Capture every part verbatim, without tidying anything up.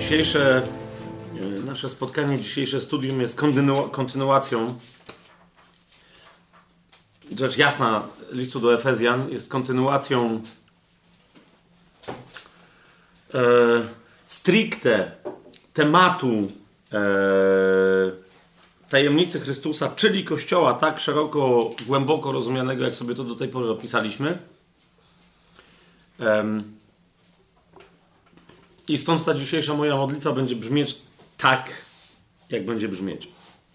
Dzisiejsze nasze spotkanie, dzisiejsze studium jest kontynu- kontynuacją. Rzecz jasna, listu do Efezjan jest kontynuacją e, stricte tematu e, tajemnicy Chrystusa, czyli Kościoła, tak szeroko, głęboko rozumianego, jak sobie to do tej pory opisaliśmy. E, I stąd ta dzisiejsza moja modlitwa będzie brzmieć tak, jak będzie brzmieć.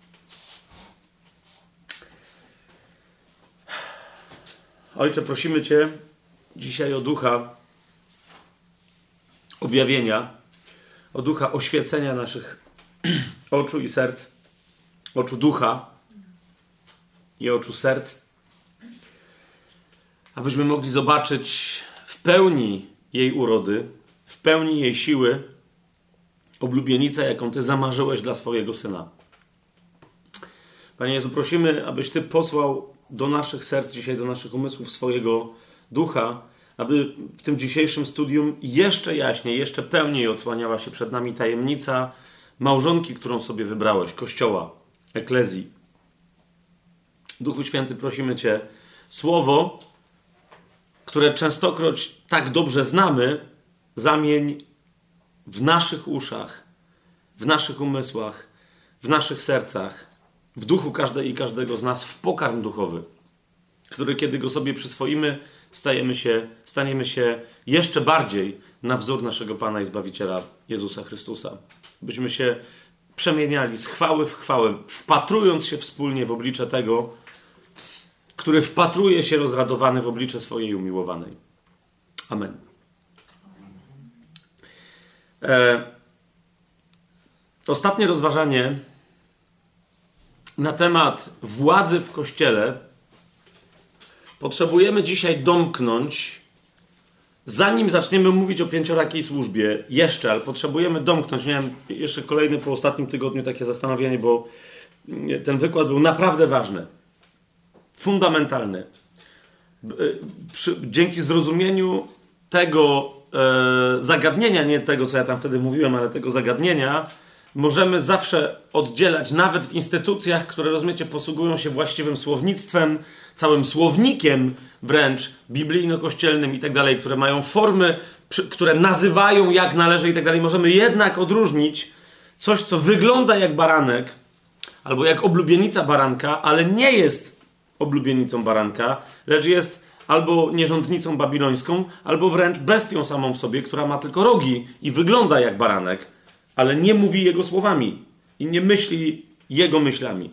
Ojcze, prosimy Cię dzisiaj o ducha objawienia, o ducha oświecenia naszych oczu i serc, oczu ducha i oczu serc, abyśmy mogli zobaczyć w pełni jej urody, w pełni jej siły, oblubienicę, jaką Ty zamarzyłeś dla swojego Syna. Panie Jezu, prosimy, abyś Ty posłał do naszych serc dzisiaj, do naszych umysłów swojego ducha, aby w tym dzisiejszym studium jeszcze jaśniej, jeszcze pełniej odsłaniała się przed nami tajemnica małżonki, którą sobie wybrałeś, Kościoła, Eklezji. Duchu Święty, prosimy Cię, słowo, które częstokroć tak dobrze znamy, zamień w naszych uszach, w naszych umysłach, w naszych sercach, w duchu każdej i każdego z nas w pokarm duchowy, który, kiedy go sobie przyswoimy, stajemy się, staniemy się jeszcze bardziej na wzór naszego Pana i Zbawiciela Jezusa Chrystusa. Byśmy się przemieniali z chwały w chwałę, wpatrując się wspólnie w oblicze tego, który wpatruje się rozradowany w oblicze swojej umiłowanej. Amen. E, ostatnie rozważanie na temat władzy w Kościele potrzebujemy dzisiaj domknąć, zanim zaczniemy mówić o pięciorakiej służbie, jeszcze, ale potrzebujemy domknąć. Miałem jeszcze kolejny po ostatnim tygodniu takie zastanowienie, bo ten wykład był naprawdę ważny, fundamentalny. Przy, dzięki zrozumieniu tego e, zagadnienia, nie tego, co ja tam wtedy mówiłem, ale tego zagadnienia, możemy zawsze oddzielać, nawet w instytucjach, które, rozumiecie, posługują się właściwym słownictwem, całym słownikiem wręcz biblijno-kościelnym i tak dalej, które mają formy, przy, które nazywają jak należy i tak dalej. Możemy jednak odróżnić coś, co wygląda jak baranek albo jak oblubienica baranka, ale nie jest oblubienicą baranka, lecz jest albo nierządnicą babilońską, albo wręcz bestią samą w sobie, która ma tylko rogi i wygląda jak baranek, ale nie mówi jego słowami i nie myśli jego myślami.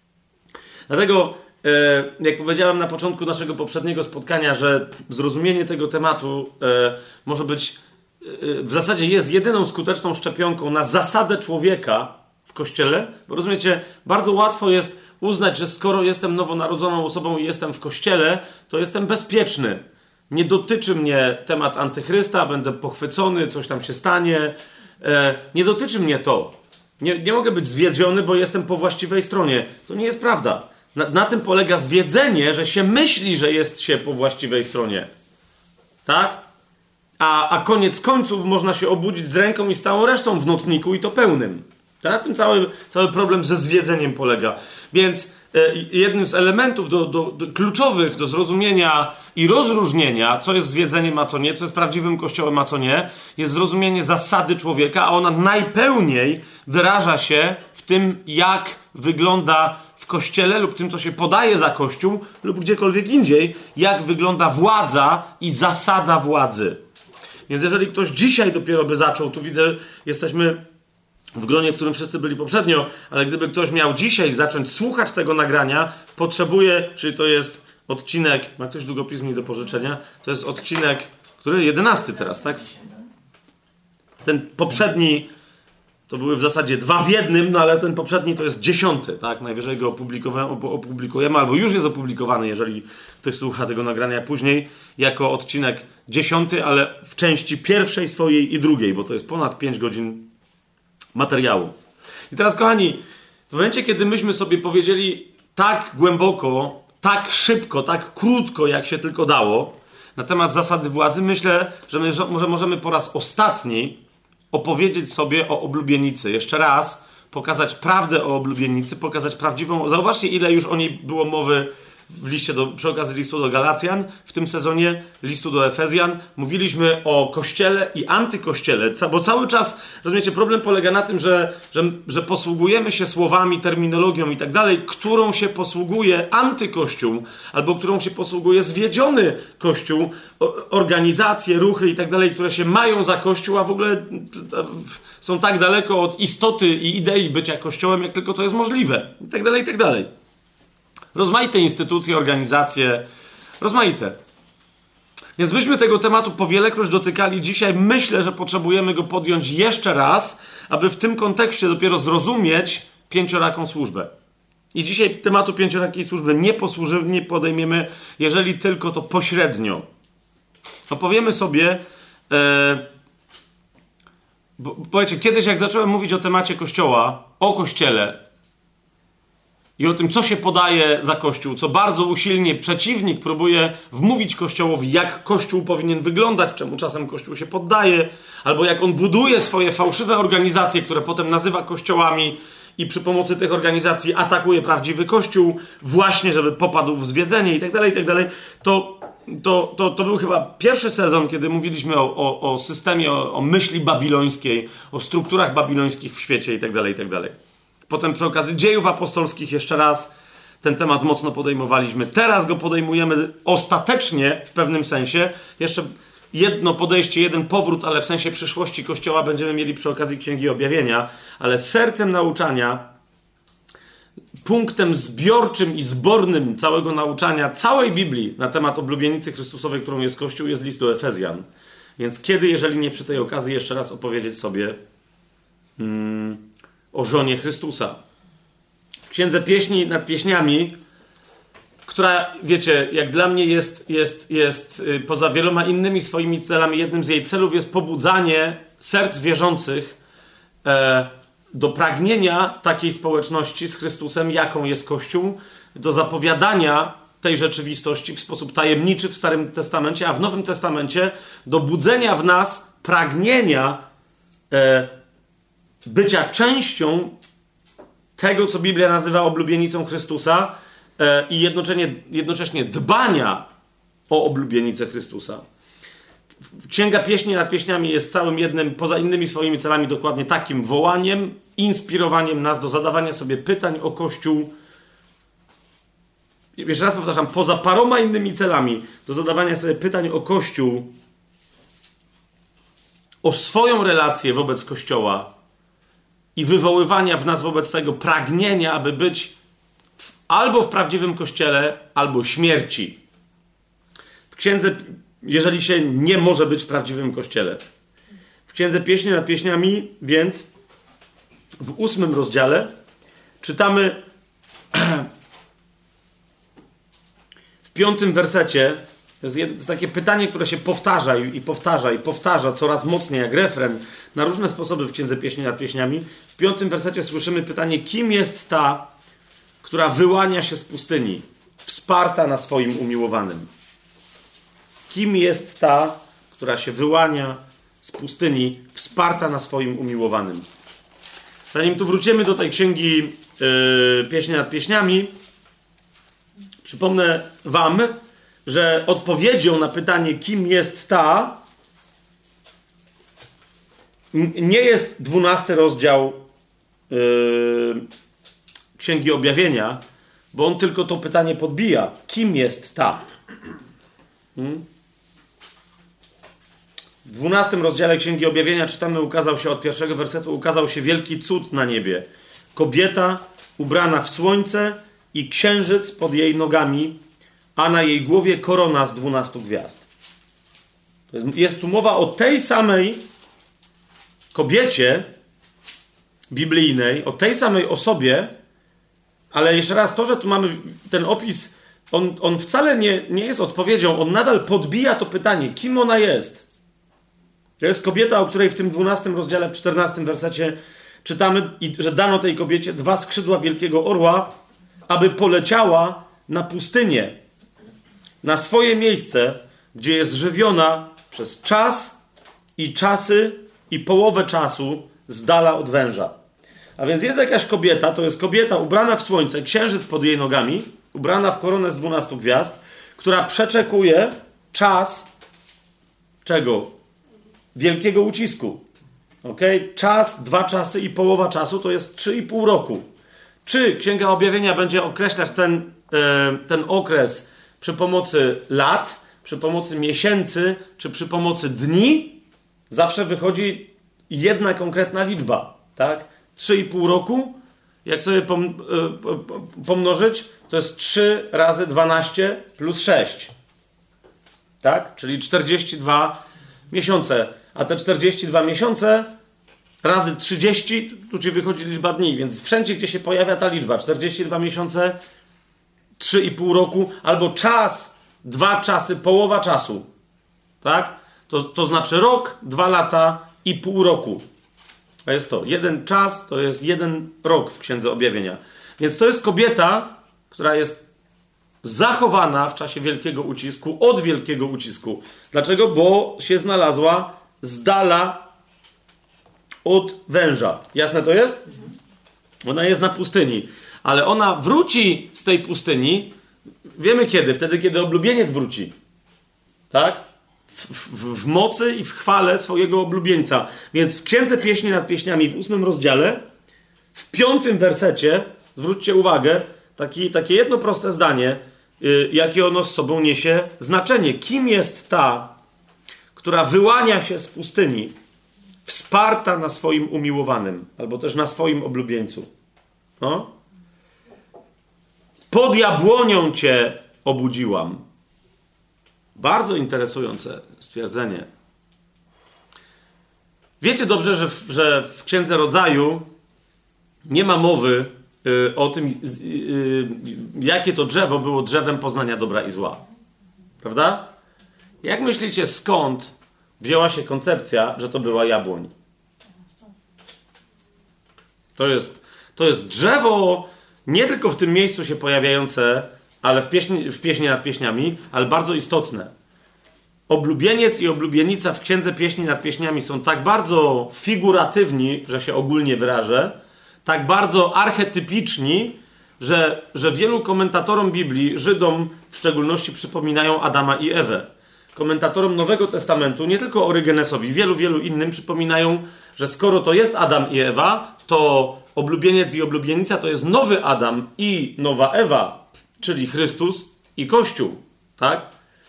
Dlatego, jak powiedziałem na początku naszego poprzedniego spotkania, że zrozumienie tego tematu może być, w zasadzie jest jedyną skuteczną szczepionką na zasadę człowieka w Kościele, bo rozumiecie, bardzo łatwo jest uznać, że skoro jestem nowonarodzoną osobą i jestem w Kościele, to jestem bezpieczny. Nie dotyczy mnie temat antychrysta, będę pochwycony, coś tam się stanie. E, nie dotyczy mnie to. Nie, nie mogę być zwiedziony, bo jestem po właściwej stronie. To nie jest prawda. Na, na tym polega zwiedzenie, że się myśli, że jest się po właściwej stronie. Tak? A, a koniec końców można się obudzić z ręką i z całą resztą w notniku i to pełnym. Na tym cały, cały problem ze zwiedzeniem polega. Więc e, jednym z elementów do, do, do, kluczowych do zrozumienia i rozróżnienia, co jest zwiedzeniem, a co nie, co jest prawdziwym Kościołem, a co nie, jest zrozumienie zasady człowieka, a ona najpełniej wyraża się w tym, jak wygląda w Kościele lub tym, co się podaje za Kościół lub gdziekolwiek indziej, jak wygląda władza i zasada władzy. Więc jeżeli ktoś dzisiaj dopiero by zaczął, tu widzę, jesteśmy w gronie, w którym wszyscy byli poprzednio, ale gdyby ktoś miał dzisiaj zacząć słuchać tego nagrania, potrzebuje, czyli to jest odcinek, ma ktoś długopis mi do pożyczenia? To jest odcinek, który? jedenasty teraz, tak? Ten poprzedni, to były w zasadzie dwa w jednym, no ale ten poprzedni to jest dziesiąty, tak? Najwyżej go opublikujemy, albo już jest opublikowany, jeżeli ktoś słucha tego nagrania później, jako odcinek dziesiąty, ale w części pierwszej swojej i drugiej, bo to jest ponad pięć godzin materiału. I teraz, kochani, w momencie, kiedy myśmy sobie powiedzieli tak głęboko, tak szybko, tak krótko, jak się tylko dało, na temat zasady władzy, myślę, że my może możemy po raz ostatni opowiedzieć sobie o oblubienicy. Jeszcze raz pokazać prawdę o oblubienicy, pokazać prawdziwą... Zauważcie, ile już o niej było mowy w liście do, przy okazji listu do Galacjan, w tym sezonie listu do Efezjan. Mówiliśmy o Kościele i antykościele, bo cały czas, rozumiecie, problem polega na tym, że, że, że posługujemy się słowami, terminologią i tak dalej, którą się posługuje antykościół, albo którą się posługuje zwiedziony Kościół, organizacje, ruchy i tak dalej, które się mają za Kościół, a w ogóle są tak daleko od istoty i idei bycia Kościołem, jak tylko to jest możliwe. I tak dalej, i tak dalej. Rozmaite instytucje, organizacje, rozmaite. Więc myśmy tego tematu powielekroć dotykali. Dzisiaj myślę, że potrzebujemy go podjąć jeszcze raz, aby w tym kontekście dopiero zrozumieć pięcioraką służbę. I dzisiaj tematu pięciorakiej służby nie, posłuży, nie podejmiemy, jeżeli tylko to pośrednio. Opowiemy sobie... E, bo, powiecie, kiedyś jak zacząłem mówić o temacie Kościoła, o Kościele, i o tym, co się podaje za Kościół, co bardzo usilnie przeciwnik próbuje wmówić Kościołowi, jak Kościół powinien wyglądać, czemu czasem Kościół się poddaje, albo jak on buduje swoje fałszywe organizacje, które potem nazywa kościołami i przy pomocy tych organizacji atakuje prawdziwy Kościół, właśnie żeby popadł w zwiedzenie i tak dalej, i tak dalej. To, to, to, to był chyba pierwszy sezon, kiedy mówiliśmy o, o, o systemie, o, o myśli babilońskiej, o strukturach babilońskich w świecie i tak dalej, i tak dalej. Potem przy okazji dziejów apostolskich jeszcze raz ten temat mocno podejmowaliśmy. Teraz go podejmujemy ostatecznie w pewnym sensie. Jeszcze jedno podejście, jeden powrót, ale w sensie przyszłości Kościoła będziemy mieli przy okazji Księgi Objawienia. Ale sercem nauczania, punktem zbiorczym i zbornym całego nauczania, całej Biblii na temat oblubienicy Chrystusowej, którą jest Kościół, jest list do Efezjan. Więc kiedy, jeżeli nie przy tej okazji, jeszcze raz opowiedzieć sobie... Hmm, o żonie Chrystusa. W Księdze Pieśni nad Pieśniami, która, wiecie, jak dla mnie jest, jest, jest yy, poza wieloma innymi swoimi celami, jednym z jej celów jest pobudzanie serc wierzących e, do pragnienia takiej społeczności z Chrystusem, jaką jest Kościół, do zapowiadania tej rzeczywistości w sposób tajemniczy w Starym Testamencie, a w Nowym Testamencie do budzenia w nas pragnienia e, bycia częścią tego, co Biblia nazywa oblubienicą Chrystusa e, i jednocześnie, jednocześnie dbania o oblubienicę Chrystusa. Księga Pieśni nad Pieśniami jest całym jednym, poza innymi swoimi celami, dokładnie takim wołaniem, inspirowaniem nas do zadawania sobie pytań o Kościół. Jeszcze raz powtarzam, poza paroma innymi celami, do zadawania sobie pytań o Kościół, o swoją relację wobec Kościoła, i wywoływania w nas wobec tego pragnienia, aby być w, albo w prawdziwym Kościele, albo śmierci. W księdze, jeżeli się nie może być w prawdziwym Kościele. W Księdze Pieśni nad Pieśniami, więc w ósmym rozdziale czytamy w piątym wersecie, to jest, jest takie pytanie, które się powtarza i powtarza i powtarza coraz mocniej jak refren na różne sposoby w Księdze Pieśni nad Pieśniami. W piątym wersecie słyszymy pytanie, kim jest ta, która wyłania się z pustyni, wsparta na swoim umiłowanym? Kim jest ta, która się wyłania z pustyni, wsparta na swoim umiłowanym? Zanim tu wrócimy do tej Księgi yy, Pieśni nad Pieśniami, przypomnę wam, że odpowiedzią na pytanie, kim jest ta, nie jest dwunasty rozdział yy, Księgi Objawienia, bo on tylko to pytanie podbija. Kim jest ta? Hmm? W dwunastym rozdziale Księgi Objawienia czytamy, ukazał się od pierwszego wersetu, ukazał się wielki cud na niebie. Kobieta ubrana w słońce i księżyc pod jej nogami, a na jej głowie korona z dwunastu gwiazd. Jest, jest tu mowa o tej samej kobiecie biblijnej, o tej samej osobie, ale jeszcze raz, to, że tu mamy ten opis, on, on wcale nie, nie jest odpowiedzią, on nadal podbija to pytanie, kim ona jest. To jest kobieta, o której w tym dwunastym rozdziale, w czternastym wersecie czytamy, że dano tej kobiecie dwa skrzydła wielkiego orła, aby poleciała na pustynię, na swoje miejsce, gdzie jest żywiona przez czas i czasy i połowę czasu z dala od węża. A więc jest jakaś kobieta, to jest kobieta ubrana w słońce, księżyc pod jej nogami, ubrana w koronę z dwunastu gwiazd, która przeczekuje czas czego? Wielkiego ucisku. Okay? Czas, dwa czasy i połowa czasu to jest trzy i pół roku. Czy Księga Objawienia będzie określać ten, e, ten okres przy pomocy lat, przy pomocy miesięcy, czy przy pomocy dni? Zawsze wychodzi jedna konkretna liczba. Tak? trzy i pół roku, jak sobie pom, e, pomnożyć, to jest trzy razy dwanaście plus sześć. Tak? Czyli czterdzieści dwa miesiące. A te czterdzieści dwa miesiące razy trzydzieści, tu ci wychodzi liczba dni, więc wszędzie, gdzie się pojawia ta liczba, czterdzieści dwa miesiące, trzy i pół roku, albo czas, dwa czasy, połowa czasu. Tak? To, to znaczy rok, dwa lata i pół roku. To jest to. Jeden czas to jest jeden rok w Księdze Objawienia. Więc to jest kobieta, która jest zachowana w czasie wielkiego ucisku, od wielkiego ucisku. Dlaczego? Bo się znalazła z dala od węża. Jasne to jest? Ona jest na pustyni. Ale ona wróci z tej pustyni, wiemy kiedy? Wtedy, kiedy oblubieniec wróci. Tak? W, w, w mocy i w chwale swojego oblubieńca. Więc w Księdze Pieśni nad Pieśniami w ósmym rozdziale, w piątym wersecie, zwróćcie uwagę, taki, takie jedno proste zdanie, yy, jakie ono z sobą niesie znaczenie. Kim jest ta, która wyłania się z pustyni, wsparta na swoim umiłowanym, albo też na swoim oblubieńcu? No? Pod jabłonią cię obudziłam. Bardzo interesujące stwierdzenie. Wiecie dobrze, że w, że w Księdze Rodzaju nie ma mowy y, o tym, y, y, jakie to drzewo było drzewem poznania dobra i zła. Prawda? Jak myślicie, skąd wzięła się koncepcja, że to była jabłoń? To jest, to jest drzewo nie tylko w tym miejscu się pojawiające, ale w pieśni, w pieśni nad pieśniami, ale bardzo istotne. Oblubieniec i oblubienica w Księdze Pieśni nad Pieśniami są tak bardzo figuratywni, że się ogólnie wyrażę, tak bardzo archetypiczni, że, że wielu komentatorom Biblii, Żydom w szczególności, przypominają Adama i Ewę. Komentatorom Nowego Testamentu, nie tylko Orygenesowi, wielu, wielu innym przypominają, że skoro to jest Adam i Ewa, to oblubieniec i oblubienica to jest nowy Adam i nowa Ewa, czyli Chrystus i Kościół. Tak?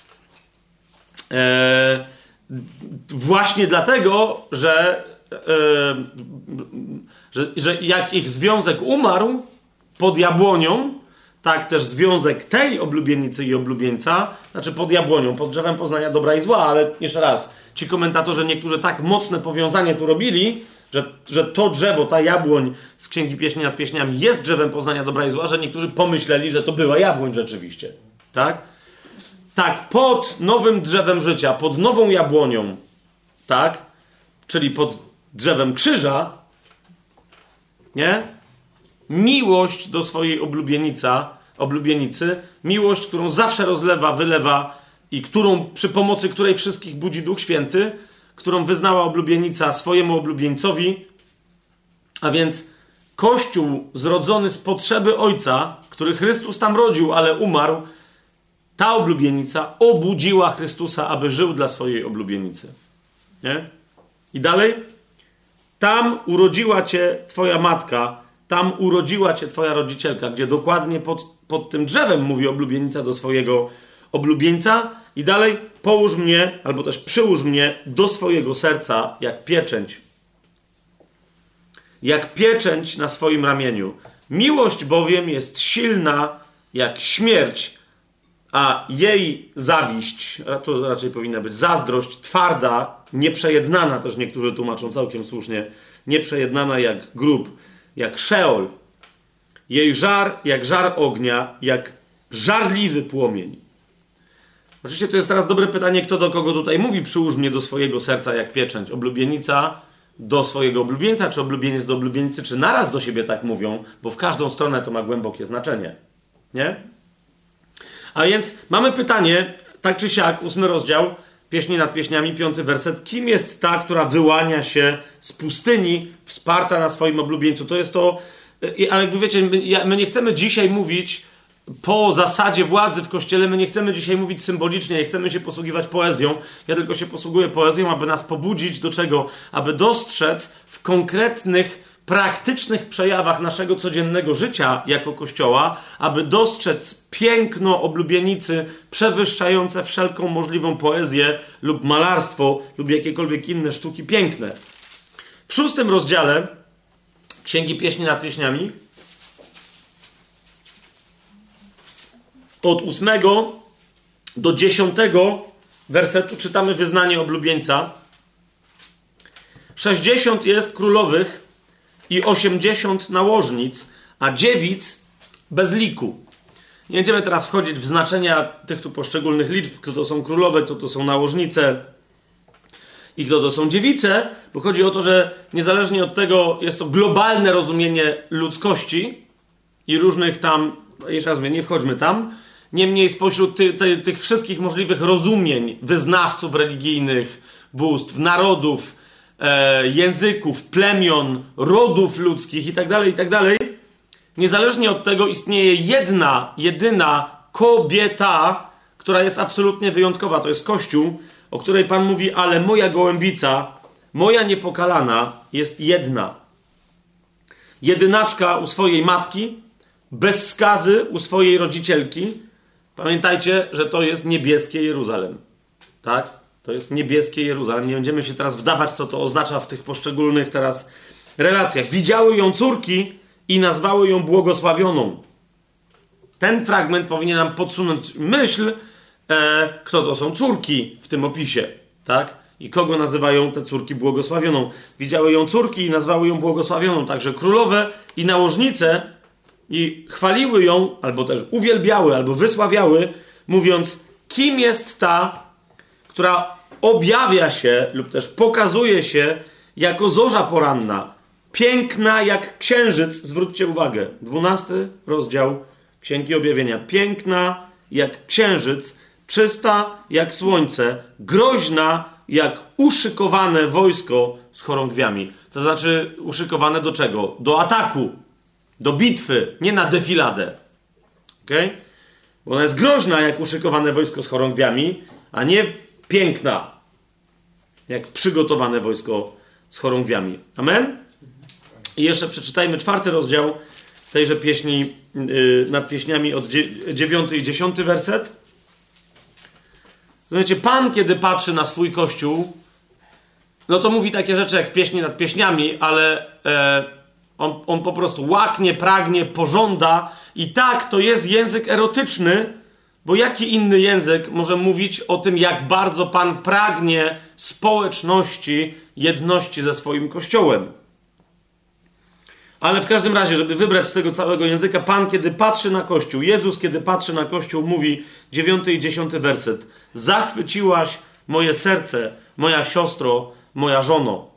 Eee, właśnie dlatego, że, e, że, że jak ich związek umarł pod jabłonią, tak też związek tej oblubienicy i oblubieńca, znaczy pod jabłonią, pod drzewem poznania dobra i zła, ale jeszcze raz, ci komentatorzy niektórzy tak mocne powiązanie tu robili, że, że to drzewo, ta jabłoń z Księgi Pieśni nad Pieśniami jest drzewem poznania dobra i zła, że niektórzy pomyśleli, że to była jabłoń rzeczywiście. Tak? Tak, pod nowym drzewem życia, pod nową jabłonią, tak? Czyli pod drzewem krzyża, nie? Miłość do swojej oblubienica, oblubienicy, miłość, którą zawsze rozlewa, wylewa i którą, przy pomocy której wszystkich budzi Duch Święty, którą wyznała oblubienica swojemu oblubieńcowi, a więc Kościół zrodzony z potrzeby Ojca, który Chrystus tam rodził, ale umarł, ta oblubienica obudziła Chrystusa, aby żył dla swojej oblubienicy. Nie? I dalej. Tam urodziła cię twoja matka, tam urodziła cię twoja rodzicielka, gdzie dokładnie pod, pod tym drzewem mówi oblubienica do swojego oblubieńca. I dalej. Połóż mnie, albo też przyłóż mnie do swojego serca, jak pieczęć. Jak pieczęć na swoim ramieniu. Miłość bowiem jest silna jak śmierć, a jej zawiść, to raczej powinna być zazdrość, twarda, nieprzejednana, też niektórzy tłumaczą całkiem słusznie, nieprzejednana jak grób, jak Szeol. Jej żar jak żar ognia, jak żarliwy płomień. Oczywiście to jest teraz dobre pytanie, kto do kogo tutaj mówi, przyłóż mnie do swojego serca jak pieczęć. Oblubienica do swojego oblubieńca, czy oblubieniec do oblubienicy, czy naraz do siebie tak mówią, bo w każdą stronę to ma głębokie znaczenie. Nie? A więc mamy pytanie, tak czy siak, ósmy rozdział, Pieśni nad pieśniami, piąty werset. Kim jest ta, która wyłania się z pustyni, wsparta na swoim oblubieńcu? To jest to, ale jakby wiecie, my, my nie chcemy dzisiaj mówić po zasadzie władzy w Kościele, my nie chcemy dzisiaj mówić symbolicznie, nie chcemy się posługiwać poezją. Ja tylko się posługuję poezją, aby nas pobudzić do czego? Aby dostrzec w konkretnych, praktycznych przejawach naszego codziennego życia jako Kościoła, aby dostrzec piękno oblubienicy przewyższające wszelką możliwą poezję lub malarstwo lub jakiekolwiek inne sztuki piękne. W szóstym rozdziale Księgi Pieśni nad Pieśniami od ósmego do dziesiątego wersetu czytamy wyznanie oblubieńca. Sześćdziesiąt jest królowych i osiemdziesiąt nałożnic, a dziewic bez liku. Nie będziemy teraz wchodzić w znaczenia tych tu poszczególnych liczb, kto to są królowe, kto to są nałożnice i kto to są dziewice, bo chodzi o to, że niezależnie od tego jest to globalne rozumienie ludzkości i różnych tam, jeszcze raz mówię, nie wchodźmy tam, niemniej spośród ty, ty, tych wszystkich możliwych rozumień wyznawców religijnych, bóstw, narodów, e, języków, plemion, rodów ludzkich itd., itd., niezależnie od tego istnieje jedna, jedyna kobieta, która jest absolutnie wyjątkowa. To jest Kościół, o której Pan mówi, ale moja gołębica, moja niepokalana jest jedna. Jedynaczka u swojej matki, bez skazy u swojej rodzicielki. Pamiętajcie, że to jest niebieskie Jeruzalem. Tak? To jest niebieskie Jeruzalem. Nie będziemy się teraz wdawać, co to oznacza w tych poszczególnych teraz relacjach. Widziały ją córki i nazwały ją błogosławioną. Ten fragment powinien nam podsunąć myśl, e, kto to są córki w tym opisie. Tak? I kogo nazywają te córki błogosławioną. Widziały ją córki i nazwały ją błogosławioną. Także królowe i nałożnice i chwaliły ją, albo też uwielbiały, albo wysławiały, mówiąc, kim jest ta, która objawia się lub też pokazuje się jako zorza poranna, piękna jak księżyc. Zwróćcie uwagę, dwunasty rozdział Księgi Objawienia. Piękna jak księżyc, czysta jak słońce, groźna jak uszykowane wojsko z chorągwiami. To znaczy uszykowane do czego? Do ataku. Do bitwy, nie na defiladę. Okej? Okay? Bo ona jest groźna jak uszykowane wojsko z chorągwiami, a nie piękna jak przygotowane wojsko z chorągwiami. Amen? I jeszcze przeczytajmy czwarty rozdział tejże pieśni yy, nad pieśniami od dziewiąty i dziesiąty werset. Słuchajcie, Pan, kiedy patrzy na swój Kościół, no to mówi takie rzeczy jak w pieśni nad pieśniami, ale e, on, on po prostu łaknie, pragnie, pożąda i tak, to jest język erotyczny, bo jaki inny język może mówić o tym, jak bardzo Pan pragnie społeczności, jedności ze swoim Kościołem. Ale w każdym razie, żeby wybrać z tego całego języka, Pan, kiedy patrzy na Kościół, Jezus, kiedy patrzy na Kościół, mówi dziewiąty i dziesiąty werset. Zachwyciłaś moje serce, moja siostro, moja żono,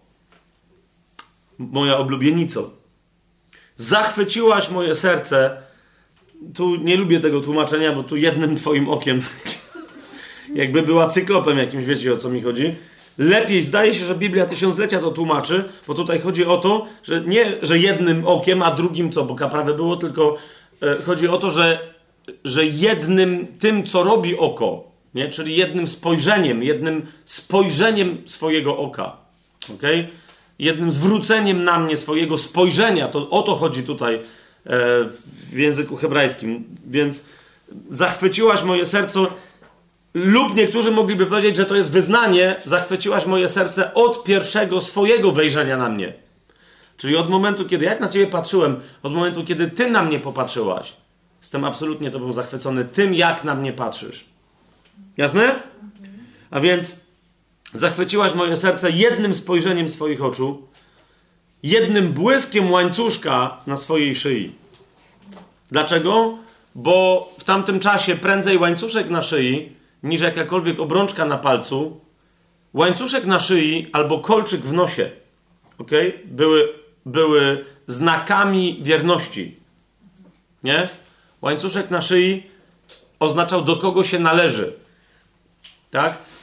moja oblubienico. Zachwyciłaś moje serce. Tu nie lubię tego tłumaczenia, bo tu jednym twoim okiem jakby była cyklopem jakimś, wiecie o co mi chodzi. Lepiej zdaje się, że Biblia Tysiąclecia to tłumaczy, bo tutaj chodzi o to, że nie, że jednym okiem, a drugim co, bo prawe było, tylko e, chodzi o to, że, że jednym tym, co robi oko, nie? Czyli jednym spojrzeniem, jednym spojrzeniem swojego oka, okay? Jednym zwróceniem na mnie swojego spojrzenia, to o to chodzi tutaj e, w języku hebrajskim, więc zachwyciłaś moje serce. Lub niektórzy mogliby powiedzieć, że to jest wyznanie, zachwyciłaś moje serce od pierwszego swojego wejrzenia na mnie. Czyli od momentu, kiedy ja na ciebie patrzyłem, od momentu, kiedy ty na mnie popatrzyłaś, jestem absolutnie tobą zachwycony tym, jak na mnie patrzysz. Jasne? A więc zachwyciłaś moje serce jednym spojrzeniem swoich oczu, jednym błyskiem łańcuszka na swojej szyi. Dlaczego? Bo w tamtym czasie prędzej łańcuszek na szyi niż jakakolwiek obrączka na palcu, łańcuszek na szyi albo kolczyk w nosie, okay? były, były znakami wierności. Nie? Łańcuszek na szyi oznaczał, do kogo się należy. Tak?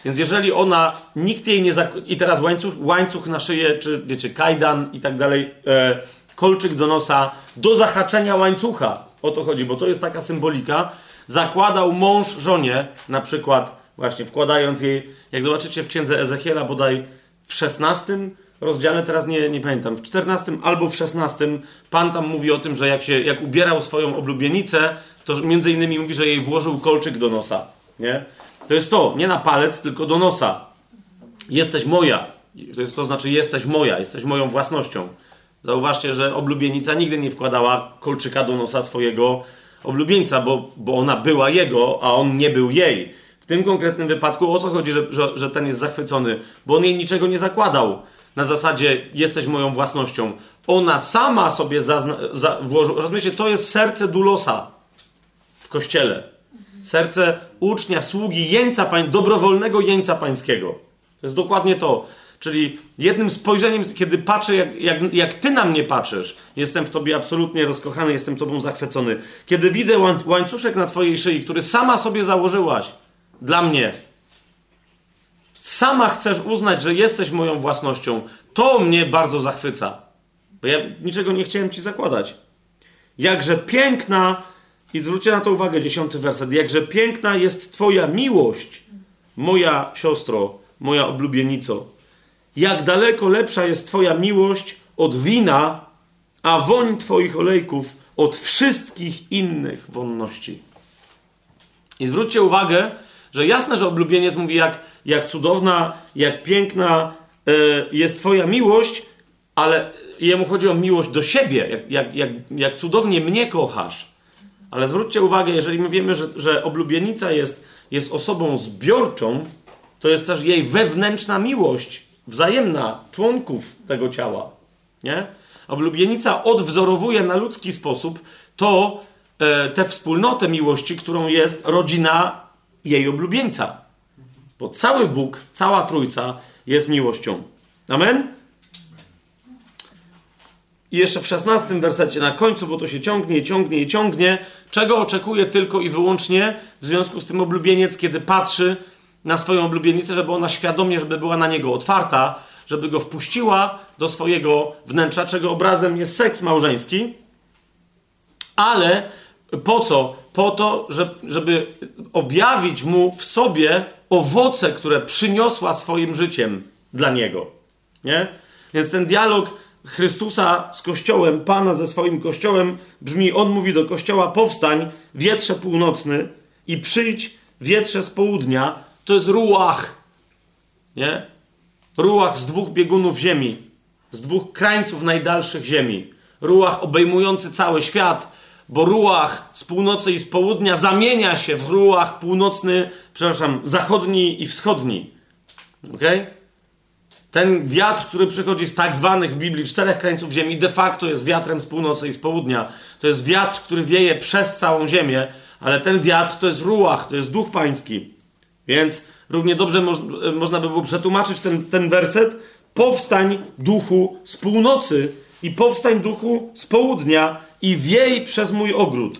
Więc jeżeli ona, nikt jej nie zakłada, i teraz łańcuch, łańcuch na szyję, czy wiecie, kajdan i tak dalej, e, kolczyk do nosa, do zahaczenia łańcucha, o to chodzi, bo to jest taka symbolika, zakładał mąż żonie, na przykład właśnie wkładając jej, jak zobaczycie w księdze Ezechiela bodaj w szesnastym rozdziale, teraz nie, nie pamiętam, w czternastym albo w szesnastym, Pan tam mówi o tym, że jak się, jak ubierał swoją oblubienicę, to między innymi mówi, że jej włożył kolczyk do nosa, nie? To jest to, nie na palec, tylko do nosa. Jesteś moja. To, jest, to znaczy jesteś moja, jesteś moją własnością. Zauważcie, że oblubienica nigdy nie wkładała kolczyka do nosa swojego oblubieńca, bo, bo ona była jego, a on nie był jej. W tym konkretnym wypadku o co chodzi, że, że, że ten jest zachwycony? Bo on jej niczego nie zakładał. Na zasadzie jesteś moją własnością. Ona sama sobie zazna, za, włożyła. Rozumiecie, to jest serce dulosa w kościele. Serce ucznia, sługi, jeńca pań, dobrowolnego jeńca pańskiego. To jest dokładnie to. Czyli jednym spojrzeniem, kiedy patrzę, jak, jak, jak ty na mnie patrzysz, jestem w tobie absolutnie rozkochany, jestem tobą zachwycony. Kiedy widzę łańcuszek na twojej szyi, który sama sobie założyłaś dla mnie, sama chcesz uznać, że jesteś moją własnością, to mnie bardzo zachwyca. Bo ja niczego nie chciałem ci zakładać. Jakże piękna, i zwróćcie na to uwagę, dziesiąty werset, jakże piękna jest twoja miłość, moja siostro, moja oblubienico. Jak daleko lepsza jest twoja miłość od wina, a woń twoich olejków od wszystkich innych wonności. I zwróćcie uwagę, że jasne, że oblubieniec mówi, jak, jak cudowna, jak piękna y, jest twoja miłość, ale jemu chodzi o miłość do siebie, jak, jak, jak, jak cudownie mnie kochasz. Ale zwróćcie uwagę, jeżeli my wiemy, że, że oblubienica jest, jest osobą zbiorczą, to jest też jej wewnętrzna miłość, wzajemna członków tego ciała. Nie? Oblubienica odwzorowuje na ludzki sposób to, e, tę wspólnotę miłości, którą jest rodzina jej oblubieńca. Bo cały Bóg, cała Trójca jest miłością. Amen? I jeszcze w szesnastym wersecie na końcu, bo to się ciągnie i ciągnie i ciągnie, czego oczekuje tylko i wyłącznie w związku z tym oblubieniec, kiedy patrzy na swoją oblubienicę, żeby ona świadomie, żeby była na niego otwarta, żeby go wpuściła do swojego wnętrza, czego obrazem jest seks małżeński. Ale po co? Po to, żeby objawić mu w sobie owoce, które przyniosła swoim życiem dla niego. Nie? Więc ten dialog Chrystusa z Kościołem, Pana ze swoim Kościołem brzmi, on mówi do Kościoła, powstań, wietrze północny i przyjdź, wietrze z południa. To jest ruach. Nie? Ruach z dwóch biegunów ziemi. Z dwóch krańców najdalszych ziemi. Ruach obejmujący cały świat, bo ruach z północy i z południa zamienia się w ruach północny, przepraszam, zachodni i wschodni. Okej? Okay? Ten wiatr, który przychodzi z tak zwanych w Biblii czterech krańców ziemi, de facto jest wiatrem z północy i z południa. To jest wiatr, który wieje przez całą ziemię, ale ten wiatr to jest ruach, to jest duch pański. Więc równie dobrze moż, można by było przetłumaczyć ten, ten werset. Powstań duchu z północy i powstań duchu z południa i wiej przez mój ogród.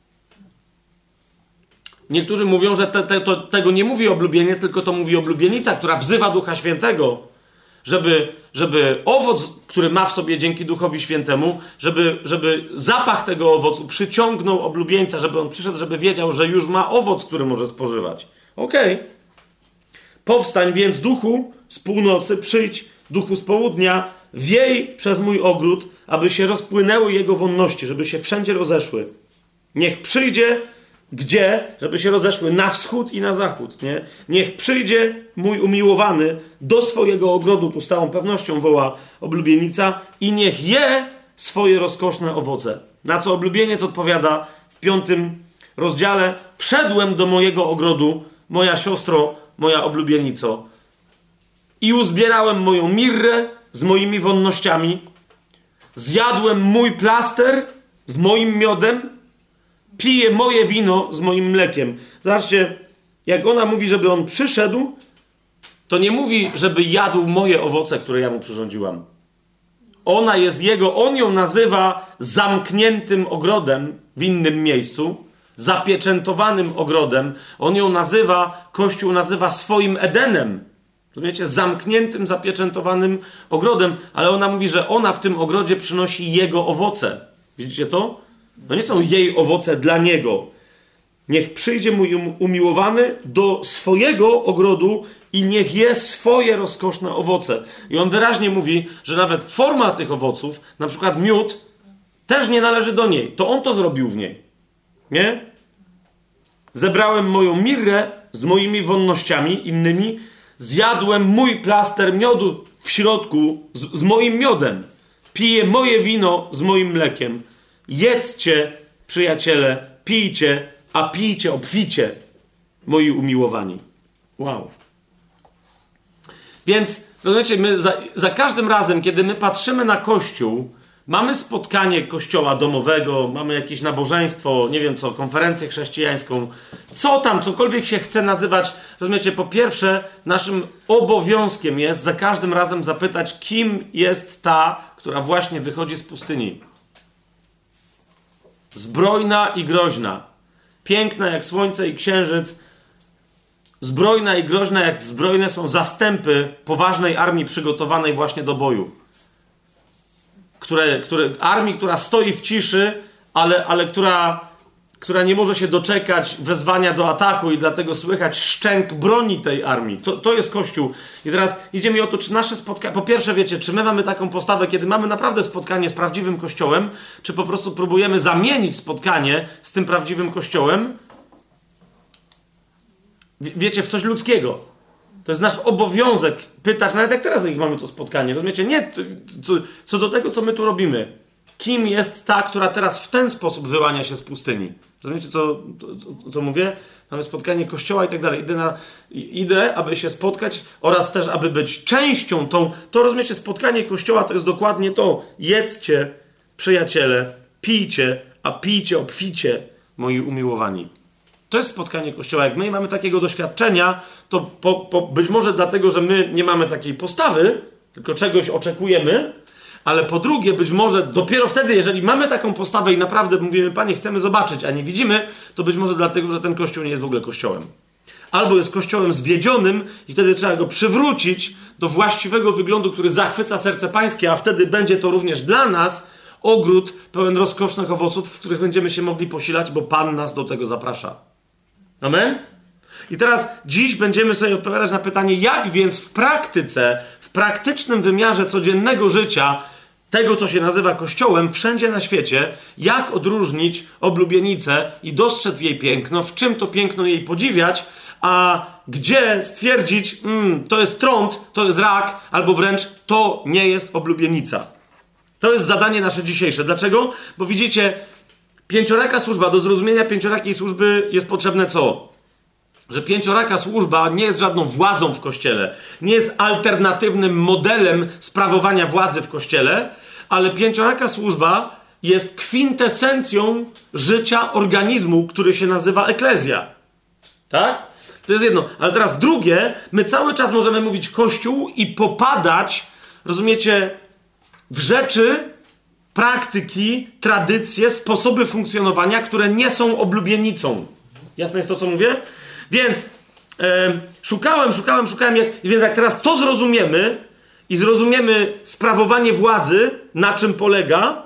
Niektórzy mówią, że te, te, to, tego nie mówi oblubieniec, tylko to mówi oblubienica, która wzywa Ducha Świętego, żeby, żeby owoc, który ma w sobie dzięki Duchowi Świętemu, żeby, żeby zapach tego owocu przyciągnął oblubieńca, żeby on przyszedł, żeby wiedział, że już ma owoc, który może spożywać. Okej. Okay. Powstań więc duchu z północy, przyjdź duchu z południa, wiej przez mój ogród, aby się rozpłynęły jego wonności, żeby się wszędzie rozeszły. Niech przyjdzie gdzie? Żeby się rozeszły na wschód i na zachód. Nie? Niech przyjdzie mój umiłowany do swojego ogrodu, tu z całą pewnością woła oblubienica, i niech je swoje rozkoszne owoce. Na co oblubieniec odpowiada w piątym rozdziale. Wszedłem do mojego ogrodu, moja siostro, moja oblubienico, i uzbierałem moją mirrę z moimi wonnościami, zjadłem mój plaster z moim miodem, piję moje wino z moim mlekiem. Zobaczcie, jak ona mówi, żeby on przyszedł, to nie mówi, żeby jadł moje owoce, które ja mu przyrządziłam. Ona jest jego, on ją nazywa zamkniętym ogrodem w innym miejscu, zapieczętowanym ogrodem. On ją nazywa, Kościół nazywa swoim Edenem. Rozumiecie? Zamkniętym, zapieczętowanym ogrodem. Ale ona mówi, że ona w tym ogrodzie przynosi jego owoce. Widzicie to? To nie są jej owoce dla niego. Niech przyjdzie mój umiłowany do swojego ogrodu i niech je swoje rozkoszne owoce. I on wyraźnie mówi, że nawet forma tych owoców, na przykład miód, też nie należy do niej. To on to zrobił w niej. Nie? Zebrałem moją mirrę z moimi wonnościami innymi, zjadłem mój plaster miodu w środku z, z moim miodem. Piję moje wino z moim mlekiem. Jedzcie, przyjaciele, pijcie, a pijcie obficie, moi umiłowani. Wow. Więc, rozumiecie, my za, za każdym razem, kiedy my patrzymy na Kościół, mamy spotkanie kościoła domowego, mamy jakieś nabożeństwo, nie wiem co, konferencję chrześcijańską, co tam, cokolwiek się chce nazywać, rozumiecie, po pierwsze, naszym obowiązkiem jest za każdym razem zapytać, kim jest ta, która właśnie wychodzi z pustyni. Zbrojna i groźna. Piękna jak słońce i księżyc. Zbrojna i groźna jak zbrojne są zastępy poważnej armii przygotowanej właśnie do boju. Które, które, armii, która stoi w ciszy, ale, ale która, która nie może się doczekać wezwania do ataku i dlatego słychać szczęk broni tej armii. To, to jest Kościół. I teraz idzie mi o to, czy nasze spotkanie... Po pierwsze, wiecie, czy my mamy taką postawę, kiedy mamy naprawdę spotkanie z prawdziwym Kościołem, czy po prostu próbujemy zamienić spotkanie z tym prawdziwym Kościołem, wiecie, w coś ludzkiego. To jest nasz obowiązek pytać, nawet jak teraz jak mamy to spotkanie, rozumiecie? Nie, co, co do tego, co my tu robimy. Kim jest ta, która teraz w ten sposób wyłania się z pustyni? Rozumiecie, co, co, co mówię? Mamy spotkanie Kościoła i tak dalej. Idę, na, idę, aby się spotkać oraz też, aby być częścią tą... To, rozumiecie, spotkanie Kościoła to jest dokładnie to. Jedzcie, przyjaciele, pijcie, a pijcie obficie, moi umiłowani. To jest spotkanie Kościoła. Jak my nie mamy takiego doświadczenia, to po, po, być może dlatego, że my nie mamy takiej postawy, tylko czegoś oczekujemy, ale po drugie, być może dopiero wtedy, jeżeli mamy taką postawę i naprawdę mówimy, Panie, chcemy zobaczyć, a nie widzimy, to być może dlatego, że ten Kościół nie jest w ogóle Kościołem. Albo jest Kościołem zwiedzionym i wtedy trzeba go przywrócić do właściwego wyglądu, który zachwyca serce pańskie, a wtedy będzie to również dla nas ogród pełen rozkosznych owoców, w których będziemy się mogli posilać, bo Pan nas do tego zaprasza. Amen? I teraz dziś będziemy sobie odpowiadać na pytanie, jak więc w praktyce, w praktycznym wymiarze codziennego życia, tego, co się nazywa Kościołem, wszędzie na świecie, jak odróżnić oblubienicę i dostrzec jej piękno, w czym to piękno jej podziwiać, a gdzie stwierdzić, mm, to jest trąd, to jest rak, albo wręcz to nie jest oblubienica. To jest zadanie nasze dzisiejsze. Dlaczego? Bo widzicie, pięcioraka służba, do zrozumienia pięciorakiej służby jest potrzebne co? Że pięcioraka służba nie jest żadną władzą w Kościele, nie jest alternatywnym modelem sprawowania władzy w Kościele, ale pięcioraka służba jest kwintesencją życia organizmu, który się nazywa eklezja. Tak? To jest jedno. Ale teraz drugie, my cały czas możemy mówić Kościół i popadać, rozumiecie, w rzeczy, praktyki, tradycje, sposoby funkcjonowania, które nie są oblubienicą. Jasne jest to, co mówię? Więc e, szukałem, szukałem, szukałem, jak, więc jak teraz to zrozumiemy i zrozumiemy sprawowanie władzy, na czym polega,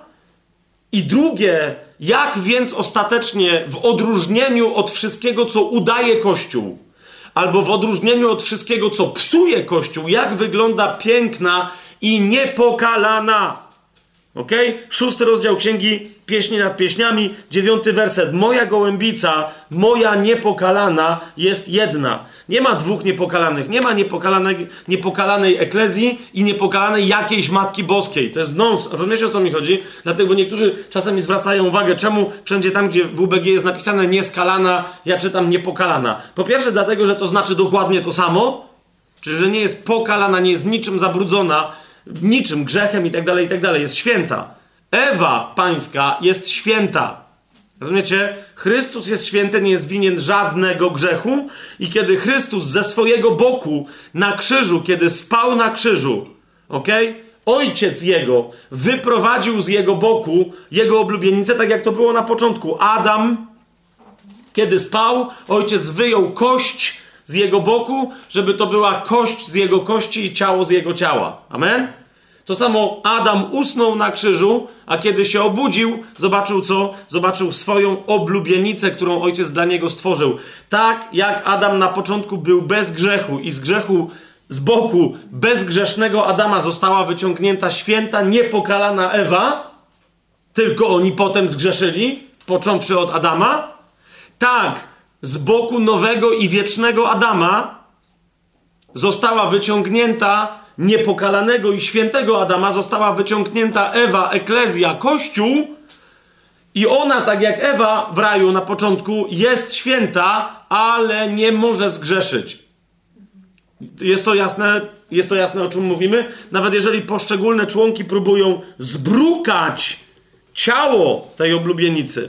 i drugie, jak więc ostatecznie w odróżnieniu od wszystkiego, co udaje Kościół, albo w odróżnieniu od wszystkiego, co psuje Kościół, jak wygląda piękna i niepokalana. Okej? Okay? Szósty rozdział Księgi Pieśni nad Pieśniami, dziewiąty werset. Moja gołębica, moja niepokalana jest jedna. Nie ma dwóch niepokalanych. Nie ma niepokalanej, niepokalanej eklezji i niepokalanej jakiejś Matki Boskiej. To jest nonsens. Rozumiecie, o co mi chodzi? Dlatego niektórzy czasami zwracają uwagę, czemu wszędzie tam, gdzie w U B G jest napisane nieskalana, ja czytam niepokalana. Po pierwsze dlatego, że to znaczy dokładnie to samo, czyli że nie jest pokalana, nie jest niczym zabrudzona, niczym, grzechem i tak dalej, i tak dalej. Jest święta. Ewa pańska jest święta. Rozumiecie? Chrystus jest święty, nie jest winien żadnego grzechu i kiedy Chrystus ze swojego boku na krzyżu, kiedy spał na krzyżu, okej? Okay? Ojciec jego wyprowadził z jego boku jego oblubienicę, tak jak to było na początku. Adam Kiedy spał, ojciec wyjął kość z jego boku, żeby to była kość z jego kości i ciało z jego ciała. Amen? To samo Adam usnął na krzyżu, a kiedy się obudził, zobaczył co? Zobaczył swoją oblubienicę, którą ojciec dla niego stworzył. Tak jak Adam na początku był bez grzechu i z grzechu z boku bezgrzesznego Adama została wyciągnięta święta, niepokalana Ewa, tylko oni potem zgrzeszyli, począwszy od Adama, tak z boku nowego i wiecznego Adama została wyciągnięta niepokalanego i świętego Adama, została wyciągnięta Ewa, eklezja, Kościół i ona, tak jak Ewa w raju na początku, jest święta, ale nie może zgrzeszyć. Jest to jasne, jest to jasne, o czym mówimy? Nawet jeżeli poszczególne członki próbują zbrukać ciało tej oblubienicy,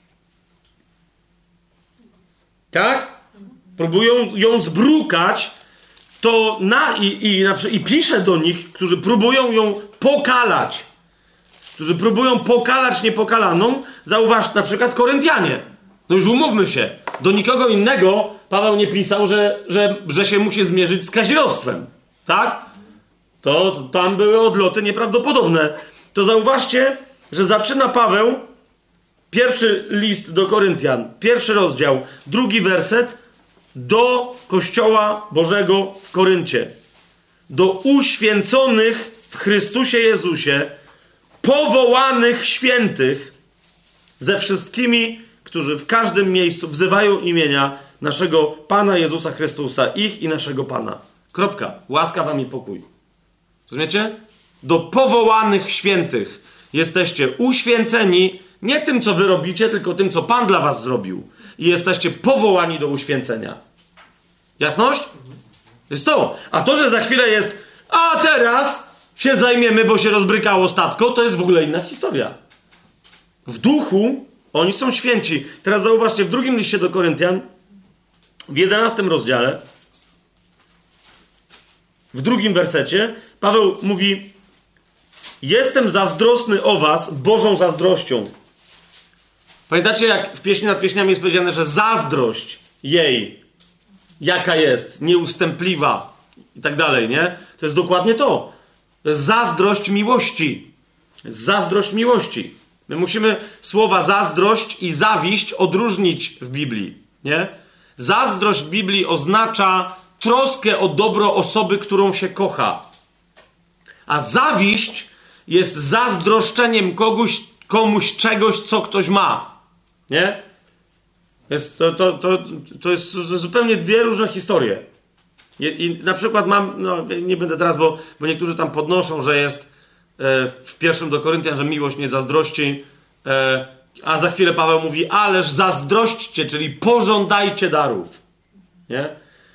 tak? Próbują ją zbrukać, to na, i, i, i pisze do nich, którzy próbują ją pokalać, którzy próbują pokalać niepokalaną, zauważ na przykład Koryntianie. No już umówmy się, do nikogo innego Paweł nie pisał, że, że, że się musi zmierzyć z kazirodztwem, tak? To, to tam były odloty nieprawdopodobne. To zauważcie, że zaczyna Paweł pierwszy list do Koryntian, pierwszy rozdział, drugi werset, do Kościoła Bożego w Koryncie. Do uświęconych w Chrystusie Jezusie, powołanych świętych, ze wszystkimi, którzy w każdym miejscu wzywają imienia naszego Pana Jezusa Chrystusa, ich i naszego Pana. Kropka. Łaska wam i pokój. Rozumiecie? Do powołanych świętych jesteście uświęceni nie tym, co wy robicie, tylko tym, co Pan dla was zrobił. I jesteście powołani do uświęcenia. Jasność? Jest to. A to, że za chwilę jest, a teraz się zajmiemy, bo się rozbrykało statko, to jest w ogóle inna historia. W duchu oni są święci. Teraz zauważcie, w drugim liście do Koryntian, w jedenastym rozdziale, w drugim wersecie, Paweł mówi: jestem zazdrosny o was Bożą zazdrością. Pamiętacie, jak w pieśni nad pieśniami jest powiedziane, że zazdrość jej, jaka jest, nieustępliwa i tak dalej, nie? To jest dokładnie to. To jest zazdrość miłości. Zazdrość miłości. My musimy słowa zazdrość i zawiść odróżnić w Biblii, nie? Zazdrość w Biblii oznacza troskę o dobro osoby, którą się kocha. A zawiść jest zazdroszczeniem kogoś, komuś czegoś, co ktoś ma. Nie? Jest to, to, to, to jest zupełnie dwie różne historie. I, i na przykład mam, no nie będę teraz, bo, bo niektórzy tam podnoszą, że jest e, w pierwszym do Koryntian, że miłość nie zazdrości, e, a za chwilę Paweł mówi, ależ zazdrośćcie, czyli pożądajcie darów. Nie?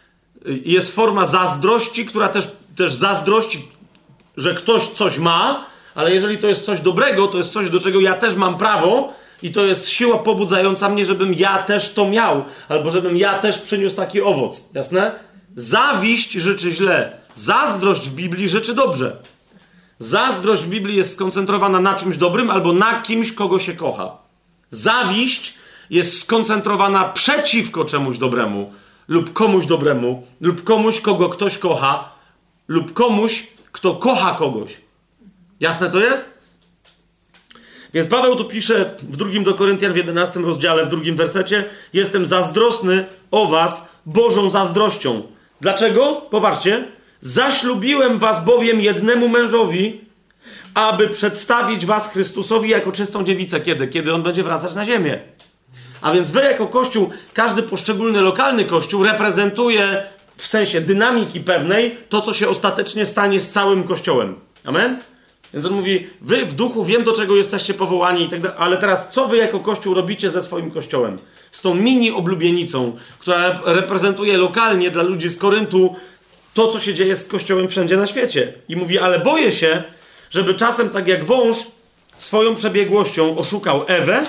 Jest forma zazdrości, która też, też zazdrości, że ktoś coś ma, ale jeżeli to jest coś dobrego, to jest coś, do czego ja też mam prawo i to jest siła pobudzająca mnie, żebym ja też to miał, albo żebym ja też przyniósł taki owoc. Jasne? Zawiść życzy źle. Zazdrość w Biblii życzy dobrze. Zazdrość w Biblii jest skoncentrowana na czymś dobrym albo na kimś, kogo się kocha. Zawiść jest skoncentrowana przeciwko czemuś dobremu lub komuś dobremu lub komuś, kogo ktoś kocha lub komuś, kto kocha kogoś. Jasne to jest? Więc Paweł tu pisze w drugim do Koryntian w jedenastym rozdziale, w drugim wersecie: jestem zazdrosny o was Bożą zazdrością. Dlaczego? Popatrzcie. Zaślubiłem was bowiem jednemu mężowi, aby przedstawić was Chrystusowi jako czystą dziewicę. Kiedy? Kiedy on będzie wracać na ziemię. A więc wy jako Kościół, każdy poszczególny lokalny Kościół reprezentuje w sensie dynamiki pewnej to, co się ostatecznie stanie z całym Kościołem. Amen? Więc on mówi, wy w duchu wiem, do czego jesteście powołani i tak dalej, ale teraz co wy jako Kościół robicie ze swoim Kościołem? Z tą mini oblubienicą, która reprezentuje lokalnie dla ludzi z Koryntu to, co się dzieje z Kościołem wszędzie na świecie. I mówi, ale boję się, żeby czasem tak jak wąż swoją przebiegłością oszukał Ewę,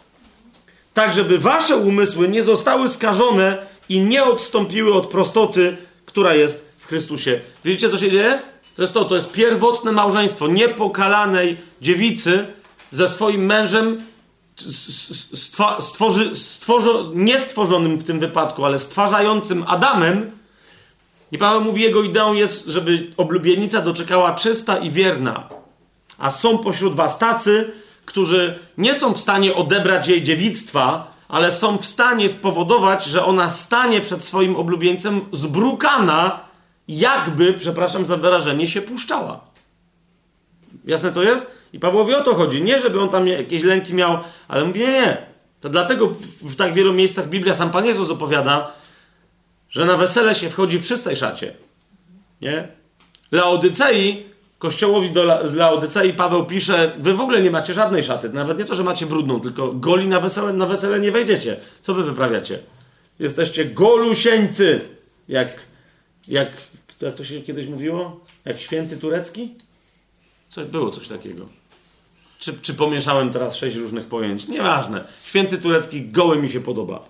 tak żeby wasze umysły nie zostały skażone i nie odstąpiły od prostoty, która jest w Chrystusie. Widzicie, co się dzieje? To jest to, to jest pierwotne małżeństwo niepokalanej dziewicy ze swoim mężem stwa, stworzy, stworzo, nie stworzonym w tym wypadku, ale stwarzającym Adamem. I Paweł mówi, jego ideą jest, żeby oblubienica doczekała czysta i wierna. A są pośród was tacy, którzy nie są w stanie odebrać jej dziewictwa, ale są w stanie spowodować, że ona stanie przed swoim oblubieńcem zbrukana, jakby, przepraszam za wyrażenie, się puszczała. Jasne to jest? I Pawłowi o to chodzi. Nie, żeby on tam jakieś lęki miał, ale mówi, nie, nie. To dlatego w, w tak wielu miejscach Biblia, sam Pan Jezus opowiada, że na wesele się wchodzi w czystej szacie. Nie? Laodycei, kościołowi do La, z Laodycei Paweł pisze, wy w ogóle nie macie żadnej szaty. Nawet nie to, że macie brudną, tylko goli na wesele, na wesele nie wejdziecie. Co wy wyprawiacie? Jesteście golusieńcy. Jak, jak, jak to się kiedyś mówiło? Jak święty turecki? Co, było coś takiego. Czy, czy pomieszałem teraz sześć różnych pojęć? Nieważne. Święty turecki goły mi się podoba.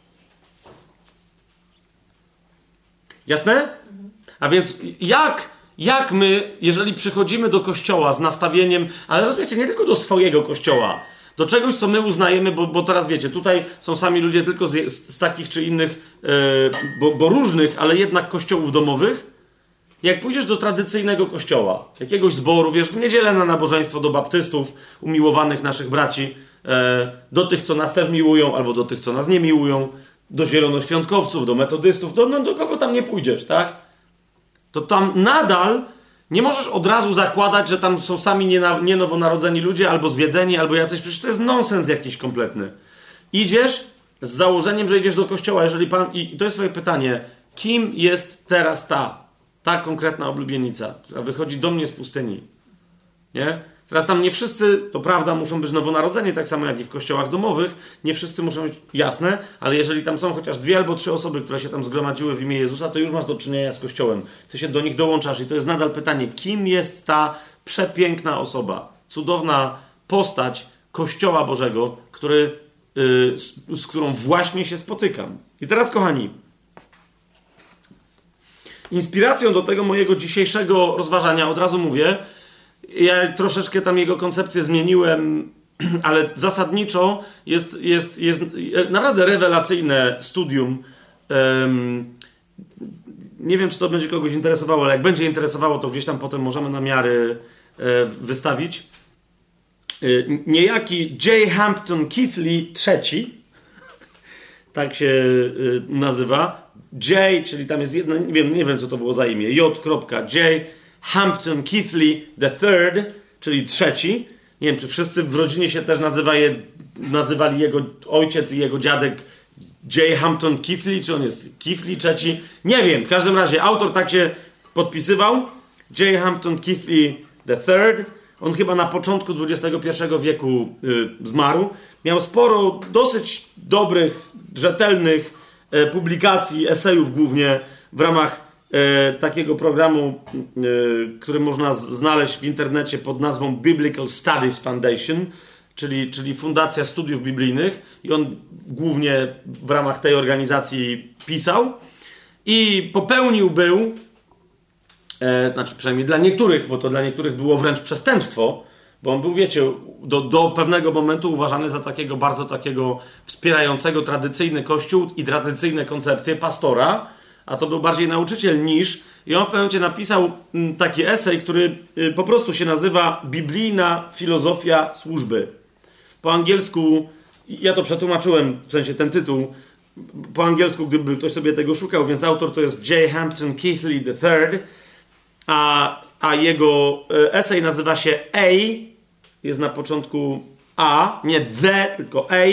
Jasne? A więc jak, jak my, jeżeli przychodzimy do kościoła z nastawieniem, ale rozumiecie, nie tylko do swojego kościoła, do czegoś, co my uznajemy, bo, bo teraz wiecie, tutaj są sami ludzie tylko z, z, z takich czy innych, yy, bo, bo różnych, ale jednak kościołów domowych. Jak pójdziesz do tradycyjnego kościoła, jakiegoś zboru, wiesz, w niedzielę na nabożeństwo do baptystów, umiłowanych naszych braci, e, do tych, co nas też miłują, albo do tych, co nas nie miłują, do zielonoświątkowców, do metodystów, do, no, do kogo tam nie pójdziesz, tak? To tam nadal nie możesz od razu zakładać, że tam są sami niena, nienowonarodzeni ludzie, albo zwiedzeni, albo jacyś, przecież to jest nonsens jakiś kompletny. Idziesz z założeniem, że idziesz do kościoła, jeżeli Pan, i to jest swoje pytanie, kim jest teraz ta? Ta konkretna oblubienica, która wychodzi do mnie z pustyni. Nie? Teraz tam nie wszyscy, to prawda, muszą być nowonarodzeni, tak samo jak i w kościołach domowych. Nie wszyscy muszą być jasne, ale jeżeli tam są chociaż dwie albo trzy osoby, które się tam zgromadziły w imię Jezusa, to już masz do czynienia z Kościołem. Ty się do nich dołączasz i to jest nadal pytanie, kim jest ta przepiękna osoba, cudowna postać Kościoła Bożego, który, yy, z, z którą właśnie się spotykam. I teraz, kochani, inspiracją do tego mojego dzisiejszego rozważania, od razu mówię, ja troszeczkę tam jego koncepcję zmieniłem, ale zasadniczo jest, jest, jest naprawdę rewelacyjne studium. Um, nie wiem, czy to będzie kogoś interesowało, ale jak będzie interesowało, to gdzieś tam potem możemy na miary e, wystawić. E, niejaki J. Hampton Keithley trzeci, tak się e, nazywa, J, czyli tam jest jedno, nie wiem, nie wiem co to było za imię, J. J. Hampton Keithley the third, czyli trzeci. Nie wiem, czy wszyscy w rodzinie się też nazywa je, nazywali jego ojciec i jego dziadek J. Hampton Keithley, czy on jest Keithley trzeci? Nie wiem, w każdym razie autor tak się podpisywał. J. Hampton Keithley the third. On chyba na początku dwudziestego pierwszego wieku y, zmarł. Miał sporo dosyć dobrych, rzetelnych y, publikacji, esejów głównie w ramach E, takiego programu, e, który można z, znaleźć w internecie pod nazwą Biblical Studies Foundation, czyli, czyli Fundacja Studiów Biblijnych, i on głównie w ramach tej organizacji pisał i popełnił był, e, znaczy przynajmniej dla niektórych, bo to dla niektórych było wręcz przestępstwo, bo on był, wiecie, do, do pewnego momentu uważany za takiego bardzo takiego wspierającego tradycyjny kościół i tradycyjne koncepcje pastora, a to był bardziej nauczyciel niż... I on w pewnym momencie napisał taki esej, który po prostu się nazywa Biblijna filozofia służby. Po angielsku, ja to przetłumaczyłem, w sensie ten tytuł, po angielsku, gdyby ktoś sobie tego szukał, więc autor to jest J. Hampton Keithley the third, a, a jego esej nazywa się A, jest na początku A, nie the, tylko A,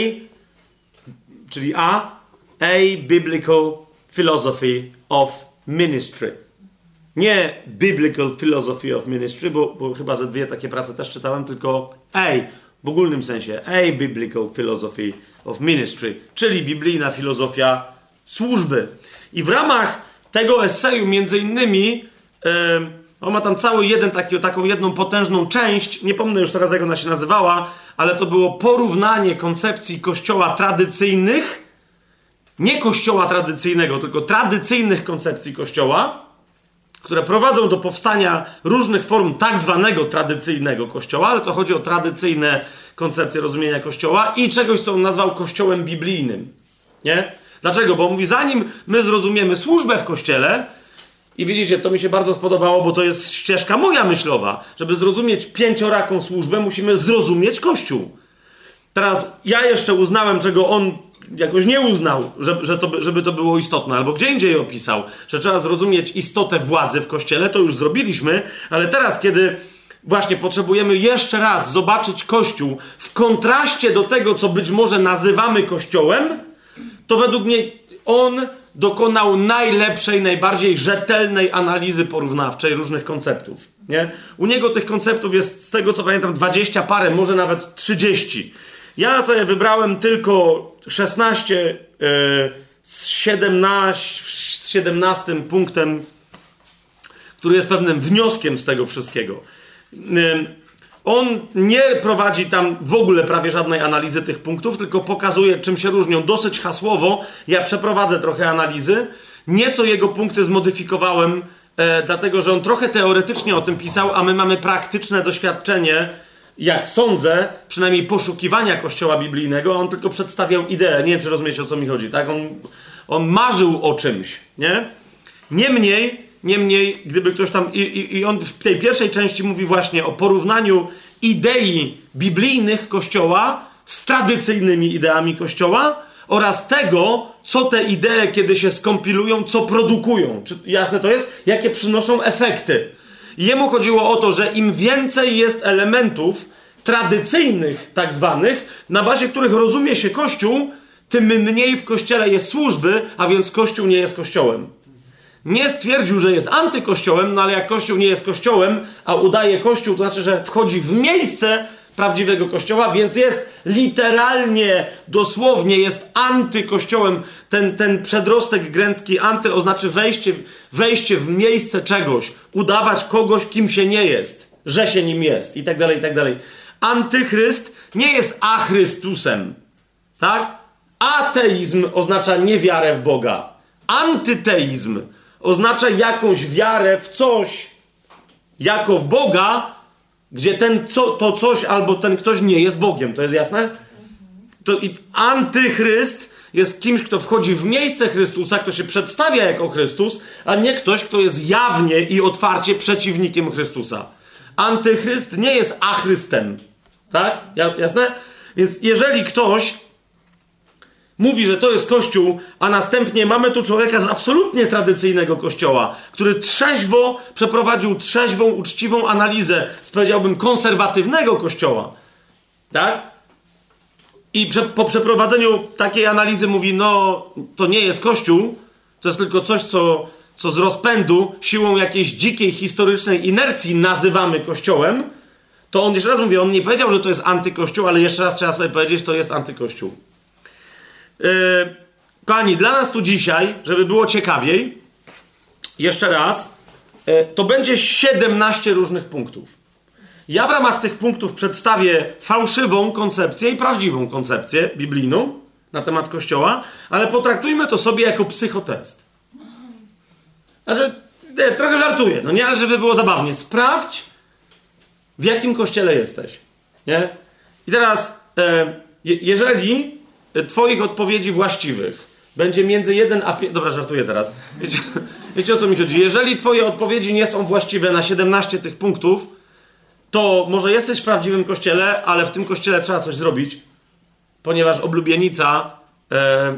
czyli A, A Biblical Philosophy of Ministry. Nie Biblical Philosophy of Ministry, bo, bo chyba ze dwie takie prace też czytałem, tylko A, w ogólnym sensie, A Biblical Philosophy of Ministry, czyli biblijna filozofia służby. I w ramach tego eseju między innymi yy, on ma tam cały jeden taki, taką jedną potężną część, nie pomnę już teraz jak ona się nazywała, ale to było porównanie koncepcji kościoła tradycyjnych, nie kościoła tradycyjnego, tylko tradycyjnych koncepcji kościoła, które prowadzą do powstania różnych form tak zwanego tradycyjnego Kościoła, ale to chodzi o tradycyjne koncepcje rozumienia Kościoła i czegoś, co on nazwał Kościołem biblijnym. Nie? Dlaczego? Bo mówi, zanim my zrozumiemy służbę w Kościele, i widzicie, to mi się bardzo spodobało, bo to jest ścieżka moja myślowa, żeby zrozumieć pięcioraką służbę, musimy zrozumieć Kościół. Teraz ja jeszcze uznałem, czego on jakoś nie uznał, że, że to, żeby to było istotne, albo gdzie indziej opisał, że trzeba zrozumieć istotę władzy w Kościele, to już zrobiliśmy, ale teraz, kiedy właśnie potrzebujemy jeszcze raz zobaczyć Kościół w kontraście do tego, co być może nazywamy Kościołem, to według mnie on dokonał najlepszej, najbardziej rzetelnej analizy porównawczej różnych konceptów. Nie? U niego tych konceptów jest, z tego co pamiętam, dwadzieścia parę, może nawet trzydzieści. Ja sobie wybrałem tylko szesnaście yy, z, siedemnaście, z siedemnastym punktem, który jest pewnym wnioskiem z tego wszystkiego. Yy, on nie prowadzi tam w ogóle prawie żadnej analizy tych punktów, tylko pokazuje, czym się różnią dosyć hasłowo. Ja przeprowadzę trochę analizy. Nieco jego punkty zmodyfikowałem, e, dlatego że on trochę teoretycznie o tym pisał, a my mamy praktyczne doświadczenie, jak sądzę, przynajmniej poszukiwania Kościoła biblijnego, a on tylko przedstawiał ideę. Nie wiem, czy rozumiecie, o co mi chodzi. Tak? On, on marzył o czymś. Nie? Niemniej... Niemniej, gdyby ktoś tam... I, i, I on w tej pierwszej części mówi właśnie o porównaniu idei biblijnych Kościoła z tradycyjnymi ideami Kościoła oraz tego, co te idee, kiedy się skompilują, co produkują. Czy jasne to jest? Jakie przynoszą efekty. I jemu chodziło o to, że im więcej jest elementów tradycyjnych, tak zwanych, na bazie których rozumie się Kościół, tym mniej w Kościele jest służby, a więc Kościół nie jest Kościołem. Nie stwierdził, że jest antykościołem, no ale jak Kościół nie jest Kościołem, a udaje Kościół, to znaczy, że wchodzi w miejsce prawdziwego Kościoła, więc jest literalnie, dosłownie jest antykościołem. Ten, ten przedrostek grecki anty oznacza wejście, wejście w miejsce czegoś, udawać kogoś, kim się nie jest, że się nim jest i tak dalej, i tak dalej. Antychryst nie jest achrystusem, tak? Ateizm oznacza niewiarę w Boga. Antyteizm oznacza jakąś wiarę w coś jako w Boga, gdzie ten co, to coś albo ten ktoś nie jest Bogiem. To jest jasne? To i antychryst jest kimś, kto wchodzi w miejsce Chrystusa, kto się przedstawia jako Chrystus, a nie ktoś, kto jest jawnie i otwarcie przeciwnikiem Chrystusa. Antychryst nie jest achrystem. Tak? Jasne? Więc jeżeli ktoś mówi, że to jest Kościół, a następnie mamy tu człowieka z absolutnie tradycyjnego Kościoła, który trzeźwo przeprowadził trzeźwą, uczciwą analizę z, powiedziałbym, konserwatywnego Kościoła. Tak? I prze, po przeprowadzeniu takiej analizy mówi, no to nie jest Kościół, to jest tylko coś, co, co z rozpędu, siłą jakiejś dzikiej, historycznej inercji nazywamy Kościołem, to on, jeszcze raz mówię, on nie powiedział, że to jest antykościół, ale jeszcze raz trzeba sobie powiedzieć, że to jest antykościół. Yy, kochani, dla nas tu dzisiaj, żeby było ciekawiej, jeszcze raz, yy, to będzie siedemnaście różnych punktów. Ja w ramach tych punktów przedstawię fałszywą koncepcję i prawdziwą koncepcję biblijną na temat Kościoła, ale potraktujmy to sobie jako psychotest. Znaczy, nie, trochę żartuję, no nie, ale żeby było zabawnie. Sprawdź, w jakim kościele jesteś. Nie? I teraz, e, jeżeli twoich odpowiedzi właściwych będzie między jeden a pięć... Dobra, żartuję teraz. Wiecie, wiecie o co mi chodzi? Jeżeli twoje odpowiedzi nie są właściwe na siedemnaście tych punktów, to może jesteś w prawdziwym kościele, ale w tym kościele trzeba coś zrobić, ponieważ oblubienica, e,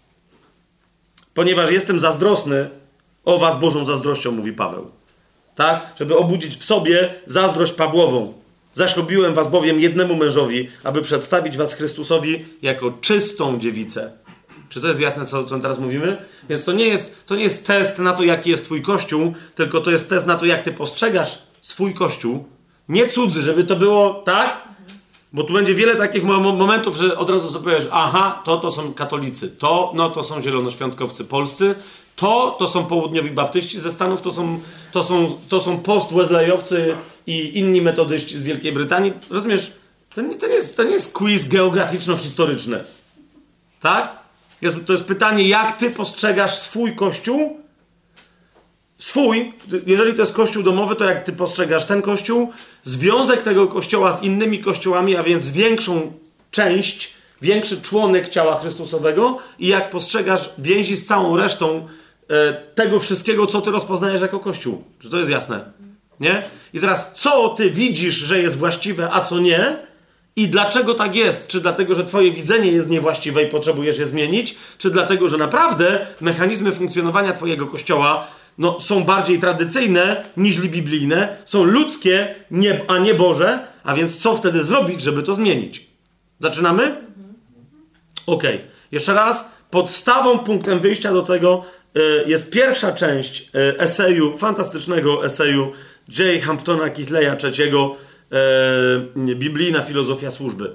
ponieważ jestem zazdrosny o was Bożą zazdrością, mówi Paweł. Tak? Żeby obudzić w sobie zazdrość Pawłową. Zaślubiłem was bowiem jednemu mężowi, aby przedstawić was Chrystusowi jako czystą dziewicę. Czy to jest jasne, co, co teraz mówimy? Więc to nie jest, to nie jest test na to, jaki jest twój kościół, tylko to jest test na to, jak ty postrzegasz swój kościół. Nie cudzy, żeby to było tak, bo tu będzie wiele takich momentów, że od razu sobie powiesz, aha, to to są katolicy, to no to są zielonoświątkowcy polscy, to to są południowi baptyści ze Stanów, to są, to są, to są post-wesleyowcy i inni metodyści z Wielkiej Brytanii. Rozumiesz? To nie, to nie, jest, to nie jest quiz geograficzno-historyczny. Tak? Jest, to jest pytanie, jak ty postrzegasz swój kościół swój, jeżeli to jest kościół domowy, to jak ty postrzegasz ten kościół, związek tego kościoła z innymi kościołami, a więc większą część, większy członek ciała Chrystusowego i jak postrzegasz więzi z całą resztą e, tego wszystkiego, co ty rozpoznajesz jako kościół. Czy to jest jasne? Nie? I teraz, co ty widzisz, że jest właściwe, a co nie? I dlaczego tak jest? Czy dlatego, że twoje widzenie jest niewłaściwe i potrzebujesz je zmienić? Czy dlatego, że naprawdę mechanizmy funkcjonowania twojego kościoła no, są bardziej tradycyjne niż biblijne, są ludzkie, nie, a nie Boże, a więc co wtedy zrobić, żeby to zmienić? Zaczynamy? Okej. Okay. Jeszcze raz. Podstawą, punktem wyjścia do tego y, jest pierwsza część y, eseju, fantastycznego eseju J. Hamptona Kitleya trzeciego, y, Biblijna filozofia służby.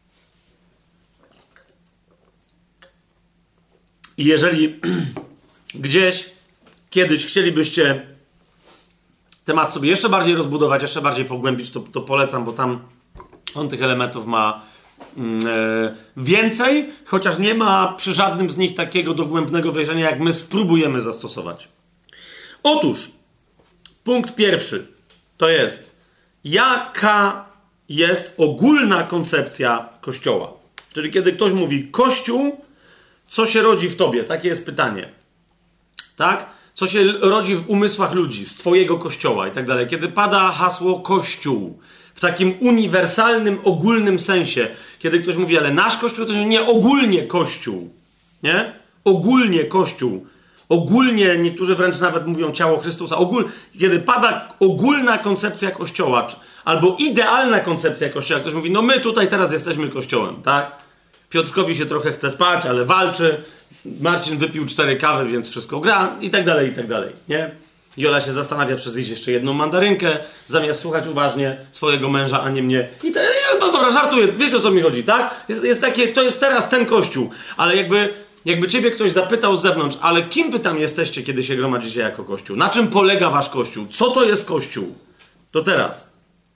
I jeżeli gdzieś kiedyś chcielibyście temat sobie jeszcze bardziej rozbudować, jeszcze bardziej pogłębić, to, to polecam, bo tam on tych elementów ma yy, więcej, chociaż nie ma przy żadnym z nich takiego dogłębnego wejrzenia, jak my spróbujemy zastosować. Otóż, punkt pierwszy to jest, jaka jest ogólna koncepcja Kościoła. Czyli kiedy ktoś mówi Kościół, co się rodzi w tobie? Takie jest pytanie. Tak? Co się rodzi w umysłach ludzi, z twojego kościoła i tak dalej. Kiedy pada hasło Kościół, w takim uniwersalnym, ogólnym sensie, kiedy ktoś mówi, ale nasz Kościół, to nie ogólnie Kościół. Nie? Ogólnie Kościół. Ogólnie, niektórzy wręcz nawet mówią ciało Chrystusa. Ogól, kiedy pada ogólna koncepcja Kościoła, albo idealna koncepcja Kościoła, ktoś mówi, no my tutaj teraz jesteśmy Kościołem, tak? Piotrkowi się trochę chce spać, ale walczy. Marcin wypił cztery kawy, więc wszystko gra i tak dalej, i tak dalej, nie? Jola się zastanawia, czy zjeść jeszcze jedną mandarynkę, zamiast słuchać uważnie swojego męża, a nie mnie. I te, no dobra, żartuję, wiecie o co mi chodzi, tak? Jest, jest takie, to jest teraz ten kościół, ale jakby, jakby ciebie ktoś zapytał z zewnątrz, ale kim wy tam jesteście, kiedy się gromadzicie jako kościół? Na czym polega wasz kościół? Co to jest kościół? To teraz.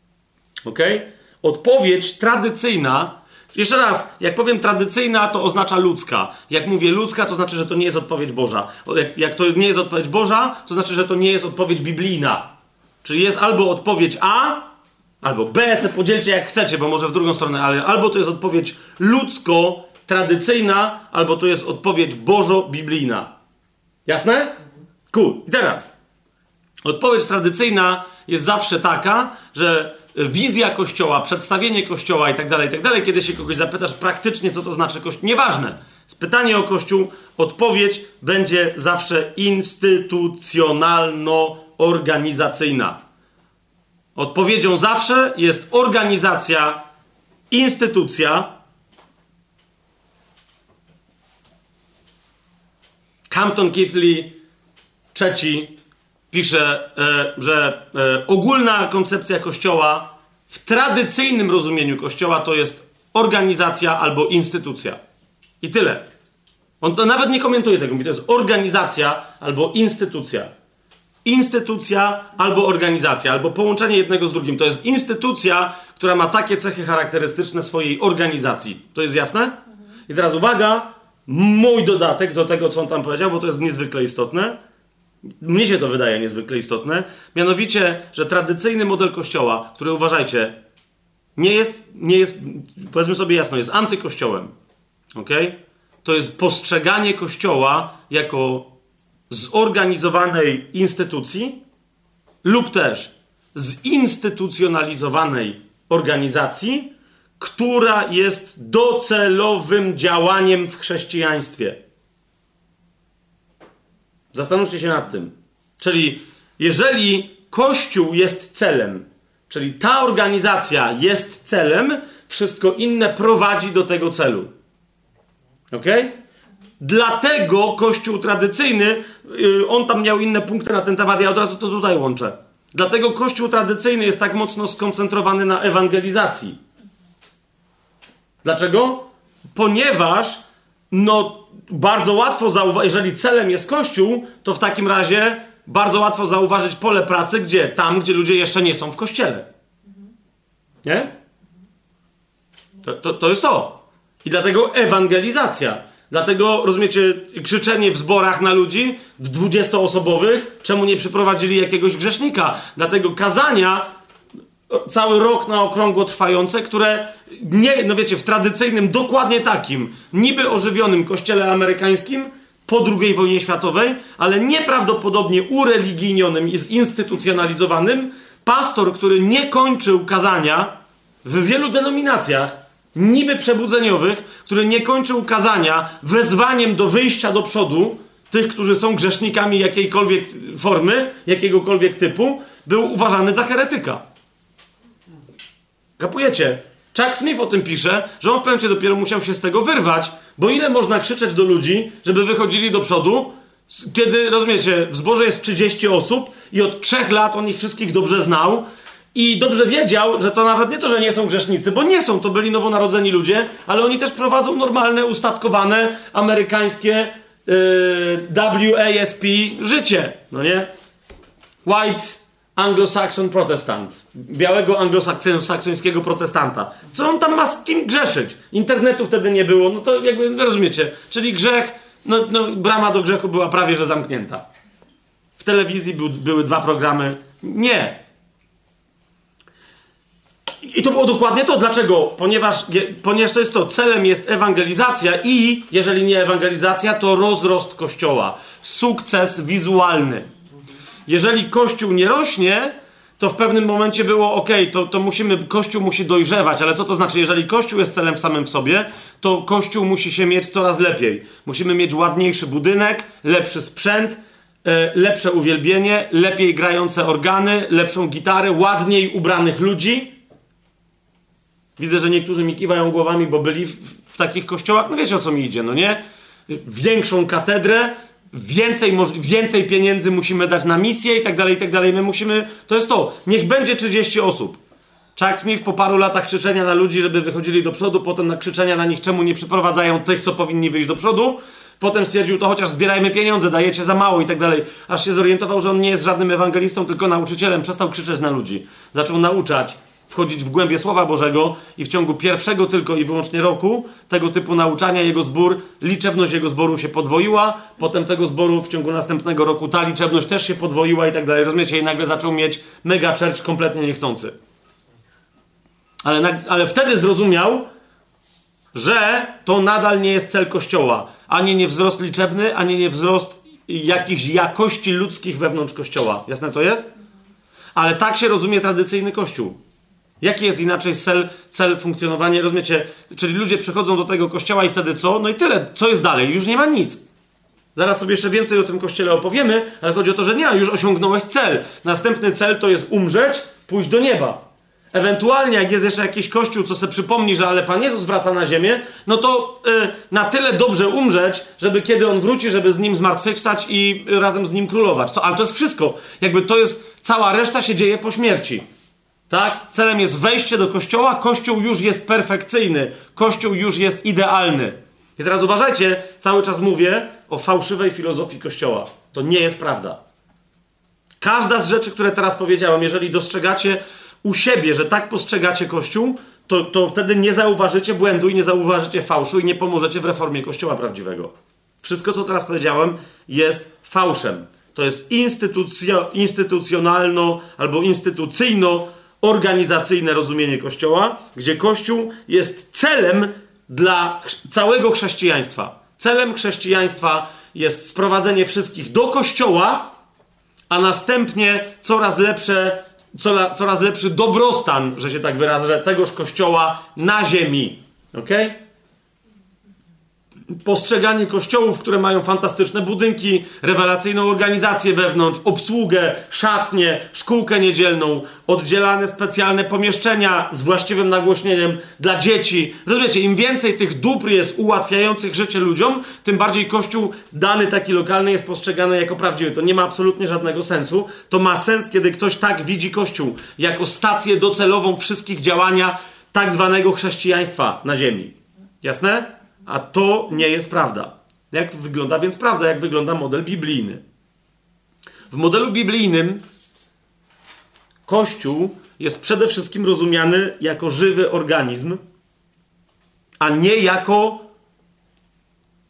Okej? Okay? Odpowiedź tradycyjna. Jeszcze raz, jak powiem tradycyjna, to oznacza ludzka. Jak mówię ludzka, to znaczy, że to nie jest odpowiedź Boża. Jak, jak to nie jest odpowiedź Boża, to znaczy, że to nie jest odpowiedź biblijna. Czyli jest albo odpowiedź A, albo B, se podzielcie jak chcecie, bo może w drugą stronę, ale albo to jest odpowiedź ludzko-tradycyjna, albo to jest odpowiedź bożo-biblijna. Jasne? Cool. I teraz. Odpowiedź tradycyjna jest zawsze taka, że wizja Kościoła, przedstawienie Kościoła i tak dalej, i tak dalej. Kiedy się kogoś zapytasz praktycznie, co to znaczy Kościół, nieważne. Pytanie o Kościół, odpowiedź będzie zawsze instytucjonalno-organizacyjna. Odpowiedzią zawsze jest organizacja, instytucja. Hampton Kittley trzeci pisze, e, że e, ogólna koncepcja Kościoła w tradycyjnym rozumieniu Kościoła to jest organizacja albo instytucja. I tyle. On to nawet nie komentuje tego. Mówi, to jest organizacja albo instytucja. Instytucja albo organizacja, albo połączenie jednego z drugim. To jest instytucja, która ma takie cechy charakterystyczne swojej organizacji. To jest jasne? I teraz uwaga, mój dodatek do tego, co on tam powiedział, bo to jest niezwykle istotne. Mnie się to wydaje niezwykle istotne. Mianowicie, że tradycyjny model Kościoła, który uważajcie, nie jest, nie jest, powiedzmy sobie jasno, jest antykościołem. Okay? To jest postrzeganie Kościoła jako zorganizowanej instytucji lub też zinstytucjonalizowanej organizacji, która jest docelowym działaniem w chrześcijaństwie. Zastanówcie się nad tym. Czyli jeżeli Kościół jest celem, czyli ta organizacja jest celem, wszystko inne prowadzi do tego celu. Okej? Okay? Dlatego Kościół tradycyjny, yy, on tam miał inne punkty na ten temat, ja od razu to tutaj łączę. Dlatego Kościół tradycyjny jest tak mocno skoncentrowany na ewangelizacji. Dlaczego? Ponieważ no bardzo łatwo zauważyć, jeżeli celem jest Kościół, to w takim razie bardzo łatwo zauważyć pole pracy, gdzie? Tam, gdzie ludzie jeszcze nie są w Kościele. Nie? To, to, to jest to. I dlatego ewangelizacja. Dlatego, rozumiecie, krzyczenie w zborach na ludzi, w dwudziestoosobowych, czemu nie przyprowadzili jakiegoś grzesznika? Dlatego kazania, cały rok na okrągło trwające, które nie, no wiecie, w tradycyjnym, dokładnie takim, niby ożywionym kościele amerykańskim po drugiej wojnie światowej, ale nieprawdopodobnie ureligijnionym i zinstytucjonalizowanym, pastor, który nie kończył kazania w wielu denominacjach, niby przebudzeniowych, który nie kończył kazania wezwaniem do wyjścia do przodu tych, którzy są grzesznikami jakiejkolwiek formy, jakiegokolwiek typu, był uważany za heretyka. Kapujecie? Chuck Smith o tym pisze, że on w pewnym momencie dopiero musiał się z tego wyrwać, bo ile można krzyczeć do ludzi, żeby wychodzili do przodu, kiedy, rozumiecie, w zborze jest trzydzieści osób i od trzech lat on ich wszystkich dobrze znał i dobrze wiedział, że to nawet nie to, że nie są grzesznicy, bo nie są, to byli nowonarodzeni ludzie, ale oni też prowadzą normalne, ustatkowane, amerykańskie yy, W A S P życie, no nie? White Anglo-Saxon Protestant. Białego anglosaksońskiego protestanta. Co on tam ma z kim grzeszyć? Internetu wtedy nie było, no to jakby, rozumiecie, czyli grzech, no, no brama do grzechu była prawie że zamknięta. W telewizji był, były dwa programy. Nie. I to było dokładnie to. Dlaczego? Ponieważ, ponieważ to jest to, celem jest ewangelizacja i, jeżeli nie ewangelizacja, to rozrost Kościoła. Sukces wizualny. Jeżeli Kościół nie rośnie, to w pewnym momencie było ok, to, to musimy, Kościół musi dojrzewać, ale co to znaczy? Jeżeli Kościół jest celem samym w sobie, to Kościół musi się mieć coraz lepiej. Musimy mieć ładniejszy budynek, lepszy sprzęt, e, lepsze uwielbienie, lepiej grające organy, lepszą gitarę, ładniej ubranych ludzi. Widzę, że niektórzy mi kiwają głowami, bo byli w, w takich kościołach. No wiecie, o co mi idzie, no nie? Większą katedrę, więcej, więcej pieniędzy musimy dać na misję i tak dalej, i tak dalej. My musimy... To jest to. Niech będzie trzydzieści osób. Chuck Smith po paru latach krzyczenia na ludzi, żeby wychodzili do przodu, potem na krzyczenia na nich, czemu nie przyprowadzają tych, co powinni wyjść do przodu. Potem stwierdził, to chociaż zbierajmy pieniądze, dajecie za mało i tak dalej. Aż się zorientował, że on nie jest żadnym ewangelistą, tylko nauczycielem. Przestał krzyczeć na ludzi. Zaczął nauczać, wchodzić w głębie Słowa Bożego i w ciągu pierwszego tylko i wyłącznie roku tego typu nauczania jego zbór, liczebność jego zboru się podwoiła, potem tego zboru w ciągu następnego roku ta liczebność też się podwoiła i tak dalej. Rozumiecie? I nagle zaczął mieć mega church kompletnie niechcący. Ale, na, ale wtedy zrozumiał, że to nadal nie jest cel Kościoła. Ani nie wzrost liczebny, ani nie wzrost jakichś jakości ludzkich wewnątrz Kościoła. Jasne to jest? Ale tak się rozumie tradycyjny Kościół. Jaki jest inaczej cel, cel funkcjonowania? Rozumiecie? Czyli ludzie przychodzą do tego kościoła i wtedy co? No i tyle. Co jest dalej? Już nie ma nic. Zaraz sobie jeszcze więcej o tym kościele opowiemy, ale chodzi o to, że nie, już osiągnąłeś cel. Następny cel to jest umrzeć, pójść do nieba. Ewentualnie, jak jest jeszcze jakiś kościół, co sobie przypomni, że ale Pan Jezus wraca na ziemię, no to yy, na tyle dobrze umrzeć, żeby kiedy On wróci, żeby z Nim zmartwychwstać i razem z Nim królować. To, ale to jest wszystko. Jakby to jest, cała reszta się dzieje po śmierci. Tak? Celem jest wejście do Kościoła. Kościół już jest perfekcyjny. Kościół już jest idealny. I teraz uważajcie, cały czas mówię o fałszywej filozofii Kościoła. To nie jest prawda. Każda z rzeczy, które teraz powiedziałem, jeżeli dostrzegacie u siebie, że tak postrzegacie Kościół, to, to wtedy nie zauważycie błędu i nie zauważycie fałszu i nie pomożecie w reformie Kościoła prawdziwego. Wszystko, co teraz powiedziałem, jest fałszem. To jest instytucjo, instytucjonalno albo instytucyjno organizacyjne rozumienie Kościoła, gdzie Kościół jest celem dla całego chrześcijaństwa. Celem chrześcijaństwa jest sprowadzenie wszystkich do Kościoła, a następnie coraz lepsze, coraz lepszy dobrostan, że się tak wyrażę, tegoż Kościoła na ziemi. Okej? Okay? Postrzeganie kościołów, które mają fantastyczne budynki, rewelacyjną organizację wewnątrz, obsługę, szatnię, szkółkę niedzielną, oddzielane specjalne pomieszczenia z właściwym nagłośnieniem dla dzieci. Rozumiecie, im więcej tych dóbr jest ułatwiających życie ludziom, tym bardziej kościół dany taki lokalny jest postrzegany jako prawdziwy. To nie ma absolutnie żadnego sensu. To ma sens, kiedy ktoś tak widzi kościół, jako stację docelową wszystkich działania tak zwanego chrześcijaństwa na ziemi. Jasne? A to nie jest prawda. Jak wygląda więc prawda? Jak wygląda model biblijny? W modelu biblijnym Kościół jest przede wszystkim rozumiany jako żywy organizm, a nie jako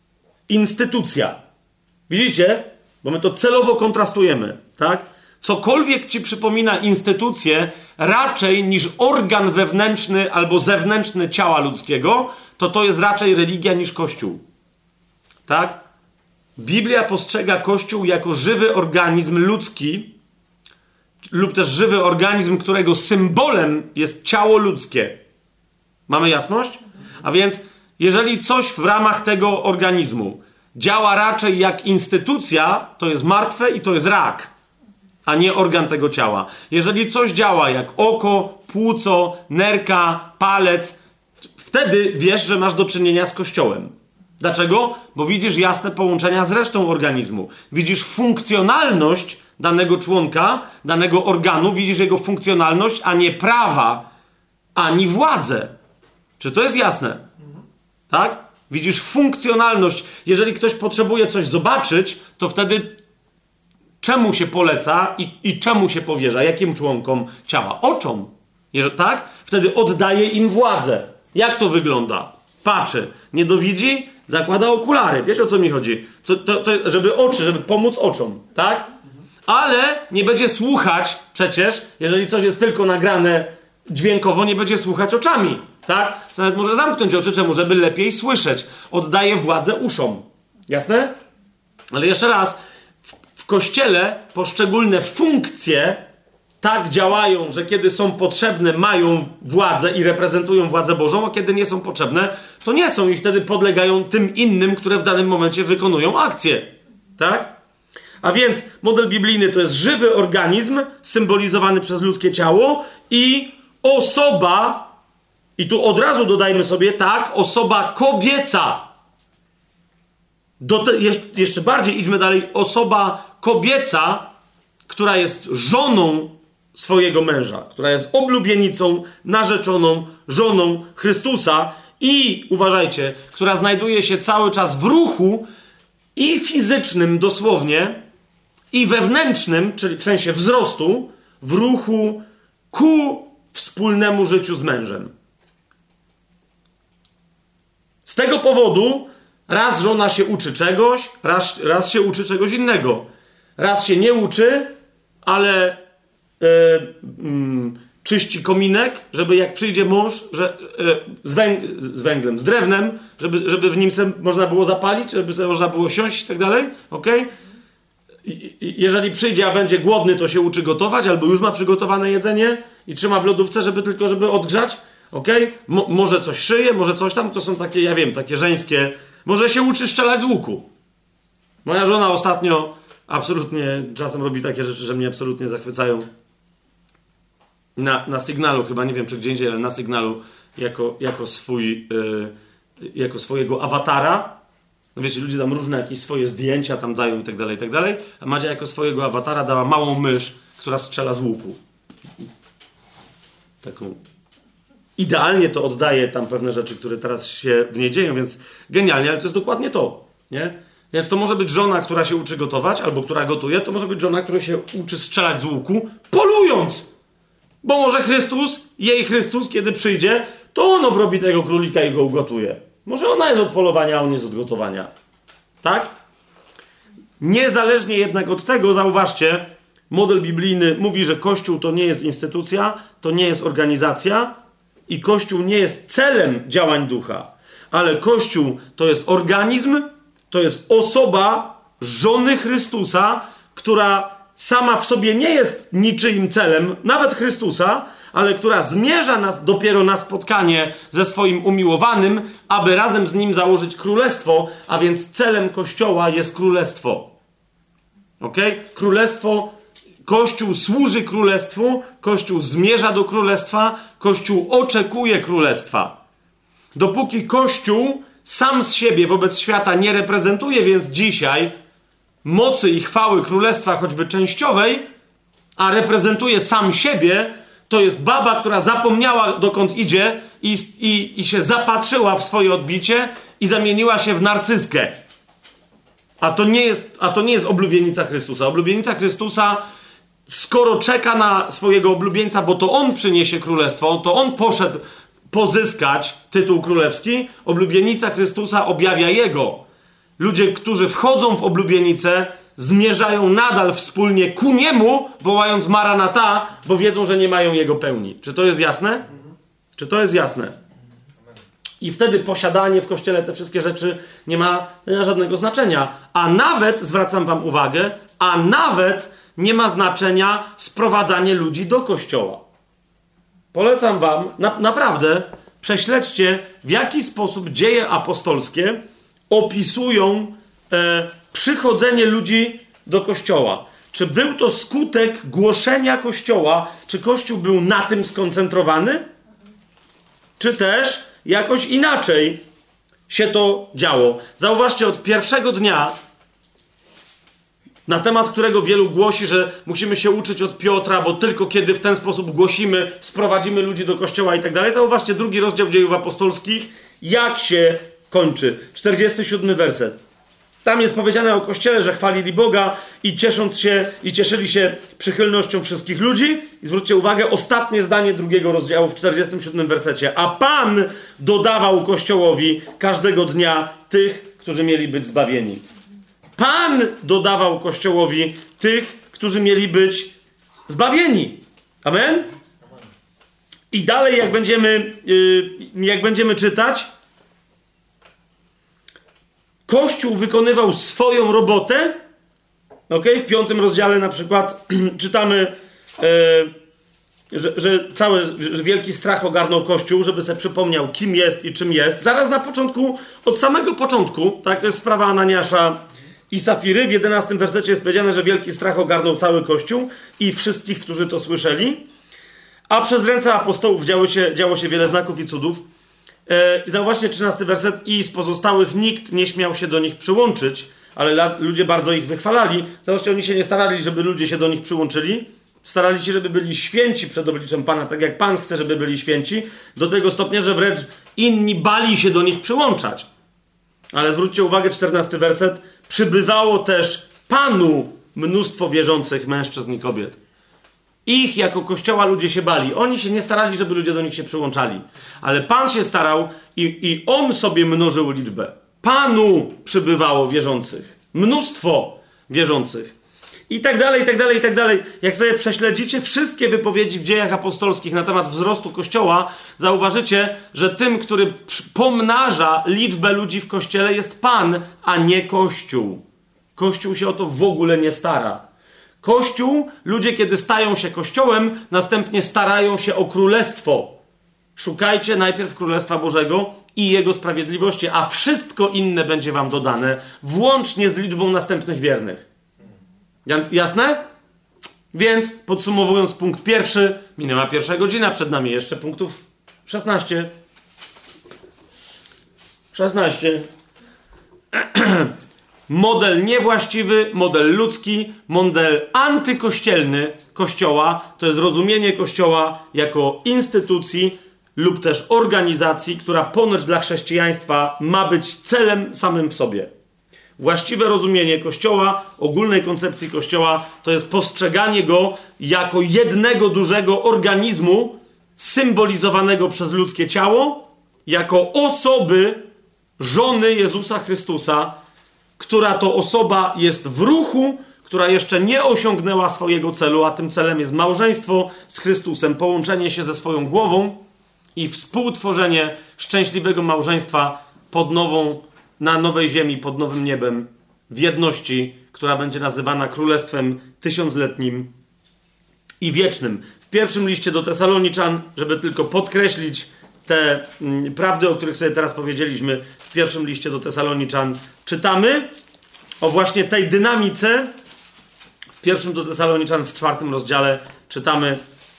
instytucja. Widzicie? Bo my to celowo kontrastujemy, tak? Cokolwiek ci przypomina instytucję raczej niż organ wewnętrzny albo zewnętrzny ciała ludzkiego, to to jest raczej religia niż Kościół. Tak? Biblia postrzega Kościół jako żywy organizm ludzki lub też żywy organizm, którego symbolem jest ciało ludzkie. Mamy jasność? A więc jeżeli coś w ramach tego organizmu działa raczej jak instytucja, to jest martwe i to jest rak, a nie organ tego ciała. Jeżeli coś działa jak oko, płuco, nerka, palec, wtedy wiesz, że masz do czynienia z Kościołem. Dlaczego? Bo widzisz jasne połączenia z resztą organizmu. Widzisz funkcjonalność danego członka, danego organu, widzisz jego funkcjonalność, a nie prawa, ani władzę. Czy to jest jasne? Tak? Widzisz funkcjonalność. Jeżeli ktoś potrzebuje coś zobaczyć, to wtedy czemu się poleca i, i czemu się powierza? Jakim członkom ciała? Oczom. Tak? Wtedy oddaje im władzę. Jak to wygląda? Patrzy. Nie dowidzi? Zakłada okulary. Wiesz, o co mi chodzi? To, to, to, żeby oczy, żeby pomóc oczom. Tak? Ale nie będzie słuchać przecież, jeżeli coś jest tylko nagrane dźwiękowo, nie będzie słuchać oczami. Tak? Nawet może zamknąć oczy, czemu? Żeby lepiej słyszeć. Oddaje władzę uszom. Jasne? Ale jeszcze raz, w, w Kościele poszczególne funkcje tak działają, że kiedy są potrzebne, mają władzę i reprezentują władzę Bożą, a kiedy nie są potrzebne, to nie są i wtedy podlegają tym innym, które w danym momencie wykonują akcję. Tak? A więc model biblijny to jest żywy organizm symbolizowany przez ludzkie ciało i osoba, i tu od razu dodajmy sobie, tak, osoba kobieca. Do te, jeszcze bardziej idźmy dalej. Osoba kobieca, która jest żoną swojego męża, która jest oblubienicą, narzeczoną, żoną Chrystusa i, uważajcie, która znajduje się cały czas w ruchu i fizycznym dosłownie, i wewnętrznym, czyli w sensie wzrostu, w ruchu ku wspólnemu życiu z mężem. Z tego powodu raz żona się uczy czegoś, raz, raz się uczy czegoś innego. Raz się nie uczy, ale yy, yy, czyści kominek, żeby jak przyjdzie mąż, że, yy, z, węg- z węglem, z drewnem, żeby, żeby w nim se można było zapalić, żeby se można było siąść i tak dalej. Okej? Jeżeli przyjdzie, a będzie głodny, to się uczy gotować, albo już ma przygotowane jedzenie i trzyma w lodówce, żeby tylko, żeby odgrzać. Okej? Mo- może coś szyje, może coś tam, to są takie, ja wiem, takie żeńskie. Może się uczy strzelać z łuku. Moja żona ostatnio absolutnie czasem robi takie rzeczy, że mnie absolutnie zachwycają. Na, na Sygnalu, chyba nie wiem, czy gdzie indziej, ale na Sygnalu jako, jako swój, yy, jako swojego awatara. No wiecie, ludzie tam różne jakieś swoje zdjęcia tam dają i tak dalej, i tak dalej. A Madzia jako swojego awatara dała małą mysz, która strzela z łuku. Taką. Idealnie to oddaje tam pewne rzeczy, które teraz się w niej dzieją, więc genialnie, ale to jest dokładnie to, nie? Więc to może być żona, która się uczy gotować, albo która gotuje, to może być żona, która się uczy strzelać z łuku, polując! Bo może Chrystus, jej Chrystus, kiedy przyjdzie, to on obrobi tego królika i go ugotuje. Może ona jest od polowania, a on jest od gotowania. Tak? Niezależnie jednak od tego, zauważcie, model biblijny mówi, że Kościół to nie jest instytucja, to nie jest organizacja i Kościół nie jest celem działań ducha, ale Kościół to jest organizm, to jest osoba żony Chrystusa, która sama w sobie nie jest niczyim celem, nawet Chrystusa, ale która zmierza nas dopiero na spotkanie ze swoim umiłowanym, aby razem z nim założyć królestwo, a więc celem Kościoła jest królestwo. Okej? Królestwo, Kościół służy królestwu, Kościół zmierza do królestwa, Kościół oczekuje królestwa. Dopóki Kościół sam z siebie wobec świata nie reprezentuje więc dzisiaj mocy i chwały królestwa, choćby częściowej, a reprezentuje sam siebie, to jest baba, która zapomniała, dokąd idzie i, i, i się zapatrzyła w swoje odbicie i zamieniła się w narcyzkę. A to nie jest, a to nie jest oblubienica Chrystusa. Oblubienica Chrystusa, skoro czeka na swojego oblubieńca, bo to on przyniesie królestwo, to on poszedł pozyskać tytuł królewski, oblubienica Chrystusa objawia jego. ludzie, którzy wchodzą w oblubienicę, zmierzają nadal wspólnie ku niemu, wołając Maranata, bo wiedzą, że nie mają jego pełni. Czy to jest jasne? Czy to jest jasne? I wtedy posiadanie w Kościele, te wszystkie rzeczy nie ma, nie ma żadnego znaczenia. A nawet, zwracam wam uwagę, a nawet nie ma znaczenia sprowadzanie ludzi do Kościoła. Polecam wam, na, naprawdę, prześledźcie, w jaki sposób dzieje apostolskie opisują e, przychodzenie ludzi do Kościoła. Czy był to skutek głoszenia Kościoła? Czy Kościół był na tym skoncentrowany? Czy też jakoś inaczej się to działo? Zauważcie, od pierwszego dnia, na temat którego wielu głosi, że musimy się uczyć od Piotra, bo tylko kiedy w ten sposób głosimy, sprowadzimy ludzi do Kościoła i tak dalej. Zauważcie drugi rozdział Dziejów Apostolskich, jak się kończy. czterdziesty siódmy werset. Tam jest powiedziane o Kościele, że chwalili Boga i ciesząc się, i cieszyli się przychylnością wszystkich ludzi. I zwróćcie uwagę, ostatnie zdanie drugiego rozdziału w czterdziestym siódmym wersecie. A Pan dodawał Kościołowi każdego dnia tych, którzy mieli być zbawieni. Pan dodawał Kościołowi tych, którzy mieli być zbawieni. Amen? I dalej, jak będziemy, jak będziemy czytać, Kościół wykonywał swoją robotę. Okay? W piątym rozdziale na przykład czytamy, e, że, że cały że wielki strach ogarnął Kościół, żeby sobie przypomniał, kim jest i czym jest. Zaraz na początku, od samego początku, tak, to jest sprawa Ananiasza i Safiry. W jedenastym wersecie jest powiedziane, że wielki strach ogarnął cały Kościół i wszystkich, którzy to słyszeli. A przez ręce apostołów działo się, działo się wiele znaków i cudów. I zauważcie trzynasty werset. I z pozostałych nikt nie śmiał się do nich przyłączyć, ale ludzie bardzo ich wychwalali. Zauważcie, oni się nie starali, żeby ludzie się do nich przyłączyli. Starali się, żeby byli święci przed obliczem Pana, tak jak Pan chce, żeby byli święci, do tego stopnia, że wręcz inni bali się do nich przyłączać. Ale zwróćcie uwagę, czternasty werset. Przybywało też Panu mnóstwo wierzących mężczyzn i kobiet. Ich jako Kościoła ludzie się bali. Oni się nie starali, żeby ludzie do nich się przyłączali. Ale Pan się starał i, i On sobie mnożył liczbę. Panu przybywało wierzących. Mnóstwo wierzących. I tak dalej, i tak dalej, i tak dalej. Jak sobie prześledzicie wszystkie wypowiedzi w Dziejach Apostolskich na temat wzrostu Kościoła, zauważycie, że tym, który pomnaża liczbę ludzi w Kościele, jest Pan, a nie Kościół. Kościół się o to w ogóle nie stara. Kościół, ludzie kiedy stają się Kościołem, następnie starają się o królestwo. Szukajcie najpierw Królestwa Bożego i Jego sprawiedliwości, a wszystko inne będzie wam dodane, włącznie z liczbą następnych wiernych. Jasne? Więc podsumowując punkt pierwszy, minęła pierwsza godzina, przed nami jeszcze punktów szesnaście. szesnaście. Model niewłaściwy, model ludzki, model antykościelny Kościoła to jest rozumienie Kościoła jako instytucji lub też organizacji, która ponoć dla chrześcijaństwa ma być celem samym w sobie. Właściwe rozumienie Kościoła, ogólnej koncepcji Kościoła, to jest postrzeganie go jako jednego dużego organizmu symbolizowanego przez ludzkie ciało, jako osoby żony Jezusa Chrystusa, która to osoba jest w ruchu, która jeszcze nie osiągnęła swojego celu, a tym celem jest małżeństwo z Chrystusem, połączenie się ze swoją głową i współtworzenie szczęśliwego małżeństwa pod nową, na nowej ziemi, pod nowym niebem, w jedności, która będzie nazywana Królestwem Tysiącletnim i Wiecznym. W pierwszym liście do Tesaloniczan, żeby tylko podkreślić te mm, prawdy, o których sobie teraz powiedzieliśmy, w pierwszym liście do Tesaloniczan czytamy o właśnie tej dynamice. W pierwszym do Tesaloniczan w czwartym rozdziale czytamy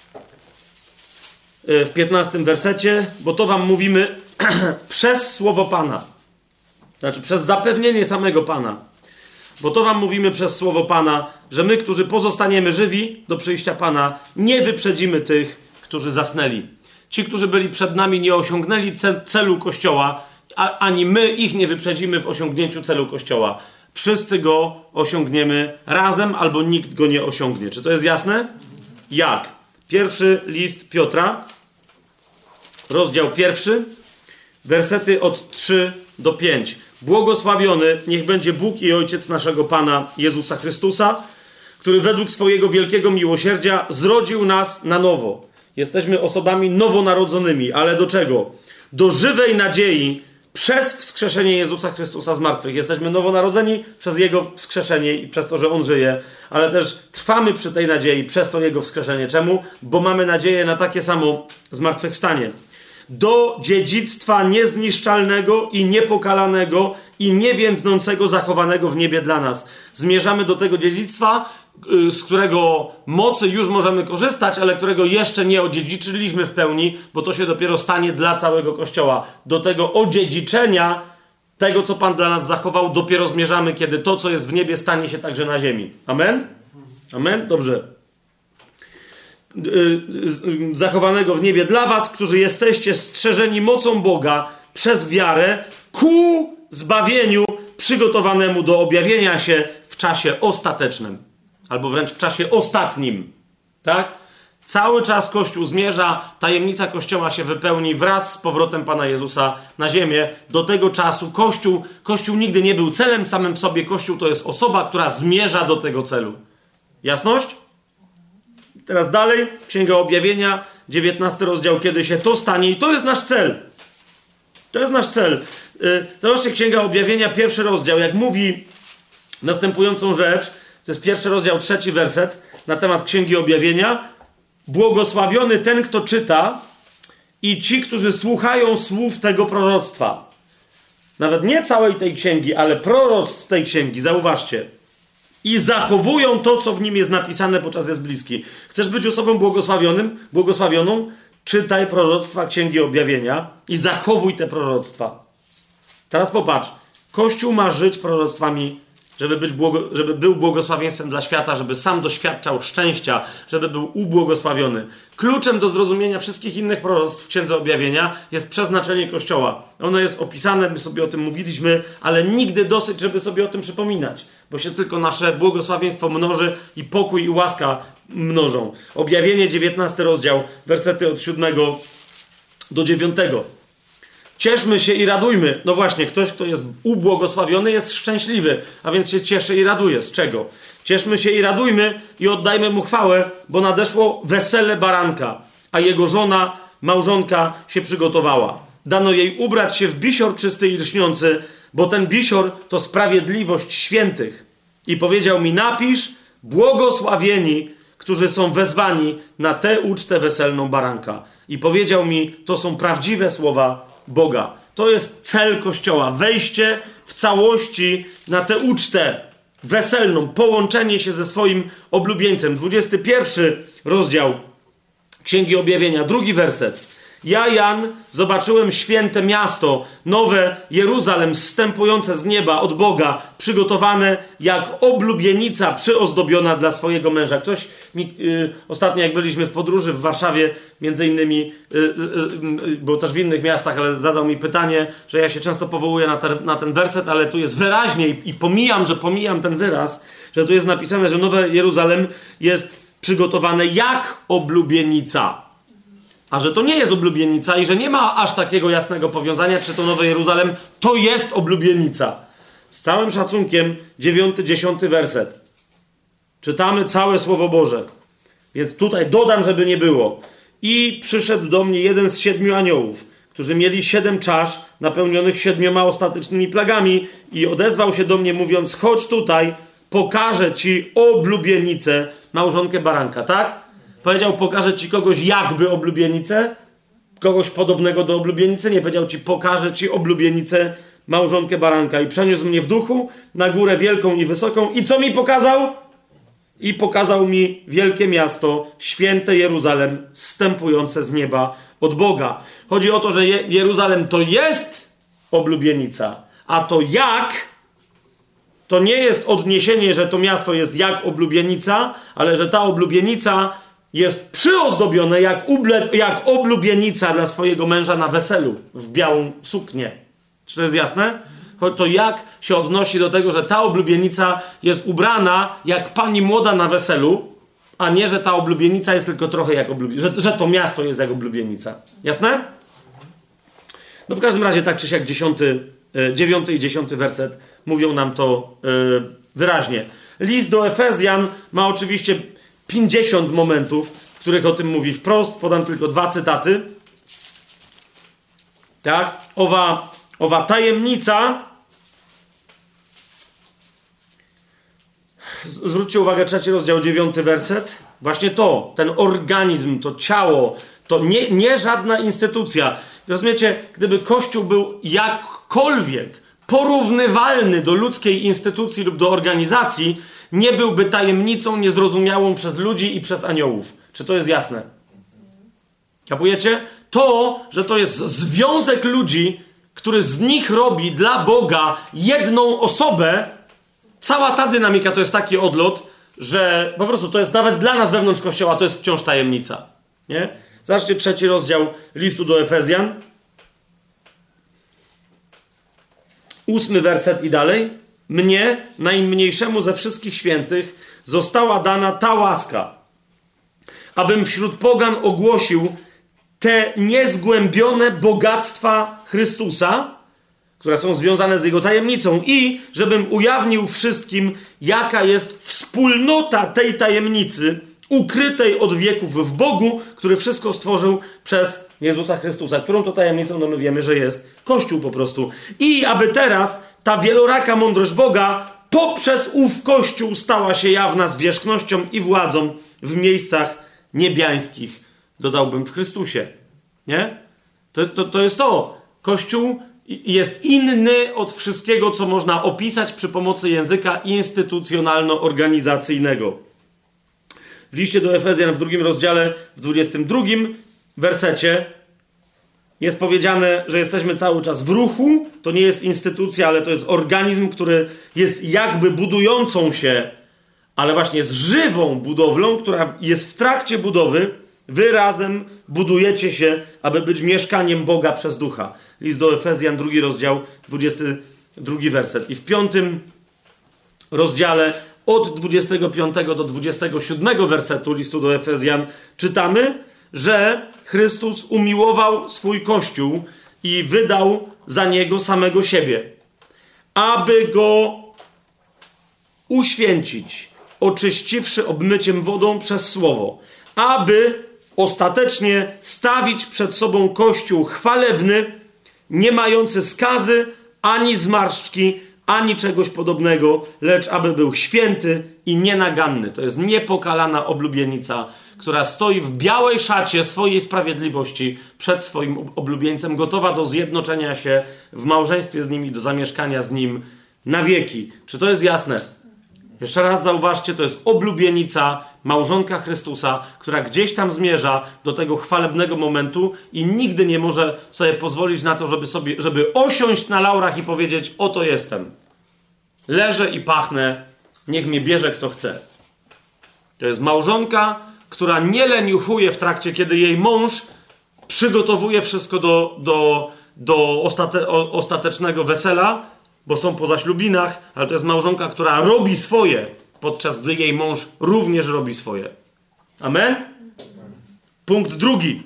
w piętnastym wersecie, bo to wam mówimy przez słowo Pana. Znaczy przez zapewnienie samego Pana. Bo to wam mówimy przez słowo Pana, że my, którzy pozostaniemy żywi do przyjścia Pana, nie wyprzedzimy tych, którzy zasnęli. Ci, którzy byli przed nami, nie osiągnęli celu Kościoła, a, ani my ich nie wyprzedzimy w osiągnięciu celu Kościoła. Wszyscy go osiągniemy razem, albo nikt go nie osiągnie. Czy to jest jasne? Jak? Pierwszy list Piotra, rozdział pierwszy, wersety od trzy do pięć. Błogosławiony niech będzie Bóg i Ojciec naszego Pana Jezusa Chrystusa, który według swojego wielkiego miłosierdzia zrodził nas na nowo. Jesteśmy osobami nowonarodzonymi, ale do czego? Do żywej nadziei przez wskrzeszenie Jezusa Chrystusa z martwych. Jesteśmy nowonarodzeni przez Jego wskrzeszenie i przez to, że On żyje, ale też trwamy przy tej nadziei przez to Jego wskrzeszenie. Czemu? Bo mamy nadzieję na takie samo zmartwychwstanie. Do dziedzictwa niezniszczalnego i niepokalanego i niewiędnącego, zachowanego w niebie dla nas. Zmierzamy do tego dziedzictwa, z którego mocy już możemy korzystać, ale którego jeszcze nie odziedziczyliśmy w pełni, bo to się dopiero stanie dla całego Kościoła. Do tego odziedziczenia, tego, co Pan dla nas zachował, dopiero zmierzamy, kiedy to, co jest w niebie, stanie się także na ziemi. Amen? Amen? Dobrze. Zachowanego w niebie dla was, którzy jesteście strzeżeni mocą Boga przez wiarę ku zbawieniu przygotowanemu do objawienia się w czasie ostatecznym. Albo wręcz w czasie ostatnim. Tak? Cały czas Kościół zmierza, tajemnica Kościoła się wypełni wraz z powrotem Pana Jezusa na ziemię. Do tego czasu Kościół, Kościół nigdy nie był celem samym w sobie. Kościół to jest osoba, która zmierza do tego celu. Jasność? Teraz dalej, Księga Objawienia, dziewiętnasty rozdział, kiedy się to stanie i to jest nasz cel. To jest nasz cel. Yy, zobaczcie, Księga Objawienia, pierwszy rozdział, jak mówi następującą rzecz, to jest pierwszy rozdział, trzeci werset, na temat Księgi Objawienia. Błogosławiony ten, kto czyta i ci, którzy słuchają słów tego proroctwa. Nawet nie całej tej księgi, ale proroctw tej księgi, zauważcie. I zachowują to, co w nim jest napisane, bo czas jest bliski. Chcesz być osobą błogosławionym, błogosławioną? Czytaj proroctwa Księgi Objawienia i zachowuj te proroctwa. Teraz popatrz. Kościół ma żyć proroctwami, żeby, być błogo, żeby był błogosławieństwem dla świata, żeby sam doświadczał szczęścia, żeby był ubłogosławiony. Kluczem do zrozumienia wszystkich innych proroctw w Księdze Objawienia jest przeznaczenie Kościoła. Ono jest opisane, my sobie o tym mówiliśmy, ale nigdy dosyć, żeby sobie o tym przypominać, bo się tylko nasze błogosławieństwo mnoży i pokój i łaska mnożą. Objawienie, dziewiętnasty rozdział, wersety od siódmego do dziewiątego. Cieszmy się i radujmy. No właśnie, ktoś, kto jest ubłogosławiony, jest szczęśliwy, a więc się cieszy i raduje. Z czego? Cieszmy się i radujmy i oddajmy mu chwałę, bo nadeszło wesele baranka, a jego żona, małżonka się przygotowała. Dano jej ubrać się w bisior czysty i lśniący, bo ten bisior to sprawiedliwość świętych. I powiedział mi, napisz, błogosławieni, którzy są wezwani na tę ucztę weselną baranka. I powiedział mi, to są prawdziwe słowa Boga. To jest cel Kościoła. Wejście w całości na tę ucztę weselną. Połączenie się ze swoim oblubieńcem. dwudziesty pierwszy rozdział Księgi Objawienia. Drugi werset. Ja, Jan, zobaczyłem święte miasto, nowe Jeruzalem, zstępujące z nieba od Boga, przygotowane jak oblubienica przyozdobiona dla swojego męża. Ktoś mi yy, ostatnio, jak byliśmy w podróży w Warszawie, między innymi, yy, yy, bo też w innych miastach, ale zadał mi pytanie, że ja się często powołuję na, te, na ten werset, ale tu jest wyraźnie i, i pomijam, że pomijam ten wyraz, że tu jest napisane, że nowe Jeruzalem jest przygotowane jak oblubienica. A że to nie jest oblubienica i że nie ma aż takiego jasnego powiązania, czy to Nowy Jeruzalem, to jest oblubienica. Z całym szacunkiem, dziewiąty, dziesiąty werset. Czytamy całe Słowo Boże. Więc tutaj dodam, żeby nie było. I przyszedł do mnie jeden z siedmiu aniołów, którzy mieli siedem czasz napełnionych siedmioma ostatecznymi plagami i odezwał się do mnie mówiąc, chodź tutaj, pokażę ci oblubienicę, małżonkę baranka, tak? Powiedział, pokażę ci kogoś jakby oblubienicę, kogoś podobnego do oblubienicy. Nie powiedział ci, pokażę ci oblubienicę, małżonkę baranka. I przeniósł mnie w duchu na górę wielką i wysoką. I co mi pokazał? I pokazał mi wielkie miasto, święte Jeruzalem, zstępujące z nieba od Boga. Chodzi o to, że Je- Jeruzalem to jest oblubienica, a to jak... To nie jest odniesienie, że to miasto jest jak oblubienica, ale że ta oblubienica jest przyozdobione jak, uble, jak oblubienica dla swojego męża na weselu w białą suknię. Czy to jest jasne? To jak się odnosi do tego, że ta oblubienica jest ubrana jak pani młoda na weselu, a nie, że ta oblubienica jest tylko trochę jak oblubienica, że, że to miasto jest jak oblubienica. Jasne? No w każdym razie tak czy siak dziesiąty dziewiąty i dziesiąty werset mówią nam to wyraźnie. List do Efezjan ma oczywiście pięćdziesiąt momentów, w których o tym mówi wprost. Podam tylko dwa cytaty. Tak? Owa, owa tajemnica. Zwróćcie uwagę, trzeci rozdział, dziewiąty werset. Właśnie to, ten organizm, to ciało, to nie, nie żadna instytucja. Rozumiecie, gdyby Kościół był jakkolwiek porównywalny do ludzkiej instytucji lub do organizacji, nie byłby tajemnicą niezrozumiałą przez ludzi i przez aniołów. Czy to jest jasne? Kapujecie? To, że to jest związek ludzi, który z nich robi dla Boga jedną osobę, cała ta dynamika to jest taki odlot, że po prostu to jest nawet dla nas wewnątrz Kościoła, to jest wciąż tajemnica. Nie? Zobaczcie trzeci rozdział listu do Efezjan. Ósmy werset i dalej. Mnie, najmniejszemu ze wszystkich świętych, została dana ta łaska, abym wśród pogan ogłosił te niezgłębione bogactwa Chrystusa, które są związane z Jego tajemnicą, i żebym ujawnił wszystkim, jaka jest wspólnota tej tajemnicy, ukrytej od wieków w Bogu, który wszystko stworzył przez Jezusa Chrystusa. Którą to tajemnicą? No my wiemy, że jest Kościół po prostu. I aby teraz ta wieloraka mądrość Boga poprzez ów Kościół stała się jawna zwierzchnością i władzą w miejscach niebiańskich. Dodałbym w Chrystusie. Nie? To, to, to jest to. Kościół jest inny od wszystkiego, co można opisać przy pomocy języka instytucjonalno-organizacyjnego. W liście do Efezjan w drugim rozdziale, w dwudziestym drugim wersecie jest powiedziane, że jesteśmy cały czas w ruchu. To nie jest instytucja, ale to jest organizm, który jest jakby budującą się, ale właśnie z żywą budowlą, która jest w trakcie budowy. Wy razem budujecie się, aby być mieszkaniem Boga przez Ducha. List do Efezjan, drugi rozdział, dwudziesty drugi werset. I w piątym rozdziale od dwudziestego piątego do dwudziestego siódmego wersetu listu do Efezjan czytamy, że Chrystus umiłował swój Kościół i wydał za niego samego siebie, aby go uświęcić, oczyściwszy obmyciem wodą przez słowo, aby ostatecznie stawić przed sobą Kościół chwalebny, nie mający skazy, ani zmarszczki, ani czegoś podobnego, lecz aby był święty i nienaganny. To jest niepokalana oblubienica, która stoi w białej szacie swojej sprawiedliwości przed swoim oblubieńcem, gotowa do zjednoczenia się w małżeństwie z nim i do zamieszkania z nim na wieki. Czy to jest jasne? Jeszcze raz zauważcie, to jest oblubienica, małżonka Chrystusa, która gdzieś tam zmierza do tego chwalebnego momentu i nigdy nie może sobie pozwolić na to, żeby, sobie, żeby osiąść na laurach i powiedzieć: oto jestem. Leżę i pachnę, niech mnie bierze kto chce. To jest małżonka, która nie leniuchuje w trakcie, kiedy jej mąż przygotowuje wszystko do, do, do ostate, o, ostatecznego wesela, bo są po zaślubinach, ale to jest małżonka, która robi swoje, podczas gdy jej mąż również robi swoje. Amen? Punkt drugi.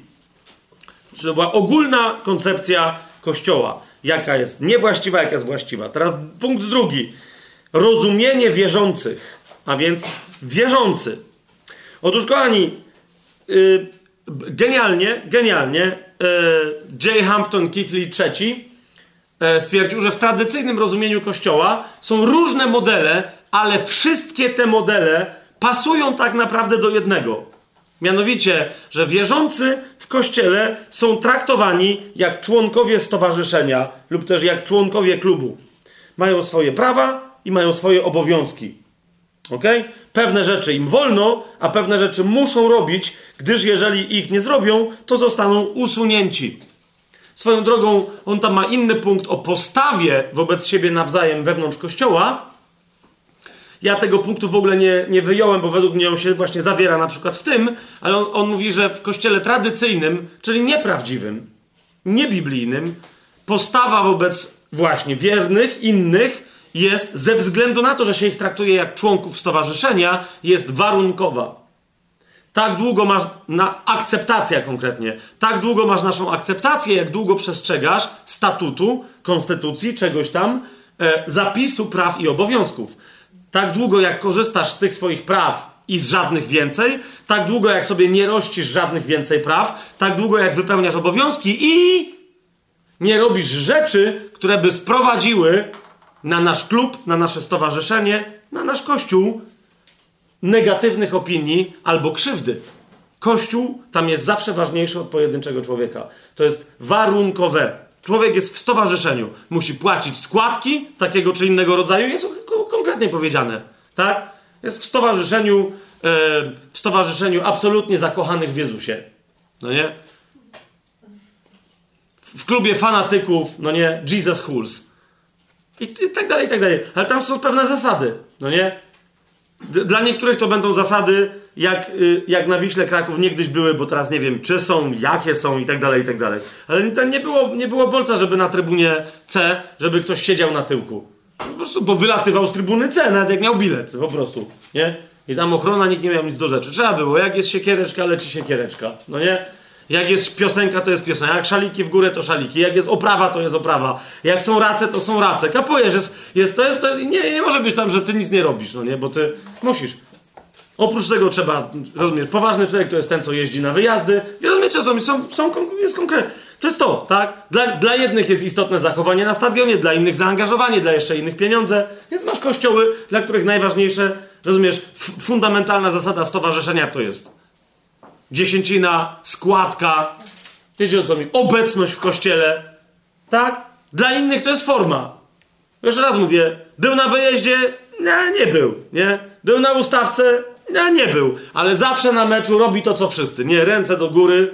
Że była ogólna koncepcja Kościoła. Jaka jest niewłaściwa, jaka jest właściwa. Teraz punkt drugi. Rozumienie wierzących. A więc wierzący. Otóż, kochani, yy, genialnie, genialnie yy, J. Hampton Keithley trzeci stwierdził, że w tradycyjnym rozumieniu Kościoła są różne modele, ale wszystkie te modele pasują tak naprawdę do jednego. Mianowicie, że wierzący w Kościele są traktowani jak członkowie stowarzyszenia lub też jak członkowie klubu. Mają swoje prawa i mają swoje obowiązki. Okay? Pewne rzeczy im wolno, a pewne rzeczy muszą robić, gdyż jeżeli ich nie zrobią, to zostaną usunięci. Swoją drogą, on tam ma inny punkt o postawie wobec siebie nawzajem wewnątrz Kościoła. Ja tego punktu w ogóle nie, nie wyjąłem, bo według mnie on się właśnie zawiera na przykład w tym, ale on, on mówi, że w Kościele tradycyjnym, czyli nieprawdziwym, niebiblijnym, postawa wobec właśnie wiernych, innych jest, ze względu na to, że się ich traktuje jak członków stowarzyszenia, jest warunkowa. tak długo masz na akceptację konkretnie, tak długo masz naszą akceptację, jak długo przestrzegasz statutu, konstytucji, czegoś tam, e, zapisu praw i obowiązków. Tak długo jak korzystasz z tych swoich praw i z żadnych więcej, tak długo jak sobie nie rościsz żadnych więcej praw, tak długo jak wypełniasz obowiązki i nie robisz rzeczy, które by sprowadziły na nasz klub, na nasze stowarzyszenie, na nasz kościół negatywnych opinii albo krzywdy. Kościół tam jest zawsze ważniejszy od pojedynczego człowieka. To jest warunkowe. Człowiek jest w stowarzyszeniu. Musi płacić składki takiego czy innego rodzaju. Jest konkretnie powiedziane. Tak? Jest w stowarzyszeniu, yy, w stowarzyszeniu absolutnie zakochanych w Jezusie. No nie? W klubie fanatyków, no nie? Jesus Hulls. I, I tak dalej, i tak dalej. Ale tam są pewne zasady. No nie? Dla niektórych to będą zasady, jak, jak na Wiśle Kraków niegdyś były, bo teraz nie wiem, czy są, jakie są i tak dalej, i tak dalej. Ale nie było, nie było bolca, żeby na trybunie C, żeby ktoś siedział na tyłku. Po prostu, bo wylatywał z trybuny C, nawet jak miał bilet, po prostu, nie? I tam ochrona, nikt nie miał nic do rzeczy. Trzeba było, jak jest siekiereczka, leci siekiereczka, no nie? Jak jest piosenka, to jest piosenka. Jak szaliki w górę, to szaliki. Jak jest oprawa, to jest oprawa. Jak są race, to są race. Kapujesz, jest, jest, to jest, to nie, nie może być tam, że ty nic nie robisz, no nie? Bo ty musisz. Oprócz tego trzeba, rozumiesz, poważny człowiek to jest ten, co jeździ na wyjazdy. Rozumiecie, co są, są, jest konkretne. To jest to, tak? Dla, dla jednych jest istotne zachowanie na stadionie, dla innych zaangażowanie, dla jeszcze innych pieniądze. Więc masz kościoły, dla których najważniejsze, rozumiesz, fundamentalna zasada stowarzyszenia to jest dziesięcina, składka, wiecie o co mi, obecność w kościele, tak? Dla innych to jest forma. Jeszcze raz mówię, był na wyjeździe? Nie, nie był, nie? Był na ustawce? Nie, nie był. Ale zawsze na meczu robi to, co wszyscy. Nie, ręce do góry.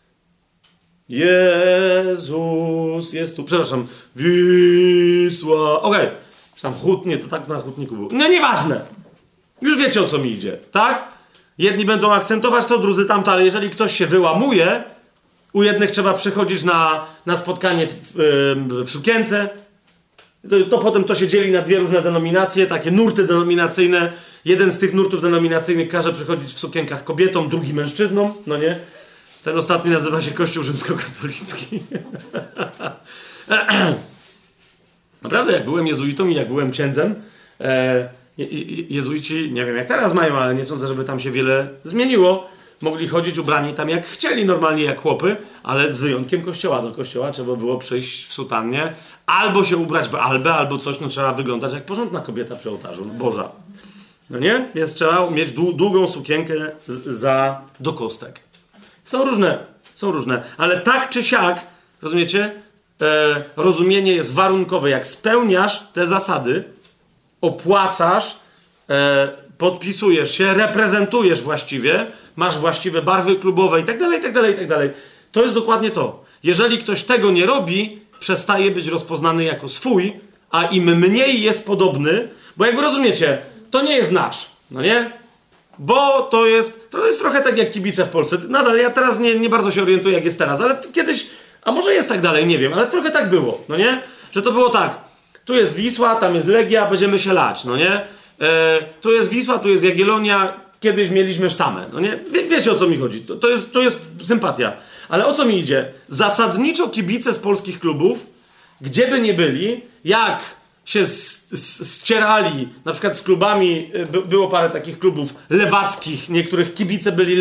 Jezus jest tu. Przepraszam. Wisła. Okej. Okay. Tam hutnie, to tak na hutniku było. No nieważne. Już wiecie, o co mi idzie, tak? Jedni będą akcentować to, drudzy tamto, ale jeżeli ktoś się wyłamuje, u jednych trzeba przychodzić na, na spotkanie w, w, w sukience, to, to potem to się dzieli na dwie różne denominacje, takie nurty denominacyjne. Jeden z tych nurtów denominacyjnych każe przychodzić w sukienkach kobietom, drugi mężczyznom, no nie? Ten ostatni nazywa się Kościół Rzymskokatolicki. Naprawdę, jak byłem jezuitą i jak byłem księdzem, e, je, je, jezuici, nie wiem jak teraz mają, ale nie sądzę, żeby tam się wiele zmieniło. Mogli chodzić ubrani tam jak chcieli, normalnie jak chłopy, ale z wyjątkiem kościoła. Do kościoła trzeba było przyjść w sutannie, albo się ubrać w albę, albo coś, no trzeba wyglądać jak porządna kobieta przy ołtarzu, no Boża. No nie? Więc trzeba mieć długą sukienkę z, za do kostek. Są różne, są różne, ale tak czy siak, rozumiecie, e, rozumienie jest warunkowe. Jak spełniasz te zasady, opłacasz, e, podpisujesz się, reprezentujesz właściwie, masz właściwe barwy klubowe i tak dalej, i tak dalej, i tak dalej. To jest dokładnie to. Jeżeli ktoś tego nie robi, przestaje być rozpoznany jako swój, a im mniej jest podobny, bo jakby rozumiecie, to nie jest nasz, no nie? Bo to jest, to jest trochę tak jak kibice w Polsce. Nadal ja teraz nie, nie bardzo się orientuję, jak jest teraz, ale kiedyś, a może jest tak dalej, nie wiem, ale trochę tak było, no nie? Że to było tak, tu jest Wisła, tam jest Legia, będziemy się lać, no nie? E, tu jest Wisła, tu jest Jagiellonia, kiedyś mieliśmy Sztamę, no nie? Wie, wiecie, o co mi chodzi, to, to, jest, to jest sympatia. Ale o co mi idzie? Zasadniczo kibice z polskich klubów, gdzie by nie byli, jak się ścierali, na przykład z klubami, by, było parę takich klubów lewackich, niektórych kibice byli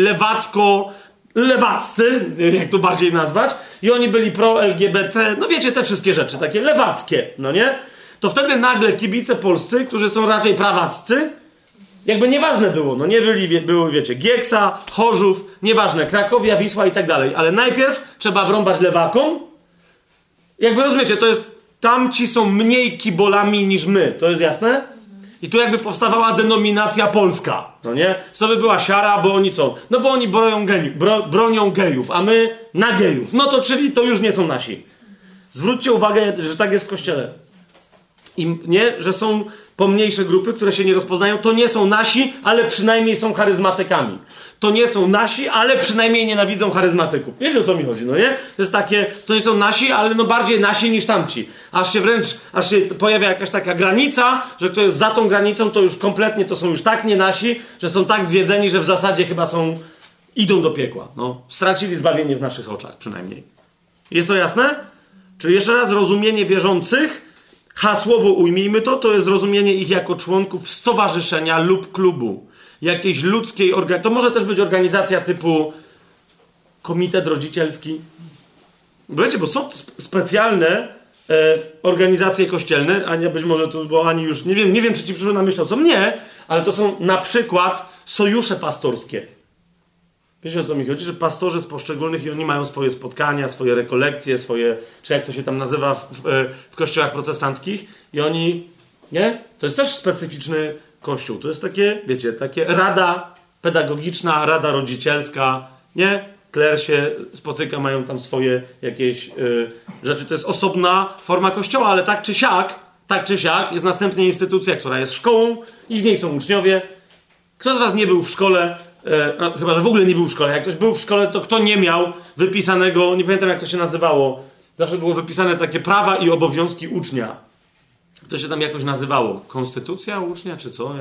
lewacko-lewaccy, jak to bardziej nazwać, i oni byli pro-L G B T, no wiecie, te wszystkie rzeczy, takie lewackie, no nie? To wtedy nagle kibice polscy, którzy są raczej prawaccy, jakby nieważne było, no nie byli, były, wiecie, Gieksa, Chorzów, nieważne, Krakowia, Wisła i tak dalej, ale najpierw trzeba wrąbać lewakom, jakby rozumiecie, to jest, tamci są mniej kibolami niż my, to jest jasne? I tu jakby powstawała denominacja polska, no nie? To by była siara, bo oni co? No bo oni bronią, geni, bro, bronią gejów, a my na gejów, no to czyli to już nie są nasi. Zwróćcie uwagę, że tak jest w kościele. I nie, że są pomniejsze grupy, które się nie rozpoznają, to nie są nasi, ale przynajmniej są charyzmatykami. To nie są nasi, ale przynajmniej nienawidzą charyzmatyków. Wiecie, o co mi chodzi, no nie? To jest takie, to nie są nasi, ale no bardziej nasi niż tamci. Aż się wręcz, aż się pojawia jakaś taka granica, że kto jest za tą granicą, to już kompletnie, to są już tak nie nasi, że są tak zwiedzeni, że w zasadzie chyba są idą do piekła. No, stracili zbawienie w naszych oczach przynajmniej. Jest to jasne? Czyli jeszcze raz, rozumienie wierzących, hasłowo ujmijmy to, to jest rozumienie ich jako członków stowarzyszenia lub klubu. Jakiejś ludzkiej organizacji. To może też być organizacja typu komitet rodzicielski. Bo wiecie, bo są specjalne e, organizacje kościelne, Ania być może tu, bo Ani już, nie wiem, nie wiem, czy ci przyszło na myśl, co mnie, ale to są na przykład sojusze pastorskie. Wiecie, o co mi chodzi? Że pastorzy z poszczególnych i oni mają swoje spotkania, swoje rekolekcje, swoje, czy jak to się tam nazywa w, w, w kościołach protestanckich i oni, nie? To jest też specyficzny kościół. To jest takie, wiecie, takie rada pedagogiczna, rada rodzicielska, nie? Kler się spotyka, mają tam swoje jakieś y, rzeczy. To jest osobna forma kościoła, ale tak czy siak, tak czy siak jest następnie instytucja, która jest szkołą i w niej są uczniowie. Kto z was nie był w szkole, e, no, chyba że w ogóle nie był w szkole, jak ktoś był w szkole, to kto nie miał wypisanego, nie pamiętam jak to się nazywało, zawsze było wypisane takie prawa i obowiązki ucznia. To się tam jakoś nazywało. Konstytucja ucznia, czy co?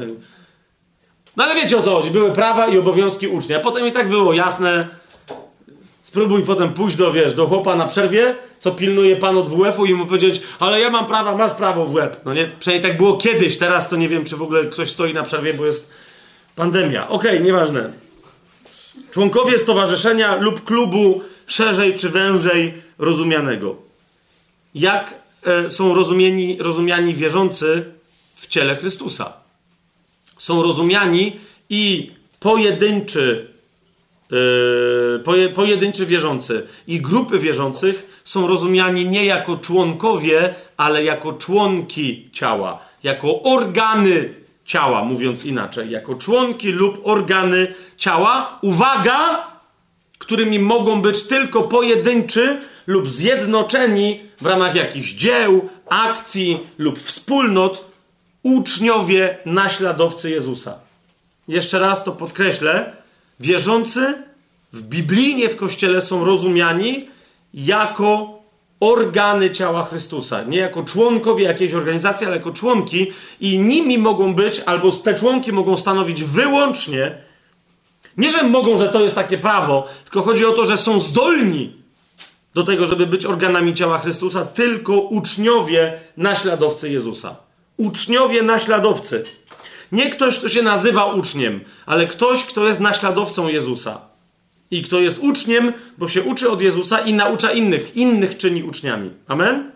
No ale wiecie o co chodzi, były prawa i obowiązki ucznia. Potem i tak było jasne, spróbuj potem pójść do, wiesz, do chłopa na przerwie, co pilnuje pan od W F-u i mu powiedzieć, ale ja mam prawa, masz prawo w łeb. No nie? Przynajmniej tak było kiedyś, teraz to nie wiem, czy w ogóle ktoś stoi na przerwie, bo jest pandemia. Okej, okay, nieważne. Członkowie stowarzyszenia lub klubu szerzej czy wężej rozumianego. Jak e, są rozumieni, rozumiani wierzący w ciele Chrystusa? Są rozumiani i pojedynczy Yy, poje, pojedynczy wierzący i grupy wierzących są rozumiani nie jako członkowie, ale jako członki ciała, jako organy ciała, mówiąc inaczej, jako członki lub organy ciała, uwaga, którymi mogą być tylko pojedynczy lub zjednoczeni w ramach jakichś dzieł, akcji lub wspólnot uczniowie, naśladowcy Jezusa. Jeszcze raz to podkreślę. Wierzący w biblijnie w Kościele są rozumiani jako organy ciała Chrystusa. Nie jako członkowie jakiejś organizacji, ale jako członki i nimi mogą być, albo te członki mogą stanowić wyłącznie, nie że mogą, że to jest takie prawo, tylko chodzi o to, że są zdolni do tego, żeby być organami ciała Chrystusa, tylko uczniowie, naśladowcy Jezusa. Uczniowie, naśladowcy. Nie ktoś, kto się nazywa uczniem, ale ktoś, kto jest naśladowcą Jezusa. I kto jest uczniem, bo się uczy od Jezusa i naucza innych. Innych czyni uczniami. Amen?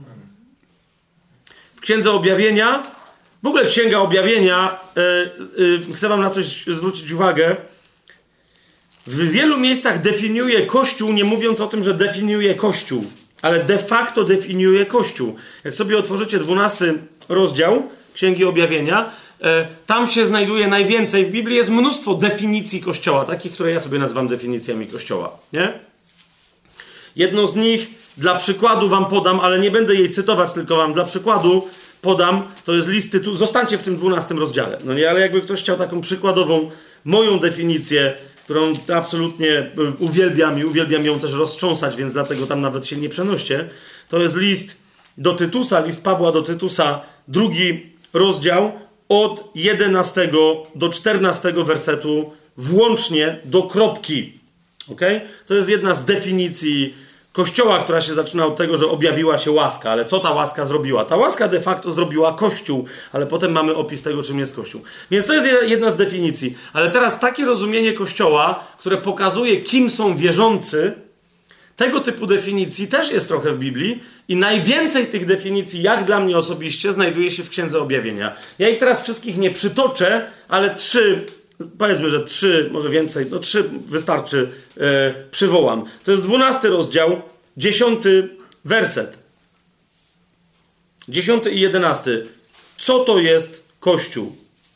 W Księdze Objawienia, w ogóle Księga Objawienia, yy, yy, chcę wam na coś zwrócić uwagę. W wielu miejscach definiuje Kościół, nie mówiąc o tym, że definiuje Kościół, ale de facto definiuje Kościół. Jak sobie otworzycie dwunasty rozdział Księgi Objawienia, tam się znajduje najwięcej. W Biblii jest mnóstwo definicji Kościoła, takich, które ja sobie nazywam definicjami Kościoła. Nie? Jedną z nich dla przykładu wam podam, ale nie będę jej cytować, tylko wam dla przykładu podam. To jest list tytułu. Zostańcie w tym dwunastym rozdziale. No nie, ale jakby ktoś chciał taką przykładową, moją definicję, którą absolutnie uwielbiam i uwielbiam ją też roztrząsać, więc dlatego tam nawet się nie przenoście. To jest list do Tytusa, list Pawła do Tytusa, drugi rozdział, od jedenastego do czternastego wersetu, włącznie do kropki. Okay? To jest jedna z definicji Kościoła, która się zaczyna od tego, że objawiła się łaska. Ale co ta łaska zrobiła? Ta łaska de facto zrobiła Kościół, ale potem mamy opis tego, czym jest Kościół. Więc to jest jedna z definicji. Ale teraz takie rozumienie Kościoła, które pokazuje, kim są wierzący, tego typu definicji też jest trochę w Biblii i najwięcej tych definicji, jak dla mnie osobiście, znajduje się w Księdze Objawienia. Ja ich teraz wszystkich nie przytoczę, ale trzy, powiedzmy, że trzy, może więcej, no trzy wystarczy, e, przywołam. To jest dwunasty rozdział, dziesiąty werset. Dziesiąty i jedenasty. Co to jest Kościół?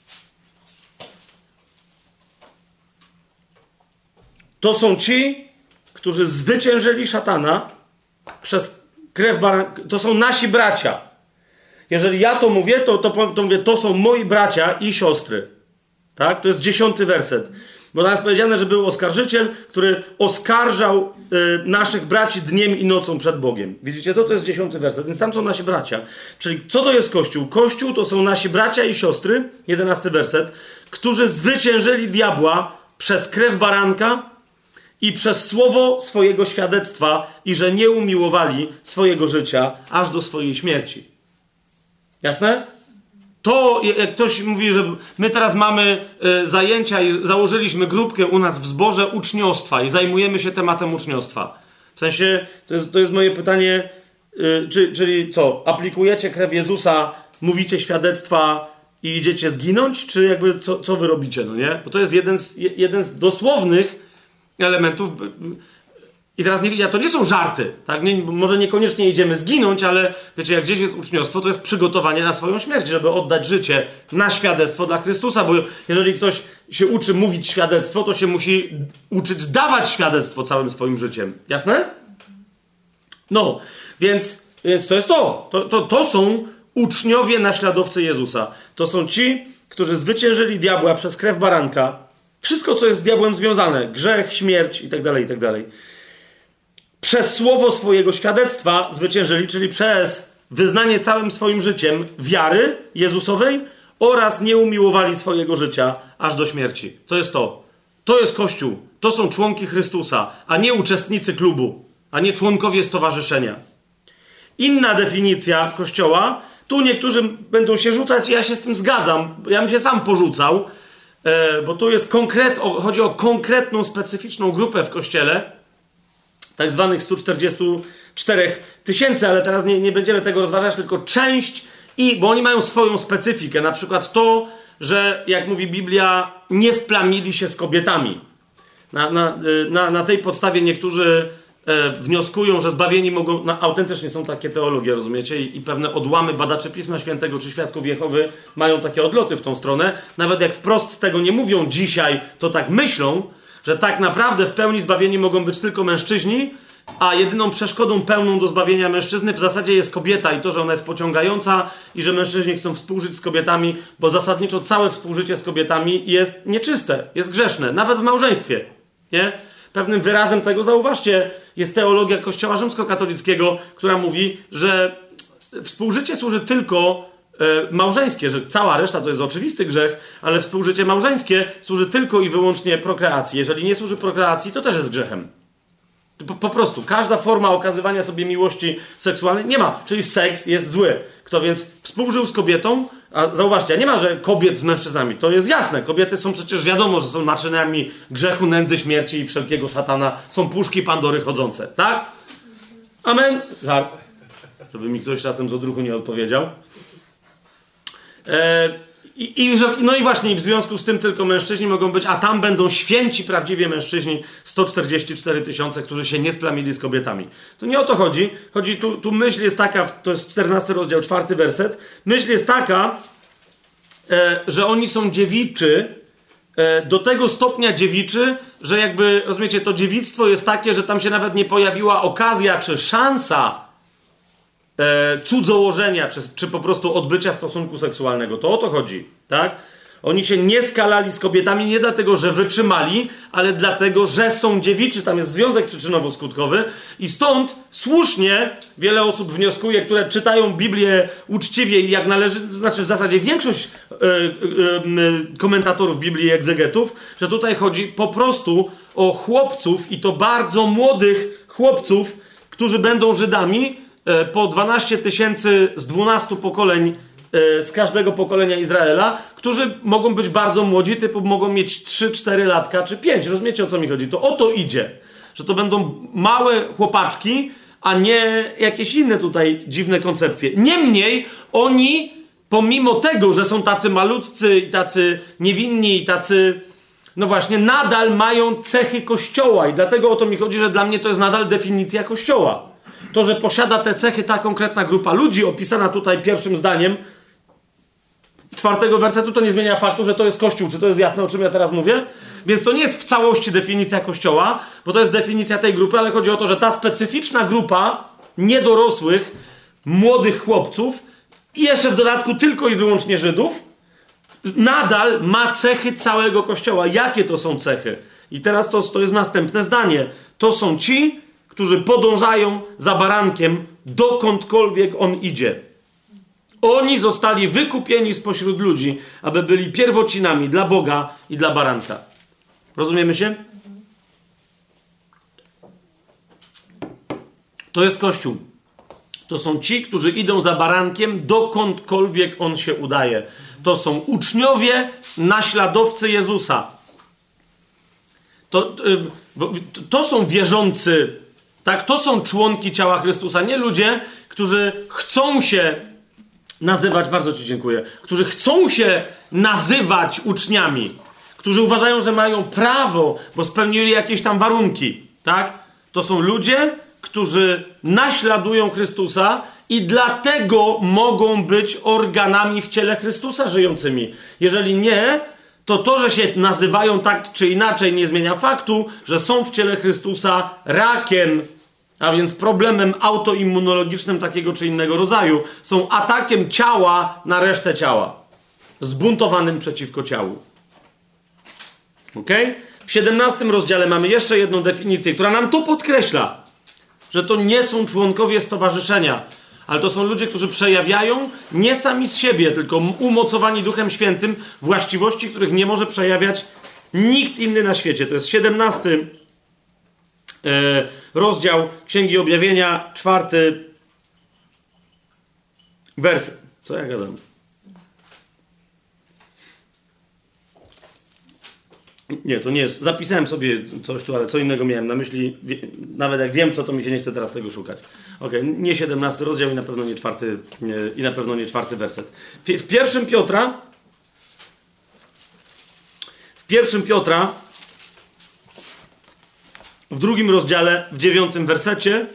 To są ci, którzy zwyciężyli szatana przez krew baranka. To są nasi bracia. Jeżeli ja to mówię, to, to, to mówię, to są moi bracia i siostry. Tak? To jest dziesiąty werset. Bo tam jest powiedziane, że był oskarżyciel, który oskarżał y, naszych braci dniem i nocą przed Bogiem. Widzicie, to to jest dziesiąty werset. Więc tam są nasi bracia. Czyli co to jest Kościół? Kościół to są nasi bracia i siostry, jedenasty werset, którzy zwyciężyli diabła przez krew baranka i przez słowo swojego świadectwa i że nie umiłowali swojego życia aż do swojej śmierci. Jasne? To, jak ktoś mówi, że my teraz mamy y, zajęcia i założyliśmy grupkę u nas w zborze uczniostwa i zajmujemy się tematem uczniostwa. W sensie, to jest, to jest moje pytanie, y, czy, czyli co, aplikujecie krew Jezusa, mówicie świadectwa i idziecie zginąć, czy jakby co, co wy robicie, no nie? Bo to jest jeden z, jeden z dosłownych elementów. I teraz nie, ja, to nie są żarty, tak? Nie, może niekoniecznie idziemy zginąć, ale wiecie, jak gdzieś jest uczniostwo, to jest przygotowanie na swoją śmierć, żeby oddać życie na świadectwo dla Chrystusa, bo jeżeli ktoś się uczy mówić świadectwo, to się musi uczyć dawać świadectwo całym swoim życiem. Jasne? No, więc, więc to jest to. To, to. to są uczniowie naśladowcy Jezusa. To są ci, którzy zwyciężyli diabła przez krew baranka. Wszystko, co jest z diabłem związane. Grzech, śmierć i tak dalej, i tak dalej. Przez słowo swojego świadectwa zwyciężyli, czyli przez wyznanie całym swoim życiem wiary Jezusowej oraz nie umiłowali swojego życia aż do śmierci. To jest to. To jest Kościół. To są członki Chrystusa, a nie uczestnicy klubu, a nie członkowie stowarzyszenia. Inna definicja Kościoła. Tu niektórzy będą się rzucać i ja się z tym zgadzam. Ja bym się sam porzucał, bo tu jest konkret, chodzi o konkretną, specyficzną grupę w Kościele, tak zwanych sto czterdzieści cztery tysięcy, ale teraz nie, nie będziemy tego rozważać, tylko część, i bo oni mają swoją specyfikę, na przykład to, że jak mówi Biblia, nie splamili się z kobietami. Na, na, na, na tej podstawie niektórzy e, wnioskują, że zbawieni mogą, no, autentycznie są takie teologie, rozumiecie, I, i pewne odłamy badaczy Pisma Świętego czy Świadków Jehowy mają takie odloty w tą stronę, nawet jak wprost tego nie mówią dzisiaj, to tak myślą, że tak naprawdę w pełni zbawieni mogą być tylko mężczyźni, a jedyną przeszkodą pełną do zbawienia mężczyzny w zasadzie jest kobieta i to, że ona jest pociągająca i że mężczyźni chcą współżyć z kobietami, bo zasadniczo całe współżycie z kobietami jest nieczyste, jest grzeszne, nawet w małżeństwie. Nie? Pewnym wyrazem tego, zauważcie, jest teologia Kościoła rzymskokatolickiego, która mówi, że współżycie służy tylko małżeńskie, że cała reszta to jest oczywisty grzech, ale współżycie małżeńskie służy tylko i wyłącznie prokreacji. Jeżeli nie służy prokreacji, to też jest grzechem. Po, po prostu. Każda forma okazywania sobie miłości seksualnej nie ma. Czyli seks jest zły. Kto więc współżył z kobietą, a zauważcie, nie ma, że kobiet z mężczyznami. To jest jasne. Kobiety są przecież wiadomo, że są naczyniami grzechu, nędzy, śmierci i wszelkiego szatana. Są puszki Pandory chodzące. Tak? Amen? Żart. Żeby mi ktoś czasem z odruchu nie odpowiedział. I, i, no i właśnie w związku z tym tylko mężczyźni mogą być, a tam będą święci, prawdziwie mężczyźni, sto czterdzieści cztery tysiące, którzy się nie splamili z kobietami. To nie o to chodzi. Chodzi tu, tu myśl jest taka, to jest czternasty rozdział, czwarty werset. Myśl jest taka, e, że oni są dziewiczy, e, do tego stopnia dziewiczy, że jakby, rozumiecie, to dziewictwo jest takie, że tam się nawet nie pojawiła okazja czy szansa E, cudzołożenia, czy, czy po prostu odbycia stosunku seksualnego. To o to chodzi, tak? Oni się nie skalali z kobietami nie dlatego, że wytrzymali, ale dlatego, że są dziewiczy. Tam jest związek przyczynowo-skutkowy i stąd słusznie wiele osób wnioskuje, które czytają Biblię uczciwie i jak należy, znaczy w zasadzie większość e, e, e, komentatorów Biblii i egzegetów, że tutaj chodzi po prostu o chłopców i to bardzo młodych chłopców, którzy będą Żydami, po dwanaście tysięcy z dwunastu pokoleń, z każdego pokolenia Izraela, którzy mogą być bardzo młodzi, typu mogą mieć trzy cztery latka czy pięć. Rozumiecie, o co mi chodzi? To o to idzie. Że to będą małe chłopaczki, a nie jakieś inne tutaj dziwne koncepcje. Niemniej oni, pomimo tego, że są tacy malutcy i tacy niewinni i tacy, no właśnie, nadal mają cechy Kościoła i dlatego o to mi chodzi, że dla mnie to jest nadal definicja Kościoła. To, że posiada te cechy ta konkretna grupa ludzi, opisana tutaj pierwszym zdaniem czwartego wersetu, to nie zmienia faktu, że to jest Kościół. Czy to jest jasne, o czym ja teraz mówię? Więc to nie jest w całości definicja Kościoła, bo to jest definicja tej grupy, ale chodzi o to, że ta specyficzna grupa niedorosłych, młodych chłopców i jeszcze w dodatku tylko i wyłącznie Żydów nadal ma cechy całego Kościoła. Jakie to są cechy? I teraz to, to jest następne zdanie. To są ci, którzy podążają za barankiem, dokądkolwiek on idzie. Oni zostali wykupieni spośród ludzi, aby byli pierwocinami dla Boga i dla baranka. Rozumiemy się? To jest Kościół. To są ci, którzy idą za barankiem, dokądkolwiek on się udaje. To są uczniowie, naśladowcy Jezusa. To, to są wierzący, tak? To są członki ciała Chrystusa, nie ludzie, którzy chcą się nazywać, bardzo ci dziękuję, którzy chcą się nazywać uczniami, którzy uważają, że mają prawo, bo spełnili jakieś tam warunki, tak? To są ludzie, którzy naśladują Chrystusa i dlatego mogą być organami w ciele Chrystusa żyjącymi. Jeżeli nie, to to, że się nazywają tak czy inaczej, nie zmienia faktu, że są w ciele Chrystusa rakiem, a więc problemem autoimmunologicznym takiego czy innego rodzaju. Są atakiem ciała na resztę ciała. Zbuntowanym przeciwko ciału. Ok? W siedemnastym rozdziale mamy jeszcze jedną definicję, która nam to podkreśla, że to nie są członkowie stowarzyszenia, ale to są ludzie, którzy przejawiają nie sami z siebie, tylko umocowani Duchem Świętym właściwości, których nie może przejawiać nikt inny na świecie. To jest siedemnasty e, rozdział Księgi Objawienia, czwarty werset. Co ja gadam? Nie, to nie jest. Zapisałem sobie coś tu, ale co innego miałem na myśli. Nawet jak wiem, co, to mi się nie chce teraz tego szukać. Okej, okay, nie siedemnasty rozdział i na pewno nie czwarty, nie, i na pewno nie czwarty werset. W, w pierwszym Piotra, w pierwszym Piotra, w drugim rozdziale, w dziewiątym wersecie,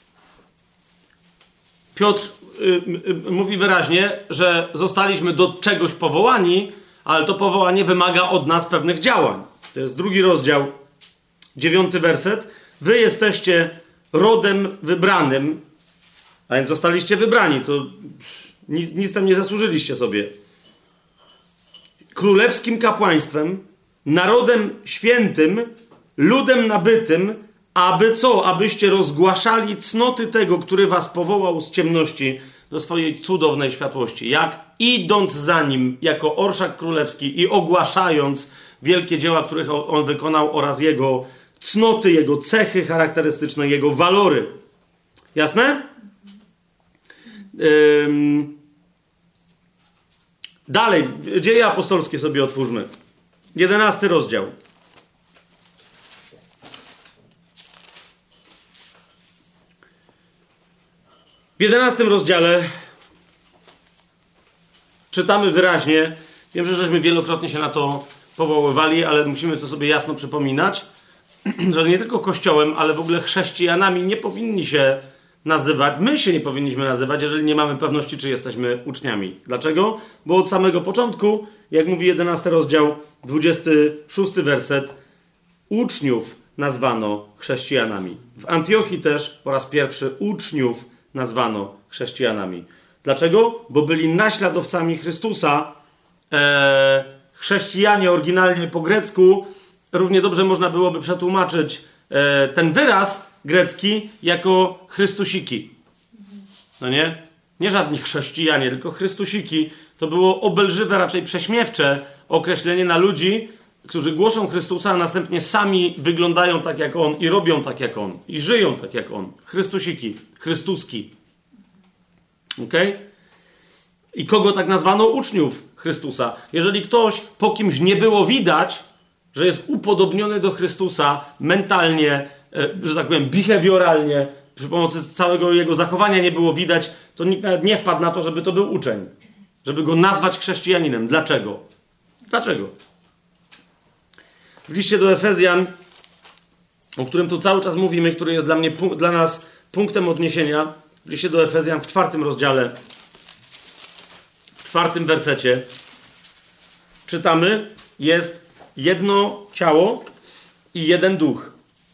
Piotr y, y, mówi wyraźnie, że zostaliśmy do czegoś powołani, ale to powołanie wymaga od nas pewnych działań. To jest drugi rozdział, dziewiąty werset. Wy jesteście rodem wybranym, a więc zostaliście wybrani. To nic, nic tam nie zasłużyliście sobie. Królewskim kapłaństwem, narodem świętym, ludem nabytym, aby co? Abyście rozgłaszali cnoty tego, który was powołał z ciemności do swojej cudownej światłości. Jak? Idąc za nim jako orszak królewski i ogłaszając wielkie dzieła, których on wykonał oraz jego cnoty, jego cechy charakterystyczne, jego walory. Jasne? Ym... Dalej, Dzieje apostolskie sobie otwórzmy. Jedenasty rozdział. W jedenastym rozdziale czytamy wyraźnie, wiem, że żeśmy wielokrotnie się na to powoływali, ale musimy to sobie jasno przypominać, że nie tylko Kościołem, ale w ogóle chrześcijanami nie powinni się nazywać, my się nie powinniśmy nazywać, jeżeli nie mamy pewności, czy jesteśmy uczniami. Dlaczego? Bo od samego początku, jak mówi jedenasty rozdział, dwudziesty szósty werset, uczniów nazwano chrześcijanami. W Antiochii też po raz pierwszy uczniów nazwano chrześcijanami. Dlaczego? Bo byli naśladowcami Chrystusa. Eee, chrześcijanie oryginalnie po grecku równie dobrze można byłoby przetłumaczyć e, ten wyraz grecki jako Chrystusiki. No nie? Nie żadni chrześcijanie, tylko Chrystusiki. To było obelżywe, raczej prześmiewcze określenie na ludzi, którzy głoszą Chrystusa, a następnie sami wyglądają tak jak On i robią tak jak On i żyją tak jak On. Chrystusiki, Chrystuski. Okej? Okay? I kogo tak nazwano? Uczniów Chrystusa. Jeżeli ktoś, po kimś nie było widać, że jest upodobniony do Chrystusa mentalnie, że tak powiem, behawioralnie, przy pomocy całego jego zachowania nie było widać, to nikt nawet nie wpadł na to, żeby to był uczeń. Żeby go nazwać chrześcijaninem. Dlaczego? Dlaczego? W liście do Efezjan, o którym tu cały czas mówimy, który jest dla mnie, dla nas punktem odniesienia, w liście do Efezjan w czwartym rozdziale, w czwartym wersecie czytamy, jest jedno ciało i jeden duch.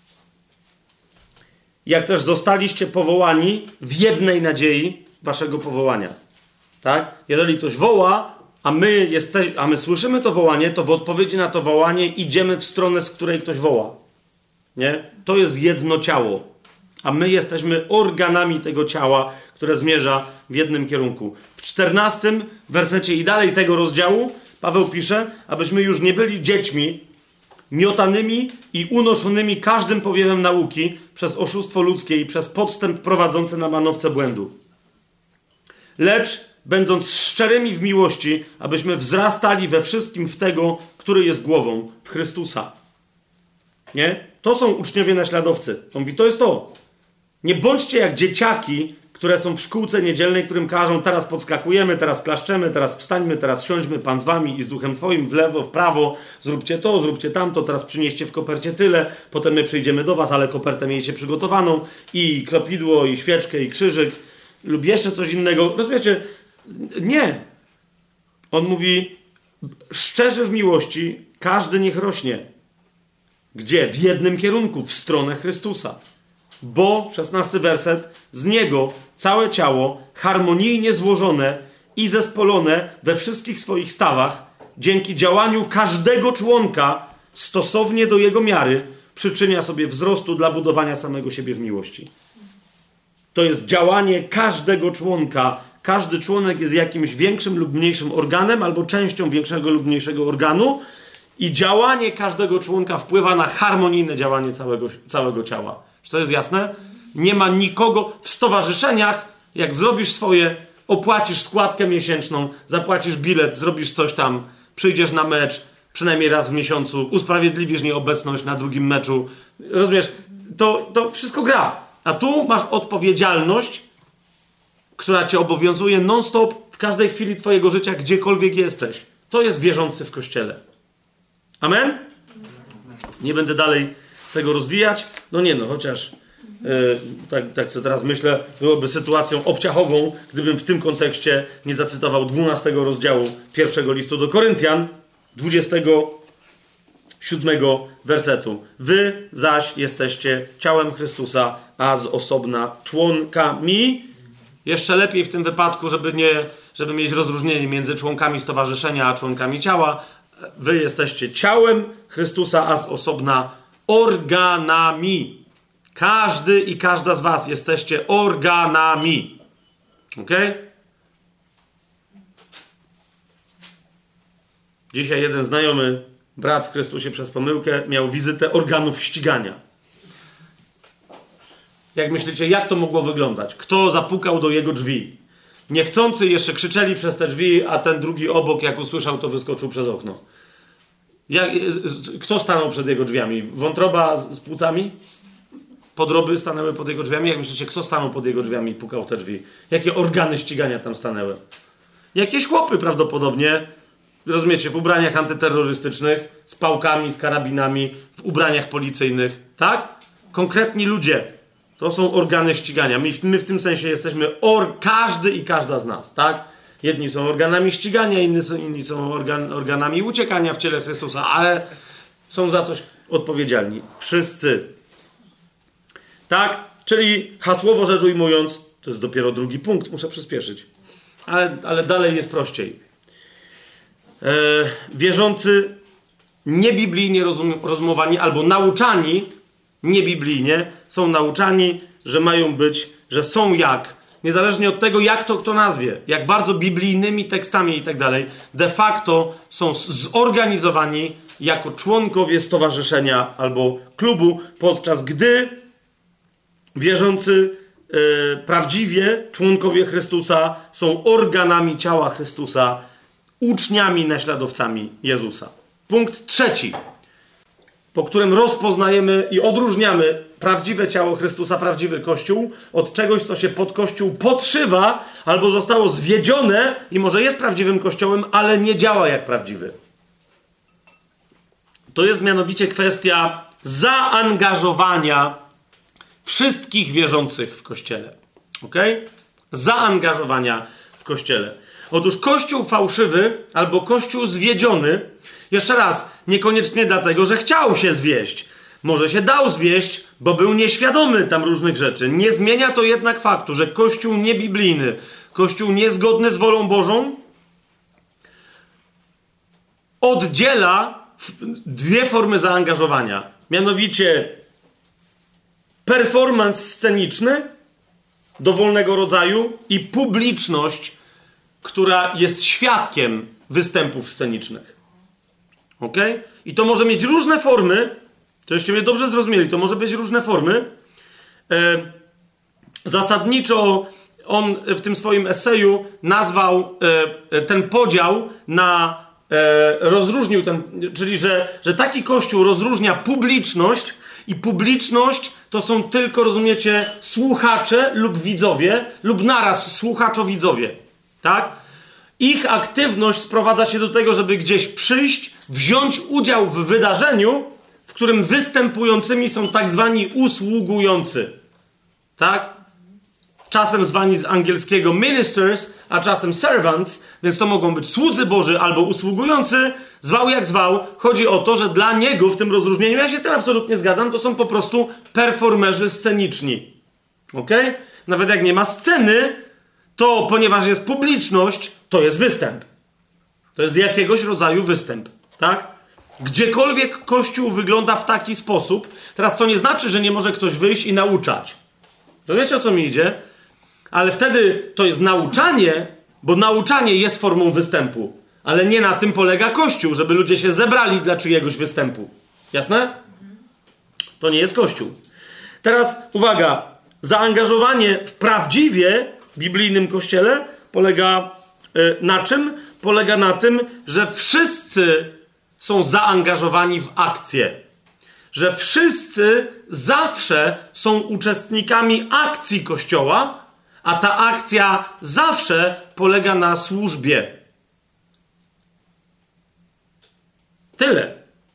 Jak też zostaliście powołani w jednej nadziei waszego powołania. Tak? Jeżeli ktoś woła, a my, jeste, a my słyszymy to wołanie, to w odpowiedzi na to wołanie idziemy w stronę, z której ktoś woła. Nie? To jest jedno ciało. A my jesteśmy organami tego ciała, które zmierza w jednym kierunku. W czternastym wersecie i dalej tego rozdziału Paweł pisze, abyśmy już nie byli dziećmi, miotanymi i unoszonymi każdym powiewem nauki przez oszustwo ludzkie i przez podstęp prowadzący na manowce błędu. Lecz będąc szczerymi w miłości, abyśmy wzrastali we wszystkim w tego, który jest głową, w Chrystusa. Nie? To są uczniowie naśladowcy. On mówi, to jest to. Nie bądźcie jak dzieciaki, które są w szkółce niedzielnej, którym każą, teraz podskakujemy, teraz klaszczemy, teraz wstańmy, teraz siądźmy, Pan z wami i z duchem twoim, w lewo, w prawo, zróbcie to, zróbcie tamto, teraz przynieście w kopercie tyle, potem my przyjdziemy do was, ale kopertę miejcie przygotowaną i kropidło, i świeczkę, i krzyżyk, lub jeszcze coś innego. Rozumiecie? Nie. On mówi, szczerze w miłości, każdy niech rośnie. Gdzie? W jednym kierunku, w stronę Chrystusa. Bo, szesnasty werset, z Niego całe ciało, harmonijnie złożone i zespolone we wszystkich swoich stawach, dzięki działaniu każdego członka, stosownie do jego miary, przyczynia sobie wzrostu dla budowania samego siebie w miłości. To jest działanie każdego członka. Każdy członek jest jakimś większym lub mniejszym organem, albo częścią większego lub mniejszego organu, i działanie każdego członka wpływa na harmonijne działanie całego, całego ciała. Czy to jest jasne? Nie ma nikogo w stowarzyszeniach, jak zrobisz swoje, opłacisz składkę miesięczną, zapłacisz bilet, zrobisz coś tam, przyjdziesz na mecz przynajmniej raz w miesiącu, usprawiedliwisz nieobecność na drugim meczu. Rozumiesz? To, to wszystko gra. A tu masz odpowiedzialność, która cię obowiązuje non-stop w każdej chwili twojego życia, gdziekolwiek jesteś. To jest wierzący w Kościele. Amen? Nie będę dalej tego rozwijać. No nie no, chociaż yy, tak, tak sobie teraz myślę, byłoby sytuacją obciachową, gdybym w tym kontekście nie zacytował dwunastego rozdziału pierwszego listu do Koryntian, dwudziestego siódmego wersetu. Wy zaś jesteście ciałem Chrystusa, a z osobna członkami. Jeszcze lepiej w tym wypadku, żeby, nie, żeby mieć rozróżnienie między członkami stowarzyszenia a członkami ciała. Wy jesteście ciałem Chrystusa, a z osobna organami. Każdy i każda z was jesteście organami. Ok? Dzisiaj jeden znajomy, brat w Chrystusie przez pomyłkę, miał wizytę organów ścigania. Jak myślicie, jak to mogło wyglądać? Kto zapukał do jego drzwi? Niechcący jeszcze krzyczeli przez te drzwi, a ten drugi obok, jak usłyszał, to wyskoczył przez okno. Jak, kto stanął przed jego drzwiami? Wątroba z, z płucami? Podroby stanęły pod jego drzwiami? Jak myślicie, kto stanął pod jego drzwiami i pukał w te drzwi? Jakie organy ścigania tam stanęły? Jakieś chłopy prawdopodobnie, rozumiecie, w ubraniach antyterrorystycznych, z pałkami, z karabinami, w ubraniach policyjnych, tak? Konkretni ludzie. To są organy ścigania. My, my w tym sensie jesteśmy or, każdy i każda z nas, tak? Jedni są organami ścigania, inni są, inni są organ, organami uciekania w ciele Chrystusa, ale są za coś odpowiedzialni. Wszyscy. Tak? Czyli hasłowo rzecz ujmując, to jest dopiero drugi punkt, muszę przyspieszyć. Ale, ale dalej jest prościej. E, wierzący niebiblijnie rozum, rozumowani albo nauczani niebiblijnie są nauczani, że mają być, że są jak, niezależnie od tego, jak to kto nazwie, jak bardzo biblijnymi tekstami i tak dalej, de facto są zorganizowani jako członkowie stowarzyszenia albo klubu, podczas gdy wierzący yy, prawdziwie członkowie Chrystusa są organami ciała Chrystusa, uczniami, naśladowcami Jezusa. Punkt trzeci, po którym rozpoznajemy i odróżniamy prawdziwe ciało Chrystusa, prawdziwy Kościół, od czegoś, co się pod Kościół podszywa, albo zostało zwiedzione i może jest prawdziwym Kościołem, ale nie działa jak prawdziwy. To jest mianowicie kwestia zaangażowania wszystkich wierzących w Kościele. Ok? Zaangażowania w Kościele. Otóż Kościół fałszywy albo Kościół zwiedziony, jeszcze raz, niekoniecznie dlatego, że chciał się zwieść. Może się dał zwieść, bo był nieświadomy tam różnych rzeczy. Nie zmienia to jednak faktu, że Kościół niebiblijny, Kościół niezgodny z wolą Bożą oddziela dwie formy zaangażowania. Mianowicie performance sceniczny dowolnego rodzaju i publiczność, która jest świadkiem występów scenicznych. Ok? I to może mieć różne formy, żebyście mnie dobrze zrozumieli, to może być różne formy. E, zasadniczo on w tym swoim eseju nazwał e, ten podział na, e, rozróżnił ten, czyli że, że taki kościół rozróżnia publiczność i publiczność to są tylko, rozumiecie, słuchacze lub widzowie, lub naraz słuchaczo-widzowie, tak? Ich aktywność sprowadza się do tego, żeby gdzieś przyjść, wziąć udział w wydarzeniu, w którym występującymi są tak zwani usługujący. Tak? Czasem zwani z angielskiego ministers, a czasem servants, więc to mogą być słudzy Boży albo usługujący, zwał jak zwał. Chodzi o to, że dla niego w tym rozróżnieniu, ja się z tym absolutnie zgadzam, to są po prostu performerzy sceniczni. Ok? Nawet jak nie ma sceny, to ponieważ jest publiczność, to jest występ. To jest jakiegoś rodzaju występ. Tak? Gdziekolwiek Kościół wygląda w taki sposób, teraz to nie znaczy, że nie może ktoś wyjść i nauczać. To wiecie, o co mi idzie? Ale wtedy to jest nauczanie, bo nauczanie jest formą występu. Ale nie na tym polega Kościół, żeby ludzie się zebrali dla czyjegoś występu. Jasne? To nie jest Kościół. Teraz uwaga, zaangażowanie w prawdziwie biblijnym Kościele polega y, na czym? Polega na tym, że wszyscy są zaangażowani w akcję. Że wszyscy zawsze są uczestnikami akcji Kościoła, a ta akcja zawsze polega na służbie. Tyle.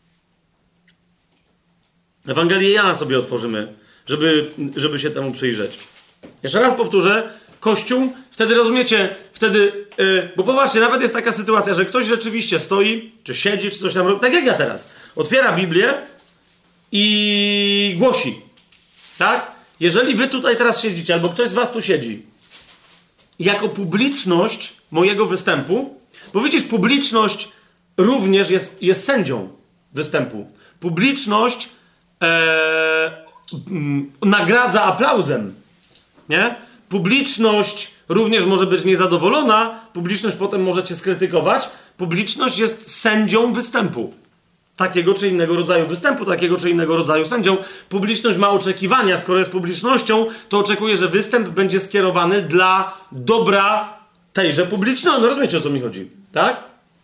Ewangelię Jana sobie otworzymy, żeby, żeby się temu przyjrzeć. Jeszcze raz powtórzę, Kościół, wtedy rozumiecie, wtedy, yy, bo popatrzcie, nawet jest taka sytuacja, że ktoś rzeczywiście stoi, czy siedzi, czy coś tam robi, tak jak ja teraz, otwiera Biblię i głosi. Tak? Jeżeli wy tutaj teraz siedzicie, albo ktoś z was tu siedzi, jako publiczność mojego występu, bo widzisz, publiczność również jest, jest sędzią występu. Publiczność e, m, nagradza aplauzem. Nie? Publiczność również może być niezadowolona, publiczność potem może cię skrytykować. Publiczność jest sędzią występu. Takiego czy innego rodzaju występu, takiego czy innego rodzaju sędzią. Publiczność ma oczekiwania, skoro jest publicznością, to oczekuje, że występ będzie skierowany dla dobra tejże publiczności. No rozumiecie, o co mi chodzi, tak?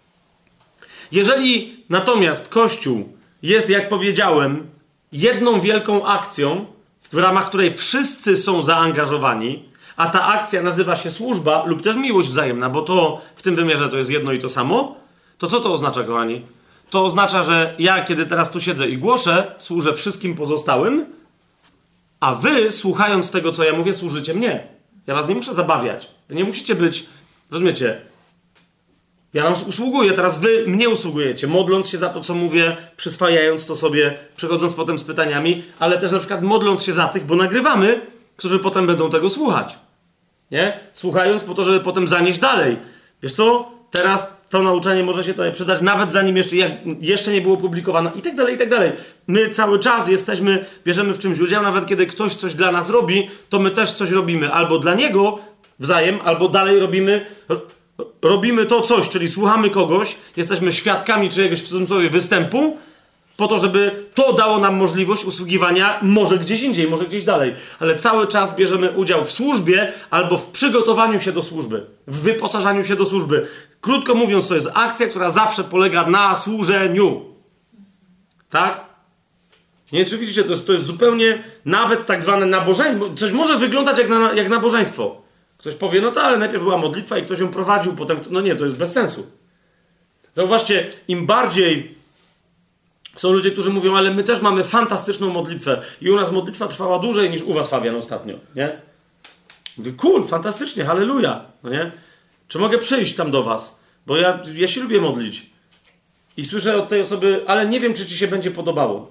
Jeżeli natomiast Kościół jest, jak powiedziałem, jedną wielką akcją, w ramach której wszyscy są zaangażowani, a ta akcja nazywa się służba lub też miłość wzajemna, bo to w tym wymiarze to jest jedno i to samo, to co to oznacza, kochani? To oznacza, że ja, kiedy teraz tu siedzę i głoszę, służę wszystkim pozostałym, a wy, słuchając tego, co ja mówię, służycie mnie. Ja was nie muszę zabawiać. Wy nie musicie być, rozumiecie, ja wam usługuję, teraz wy mnie usługujecie, modląc się za to, co mówię, przyswajając to sobie, przychodząc potem z pytaniami, ale też na przykład modląc się za tych, bo nagrywamy, którzy potem będą tego słuchać. Nie? Słuchając po to, żeby potem zanieść dalej. Wiesz co? Teraz to nauczanie może się tutaj przydać, nawet zanim jeszcze, jak, jeszcze nie było publikowane i tak dalej, i tak dalej. My cały czas jesteśmy, bierzemy w czymś udział, nawet kiedy ktoś coś dla nas robi, to my też coś robimy. Albo dla niego wzajem, albo dalej robimy, robimy to coś, czyli słuchamy kogoś, jesteśmy świadkami czyjegoś w cudzysłowie występu, po to, żeby to dało nam możliwość usługiwania może gdzieś indziej, może gdzieś dalej. Ale cały czas bierzemy udział w służbie albo w przygotowaniu się do służby, w wyposażaniu się do służby. Krótko mówiąc, to jest akcja, która zawsze polega na służeniu. Tak? Nie wiem, czy widzicie, to jest, to jest zupełnie nawet tak zwane nabożeństwo. Coś może wyglądać jak, na, jak nabożeństwo. Ktoś powie, no to ale najpierw była modlitwa i ktoś ją prowadził, potem... No nie, to jest bez sensu. Zauważcie, im bardziej... Są ludzie, którzy mówią, ale my też mamy fantastyczną modlitwę i u nas modlitwa trwała dłużej niż u was, Fabian, ostatnio, nie? Mówię, cool, fantastycznie, halleluja, no nie? Czy mogę przyjść tam do was? Bo ja, ja się lubię modlić. I słyszę od tej osoby, ale nie wiem, czy ci się będzie podobało.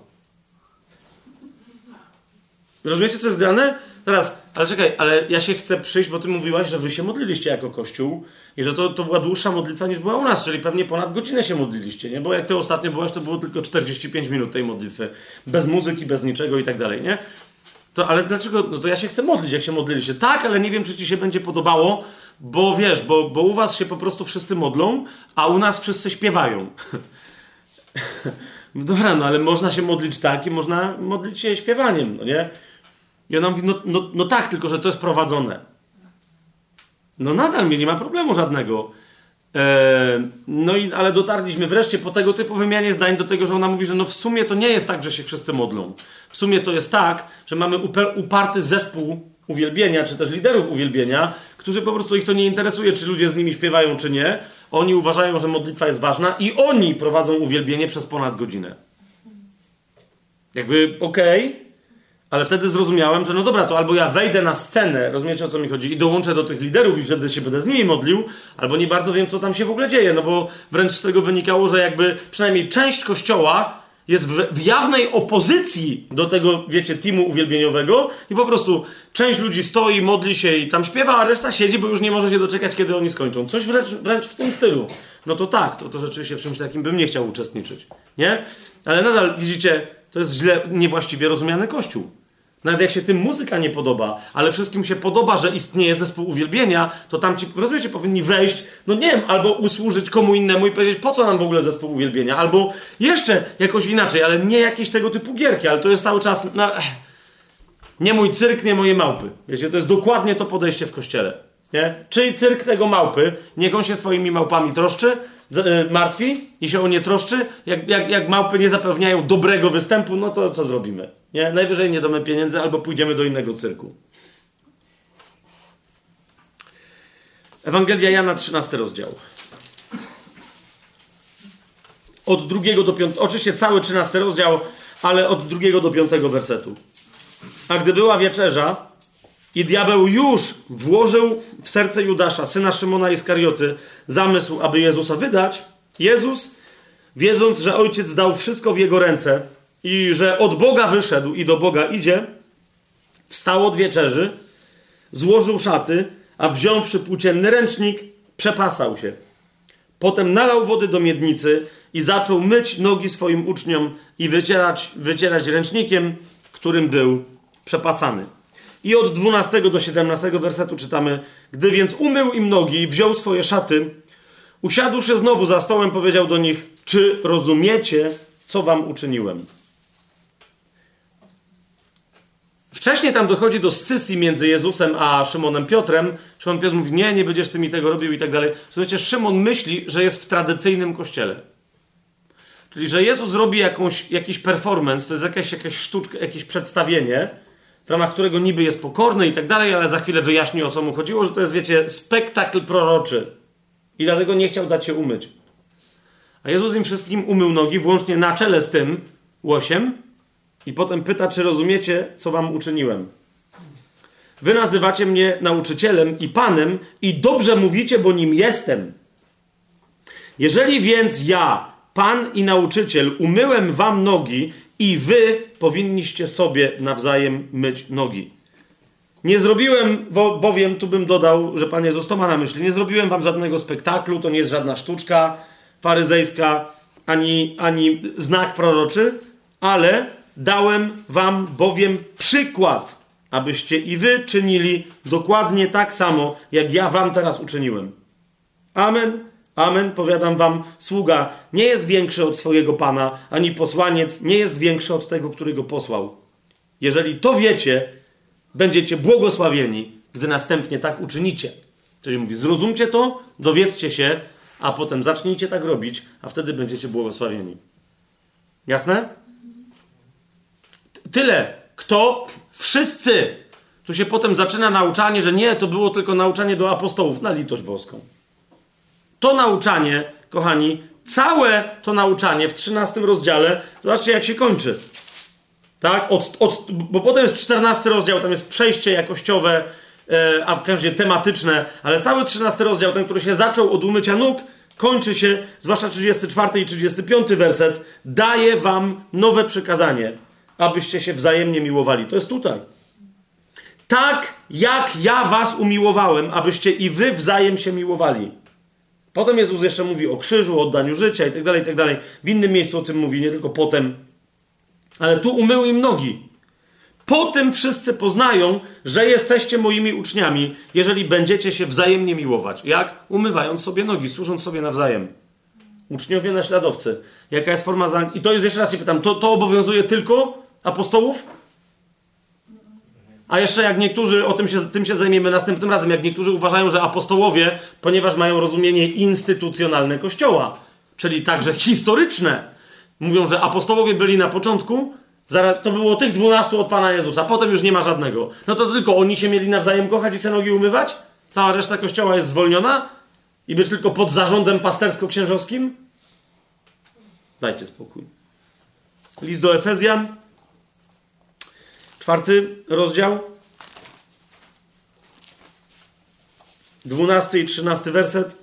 Rozumiecie, co jest grane? Teraz, ale czekaj, ale ja się chcę przyjść, bo ty mówiłaś, że wy się modliliście jako Kościół i że to, to była dłuższa modlitwa niż była u nas, czyli pewnie ponad godzinę się modliliście, nie? Bo jak ty ostatnio byłaś, to było tylko czterdzieści pięć minut tej modlitwy. Bez muzyki, bez niczego i tak dalej, nie? To, ale dlaczego? No to ja się chcę modlić, jak się modliliście. Tak, ale nie wiem, czy ci się będzie podobało, bo wiesz, bo, bo u was się po prostu wszyscy modlą, a u nas wszyscy śpiewają. Dobra, no ale można się modlić tak i można modlić się śpiewaniem, no nie? I ona mówi, no, no, no tak, tylko że to jest prowadzone. No nadal mnie nie ma problemu żadnego. Eee, no i, ale dotarliśmy wreszcie po tego typu wymianie zdań do tego, że ona mówi, że no w sumie to nie jest tak, że się wszyscy modlą. W sumie to jest tak, że mamy upe- uparty zespół uwielbienia, czy też liderów uwielbienia, którzy po prostu ich to nie interesuje, czy ludzie z nimi śpiewają, czy nie. Oni uważają, że modlitwa jest ważna i oni prowadzą uwielbienie przez ponad godzinę. Jakby okej, okay, ale wtedy zrozumiałem, że no dobra, to albo ja wejdę na scenę, rozumiecie, o co mi chodzi, i dołączę do tych liderów i wtedy się będę z nimi modlił, albo nie bardzo wiem, co tam się w ogóle dzieje, no bo wręcz z tego wynikało, że jakby przynajmniej część Kościoła jest w, w jawnej opozycji do tego, wiecie, teamu uwielbieniowego i po prostu część ludzi stoi, modli się i tam śpiewa, a reszta siedzi, bo już nie może się doczekać, kiedy oni skończą. Coś wręcz, wręcz w tym stylu. No to tak, to, to rzeczywiście w czymś takim bym nie chciał uczestniczyć. Nie? Ale nadal, widzicie, to jest źle, niewłaściwie rozumiany Kościół. Nawet jak się tym muzyka nie podoba, ale wszystkim się podoba, że istnieje zespół uwielbienia, to tam ci, rozumiecie, powinni wejść, no nie wiem, albo usłużyć komu innemu i powiedzieć, po co nam w ogóle zespół uwielbienia, albo jeszcze jakoś inaczej, ale nie jakieś tego typu gierki, ale to jest cały czas, no, nie mój cyrk, nie moje małpy. Wiecie, to jest dokładnie to podejście w Kościele. Nie? Czyj cyrk tego małpy, niech on się swoimi małpami troszczy, martwi i się o nie troszczy, jak, jak, jak małpy nie zapewniają dobrego występu, no to co zrobimy? Nie? Najwyżej nie damy pieniędzy albo pójdziemy do innego cyrku. Ewangelia Jana, trzynasty rozdział. Od drugiego do piątego, oczywiście cały trzynasty rozdział, ale od drugiego do piątego wersetu. A gdy była wieczerza i diabeł już włożył w serce Judasza, syna Szymona Iskarioty, zamysł, aby Jezusa wydać, Jezus, wiedząc, że Ojciec dał wszystko w Jego ręce i że od Boga wyszedł i do Boga idzie, wstał od wieczerzy, złożył szaty, a wziąwszy płócienny ręcznik, przepasał się. Potem nalał wody do miednicy i zaczął myć nogi swoim uczniom i wycierać, wycierać ręcznikiem, którym był przepasany. I od dwunastego do siedemnastego wersetu czytamy: gdy więc umył im nogi i wziął swoje szaty, usiadłszy znowu za stołem, powiedział do nich: czy rozumiecie, co wam uczyniłem? Wcześniej tam dochodzi do scysji między Jezusem a Szymonem Piotrem. Szymon Piotr mówi: nie, nie będziesz ty mi tego robił i tak dalej. Słuchajcie, Szymon myśli, że jest w tradycyjnym kościele. Czyli, że Jezus robi jakąś, jakiś performance, to jest jakaś, jakaś sztuczka, jakieś przedstawienie, w ramach którego niby jest pokorny i tak dalej, ale za chwilę wyjaśni, o co mu chodziło, że to jest, wiecie, spektakl proroczy. I dlatego nie chciał dać się umyć. A Jezus im wszystkim umył nogi, włącznie na czele z tym łosiem, i potem pyta, czy rozumiecie, co wam uczyniłem. Wy nazywacie mnie nauczycielem i Panem i dobrze mówicie, bo nim jestem. Jeżeli więc ja, Pan i nauczyciel, umyłem wam nogi, i wy powinniście sobie nawzajem myć nogi. Nie zrobiłem, bo, bowiem, tu bym dodał, że Pan Jezus to ma na myśli, nie zrobiłem wam żadnego spektaklu, to nie jest żadna sztuczka faryzejska, ani, ani znak proroczy, ale dałem wam bowiem przykład, abyście i wy czynili dokładnie tak samo, jak ja wam teraz uczyniłem. Amen. Amen, powiadam wam, sługa nie jest większy od swojego Pana, ani posłaniec nie jest większy od tego, który go posłał. Jeżeli to wiecie, będziecie błogosławieni, gdy następnie tak uczynicie. Czyli mówi, zrozumcie to, dowiedzcie się, a potem zacznijcie tak robić, a wtedy będziecie błogosławieni. Jasne? Tyle. Kto? Wszyscy. Tu się potem zaczyna nauczanie, że nie, to było tylko nauczanie do apostołów, na litość boską. To nauczanie, kochani, całe to nauczanie w trzynastym rozdziale, zobaczcie, jak się kończy. Tak? Od, od, bo potem jest czternasty rozdział, tam jest przejście jakościowe, e, a w każdym razie tematyczne, ale cały trzynasty rozdział, ten, który się zaczął od umycia nóg, kończy się, zwłaszcza trzydziesty czwarty i trzydziesty piąty werset, daje wam nowe przykazanie, abyście się wzajemnie miłowali. To jest tutaj. Tak, jak ja was umiłowałem, abyście i wy wzajem się miłowali. Potem Jezus jeszcze mówi o krzyżu, o oddaniu życia i tak dalej, i tak dalej. W innym miejscu o tym mówi, nie tylko potem. Ale tu umył im nogi. Po tym wszyscy poznają, że jesteście moimi uczniami, jeżeli będziecie się wzajemnie miłować. Jak? Umywając sobie nogi, służąc sobie nawzajem. Uczniowie naśladowcy. Jaka jest forma zaangażowania? I to jest, jeszcze raz się pytam, to, to obowiązuje tylko apostołów? A jeszcze jak niektórzy, o tym się, tym się zajmiemy następnym razem, jak niektórzy uważają, że apostołowie, ponieważ mają rozumienie instytucjonalne Kościoła, czyli także historyczne, mówią, że apostołowie byli na początku, zaraz, to było tych dwunastu od Pana Jezusa, potem już nie ma żadnego. No to tylko oni się mieli nawzajem kochać i se nogi umywać? Cała reszta Kościoła jest zwolniona? I być tylko pod zarządem pastersko-księżowskim? Dajcie spokój. List do Efezjan, czwarty rozdział, dwunasty i trzynasty werset.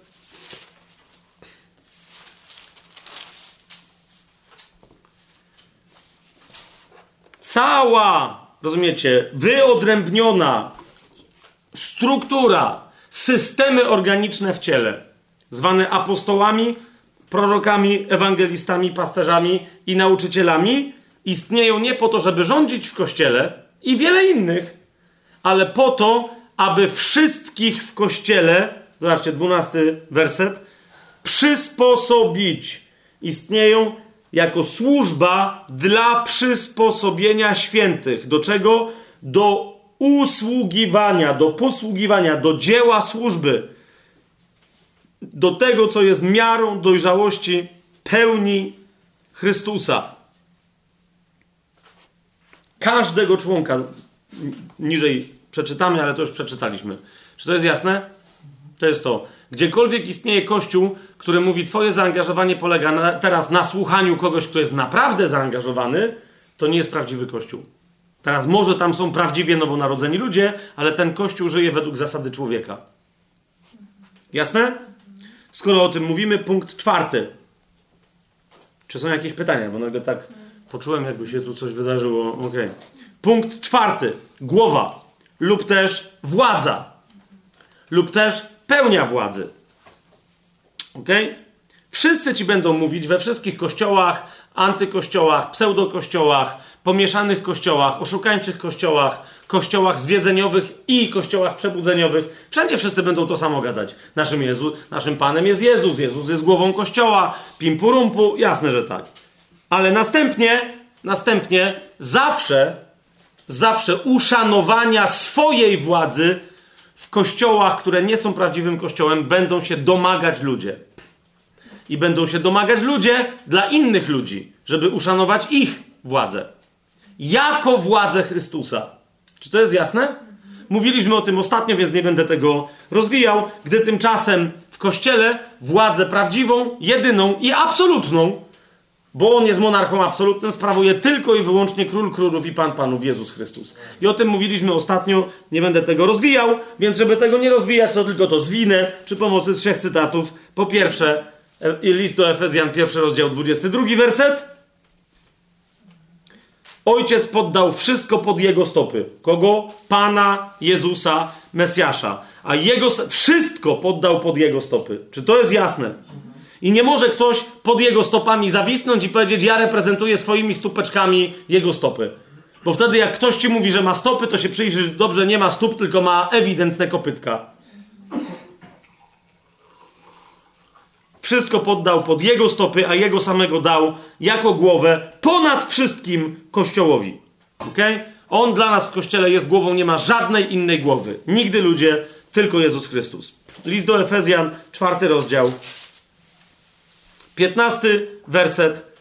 Cała, rozumiecie, wyodrębniona struktura, systemy organiczne w ciele, zwane apostołami, prorokami, ewangelistami, pasterzami i nauczycielami, istnieją nie po to, żeby rządzić w Kościele i wiele innych, ale po to, aby wszystkich w Kościele, zobaczcie, dwunasty werset, przysposobić. Istnieją jako służba dla przysposobienia świętych. Do czego? Do usługiwania, do posługiwania, do dzieła służby. Do tego, co jest miarą dojrzałości pełni Chrystusa. Każdego członka, niżej przeczytamy, ale to już przeczytaliśmy. Czy to jest jasne? To jest to. Gdziekolwiek istnieje Kościół, który mówi, twoje zaangażowanie polega na, teraz na słuchaniu kogoś, kto jest naprawdę zaangażowany, to nie jest prawdziwy Kościół. Teraz może tam są prawdziwie nowonarodzeni ludzie, ale ten Kościół żyje według zasady człowieka. Jasne? Skoro o tym mówimy, punkt czwarty. Czy są jakieś pytania? Bo nagle tak poczułem, jakby się tu coś wydarzyło. Okej. Okay. Punkt czwarty. Głowa. Lub też władza. Lub też pełnia władzy. Okej? Okay? Wszyscy ci będą mówić we wszystkich kościołach, antykościołach, pseudokościołach, pomieszanych kościołach, oszukańczych kościołach, kościołach zwiedzeniowych i kościołach przebudzeniowych. Wszędzie wszyscy będą to samo gadać. Naszym, Jezu, naszym Panem jest Jezus. Jezus jest głową Kościoła. Pimpu rumpu. Jasne, że tak. Ale następnie, następnie zawsze, zawsze uszanowania swojej władzy w kościołach, które nie są prawdziwym kościołem, będą się domagać ludzie. I będą się domagać ludzie dla innych ludzi, żeby uszanować ich władzę. Jako władzę Chrystusa. Czy to jest jasne? Mówiliśmy o tym ostatnio, więc nie będę tego rozwijał. Gdy tymczasem w Kościele władzę prawdziwą, jedyną i absolutną, bo On jest monarchą absolutnym, sprawuje tylko i wyłącznie Król Królów i Pan Panów, Jezus Chrystus. I o tym mówiliśmy ostatnio, nie będę tego rozwijał, więc żeby tego nie rozwijać, to tylko to zwinę przy pomocy trzech cytatów. Po pierwsze, list do Efezjan, pierwszy rozdział, dwudziesty drugi werset. Ojciec poddał wszystko pod Jego stopy. Kogo? Pana Jezusa, Mesjasza. A Jego, wszystko poddał pod Jego stopy. Czy to jest jasne? I nie może ktoś pod Jego stopami zawisnąć i powiedzieć, ja reprezentuję swoimi stópeczkami Jego stopy. Bo wtedy jak ktoś ci mówi, że ma stopy, to się przyjrzysz, dobrze, nie ma stóp, tylko ma ewidentne kopytka. Wszystko poddał pod Jego stopy, a Jego samego dał jako głowę ponad wszystkim Kościołowi. Okay? On dla nas w Kościele jest głową, nie ma żadnej innej głowy. Nigdy ludzie, tylko Jezus Chrystus. List do Efezjan, czwarty rozdział, piętnasty werset.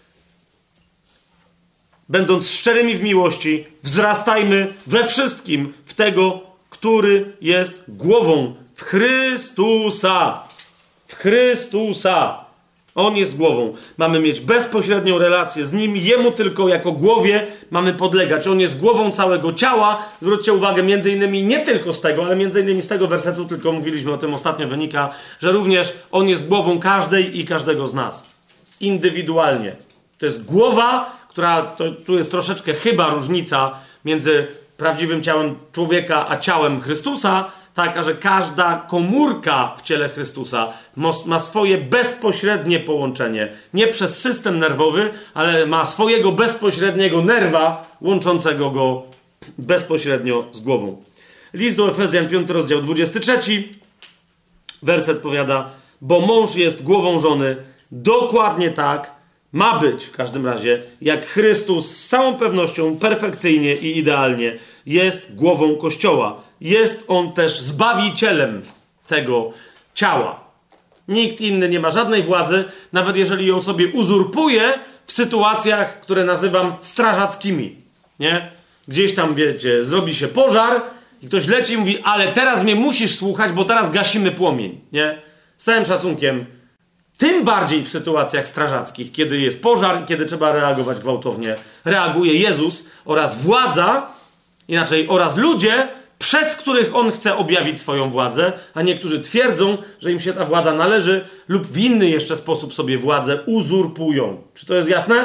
Będąc szczerymi w miłości, wzrastajmy we wszystkim w tego, który jest głową, w Chrystusa. W Chrystusa. On jest głową. Mamy mieć bezpośrednią relację z Nim. Jemu tylko jako głowie mamy podlegać. On jest głową całego ciała. Zwróćcie uwagę, między innymi nie tylko z tego, ale między innymi z tego wersetu, tylko mówiliśmy o tym ostatnio, wynika, że również On jest głową każdej i każdego z nas. Indywidualnie. To jest głowa, która, to, tu jest troszeczkę chyba różnica między prawdziwym ciałem człowieka a ciałem Chrystusa, taka, że każda komórka w ciele Chrystusa ma swoje bezpośrednie połączenie. Nie przez system nerwowy, ale ma swojego bezpośredniego nerwa łączącego go bezpośrednio z głową. List do Efezjan, piąty rozdział, dwudziesty trzeci werset powiada, bo mąż jest głową żony, Dokładnie tak ma być w każdym razie, jak Chrystus z całą pewnością, perfekcyjnie i idealnie jest głową Kościoła. Jest on też zbawicielem tego ciała. Nikt inny nie ma żadnej władzy, nawet jeżeli ją sobie uzurpuje w sytuacjach, które nazywam strażackimi. Nie? Gdzieś tam, wiecie, zrobi się pożar i ktoś leci i mówi, ale teraz mnie musisz słuchać, bo teraz gasimy płomień. Nie? Z całym szacunkiem, tym bardziej w sytuacjach strażackich, kiedy jest pożar, kiedy trzeba reagować gwałtownie, reaguje Jezus oraz władza, inaczej oraz ludzie, przez których On chce objawić swoją władzę, a niektórzy twierdzą, że im się ta władza należy lub w inny jeszcze sposób sobie władzę uzurpują. Czy to jest jasne?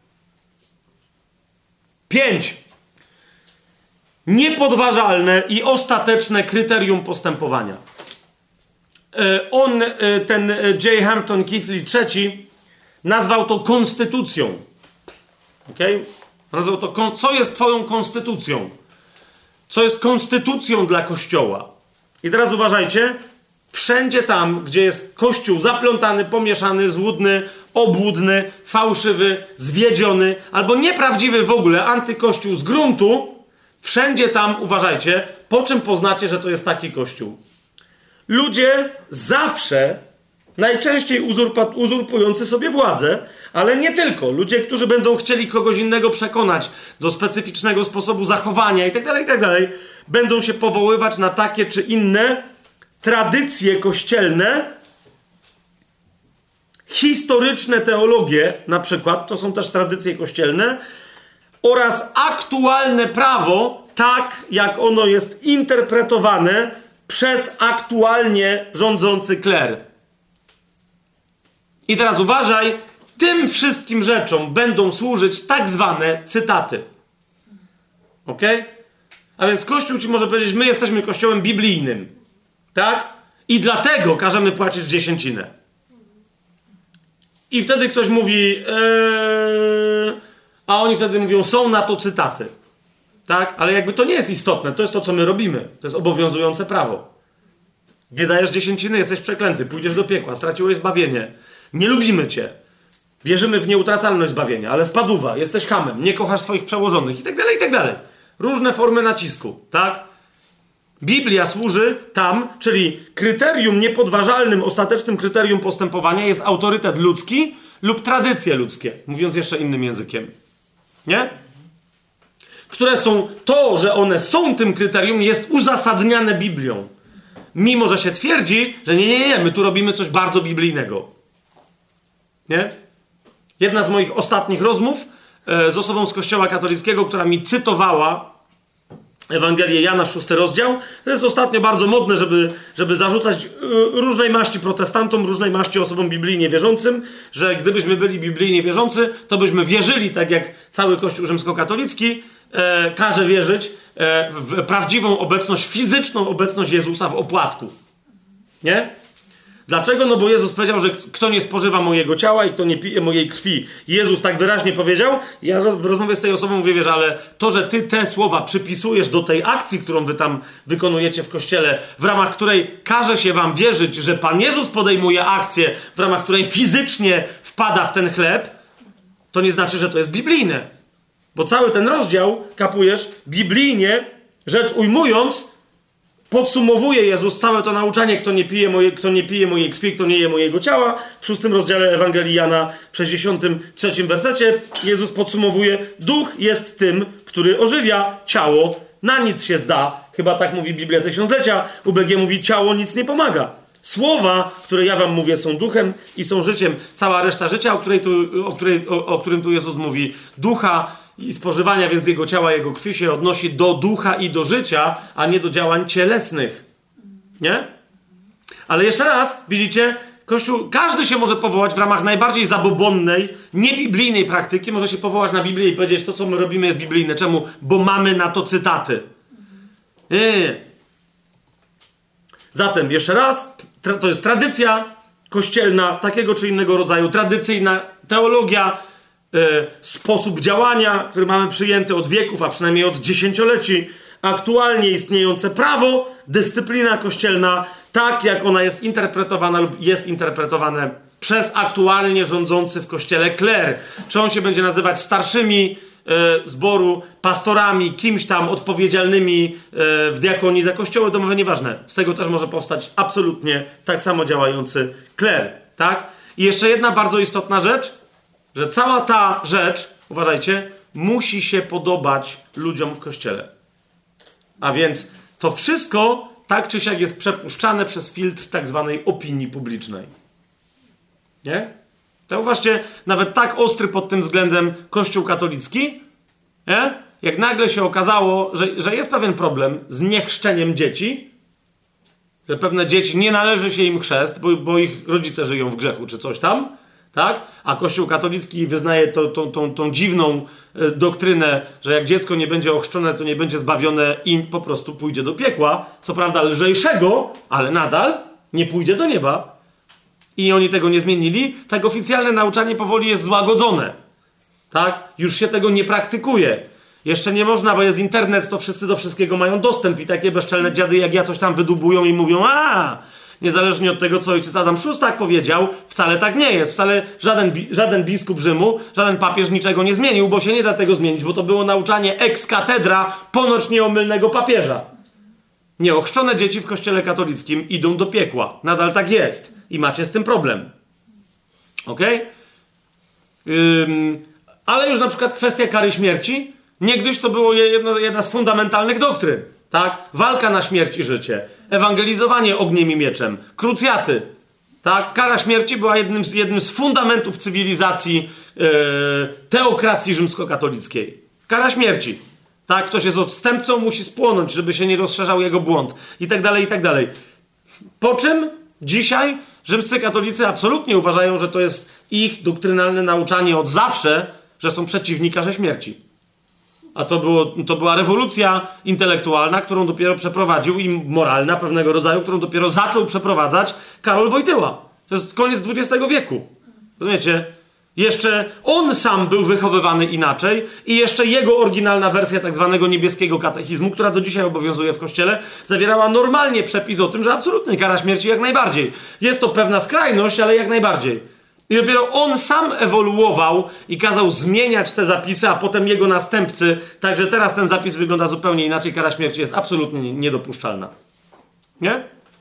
Pięć. Niepodważalne i ostateczne kryterium postępowania. On, ten J. Hampton Keathley trzeci, nazwał to konstytucją. Okay? Nazwał to, co jest twoją konstytucją? Co jest konstytucją dla Kościoła? I teraz uważajcie, wszędzie tam, gdzie jest Kościół zaplątany, pomieszany, złudny, obłudny, fałszywy, zwiedziony, albo nieprawdziwy w ogóle, antykościół z gruntu, wszędzie tam, uważajcie, po czym poznacie, że to jest taki Kościół? Ludzie zawsze, najczęściej uzurpa- uzurpujący sobie władzę, ale nie tylko. Ludzie, którzy będą chcieli kogoś innego przekonać do specyficznego sposobu zachowania itd., itd., będą się powoływać na takie czy inne tradycje kościelne, historyczne teologie, na przykład, to są też tradycje kościelne, oraz aktualne prawo, tak jak ono jest interpretowane przez aktualnie rządzący kler. I teraz uważaj, tym wszystkim rzeczom będą służyć tak zwane cytaty. Ok? A więc Kościół ci może powiedzieć, my jesteśmy kościołem biblijnym. Tak? I dlatego każemy płacić dziesięcinę. I wtedy ktoś mówi, ee, a oni wtedy mówią, są na to cytaty. Tak? Ale jakby to nie jest istotne, to jest to, co my robimy. To jest obowiązujące prawo. Nie dajesz dziesięciny, jesteś przeklęty, pójdziesz do piekła, straciłeś zbawienie. Nie lubimy cię. Wierzymy w nieutracalność zbawienia, ale spaduwa, jesteś chamem, nie kochasz swoich przełożonych i tak dalej, i tak dalej. Różne formy nacisku, tak? Biblia służy tam, czyli kryterium niepodważalnym, ostatecznym kryterium postępowania jest autorytet ludzki lub tradycje ludzkie, mówiąc jeszcze innym językiem. Nie? Które są, to, że one są tym kryterium, jest uzasadniane Biblią. Mimo, że się twierdzi, że nie, nie, nie, my tu robimy coś bardzo biblijnego. Nie? Jedna z moich ostatnich rozmów e, z osobą z Kościoła katolickiego, która mi cytowała Ewangelię Jana, szósty rozdział. To jest ostatnio bardzo modne, żeby, żeby zarzucać y, różnej maści protestantom, różnej maści osobom biblijnie wierzącym, że gdybyśmy byli biblijnie wierzący, to byśmy wierzyli, tak jak cały Kościół rzymskokatolicki e, każe wierzyć, e, w prawdziwą obecność, fizyczną obecność Jezusa w opłatku. Nie? Dlaczego? No bo Jezus powiedział, że kto nie spożywa mojego ciała i kto nie pije mojej krwi. Jezus tak wyraźnie powiedział. Ja w rozmowie z tej osobą mówię, wiesz, ale to, że ty te słowa przypisujesz do tej akcji, którą wy tam wykonujecie w kościele, w ramach której każe się wam wierzyć, że Pan Jezus podejmuje akcję, w ramach której fizycznie wpada w ten chleb, to nie znaczy, że to jest biblijne. Bo cały ten rozdział, kapujesz, biblijnie, rzecz ujmując, podsumowuje Jezus całe to nauczanie, kto nie pije, moje, kto nie pije mojej krwi, kto nie je mojego ciała. W szóstym rozdziale Ewangelii Jana, w sześćdziesiątym trzecim wersecie, Jezus podsumowuje, duch jest tym, który ożywia, ciało na nic się zda. Chyba tak mówi Biblia Tysiąclecia. U B G mówi, ciało nic nie pomaga. Słowa, które ja wam mówię, są duchem i są życiem. Cała reszta życia, o, której tu, o, której, o, o którym tu Jezus mówi, ducha i spożywania więc jego ciała, jego krwi się odnosi do ducha i do życia, a nie do działań cielesnych. Nie? Ale jeszcze raz, widzicie, Kościół, każdy się może powołać w ramach najbardziej zabobonnej, niebiblijnej praktyki, może się powołać na Biblię i powiedzieć, to co my robimy jest biblijne. Czemu? Bo mamy na to cytaty. Nie, nie, nie. Zatem, jeszcze raz, tra- to jest tradycja kościelna takiego czy innego rodzaju, tradycyjna teologia, sposób działania, który mamy przyjęty od wieków, a przynajmniej od dziesięcioleci, aktualnie istniejące prawo, dyscyplina kościelna, tak jak ona jest interpretowana lub jest interpretowane przez aktualnie rządzący w kościele kler. Czy on się będzie nazywać starszymi e, zboru, pastorami, kimś tam odpowiedzialnymi e, w diakonii za kościoły domowe, nieważne. Z tego też może powstać absolutnie tak samo działający kler, tak? I jeszcze jedna bardzo istotna rzecz, że cała ta rzecz, uważajcie, musi się podobać ludziom w kościele. A więc to wszystko tak czy siak jest przepuszczane przez filtr tak zwanej opinii publicznej. Nie? To właśnie nawet tak ostry pod tym względem Kościół katolicki, nie? Jak nagle się okazało, że, że jest pewien problem z niechrzczeniem dzieci, że pewne dzieci nie należy się im chrzest, bo, bo ich rodzice żyją w grzechu czy coś tam, tak? A Kościół katolicki wyznaje to, to, tą, tą dziwną e, doktrynę, że jak dziecko nie będzie ochrzczone, to nie będzie zbawione i po prostu pójdzie do piekła. Co prawda lżejszego, ale nadal nie pójdzie do nieba. I oni tego nie zmienili. Tak oficjalne nauczanie powoli jest złagodzone. Tak? Już się tego nie praktykuje. Jeszcze nie można, bo jest internet, to wszyscy do wszystkiego mają dostęp i takie bezczelne dziady jak ja coś tam wydubują i mówią, a niezależnie od tego, co ojciec Adam Szóstak powiedział, wcale tak nie jest. Wcale żaden, żaden biskup Rzymu, żaden papież niczego nie zmienił, bo się nie da tego zmienić, bo to było nauczanie ex cathedra ponoć nieomylnego papieża. Nieochrzczone dzieci w kościele katolickim idą do piekła. Nadal tak jest. I macie z tym problem. Okej? Okay? Ale już na przykład kwestia kary śmierci. Niegdyś to było jedno, jedna z fundamentalnych doktryn. Tak? Walka na śmierć i życie. Ewangelizowanie ogniem i mieczem. Krucjaty. Tak? Kara śmierci była jednym z, jednym z fundamentów cywilizacji yy, teokracji rzymskokatolickiej. Kara śmierci. Tak? Ktoś jest odstępcą, musi spłonąć, żeby się nie rozszerzał jego błąd. I tak dalej, i tak dalej. Po czym dzisiaj rzymscy katolicy absolutnie uważają, że to jest ich doktrynalne nauczanie od zawsze, że są przeciwni karze śmierci. A to, było, to była rewolucja intelektualna, którą dopiero przeprowadził i moralna pewnego rodzaju, którą dopiero zaczął przeprowadzać Karol Wojtyła. To jest koniec dwudziestego wieku. Rozumiecie? Jeszcze on sam był wychowywany inaczej i jeszcze jego oryginalna wersja tak zwanego niebieskiego katechizmu, która do dzisiaj obowiązuje w Kościele, zawierała normalnie przepis o tym, że absolutnie kara śmierci jak najbardziej. Jest to pewna skrajność, ale jak najbardziej. I dopiero on sam ewoluował i kazał zmieniać te zapisy, a potem jego następcy. Także teraz ten zapis wygląda zupełnie inaczej. Kara śmierci jest absolutnie niedopuszczalna. Nie?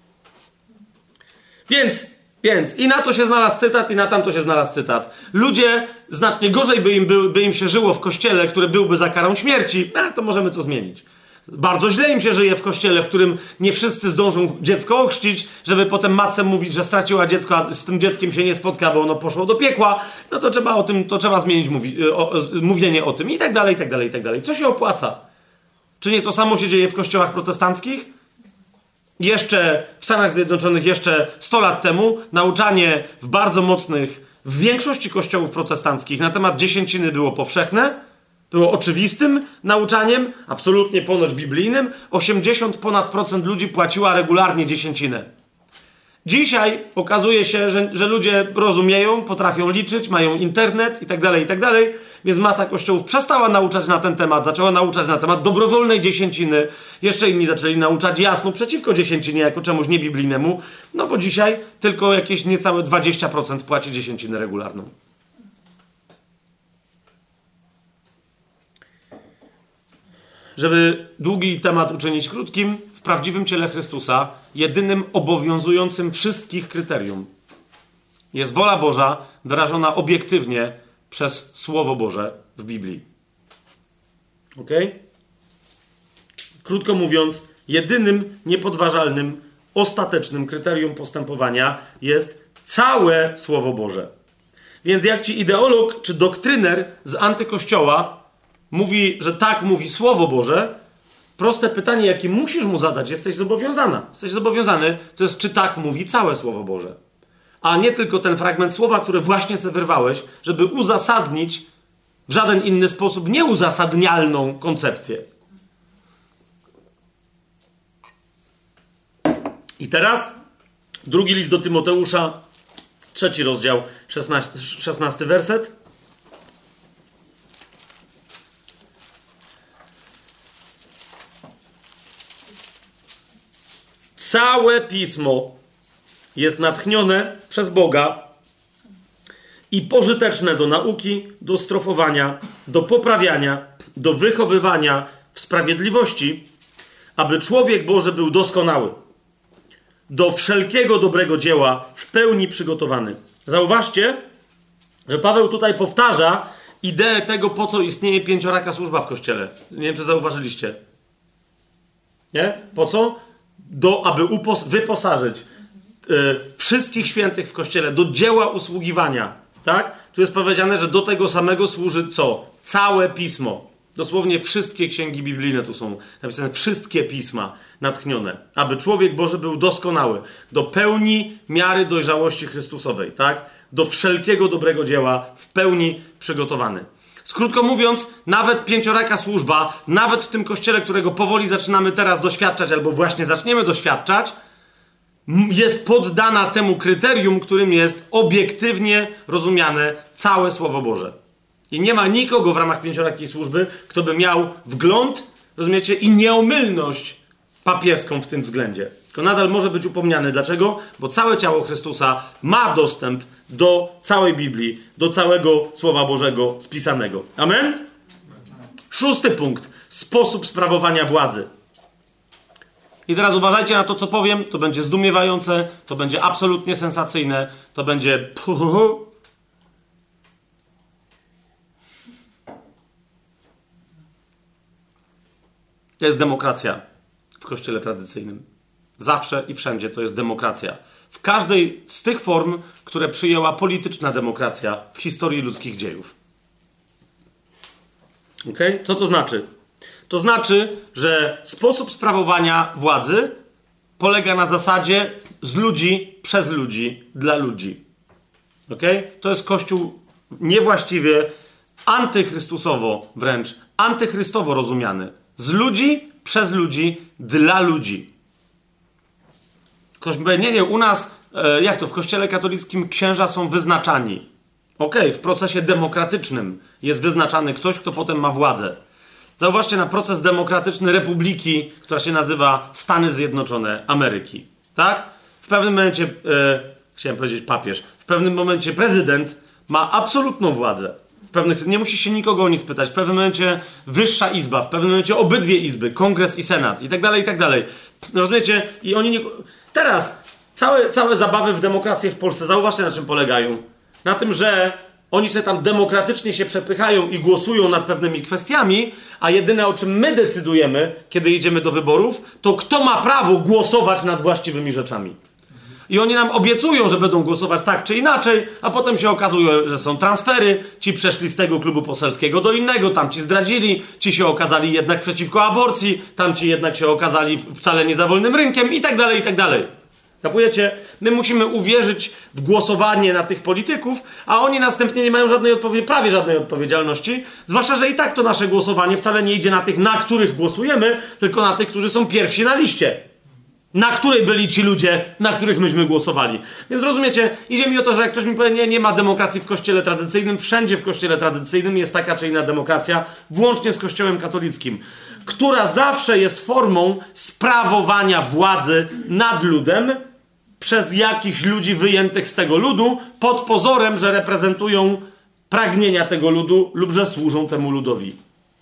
Więc, więc i na to się znalazł cytat, i na tamto się znalazł cytat. Ludzie, znacznie gorzej by im, by, by im się żyło w kościele, który byłby za karą śmierci, a to możemy to zmienić. Bardzo źle im się żyje w kościele, w którym nie wszyscy zdążą dziecko ochrzcić, żeby potem matce mówić, że straciła dziecko, a z tym dzieckiem się nie spotka, bo ono poszło do piekła. No to trzeba o tym, to trzeba zmienić mówi, o, o, mówienie o tym i tak dalej, i tak dalej, i tak dalej. Co się opłaca? Czy nie to samo się dzieje w kościołach protestanckich? Jeszcze w Stanach Zjednoczonych, jeszcze sto lat temu, nauczanie w bardzo mocnych, w większości kościołów protestanckich na temat dziesięciny było powszechne. Było oczywistym nauczaniem, absolutnie ponoć biblijnym. osiemdziesiąt ponad procent ludzi płaciła regularnie dziesięcinę. Dzisiaj okazuje się, że, że ludzie rozumieją, potrafią liczyć, mają internet i tak dalej, i tak dalej, więc masa kościołów przestała nauczać na ten temat, zaczęła nauczać na temat dobrowolnej dziesięciny. Jeszcze inni zaczęli nauczać jasno przeciwko dziesięcinie jako czemuś niebiblijnemu, no bo dzisiaj tylko jakieś niecałe dwadzieścia procent płaci dziesięcinę regularną. Żeby długi temat uczynić krótkim, w prawdziwym ciele Chrystusa jedynym obowiązującym wszystkich kryterium jest wola Boża wyrażona obiektywnie przez Słowo Boże w Biblii. Ok? Krótko mówiąc, jedynym niepodważalnym, ostatecznym kryterium postępowania jest całe Słowo Boże. Więc jak ci ideolog czy doktryner z antykościoła mówi, że tak mówi Słowo Boże, proste pytanie, jakie musisz mu zadać, jesteś zobowiązana. Jesteś zobowiązany, to jest, czy tak mówi całe Słowo Boże. A nie tylko ten fragment słowa, który właśnie sobie wyrwałeś, żeby uzasadnić w żaden inny sposób nieuzasadnialną koncepcję. I teraz drugi list do Tymoteusza, trzeci rozdział, szesnasty, szesnasty werset. Całe Pismo jest natchnione przez Boga i pożyteczne do nauki, do strofowania, do poprawiania, do wychowywania w sprawiedliwości, aby człowiek Boży był doskonały, do wszelkiego dobrego dzieła w pełni przygotowany. Zauważcie, że Paweł tutaj powtarza ideę tego, po co istnieje pięcioraka służba w Kościele. Nie wiem, czy zauważyliście. Nie? Po co? Do, aby upos- wyposażyć y, wszystkich świętych w Kościele do dzieła usługiwania. Tak? Tu jest powiedziane, że do tego samego służy co? Całe Pismo. Dosłownie wszystkie księgi biblijne tu są napisane, wszystkie pisma natchnione. Aby człowiek Boży był doskonały, do pełni miary dojrzałości Chrystusowej. Tak? Do wszelkiego dobrego dzieła w pełni przygotowany. Skrótko mówiąc, nawet pięcioraka służba, nawet w tym kościele, którego powoli zaczynamy teraz doświadczać, albo właśnie zaczniemy doświadczać, jest poddana temu kryterium, którym jest obiektywnie rozumiane całe Słowo Boże. I nie ma nikogo w ramach pięciorakiej służby, kto by miał wgląd, rozumiecie, i nieomylność papieską w tym względzie. To nadal może być upomniany. Dlaczego? Bo całe ciało Chrystusa ma dostęp do całej Biblii, do całego Słowa Bożego spisanego. Amen? Szósty punkt. Sposób sprawowania władzy. I teraz uważajcie na to, co powiem. To będzie zdumiewające, to będzie absolutnie sensacyjne, to będzie... Puh. To jest demokracja w Kościele tradycyjnym. Zawsze i wszędzie to jest demokracja. W każdej z tych form, które przyjęła polityczna demokracja w historii ludzkich dziejów. Okay? Co to znaczy? To znaczy, że sposób sprawowania władzy polega na zasadzie z ludzi, przez ludzi, dla ludzi. Okay? To jest Kościół niewłaściwie antychrystusowo wręcz, antychrystowo rozumiany. Z ludzi, przez ludzi, dla ludzi. Ktoś powie, nie, nie, u nas, e, jak to, w Kościele katolickim księża są wyznaczani. Okej, okay, w procesie demokratycznym jest wyznaczany ktoś, kto potem ma władzę. Zauważcie na proces demokratyczny republiki, która się nazywa Stany Zjednoczone Ameryki. Tak? W pewnym momencie, e, chciałem powiedzieć papież, w pewnym momencie prezydent ma absolutną władzę. W pewnych, nie musi się nikogo o nic pytać. W pewnym momencie wyższa izba, w pewnym momencie obydwie izby, kongres i senat i tak dalej, i tak dalej. Rozumiecie? I oni nie... Teraz całe, całe zabawy w demokrację w Polsce, zauważcie na czym polegają. Na tym, że oni sobie tam demokratycznie się przepychają i głosują nad pewnymi kwestiami, a jedyne o czym my decydujemy, kiedy idziemy do wyborów, to kto ma prawo głosować nad właściwymi rzeczami. I oni nam obiecują, że będą głosować tak czy inaczej, a potem się okazuje, że są transfery, ci przeszli z tego klubu poselskiego do innego, tamci zdradzili, ci się okazali jednak przeciwko aborcji, tamci jednak się okazali wcale nie za wolnym rynkiem i tak dalej, i tak dalej. Kapujecie? My musimy uwierzyć w głosowanie na tych polityków, a oni następnie nie mają żadnej odpowiedzialności, prawie żadnej odpowiedzialności, zwłaszcza, że i tak to nasze głosowanie wcale nie idzie na tych, na których głosujemy, tylko na tych, którzy są pierwsi na liście. Na której byli ci ludzie, na których myśmy głosowali. Więc rozumiecie, idzie mi o to, że jak ktoś mi powie, nie, nie ma demokracji w kościele tradycyjnym, wszędzie w kościele tradycyjnym jest taka czy inna demokracja, włącznie z kościołem katolickim, która zawsze jest formą sprawowania władzy nad ludem przez jakichś ludzi wyjętych z tego ludu, pod pozorem, że reprezentują pragnienia tego ludu lub że służą temu ludowi.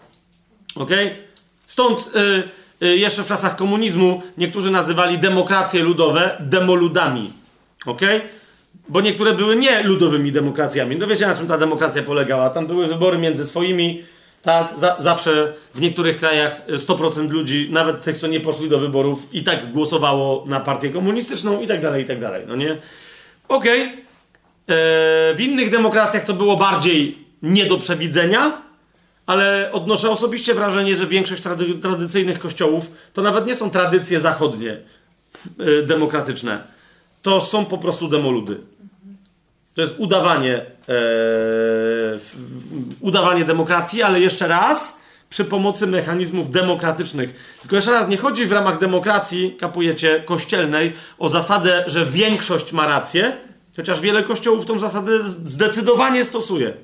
Okej? Okay? Stąd... Yy, Jeszcze w czasach komunizmu niektórzy nazywali demokracje ludowe demoludami. Okej? Okay? Bo niektóre były nie ludowymi demokracjami. No wiecie, na czym ta demokracja polegała? Tam były wybory między swoimi. Tak, za, zawsze w niektórych krajach sto procent ludzi, nawet tych, co nie poszli do wyborów, i tak głosowało na partię komunistyczną i tak dalej, i tak dalej. No nie? Okej. Okay. W innych demokracjach to było bardziej nie do przewidzenia, ale odnoszę osobiście wrażenie, że większość trady- tradycyjnych kościołów to nawet nie są tradycje zachodnie yy, demokratyczne. To są po prostu demoludy. To jest udawanie yy, udawanie demokracji, ale jeszcze raz przy pomocy mechanizmów demokratycznych. Tylko jeszcze raz, nie chodzi w ramach demokracji, kapujecie, kościelnej o zasadę, że większość ma rację, chociaż wiele kościołów tą zasadę zdecydowanie stosuje.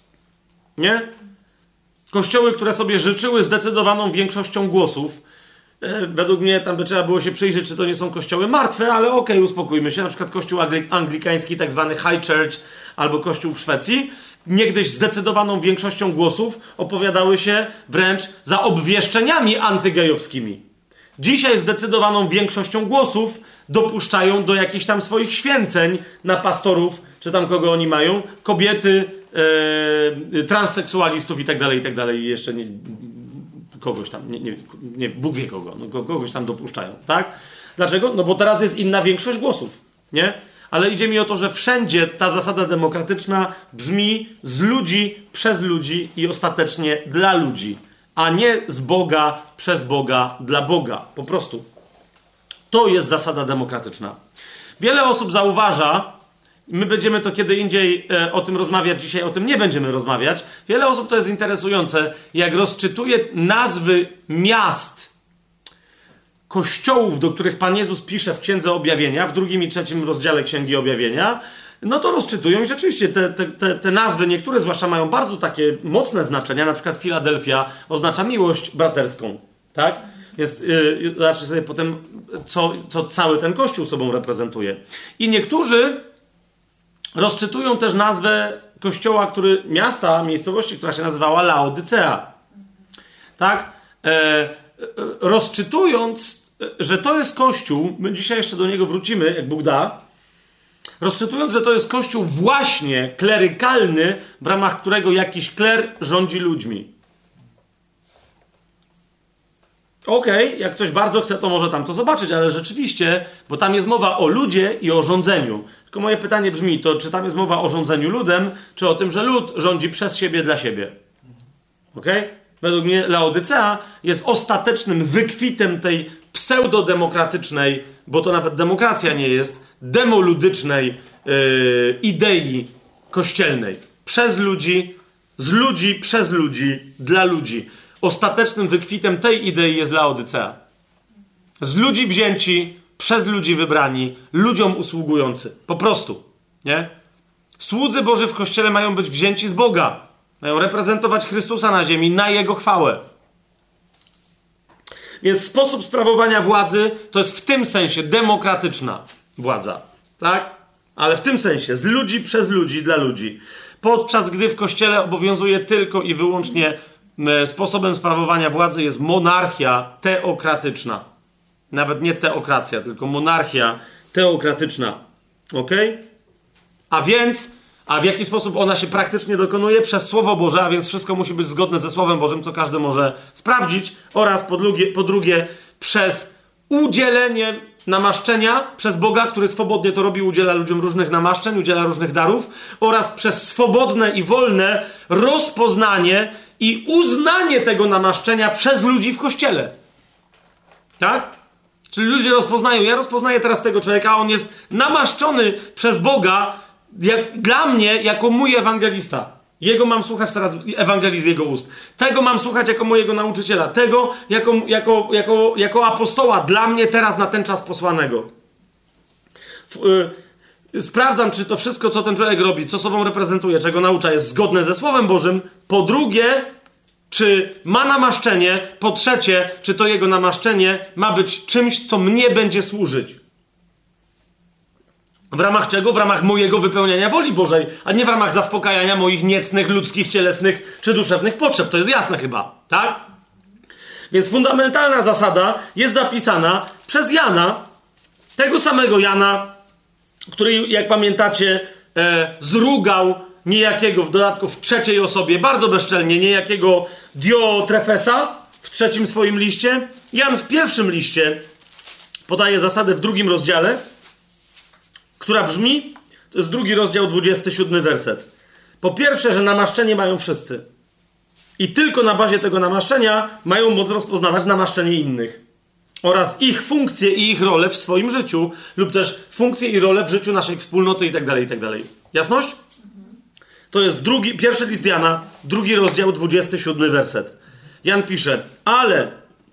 Nie? Kościoły, które sobie życzyły zdecydowaną większością głosów Według mnie tam by trzeba było się przyjrzeć, czy to nie są kościoły martwe, ale okej, okay, uspokójmy się. Na przykład kościół anglikański, tak zwany High Church, albo kościół w Szwecji, niegdyś zdecydowaną większością głosów opowiadały się wręcz za obwieszczeniami antygejowskimi. Dzisiaj zdecydowaną większością głosów dopuszczają do jakichś tam swoich święceń na pastorów, czy tam kogo oni mają, kobiety, e, transseksualistów i tak dalej, i tak dalej. I jeszcze nie, kogoś tam, nie, nie, nie, Bóg wie kogo, no, kogoś tam dopuszczają, tak? Dlaczego? No bo teraz jest inna większość głosów, nie? Ale idzie mi o to, że wszędzie ta zasada demokratyczna brzmi z ludzi, przez ludzi i ostatecznie dla ludzi, a nie z Boga, przez Boga, dla Boga. Po prostu. To jest zasada demokratyczna. Wiele osób zauważa, my będziemy to kiedy indziej e, o tym rozmawiać, dzisiaj o tym nie będziemy rozmawiać. Wiele osób, to jest interesujące, jak rozczytuje nazwy miast, kościołów, do których Pan Jezus pisze w Księdze Objawienia, w drugim i trzecim rozdziale Księgi Objawienia, no to rozczytują i rzeczywiście te, te, te, te nazwy, niektóre zwłaszcza mają bardzo takie mocne znaczenia, na przykład Filadelfia oznacza miłość braterską, tak? Więc yy, zobaczcie sobie potem, co, co cały ten kościół sobą reprezentuje. I niektórzy rozczytują też nazwę kościoła, który, miasta, miejscowości, która się nazywała Laodycea. Tak? E, rozczytując, że to jest kościół, my dzisiaj jeszcze do niego wrócimy, jak Bóg da, rozczytując, że to jest kościół właśnie klerykalny, w ramach którego jakiś kler rządzi ludźmi. Okej, okay, jak ktoś bardzo chce, to może tam to zobaczyć, ale rzeczywiście, bo tam jest mowa o ludzie i o rządzeniu. Tylko moje pytanie brzmi, to czy tam jest mowa o rządzeniu ludem, czy o tym, że lud rządzi przez siebie dla siebie? Okej? Okay? Według mnie Laodycea jest ostatecznym wykwitem tej pseudodemokratycznej, bo to nawet demokracja nie jest, demoludycznej yy, idei kościelnej. Przez ludzi, z ludzi, przez ludzi, dla ludzi. Ostatecznym wykwitem tej idei jest Laodycea. Z ludzi wzięci, przez ludzi wybrani, ludziom usługujący. Po prostu. Nie? Słudzy Boży w Kościele mają być wzięci z Boga. Mają reprezentować Chrystusa na ziemi, na Jego chwałę. Więc sposób sprawowania władzy to jest w tym sensie demokratyczna władza. Tak? Ale w tym sensie, z ludzi, przez ludzi, dla ludzi. Podczas gdy w Kościele obowiązuje tylko i wyłącznie sposobem sprawowania władzy jest monarchia teokratyczna. Nawet nie teokracja, tylko monarchia teokratyczna. Ok? A więc, a w jaki sposób ona się praktycznie dokonuje? Przez Słowo Boże, a więc wszystko musi być zgodne ze Słowem Bożym, co każdy może sprawdzić. Oraz po drugie, po drugie przez udzielenie namaszczenia przez Boga, który swobodnie to robi, udziela ludziom różnych namaszczeń, udziela różnych darów. Oraz przez swobodne i wolne rozpoznanie i uznanie tego namaszczenia przez ludzi w Kościele. Tak? Czyli ludzie rozpoznają. Ja rozpoznaję teraz tego człowieka, a on jest namaszczony przez Boga jak, dla mnie jako mój ewangelista. Jego mam słuchać teraz, Ewangelii z jego ust. Tego mam słuchać jako mojego nauczyciela. Tego jako, jako, jako, jako apostoła dla mnie teraz na ten czas posłanego. W, y, sprawdzam, czy to wszystko, co ten człowiek robi, co sobą reprezentuje, czego naucza, jest zgodne ze Słowem Bożym. Po drugie, czy ma namaszczenie. Po trzecie, czy to jego namaszczenie ma być czymś, co mnie będzie służyć. W ramach czego? W ramach mojego wypełniania woli Bożej, a nie w ramach zaspokajania moich niecnych, ludzkich, cielesnych czy duszewnych potrzeb. To jest jasne chyba, tak? Więc fundamentalna zasada jest zapisana przez Jana, tego samego Jana, który, jak pamiętacie, e, zrugał niejakiego, w dodatku w trzeciej osobie, bardzo bezczelnie, niejakiego Diotrefesa w trzecim swoim liście. Jan w pierwszym liście podaje zasadę w drugim rozdziale, która brzmi, to jest drugi rozdział, dwudziesty siódmy werset. Po pierwsze, że namaszczenie mają wszyscy. I tylko na bazie tego namaszczenia mają moc rozpoznawać namaszczenie innych. Oraz ich funkcje i ich role w swoim życiu, lub też funkcje i role w życiu naszej wspólnoty i tak dalej, i tak dalej. Jasność? To jest drugi, pierwszy list Jana, drugi rozdział, dwudziesty siódmy werset. Jan pisze, ale...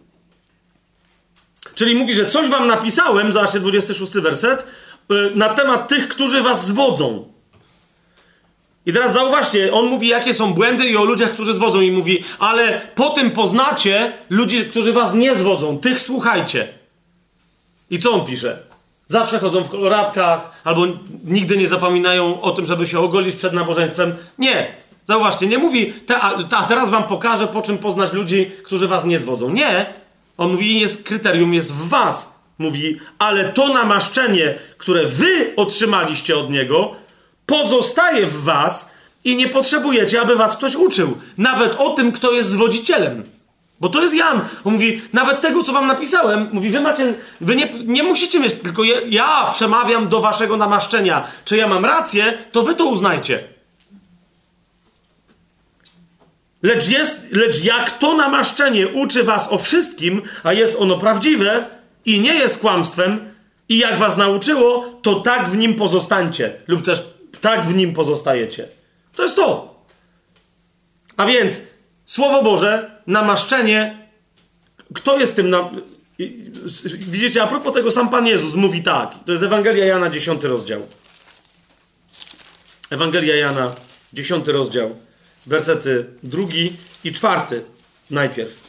Czyli mówi, że coś wam napisałem, zobaczcie dwudziesty szósty werset, na temat tych, którzy was zwodzą. I teraz zauważcie, on mówi, jakie są błędy i o ludziach, którzy zwodzą. I mówi, ale po tym poznacie ludzi, którzy was nie zwodzą. Tych słuchajcie. I co on pisze? Zawsze chodzą w koloratkach, albo nigdy nie zapominają o tym, żeby się ogolić przed nabożeństwem. Nie. Zauważcie, nie mówi, te, a, a teraz wam pokażę, po czym poznać ludzi, którzy was nie zwodzą. Nie. On mówi, jest kryterium jest w was. Mówi, ale to namaszczenie, które wy otrzymaliście od niego, pozostaje w was i nie potrzebujecie, aby was ktoś uczył. Nawet o tym, kto jest zwodzicielem. Bo to jest Jan. On mówi, nawet tego, co wam napisałem, mówi, wy macie, wy nie, nie musicie mieć, tylko ja, ja przemawiam do waszego namaszczenia. Czy ja mam rację, to wy to uznajcie. Lecz, jest, lecz jak to namaszczenie uczy was o wszystkim, a jest ono prawdziwe i nie jest kłamstwem, i jak was nauczyło, to tak w nim pozostańcie. Lub też tak w nim pozostajecie. To jest to. A więc Słowo Boże, namaszczenie, kto jest tym... Na... Widzicie, a propos tego, sam Pan Jezus mówi tak. To jest Ewangelia Jana, dziesiąty rozdział. Ewangelia Jana, dziesiąty rozdział. Wersety drugi i czwarty najpierw.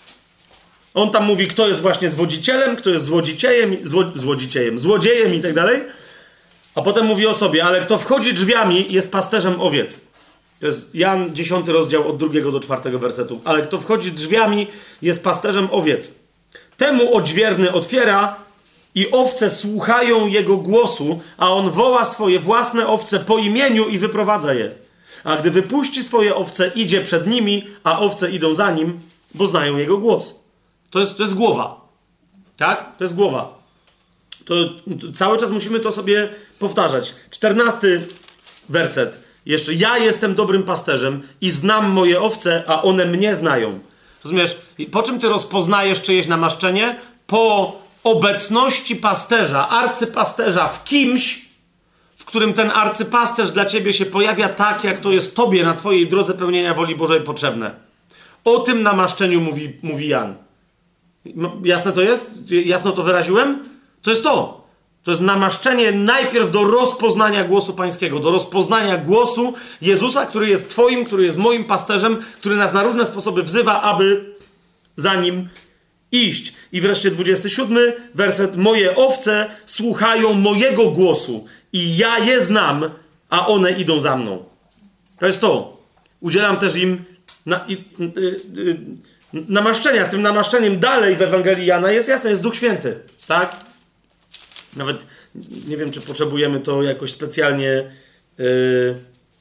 On tam mówi, kto jest właśnie zwodzicielem, kto jest złodziciejem, zło, złodziciejem, złodziejem i tak dalej. A potem mówi o sobie, ale kto wchodzi drzwiami, jest pasterzem owiec. To jest Jan, dziesiąty rozdział od drugiego do czwartego wersetu. Ale kto wchodzi drzwiami, jest pasterzem owiec. Temu odźwierny otwiera i owce słuchają jego głosu, a on woła swoje własne owce po imieniu i wyprowadza je. A gdy wypuści swoje owce, idzie przed nimi, a owce idą za nim, bo znają jego głos. To jest, to jest głowa. Tak? To jest głowa. To, to cały czas musimy to sobie powtarzać. Czternasty werset. Jeszcze ja jestem dobrym pasterzem i znam moje owce, a one mnie znają. Rozumiesz? Po czym ty rozpoznajesz czyjeś namaszczenie? Po obecności pasterza, arcypasterza w kimś, w którym ten arcypasterz dla ciebie się pojawia tak, jak to jest tobie na twojej drodze pełnienia woli Bożej potrzebne. O tym namaszczeniu mówi, mówi Jan. Jasne to jest? Jasno to wyraziłem? To jest to. To jest namaszczenie najpierw do rozpoznania głosu Pańskiego, do rozpoznania głosu Jezusa, który jest twoim, który jest moim pasterzem, który nas na różne sposoby wzywa, aby za nim iść. I wreszcie dwudziesty siódmy werset. Moje owce słuchają mojego głosu i ja je znam, a one idą za mną. To jest to. Udzielam też im na, i, y, y, namaszczenia. Tym namaszczeniem dalej w Ewangelii Jana jest jasne, jest Duch Święty. Tak? Nawet nie wiem, czy potrzebujemy to jakoś specjalnie yy,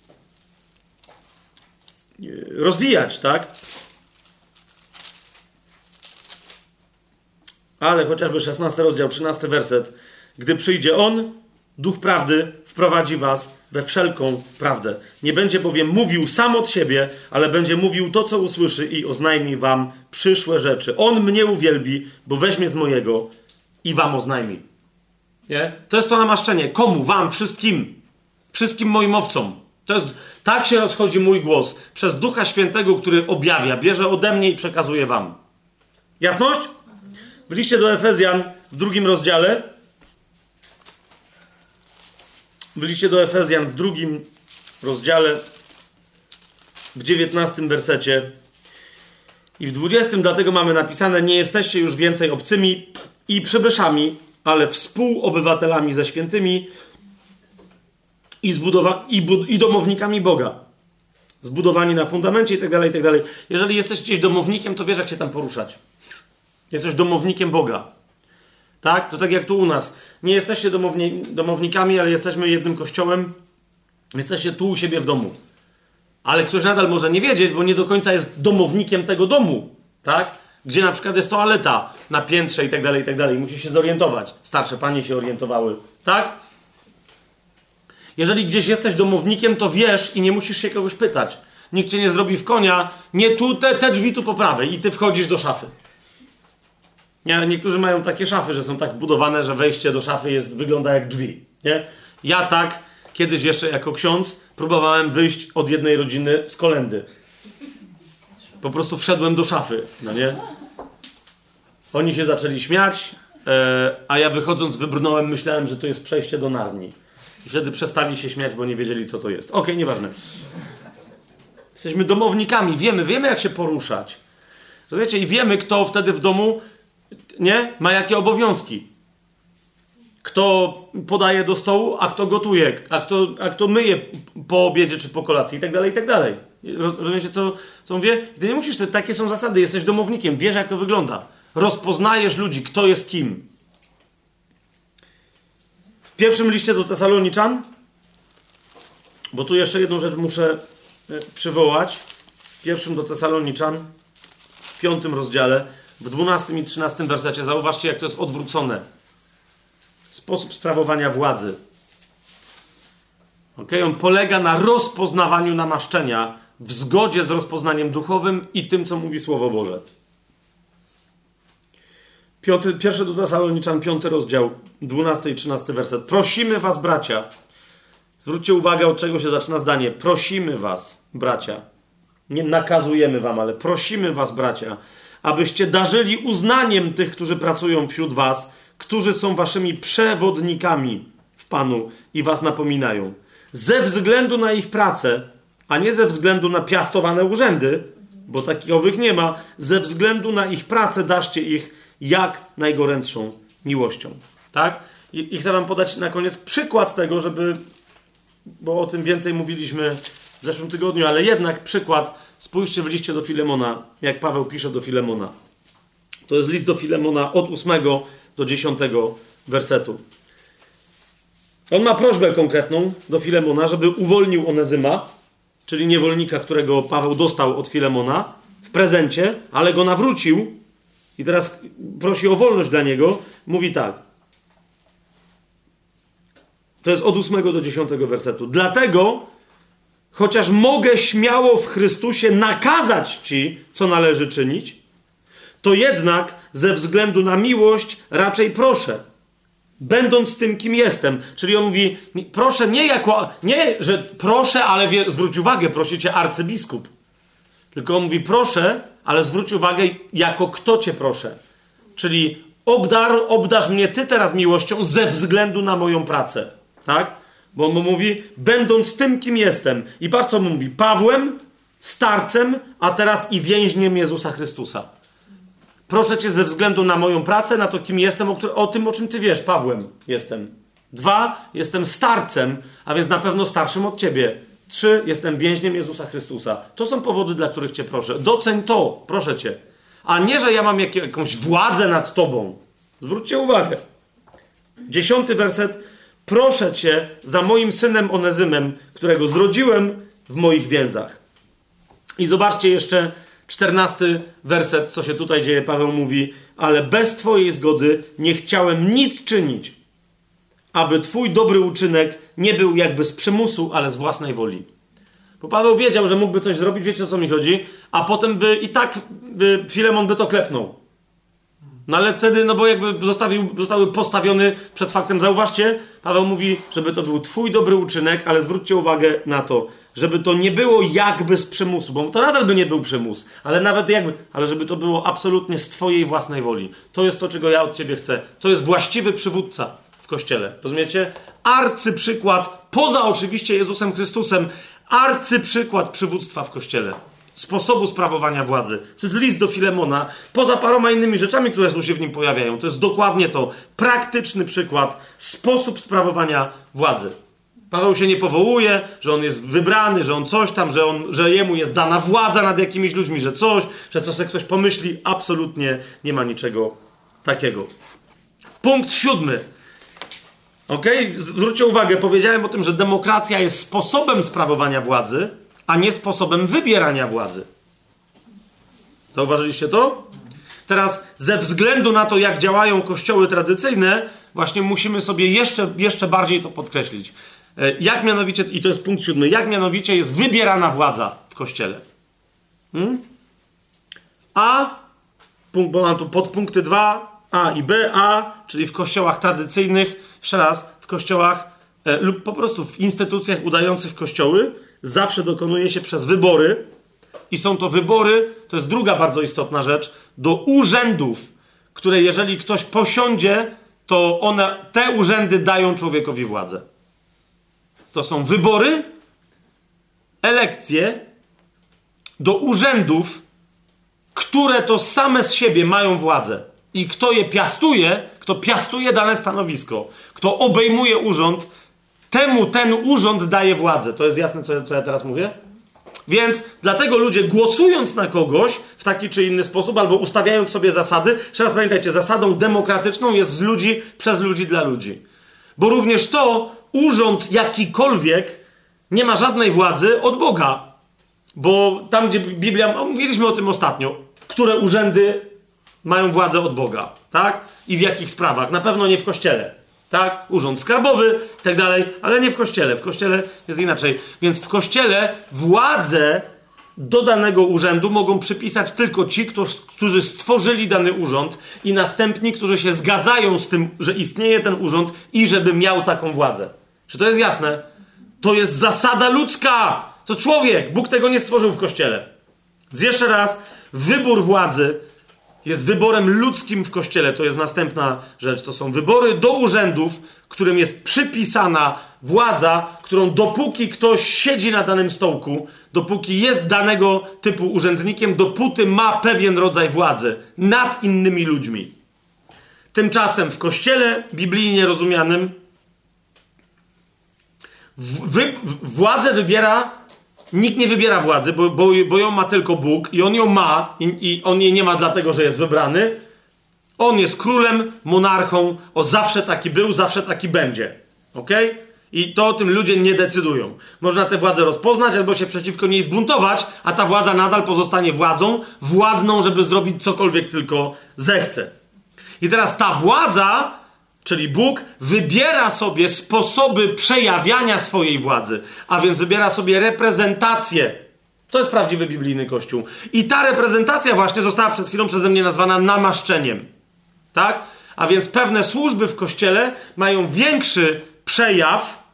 rozwijać, tak? Ale chociażby szesnasty rozdział, trzynasty werset. Gdy przyjdzie On, Duch Prawdy, wprowadzi was we wszelką prawdę. Nie będzie bowiem mówił sam od siebie, ale będzie mówił to, co usłyszy i oznajmi wam przyszłe rzeczy. On mnie uwielbi, bo weźmie z mojego i wam oznajmi. Nie? To jest to namaszczenie. Komu? Wam, wszystkim. Wszystkim moim owcom. To jest, tak się rozchodzi mój głos. Przez Ducha Świętego, który objawia, bierze ode mnie i przekazuje wam. Jasność? W liście do Efezjan w drugim rozdziale. W liście do Efezjan w drugim rozdziale w dziewiętnastym wersecie i w dwudziestym, dlatego mamy napisane: nie jesteście już więcej obcymi i przybyszami, ale współobywatelami ze świętymi i, zbudowa- i, bud- i domownikami Boga. Zbudowani na fundamencie i tak dalej, i tak dalej. Jeżeli jesteś gdzieś domownikiem, to wiesz, jak się tam poruszać. Jesteś domownikiem Boga. Tak? To tak jak tu u nas. Nie jesteście domowni- domownikami, ale jesteśmy jednym kościołem. Jesteście tu u siebie w domu. Ale ktoś nadal może nie wiedzieć, bo nie do końca jest domownikiem tego domu. Tak? Gdzie na przykład jest toaleta na piętrze i tak dalej, i tak dalej. Musi się zorientować. Starsze panie się orientowały. Tak? Jeżeli gdzieś jesteś domownikiem, to wiesz i nie musisz się kogoś pytać. Nikt cię nie zrobi w konia. Nie tu, te, te drzwi tu po prawej i ty wchodzisz do szafy. Nie, niektórzy mają takie szafy, że są tak wbudowane, że wejście do szafy jest, wygląda jak drzwi. Nie? Ja tak, kiedyś jeszcze jako ksiądz, próbowałem wyjść od jednej rodziny z kolędy. Po prostu wszedłem do szafy, no nie? Oni się zaczęli śmiać, e, a ja wychodząc wybrnąłem, myślałem, że to jest przejście do Narni. I wtedy przestali się śmiać, bo nie wiedzieli, co to jest. Okej, okay, nieważne. Jesteśmy domownikami, wiemy, wiemy, jak się poruszać. To wiecie, i wiemy, kto wtedy w domu, nie, ma jakie obowiązki. Kto podaje do stołu, a kto gotuje, a kto, a kto myje po obiedzie czy po kolacji i tak dalej, i tak dalej. Rozumiecie, co, co mówię? I ty nie musisz, te, takie są zasady, jesteś domownikiem, wiesz, jak to wygląda. Rozpoznajesz ludzi, kto jest kim. W pierwszym liście do Tesaloniczan, bo tu jeszcze jedną rzecz muszę przywołać. W pierwszym do Tesaloniczan, w piątym rozdziale, w dwunastym i trzynastym wersecie, zauważcie, jak to jest odwrócone. Sposób sprawowania władzy. Okay? On polega na rozpoznawaniu namaszczenia w zgodzie z rozpoznaniem duchowym i tym, co mówi Słowo Boże. Piąty, pierwszy do Tesaloniczan, piąty rozdział, dwunasty i trzynasty werset. Prosimy was, bracia. Zwróćcie uwagę, od czego się zaczyna zdanie. Prosimy was, bracia. Nie nakazujemy wam, ale prosimy was, bracia, abyście darzyli uznaniem tych, którzy pracują wśród was, którzy są waszymi przewodnikami w Panu i was napominają. Ze względu na ich pracę, a nie ze względu na piastowane urzędy, bo takich nie ma, ze względu na ich pracę darzcie ich jak najgorętszą miłością. Tak? I, I chcę wam podać na koniec przykład tego, żeby, bo o tym więcej mówiliśmy w zeszłym tygodniu, ale jednak przykład, spójrzcie w liście do Filemona, jak Paweł pisze do Filemona. To jest list do Filemona od ósmego do dziesiątego wersetu. On ma prośbę konkretną do Filemona, żeby uwolnił Onezyma, czyli niewolnika, którego Paweł dostał od Filemona w prezencie, ale go nawrócił i teraz prosi o wolność dla niego. Mówi tak. To jest od ósmego do dziesiątego wersetu. Dlatego, chociaż mogę śmiało w Chrystusie nakazać ci, co należy czynić, to jednak ze względu na miłość raczej proszę, będąc tym, kim jestem. Czyli on mówi, proszę nie jako, nie, że proszę, ale wie, zwróć uwagę, prosi cię arcybiskup. Tylko on mówi, proszę, ale zwróć uwagę, jako kto cię proszę. Czyli obdar, obdarz mnie ty teraz miłością ze względu na moją pracę. Tak? Bo on mu mówi, będąc tym, kim jestem. I patrz, co mu mówi. Pawłem, starcem, a teraz i więźniem Jezusa Chrystusa. Proszę cię ze względu na moją pracę, na to, kim jestem, o, o tym, o czym ty wiesz. Pawłem jestem. Dwa, jestem starcem, a więc na pewno starszym od ciebie. Trzy, jestem więźniem Jezusa Chrystusa. To są powody, dla których cię proszę. Doceń to, proszę cię. A nie, że ja mam jak, jakąś władzę nad tobą. Zwróćcie uwagę. Dziesiąty werset. Proszę cię za moim synem Onezymem, którego zrodziłem w moich więzach. I zobaczcie jeszcze czternasty werset, co się tutaj dzieje. Paweł mówi, ale bez twojej zgody nie chciałem nic czynić, aby twój dobry uczynek nie był jakby z przymusu, ale z własnej woli. Bo Paweł wiedział, że mógłby coś zrobić, wiecie, o co mi chodzi, a potem by i tak by Filemon by to klepnął. No ale wtedy, no bo jakby zostawił, zostały postawiony przed faktem, zauważcie, Paweł mówi, żeby to był twój dobry uczynek, ale zwróćcie uwagę na to, żeby to nie było jakby z przymusu, bo to nadal by nie był przymus, ale nawet jakby, ale żeby to było absolutnie z twojej własnej woli. To jest to, czego ja od ciebie chcę. To jest właściwy przywódca w Kościele. Rozumiecie? Arcyprzykład, poza oczywiście Jezusem Chrystusem, arcyprzykład przywództwa w Kościele. Sposobu sprawowania władzy. To jest list do Filemona. Poza paroma innymi rzeczami, które się w nim pojawiają. To jest dokładnie to. Praktyczny przykład. Sposób sprawowania władzy. Paweł się nie powołuje, że on jest wybrany, że on coś tam, że, on, że jemu jest dana władza nad jakimiś ludźmi, że coś, że co sobie ktoś pomyśli. Absolutnie nie ma niczego takiego. Punkt siódmy. Okej? Okay? Zwróćcie uwagę, powiedziałem o tym, że demokracja jest sposobem sprawowania władzy, a nie sposobem wybierania władzy. Zauważyliście to? Teraz ze względu na to, jak działają kościoły tradycyjne, właśnie musimy sobie jeszcze, jeszcze bardziej to podkreślić. Jak mianowicie, i to jest punkt siódmy, jak mianowicie jest wybierana władza w kościele. Hmm? A, punkt, bo mam tu podpunkty dwa, A i B, A, czyli w kościołach tradycyjnych, jeszcze raz, w kościołach e, lub po prostu w instytucjach udających kościoły, zawsze dokonuje się przez wybory i są to wybory, to jest druga bardzo istotna rzecz, do urzędów, które jeżeli ktoś posiądzie, to one, te urzędy dają człowiekowi władzę. To są wybory, elekcje do urzędów, które to same z siebie mają władzę. I kto je piastuje, kto piastuje dane stanowisko, kto obejmuje urząd, temu ten urząd daje władzę. To jest jasne, co, co ja teraz mówię? Więc dlatego ludzie, głosując na kogoś w taki czy inny sposób, albo ustawiając sobie zasady, jeszcze raz pamiętajcie, zasadą demokratyczną jest z ludzi, przez ludzi, dla ludzi. Bo również to, urząd jakikolwiek nie ma żadnej władzy od Boga. Bo tam, gdzie Biblia, mówiliśmy o tym ostatnio, które urzędy mają władzę od Boga, tak? I w jakich sprawach? Na pewno nie w Kościele, tak? Urząd skarbowy i tak dalej, ale nie w Kościele. W Kościele jest inaczej. Więc w Kościele władzę do danego urzędu mogą przypisać tylko ci, którzy stworzyli dany urząd i następni, którzy się zgadzają z tym, że istnieje ten urząd i żeby miał taką władzę. Czy to jest jasne? To jest zasada ludzka! To człowiek! Bóg tego nie stworzył w Kościele. Więc jeszcze raz, wybór władzy jest wyborem ludzkim w Kościele. To jest następna rzecz. To są wybory do urzędów, którym jest przypisana władza, którą dopóki ktoś siedzi na danym stołku, dopóki jest danego typu urzędnikiem, dopóty ma pewien rodzaj władzy nad innymi ludźmi. Tymczasem w Kościele biblijnie rozumianym wy, władzę wybiera, nikt nie wybiera władzy, bo, bo, bo ją ma tylko Bóg i on ją ma i, i on jej nie ma dlatego, że jest wybrany. On jest królem, monarchą, o zawsze taki był, zawsze taki będzie. Okej? Okay? I to o tym ludzie nie decydują. Można tę władzę rozpoznać albo się przeciwko niej zbuntować, a ta władza nadal pozostanie władzą, władną, żeby zrobić cokolwiek tylko zechce. I teraz ta władza, czyli Bóg, wybiera sobie sposoby przejawiania swojej władzy, a więc wybiera sobie reprezentację. To jest prawdziwy biblijny Kościół. I ta reprezentacja właśnie została przed chwilą przeze mnie nazwana namaszczeniem. Tak? A więc pewne służby w Kościele mają większy przejaw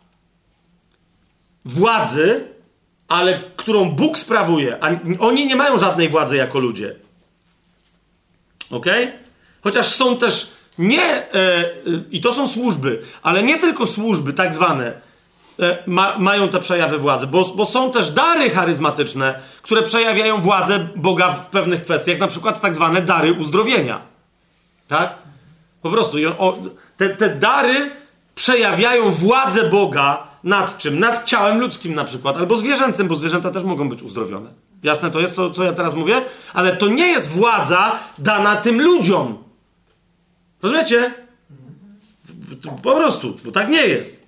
władzy, ale którą Bóg sprawuje, a oni nie mają żadnej władzy jako ludzie. Okej? Okay? Chociaż są też nie, e, e, i to są służby, ale nie tylko służby tak zwane e, ma, mają te przejawy władzy, bo, bo są też dary charyzmatyczne, które przejawiają władzę Boga w pewnych kwestiach, na przykład tak zwane dary uzdrowienia. Tak? Po prostu o, te, te dary przejawiają władzę Boga nad czym? Nad ciałem ludzkim na przykład, albo zwierzęcym, bo zwierzęta też mogą być uzdrowione. Jasne to jest to, co ja teraz mówię? Ale to nie jest władza dana tym ludziom. Rozumiecie? Po prostu, bo tak nie jest.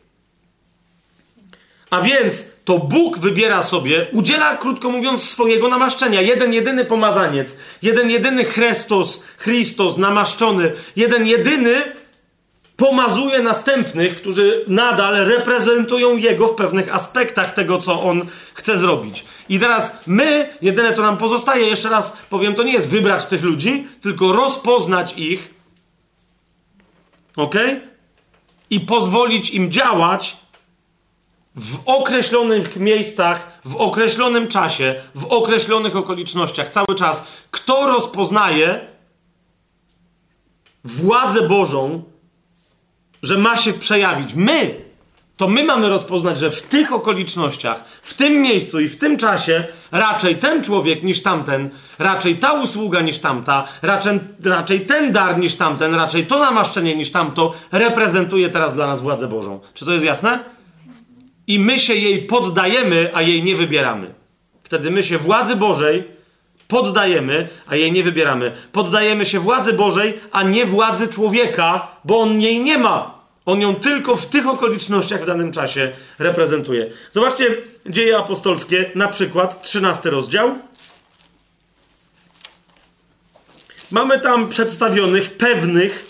A więc to Bóg wybiera sobie, udziela, krótko mówiąc, swojego namaszczenia. Jeden jedyny pomazaniec, jeden jedyny Chrystus, Chrystus namaszczony, jeden jedyny pomazuje następnych, którzy nadal reprezentują Jego w pewnych aspektach tego, co On chce zrobić. I teraz my, jedyne co nam pozostaje, jeszcze raz powiem, to nie jest wybrać tych ludzi, tylko rozpoznać ich, okej? I pozwolić im działać w określonych miejscach, w określonym czasie, w określonych okolicznościach, cały czas. Kto rozpoznaje władzę Bożą, że ma się przejawić? My! To my mamy rozpoznać, że w tych okolicznościach, w tym miejscu i w tym czasie raczej ten człowiek niż tamten, raczej ta usługa niż tamta, raczej, raczej ten dar niż tamten, raczej to namaszczenie niż tamto reprezentuje teraz dla nas władzę Bożą. Czy to jest jasne? I my się jej poddajemy, a jej nie wybieramy. Wtedy my się władzy Bożej poddajemy, a jej nie wybieramy. Poddajemy się władzy Bożej, a nie władzy człowieka, bo on jej nie ma. On ją tylko w tych okolicznościach w danym czasie reprezentuje. Zobaczcie Dzieje Apostolskie, na przykład trzynasty rozdział. Mamy tam przedstawionych pewnych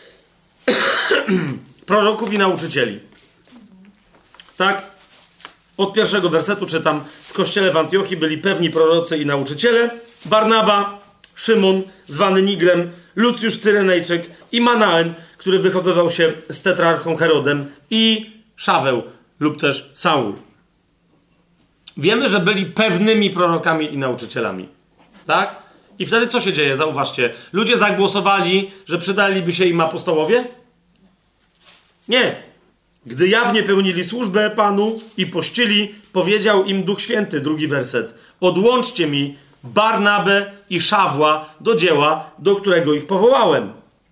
proroków i nauczycieli. Tak? Od pierwszego wersetu czytam. W kościele w Antiochii byli pewni prorocy i nauczyciele. Barnaba, Szymon, zwany Nigrem, Lucjusz Cyrenejczyk i Manaen, który wychowywał się z tetrarchą Herodem, i Szaweł lub też Saul. Wiemy, że byli pewnymi prorokami i nauczycielami. Tak? I wtedy co się dzieje? Zauważcie. Ludzie zagłosowali, że przydaliby się im apostołowie? Nie. Gdy jawnie pełnili służbę Panu i pościli, powiedział im Duch Święty, drugi werset. Odłączcie mi Barnabę i Szawła do dzieła, do którego ich powołałem.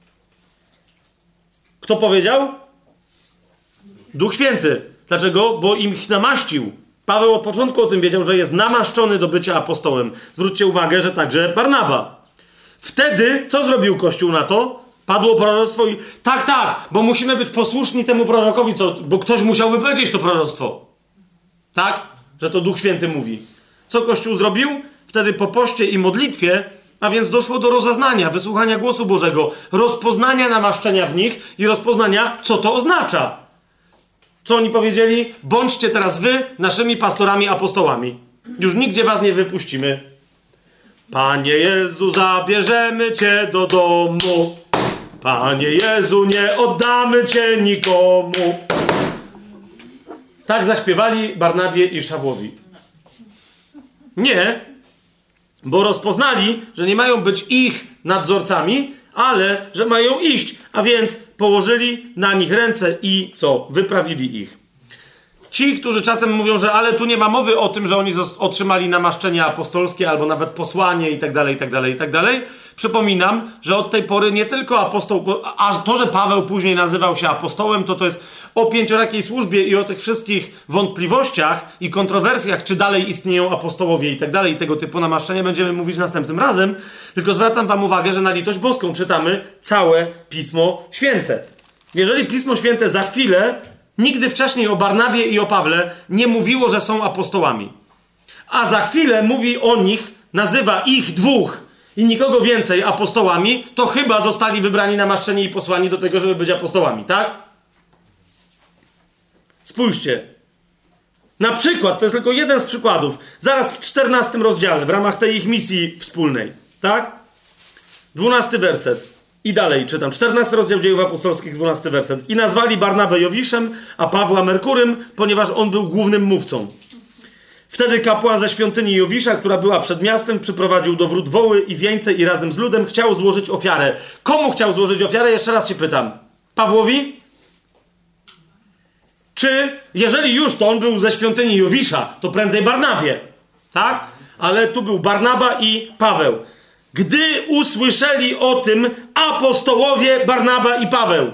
Kto powiedział? Duch Święty. Dlaczego? Bo im ich namaścił. Paweł od początku o tym wiedział, że jest namaszczony do bycia apostołem. Zwróćcie uwagę, że także Barnaba. Wtedy, co zrobił Kościół na to? Padło proroctwo i tak, tak, bo musimy być posłuszni temu prorokowi, co, bo ktoś musiał wypowiedzieć to proroctwo. Tak? Że to Duch Święty mówi. Co Kościół zrobił? Wtedy po poście i modlitwie, a więc doszło do rozeznania, wysłuchania głosu Bożego, rozpoznania namaszczenia w nich i rozpoznania, co to oznacza. Co oni powiedzieli? Bądźcie teraz wy naszymi pastorami, apostołami. Już nigdzie was nie wypuścimy. Panie Jezu, zabierzemy cię do domu. Panie Jezu, nie oddamy cię nikomu. Tak zaśpiewali Barnabie i Szawłowi. Nie, bo rozpoznali, że nie mają być ich nadzorcami, ale że mają iść. A więc położyli na nich ręce i co? Wyprawili ich. Ci, którzy czasem mówią, że ale tu nie ma mowy o tym, że oni otrzymali namaszczenie apostolskie albo nawet posłanie i tak dalej, i tak dalej, i tak dalej. Przypominam, że od tej pory nie tylko apostoł, a to, że Paweł później nazywał się apostołem, to to jest o pięciorakiej służbie i o tych wszystkich wątpliwościach i kontrowersjach, czy dalej istnieją apostołowie i tak dalej, i tego typu namaszczenia będziemy mówić następnym razem. Tylko zwracam wam uwagę, że na litość boską czytamy całe Pismo Święte. Jeżeli Pismo Święte za chwilę nigdy wcześniej o Barnabie i o Pawle nie mówiło, że są apostołami. A za chwilę mówi o nich, nazywa ich dwóch i nikogo więcej apostołami, to chyba zostali wybrani, namaszczeni i posłani do tego, żeby być apostołami, tak? Spójrzcie. Na przykład, to jest tylko jeden z przykładów, zaraz w czternastym rozdziale, w ramach tej ich misji wspólnej, tak? Dwunasty werset. I dalej czytam. czternasty rozdział Dziejów Apostolskich, dwunasty werset. I nazwali Barnabę Jowiszem, a Pawła Merkurym, ponieważ on był głównym mówcą. Wtedy kapłan ze świątyni Jowisza, która była przed miastem, przyprowadził do wrót woły i wieńce i razem z ludem chciał złożyć ofiarę. Komu chciał złożyć ofiarę? Jeszcze raz się pytam. Pawłowi? Czy, jeżeli już to on był ze świątyni Jowisza, to prędzej Barnabie. Tak? Ale tu był Barnaba i Paweł. Gdy usłyszeli o tym apostołowie Barnaba i Paweł.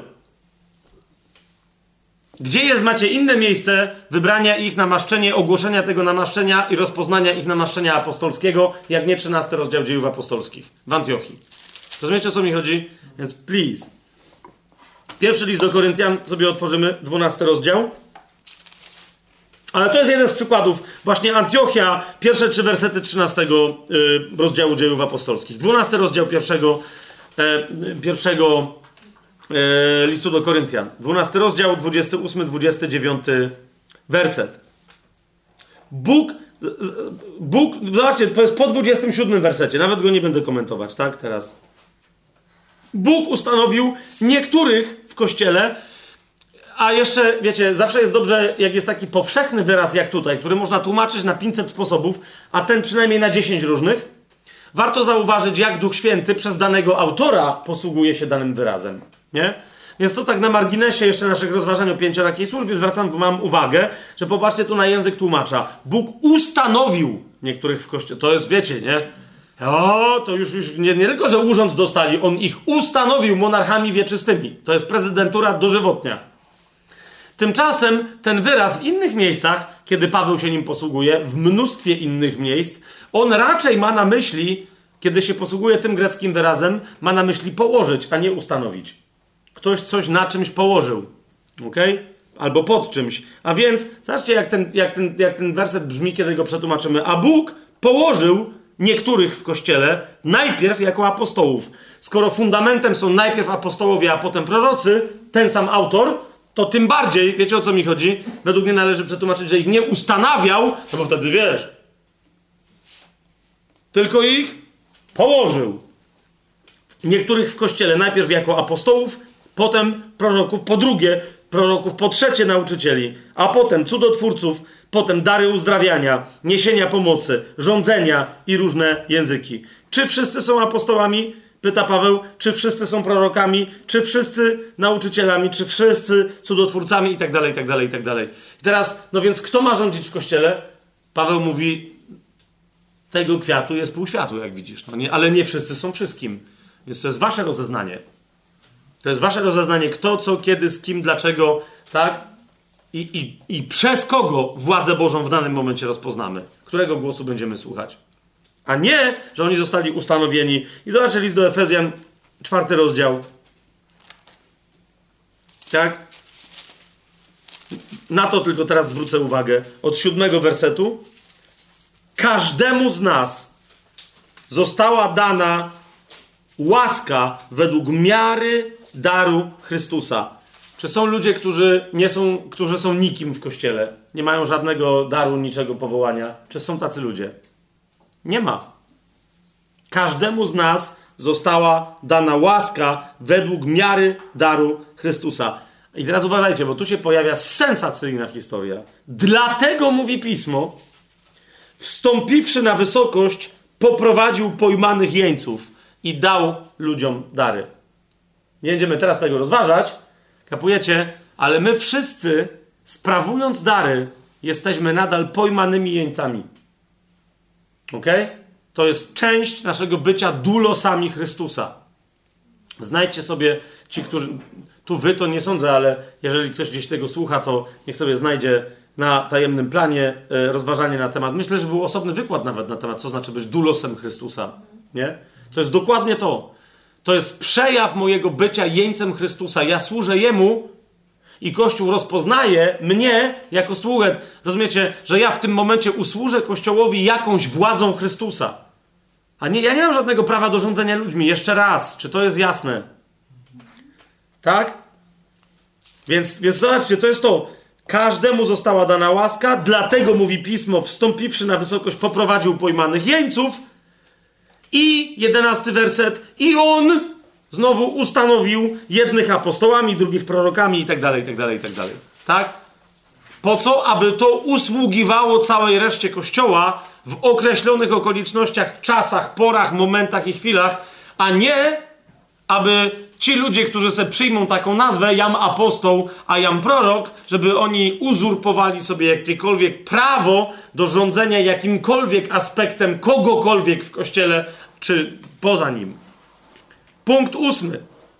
Gdzie jest, macie inne miejsce wybrania ich, namaszczenie, ogłoszenia tego namaszczenia i rozpoznania ich namaszczenia apostolskiego, jak nie trzynasty rozdział Dziejów Apostolskich w Antiochii. Rozumiecie, o co mi chodzi? Więc please. Pierwszy list do Koryntian sobie otworzymy, dwunasty rozdział. Ale to jest jeden z przykładów. Właśnie Antiochia, pierwsze trzy wersety trzynastego y, rozdziału Dziejów Apostolskich. dwunasty rozdział pierwszego, y, pierwszego y, listu do Koryntian. dwunasty rozdział, dwudziesty ósmy, dwudziesty dziewiąty werset. Bóg, Bóg, zobaczcie, to jest po dwudziestym siódmym wersecie. Nawet go nie będę komentować, tak? Teraz. Bóg ustanowił niektórych w Kościele. A jeszcze, wiecie, zawsze jest dobrze, jak jest taki powszechny wyraz jak tutaj, który można tłumaczyć na pięćset sposobów, a ten przynajmniej na dziesięć różnych. Warto zauważyć, jak Duch Święty przez danego autora posługuje się danym wyrazem, nie? Więc to tak na marginesie jeszcze naszych rozważań o pięciorakiej służbie zwracam wam uwagę, że popatrzcie tu na język tłumacza. Bóg ustanowił niektórych w Kościele. To jest, wiecie, nie? O, to już, już nie, nie tylko, że urząd dostali, on ich ustanowił monarchami wieczystymi. To jest prezydentura dożywotnia. Tymczasem ten wyraz w innych miejscach, kiedy Paweł się nim posługuje, w mnóstwie innych miejsc, on raczej ma na myśli, kiedy się posługuje tym greckim wyrazem, ma na myśli położyć, a nie ustanowić. Ktoś coś na czymś położył. Okej? Okay? Albo pod czymś. A więc, zobaczcie, jak ten, jak, ten, jak ten werset brzmi, kiedy go przetłumaczymy. A Bóg położył niektórych w Kościele najpierw jako apostołów. Skoro fundamentem są najpierw apostołowie, a potem prorocy, ten sam autor, to tym bardziej, wiecie, o co mi chodzi? Według mnie należy przetłumaczyć, że ich nie ustanawiał, no bo wtedy wiesz. Tylko ich położył. Niektórych w Kościele najpierw jako apostołów, potem proroków, po drugie proroków, po trzecie nauczycieli, a potem cudotwórców, potem dary uzdrawiania, niesienia pomocy, rządzenia i różne języki. Czy wszyscy są apostołami? Pyta Paweł, czy wszyscy są prorokami, czy wszyscy nauczycielami, czy wszyscy cudotwórcami i tak dalej, i tak dalej, i tak dalej. I teraz, no więc kto ma rządzić w Kościele? Paweł mówi, tego kwiatu jest pół światu, jak widzisz. No nie, ale nie wszyscy są wszystkim. Więc to jest wasze rozeznanie. To jest wasze rozeznanie, kto, co, kiedy, z kim, dlaczego, tak? I, i, i przez kogo władzę Bożą w danym momencie rozpoznamy. Którego głosu będziemy słuchać. A nie, że oni zostali ustanowieni. I zobaczcie list do Efezjan, czwarty rozdział. Tak? Na to tylko teraz zwrócę uwagę. Od siódmego wersetu. Każdemu z nas została dana łaska według miary daru Chrystusa. Czy są ludzie, którzy nie są, którzy są nikim w Kościele? Nie mają żadnego daru, niczego powołania? Czy są tacy ludzie? Nie ma. Każdemu z nas została dana łaska według miary daru Chrystusa. I teraz uważajcie, bo tu się pojawia sensacyjna historia. Dlatego mówi Pismo, wstąpiwszy na wysokość, poprowadził pojmanych jeńców i dał ludziom dary. Nie będziemy teraz tego rozważać, kapujecie, ale my wszyscy, sprawując dary, jesteśmy nadal pojmanymi jeńcami. Okej? Okay? To jest część naszego bycia dulosami Chrystusa. Znajdźcie sobie ci, którzy... Tu wy to nie sądzę, ale jeżeli ktoś gdzieś tego słucha, to niech sobie znajdzie na tajemnym planie e, rozważanie na temat. Myślę, że był osobny wykład nawet na temat, co znaczy być dulosem Chrystusa. Nie? To jest dokładnie to. To jest przejaw mojego bycia jeńcem Chrystusa. Ja służę Jemu i Kościół rozpoznaje mnie jako sługę. Rozumiecie, że ja w tym momencie usłużę Kościołowi jakąś władzą Chrystusa. A nie, ja nie mam żadnego prawa do rządzenia ludźmi. Jeszcze raz. Czy to jest jasne? Tak? Więc, więc zobaczcie, to jest to. Każdemu została dana łaska, dlatego mówi Pismo, wstąpiwszy na wysokość, poprowadził pojmanych jeńców. I jedenasty werset. I on znowu ustanowił jednych apostołami, drugich prorokami i tak dalej, i tak dalej, i tak dalej. Tak? Po co? Aby to usługiwało całej reszcie Kościoła w określonych okolicznościach, czasach, porach, momentach i chwilach, a nie aby ci ludzie, którzy sobie przyjmą taką nazwę, jam apostoł, a jam prorok, żeby oni uzurpowali sobie jakiekolwiek prawo do rządzenia jakimkolwiek aspektem kogokolwiek w Kościele, czy poza nim. Punkt ósmy.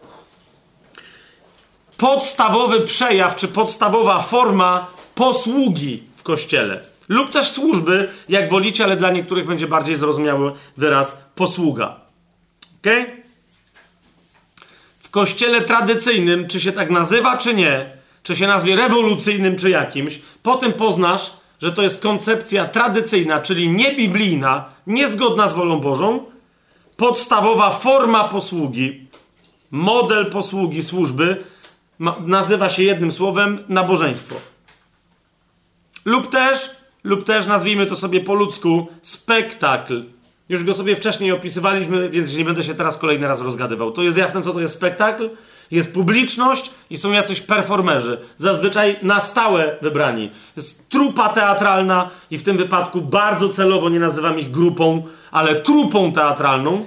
Podstawowy przejaw, czy podstawowa forma posługi w Kościele. Lub też służby, jak wolicie, ale dla niektórych będzie bardziej zrozumiały wyraz posługa. Okej? Okay? W Kościele tradycyjnym, czy się tak nazywa, czy nie, czy się nazwie rewolucyjnym, czy jakimś, potem poznasz, że to jest koncepcja tradycyjna, czyli niebiblijna, niezgodna z wolą Bożą, podstawowa forma posługi, model posługi służby, ma, nazywa się jednym słowem nabożeństwo. Lub też, lub też nazwijmy to sobie po ludzku spektakl. Już go sobie wcześniej opisywaliśmy, więc nie będę się teraz kolejny raz rozgadywał. To jest jasne, co to jest spektakl? Jest publiczność i są jacyś performerzy. Zazwyczaj na stałe wybrani. Jest trupa teatralna i w tym wypadku bardzo celowo nie nazywam ich grupą, ale trupą teatralną.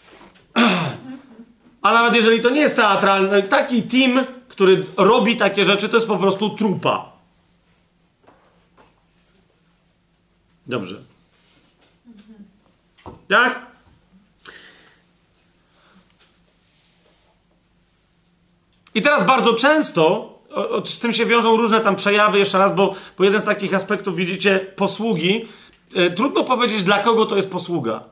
A nawet jeżeli to nie jest teatralny, taki team, który robi takie rzeczy, to jest po prostu trupa. Dobrze. Tak? I teraz bardzo często o, o, z tym się wiążą różne tam przejawy, jeszcze raz, bo, bo jeden z takich aspektów, widzicie, posługi, yy, trudno powiedzieć, dla kogo to jest posługa.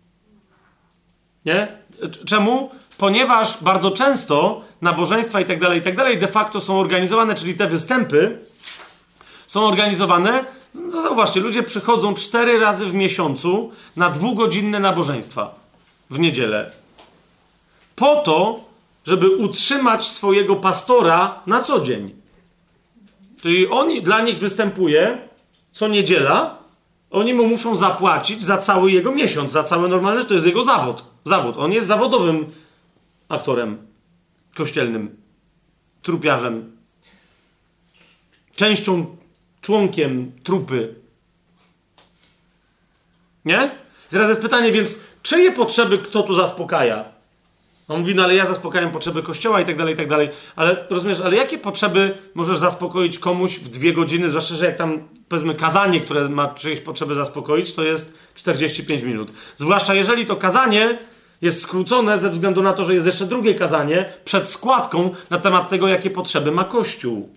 Nie? Czemu? Ponieważ bardzo często nabożeństwa i tak dalej, i tak dalej de facto są organizowane, czyli te występy są organizowane. No zauważcie, ludzie przychodzą cztery razy w miesiącu na dwugodzinne nabożeństwa w niedzielę. Po to, żeby utrzymać swojego pastora na co dzień. Czyli on dla nich występuje co niedziela, oni mu muszą zapłacić za cały jego miesiąc, za całe normalne, to jest jego zawód. Zawód. On jest zawodowym aktorem kościelnym, trupiarzem, częścią, członkiem trupy. Nie? Teraz jest pytanie, więc czyje potrzeby kto tu zaspokaja? On mówi, no ale ja zaspokajam potrzeby Kościoła i tak dalej, i tak dalej. Ale rozumiesz, ale jakie potrzeby możesz zaspokoić komuś w dwie godziny, zwłaszcza, że jak tam, powiedzmy, kazanie, które ma czyjeś potrzeby zaspokoić, to jest czterdzieści pięć minut. Zwłaszcza jeżeli to kazanie jest skrócone ze względu na to, że jest jeszcze drugie kazanie przed składką na temat tego, jakie potrzeby ma Kościół.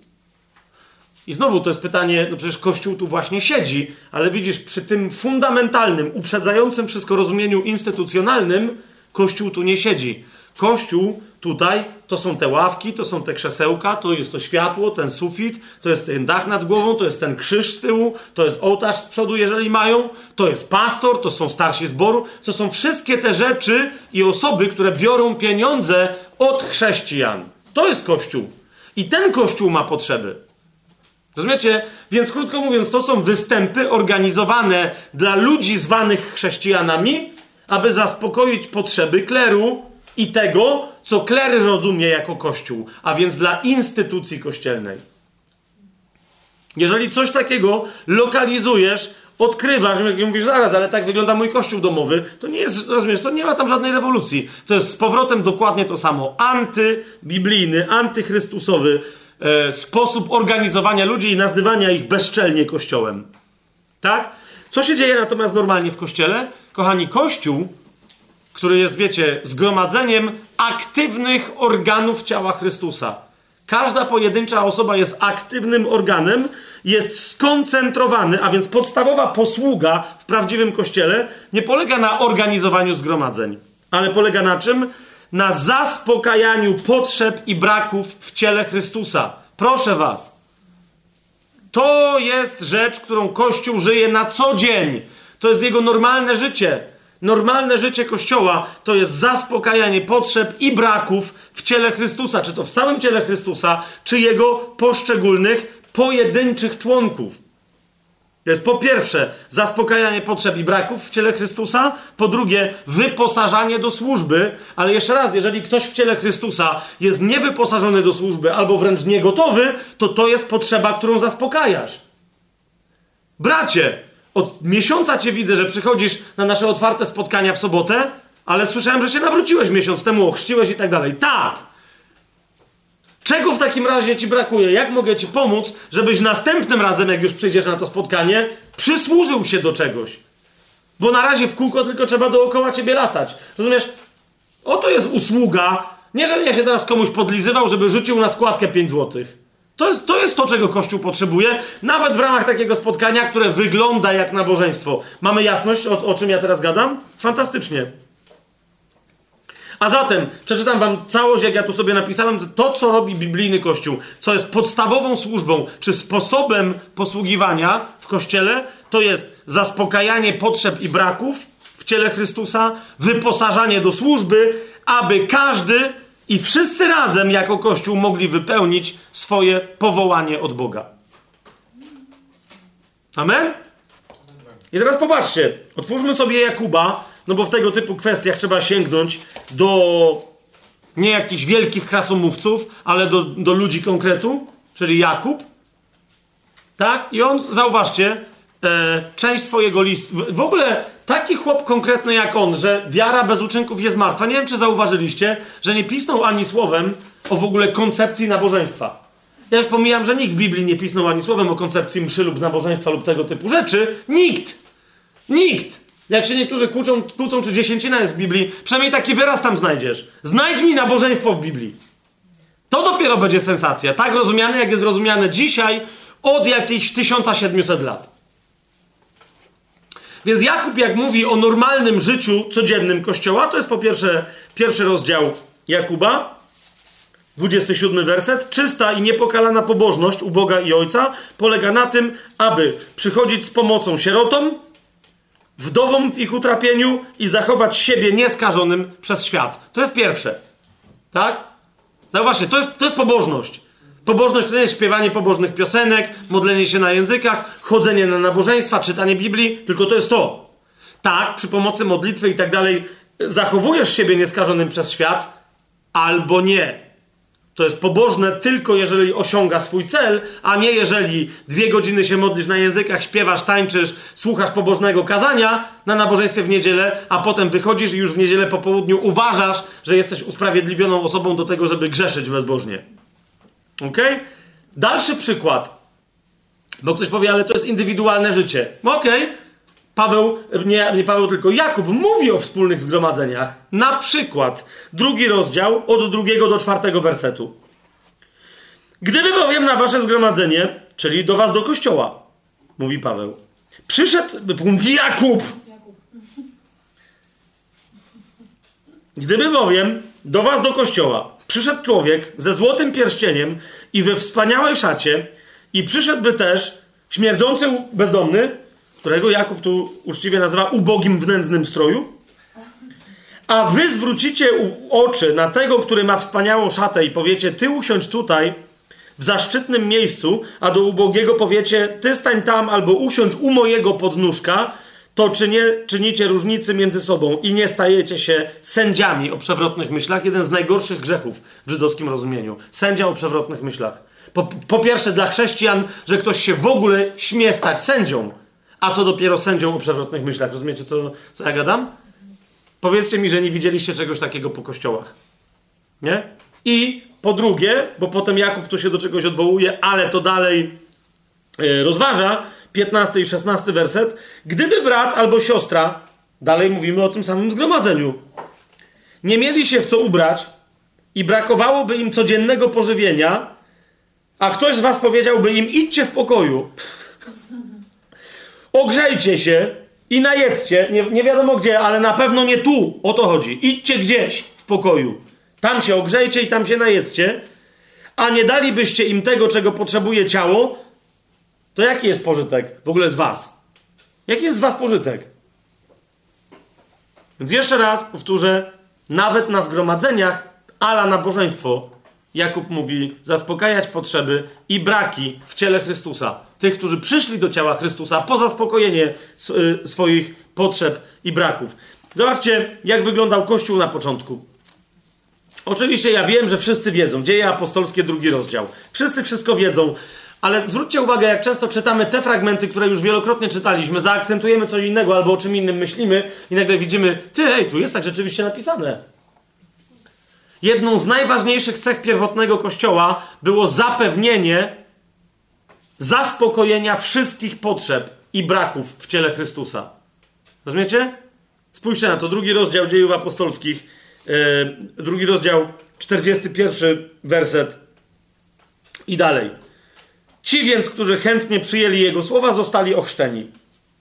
I znowu to jest pytanie, no przecież Kościół tu właśnie siedzi, ale widzisz, przy tym fundamentalnym, uprzedzającym wszystko rozumieniu instytucjonalnym, Kościół tu nie siedzi. Kościół tutaj to są te ławki, to są te krzesełka, to jest to światło, ten sufit, to jest ten dach nad głową, to jest ten krzyż z tyłu, to jest ołtarz z przodu, jeżeli mają, to jest pastor, to są starsi zboru, to są wszystkie te rzeczy i osoby, które biorą pieniądze od chrześcijan. To jest Kościół. I ten Kościół ma potrzeby. Rozumiecie? Więc krótko mówiąc, to są występy organizowane dla ludzi zwanych chrześcijanami, aby zaspokoić potrzeby kleru i tego, co kler rozumie jako Kościół, a więc dla instytucji kościelnej. Jeżeli coś takiego lokalizujesz, odkrywasz, jak mówisz, zaraz, ale tak wygląda mój kościół domowy, to nie jest, rozumiesz, to nie ma tam żadnej rewolucji. To jest z powrotem dokładnie to samo. Antybiblijny, antychrystusowy e, sposób organizowania ludzi i nazywania ich bezczelnie kościołem. Tak? Co się dzieje natomiast normalnie w kościele? Kochani, Kościół, który jest, wiecie, zgromadzeniem aktywnych organów ciała Chrystusa. Każda pojedyncza osoba jest aktywnym organem, jest skoncentrowany, a więc podstawowa posługa w prawdziwym Kościele nie polega na organizowaniu zgromadzeń, ale polega na czym? Na zaspokajaniu potrzeb i braków w ciele Chrystusa. Proszę was. To jest rzecz, którą Kościół żyje na co dzień. To jest jego normalne życie. Normalne życie Kościoła to jest zaspokajanie potrzeb i braków w ciele Chrystusa. Czy to w całym ciele Chrystusa, czy jego poszczególnych, pojedynczych członków. To jest po pierwsze zaspokajanie potrzeb i braków w ciele Chrystusa, po drugie wyposażanie do służby, ale jeszcze raz, jeżeli ktoś w ciele Chrystusa jest niewyposażony do służby albo wręcz niegotowy, to to jest potrzeba, którą zaspokajasz. Bracie, od miesiąca cię widzę, że przychodzisz na nasze otwarte spotkania w sobotę, ale słyszałem, że się nawróciłeś miesiąc temu, ochrzciłeś i tak dalej. Tak! Czego w takim razie ci brakuje? Jak mogę ci pomóc, żebyś następnym razem, jak już przyjdziesz na to spotkanie, przysłużył się do czegoś? Bo na razie w kółko tylko trzeba dookoła ciebie latać. Rozumiesz? Oto jest usługa. Nie, żebym ja się teraz komuś podlizywał, żeby rzucił na składkę pięć złotych. To jest, to jest to, czego Kościół potrzebuje, nawet w ramach takiego spotkania, które wygląda jak nabożeństwo. Mamy jasność, o, o czym ja teraz gadam? Fantastycznie. A zatem, przeczytam wam całość, jak ja tu sobie napisałem, to, co robi biblijny Kościół, co jest podstawową służbą, czy sposobem posługiwania w Kościele, to jest zaspokajanie potrzeb i braków w ciele Chrystusa, wyposażanie do służby, aby każdy i wszyscy razem jako Kościół mogli wypełnić swoje powołanie od Boga. Amen? I teraz popatrzcie, otwórzmy sobie Jakuba, no bo w tego typu kwestiach trzeba sięgnąć do nie jakichś wielkich krasomówców, ale do, do ludzi konkretu, czyli Jakub. Tak? I on, zauważcie, e, część swojego listu... W ogóle taki chłop konkretny jak on, że wiara bez uczynków jest martwa. Nie wiem, czy zauważyliście, że nie pisnął ani słowem o w ogóle koncepcji nabożeństwa. Ja już pomijam, że nikt w Biblii nie pisnął ani słowem o koncepcji mszy lub nabożeństwa lub tego typu rzeczy. Nikt! Nikt! Jak się niektórzy kłócą, kłócą, czy dziesięcina jest w Biblii, przynajmniej taki wyraz tam znajdziesz. Znajdź mi nabożeństwo w Biblii. To dopiero będzie sensacja. Tak rozumiane, jak jest rozumiane dzisiaj od jakichś tysiąc siedemset lat. Więc Jakub, jak mówi o normalnym życiu codziennym Kościoła, to jest po pierwsze pierwszy rozdział Jakuba, dwudziesty siódmy werset. Czysta i niepokalana pobożność u Boga i Ojca polega na tym, aby przychodzić z pomocą sierotom, wdowom w ich utrapieniu i zachować siebie nieskażonym przez świat. To jest pierwsze. Tak? No właśnie, to jest, to jest pobożność. Pobożność to nie jest śpiewanie pobożnych piosenek, modlenie się na językach, chodzenie na nabożeństwa, czytanie Biblii, tylko to jest to. Tak, przy pomocy modlitwy i tak dalej zachowujesz siebie nieskażonym przez świat, albo nie. To jest pobożne tylko jeżeli osiąga swój cel, a nie jeżeli dwie godziny się modlisz na językach, śpiewasz, tańczysz, słuchasz pobożnego kazania na nabożeństwie w niedzielę, a potem wychodzisz i już w niedzielę po południu uważasz, że jesteś usprawiedliwioną osobą do tego, żeby grzeszyć bezbożnie. Okej? Okay? Dalszy przykład. Bo ktoś powie, ale to jest indywidualne życie. Okej. Okay. Paweł, nie, nie Paweł, tylko Jakub mówi o wspólnych zgromadzeniach. Na przykład drugi rozdział od drugiego do czwartego wersetu. Gdyby bowiem na wasze zgromadzenie, czyli do was do kościoła, mówi Paweł, przyszedł, mówi Jakub. Gdyby bowiem do was do kościoła przyszedł człowiek ze złotym pierścieniem i we wspaniałej szacie i przyszedłby też śmierdzący bezdomny, którego Jakub tu uczciwie nazywa ubogim w nędznym stroju, a wy zwrócicie oczy na tego, który ma wspaniałą szatę i powiecie, ty usiądź tutaj w zaszczytnym miejscu, a do ubogiego powiecie, ty stań tam albo usiądź u mojego podnóżka, to czy nie czynicie różnicy między sobą i nie stajecie się sędziami o przewrotnych myślach? Jeden z najgorszych grzechów w żydowskim rozumieniu. Sędzia o przewrotnych myślach. Po, po pierwsze dla chrześcijan, że ktoś się w ogóle śmie stać sędzią. A co dopiero sędzią o przewrotnych myślach? Rozumiecie, co, co ja gadam? Powiedzcie mi, że nie widzieliście czegoś takiego po kościołach. Nie? I po drugie, bo potem Jakub tu się do czegoś odwołuje, ale to dalej yy, rozważa, piętnasty i szesnasty werset. Gdyby brat albo siostra, dalej mówimy o tym samym zgromadzeniu, nie mieli się w co ubrać i brakowałoby im codziennego pożywienia, a ktoś z was powiedziałby im, idźcie w pokoju, ogrzejcie się i najedzcie, nie, nie wiadomo gdzie, ale na pewno nie tu, o to chodzi. Idźcie gdzieś w pokoju. Tam się ogrzejcie i tam się najedzcie, a nie dalibyście im tego, czego potrzebuje ciało, to jaki jest pożytek w ogóle z was? Jaki jest z was pożytek? Więc jeszcze raz powtórzę, nawet na zgromadzeniach ala nabożeństwo, Jakub mówi, zaspokajać potrzeby i braki w ciele Chrystusa. Tych, którzy przyszli do ciała Chrystusa po zaspokojenie swoich potrzeb i braków. Zobaczcie, jak wyglądał Kościół na początku. Oczywiście ja wiem, że wszyscy wiedzą. Dzieje apostolskie, drugi rozdział. Wszyscy wszystko wiedzą, ale zwróćcie uwagę, jak często czytamy te fragmenty, które już wielokrotnie czytaliśmy, zaakcentujemy co innego albo o czym innym myślimy i nagle widzimy, ty, hej, tu jest tak rzeczywiście napisane. Jedną z najważniejszych cech pierwotnego Kościoła było zapewnienie zaspokojenia wszystkich potrzeb i braków w ciele Chrystusa. Rozumiecie? Spójrzcie na to, drugi rozdział Dziejów Apostolskich, yy, drugi rozdział, czterdziesty pierwszy werset i dalej. Ci więc, którzy chętnie przyjęli Jego słowa, zostali ochrzczeni.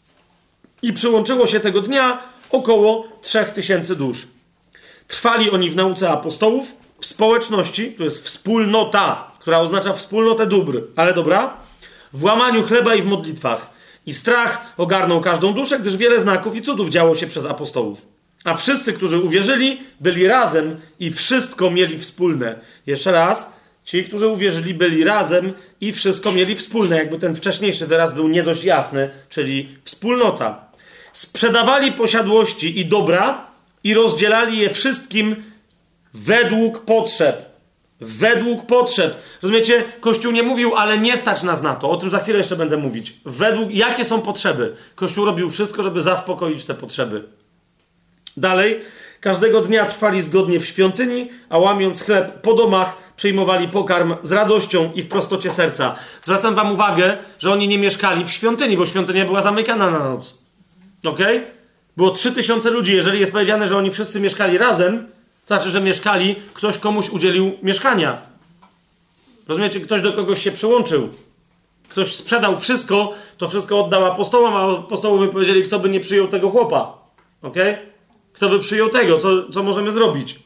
I przyłączyło się tego dnia około trzech tysięcy dusz. Trwali oni w nauce apostołów, w społeczności, to jest wspólnota, która oznacza wspólnotę dóbr, ale dobra, w łamaniu chleba i w modlitwach. I strach ogarnął każdą duszę, gdyż wiele znaków i cudów działo się przez apostołów. A wszyscy, którzy uwierzyli, byli razem i wszystko mieli wspólne. Jeszcze raz, ci, którzy uwierzyli, byli razem i wszystko mieli wspólne. Jakby ten wcześniejszy wyraz był nie dość jasny, czyli wspólnota. Sprzedawali posiadłości i dobra i rozdzielali je wszystkim według potrzeb. Według potrzeb. Rozumiecie? Kościół nie mówił, ale nie stać nas na to. O tym za chwilę jeszcze będę mówić. Według, jakie są potrzeby? Kościół robił wszystko, żeby zaspokoić te potrzeby. Dalej. Każdego dnia trwali zgodnie w świątyni, a łamiąc chleb po domach, przyjmowali pokarm z radością i w prostocie serca. Zwracam wam uwagę, że oni nie mieszkali w świątyni, bo świątynia była zamykana na noc. Okej? Okay? Było trzy tysiące ludzi. Jeżeli jest powiedziane, że oni wszyscy mieszkali razem, to znaczy, że mieszkali, ktoś komuś udzielił mieszkania. Rozumiecie? Ktoś do kogoś się przyłączył. Ktoś sprzedał wszystko, to wszystko oddał apostołom, a apostołowie powiedzieli, kto by nie przyjął tego chłopa. Okej? Okay? Kto by przyjął tego? Co, co możemy zrobić?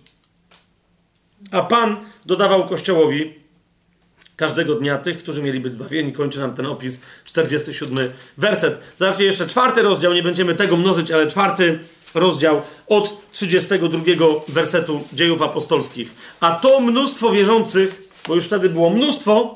A Pan dodawał Kościołowi każdego dnia tych, którzy mieli być zbawieni. Kończy nam ten opis, czterdziesty siódmy werset. Zobaczcie, jeszcze czwarty rozdział, nie będziemy tego mnożyć, ale czwarty rozdział od trzydziestego drugiego wersetu Dziejów Apostolskich. A to mnóstwo wierzących, bo już wtedy było mnóstwo,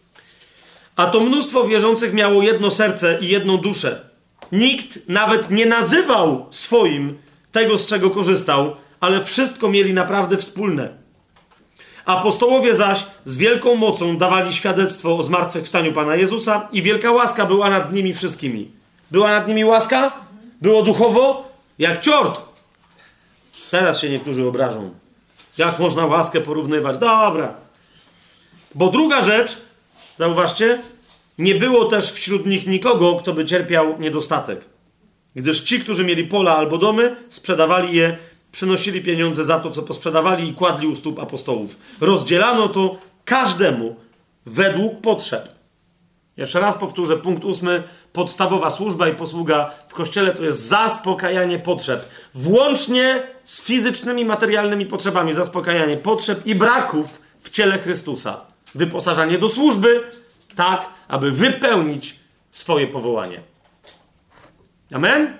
a to mnóstwo wierzących miało jedno serce i jedną duszę. Nikt nawet nie nazywał swoim tego, z czego korzystał, ale wszystko mieli naprawdę wspólne. Apostołowie zaś z wielką mocą dawali świadectwo o zmartwychwstaniu Pana Jezusa i wielka łaska była nad nimi wszystkimi. Była nad nimi łaska? Było duchowo? Jak ciort. Teraz się niektórzy obrażą. Jak można łaskę porównywać? Dobra. Bo druga rzecz, zauważcie, nie było też wśród nich nikogo, kto by cierpiał niedostatek. Gdyż ci, którzy mieli pola albo domy, sprzedawali je, przynosili pieniądze za to, co posprzedawali i kładli u stóp apostołów. Rozdzielano to każdemu według potrzeb. Jeszcze raz powtórzę, punkt ósmy. Podstawowa służba i posługa w Kościele to jest zaspokajanie potrzeb. Włącznie z fizycznymi, materialnymi potrzebami. Zaspokajanie potrzeb i braków w ciele Chrystusa. Wyposażanie do służby, tak, aby wypełnić swoje powołanie. Amen?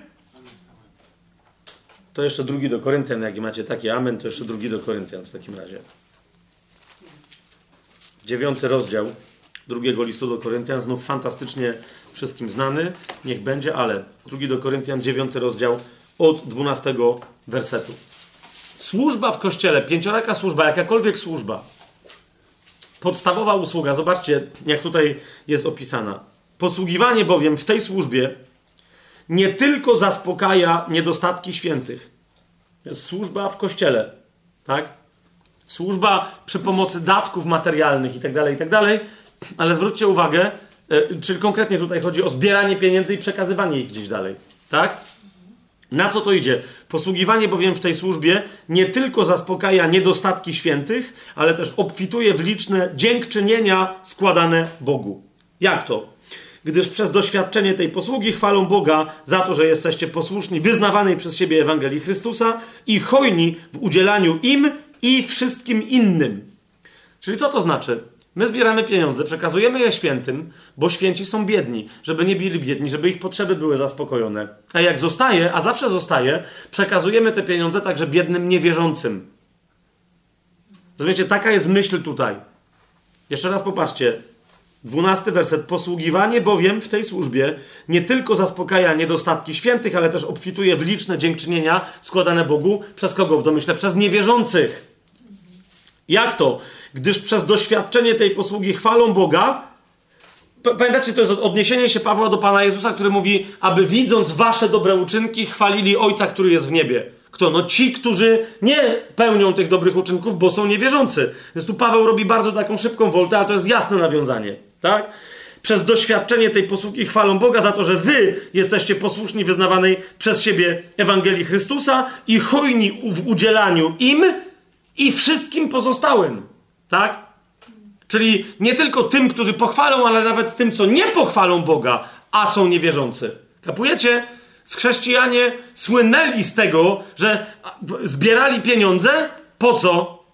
To jeszcze drugi do Koryntian, jak macie takie amen, to jeszcze drugi do Koryntian w takim razie. Dziewiąty rozdział drugiego listu do Koryntian, znów fantastycznie wszystkim znany, niech będzie, ale drugi do Koryntian, dziewiąty rozdział od dwunastego wersetu. Służba w Kościele, pięcioraka służba, jakakolwiek służba, podstawowa usługa, zobaczcie, jak tutaj jest opisana. Posługiwanie bowiem w tej służbie nie tylko zaspokaja niedostatki świętych. To jest służba w Kościele, tak? Służba przy pomocy datków materialnych i tak dalej, i tak dalej, ale zwróćcie uwagę, yy, czyli konkretnie tutaj chodzi o zbieranie pieniędzy i przekazywanie ich gdzieś dalej, tak? Na co to idzie? Posługiwanie bowiem w tej służbie nie tylko zaspokaja niedostatki świętych, ale też obfituje w liczne dziękczynienia składane Bogu. Jak to? Gdyż przez doświadczenie tej posługi chwalą Boga za to, że jesteście posłuszni wyznawanej przez siebie Ewangelii Chrystusa i hojni w udzielaniu im i wszystkim innym. Czyli co to znaczy? My zbieramy pieniądze, przekazujemy je świętym, bo święci są biedni, żeby nie byli biedni, żeby ich potrzeby były zaspokojone. A jak zostaje, a zawsze zostaje, przekazujemy te pieniądze także biednym niewierzącym. Rozumiecie? Taka jest myśl tutaj. Jeszcze raz popatrzcie. Dwunasty werset. Posługiwanie bowiem w tej służbie nie tylko zaspokaja niedostatki świętych, ale też obfituje w liczne dziękczynienia składane Bogu. Przez kogo w domyśle? Przez niewierzących. Jak to? Gdyż przez doświadczenie tej posługi chwalą Boga. Pamiętacie, to jest odniesienie się Pawła do Pana Jezusa, który mówi, aby widząc wasze dobre uczynki, chwalili Ojca, który jest w niebie. Kto? No ci, którzy nie pełnią tych dobrych uczynków, bo są niewierzący. Więc tu Paweł robi bardzo taką szybką woltę, ale to jest jasne nawiązanie. Tak? Przez doświadczenie tej posługi chwalą Boga za to, że wy jesteście posłuszni wyznawanej przez siebie Ewangelii Chrystusa i hojni w udzielaniu im i wszystkim pozostałym. Tak? Czyli nie tylko tym, którzy pochwalą, ale nawet tym, co nie pochwalą Boga, a są niewierzący. Kapujecie? Chrześcijanie słynęli z tego, że zbierali pieniądze po co?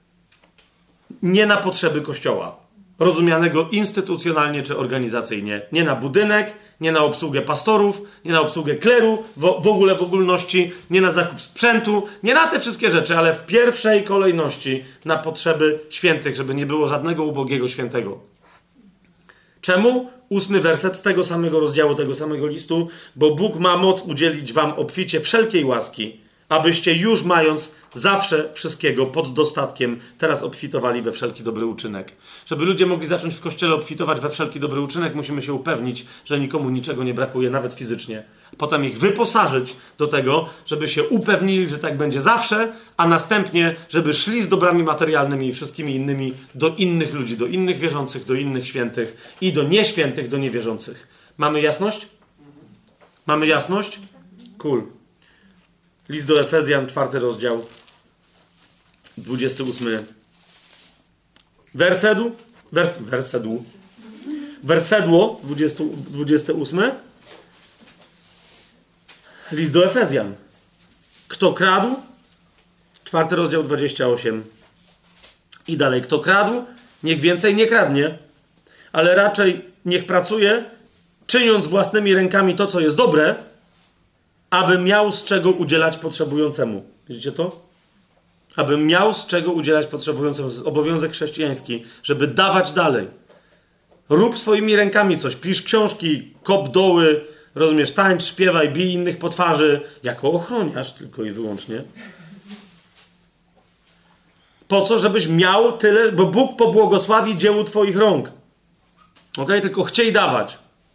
Nie na potrzeby Kościoła. Rozumianego instytucjonalnie czy organizacyjnie. Nie na budynek, nie na obsługę pastorów, nie na obsługę kleru, w, w ogóle w ogólności, nie na zakup sprzętu, nie na te wszystkie rzeczy, ale w pierwszej kolejności na potrzeby świętych, żeby nie było żadnego ubogiego świętego. Czemu? Ósmy werset tego samego rozdziału, tego samego listu. Bo Bóg ma moc udzielić wam obficie wszelkiej łaski, abyście już mając zawsze wszystkiego pod dostatkiem teraz obfitowali we wszelki dobry uczynek. Żeby ludzie mogli zacząć w Kościele obfitować we wszelki dobry uczynek, musimy się upewnić, że nikomu niczego nie brakuje, nawet fizycznie. Potem ich wyposażyć do tego, żeby się upewnili, że tak będzie zawsze, a następnie, żeby szli z dobrami materialnymi i wszystkimi innymi do innych ludzi, do innych wierzących, do innych świętych i do nieświętych, do niewierzących. Mamy jasność? Mamy jasność? Cool. List do Efezjan, czwarty rozdział, dwudziesty ósmy wersetu, wers, wersetu, wersedło, dwudziesty, dwudziesty ósmy. List do Efezjan. Kto kradł? Czwarty rozdział, dwudziesty ósmy. I dalej. Kto kradł? Niech więcej nie kradnie, ale raczej niech pracuje, czyniąc własnymi rękami to, co jest dobre, aby miał z czego udzielać potrzebującemu. Widzicie to? Aby miał z czego udzielać potrzebującemu. To jest obowiązek chrześcijański, żeby dawać dalej. Rób swoimi rękami coś. Pisz książki, kop doły, rozumiesz, tańcz, śpiewaj, bij innych po twarzy. Jako ochroniarz tylko i wyłącznie. Po co? Żebyś miał tyle, bo Bóg pobłogosławi dziełu twoich rąk. Okej? Tylko chciej dawać.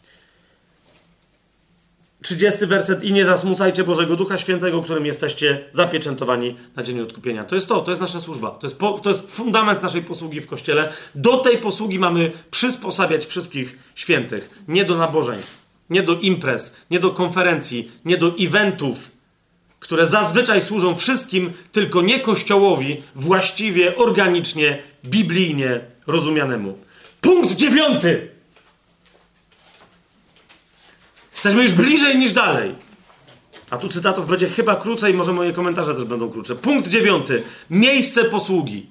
trzydziesty werset. I nie zasmucajcie Bożego Ducha Świętego, którym jesteście zapieczętowani na dzień odkupienia. To jest to, to jest nasza służba. To jest, po, to jest fundament naszej posługi w Kościele. Do tej posługi mamy przysposabiać wszystkich świętych. Nie do nabożeństw, nie do imprez, nie do konferencji, nie do eventów, które zazwyczaj służą wszystkim, tylko nie Kościołowi właściwie, organicznie, biblijnie rozumianemu. Punkt dziewiąty. Jesteśmy już bliżej niż dalej. A tu cytatów będzie chyba krócej, może moje komentarze też będą krótsze. Punkt dziewiąty. Miejsce posługi.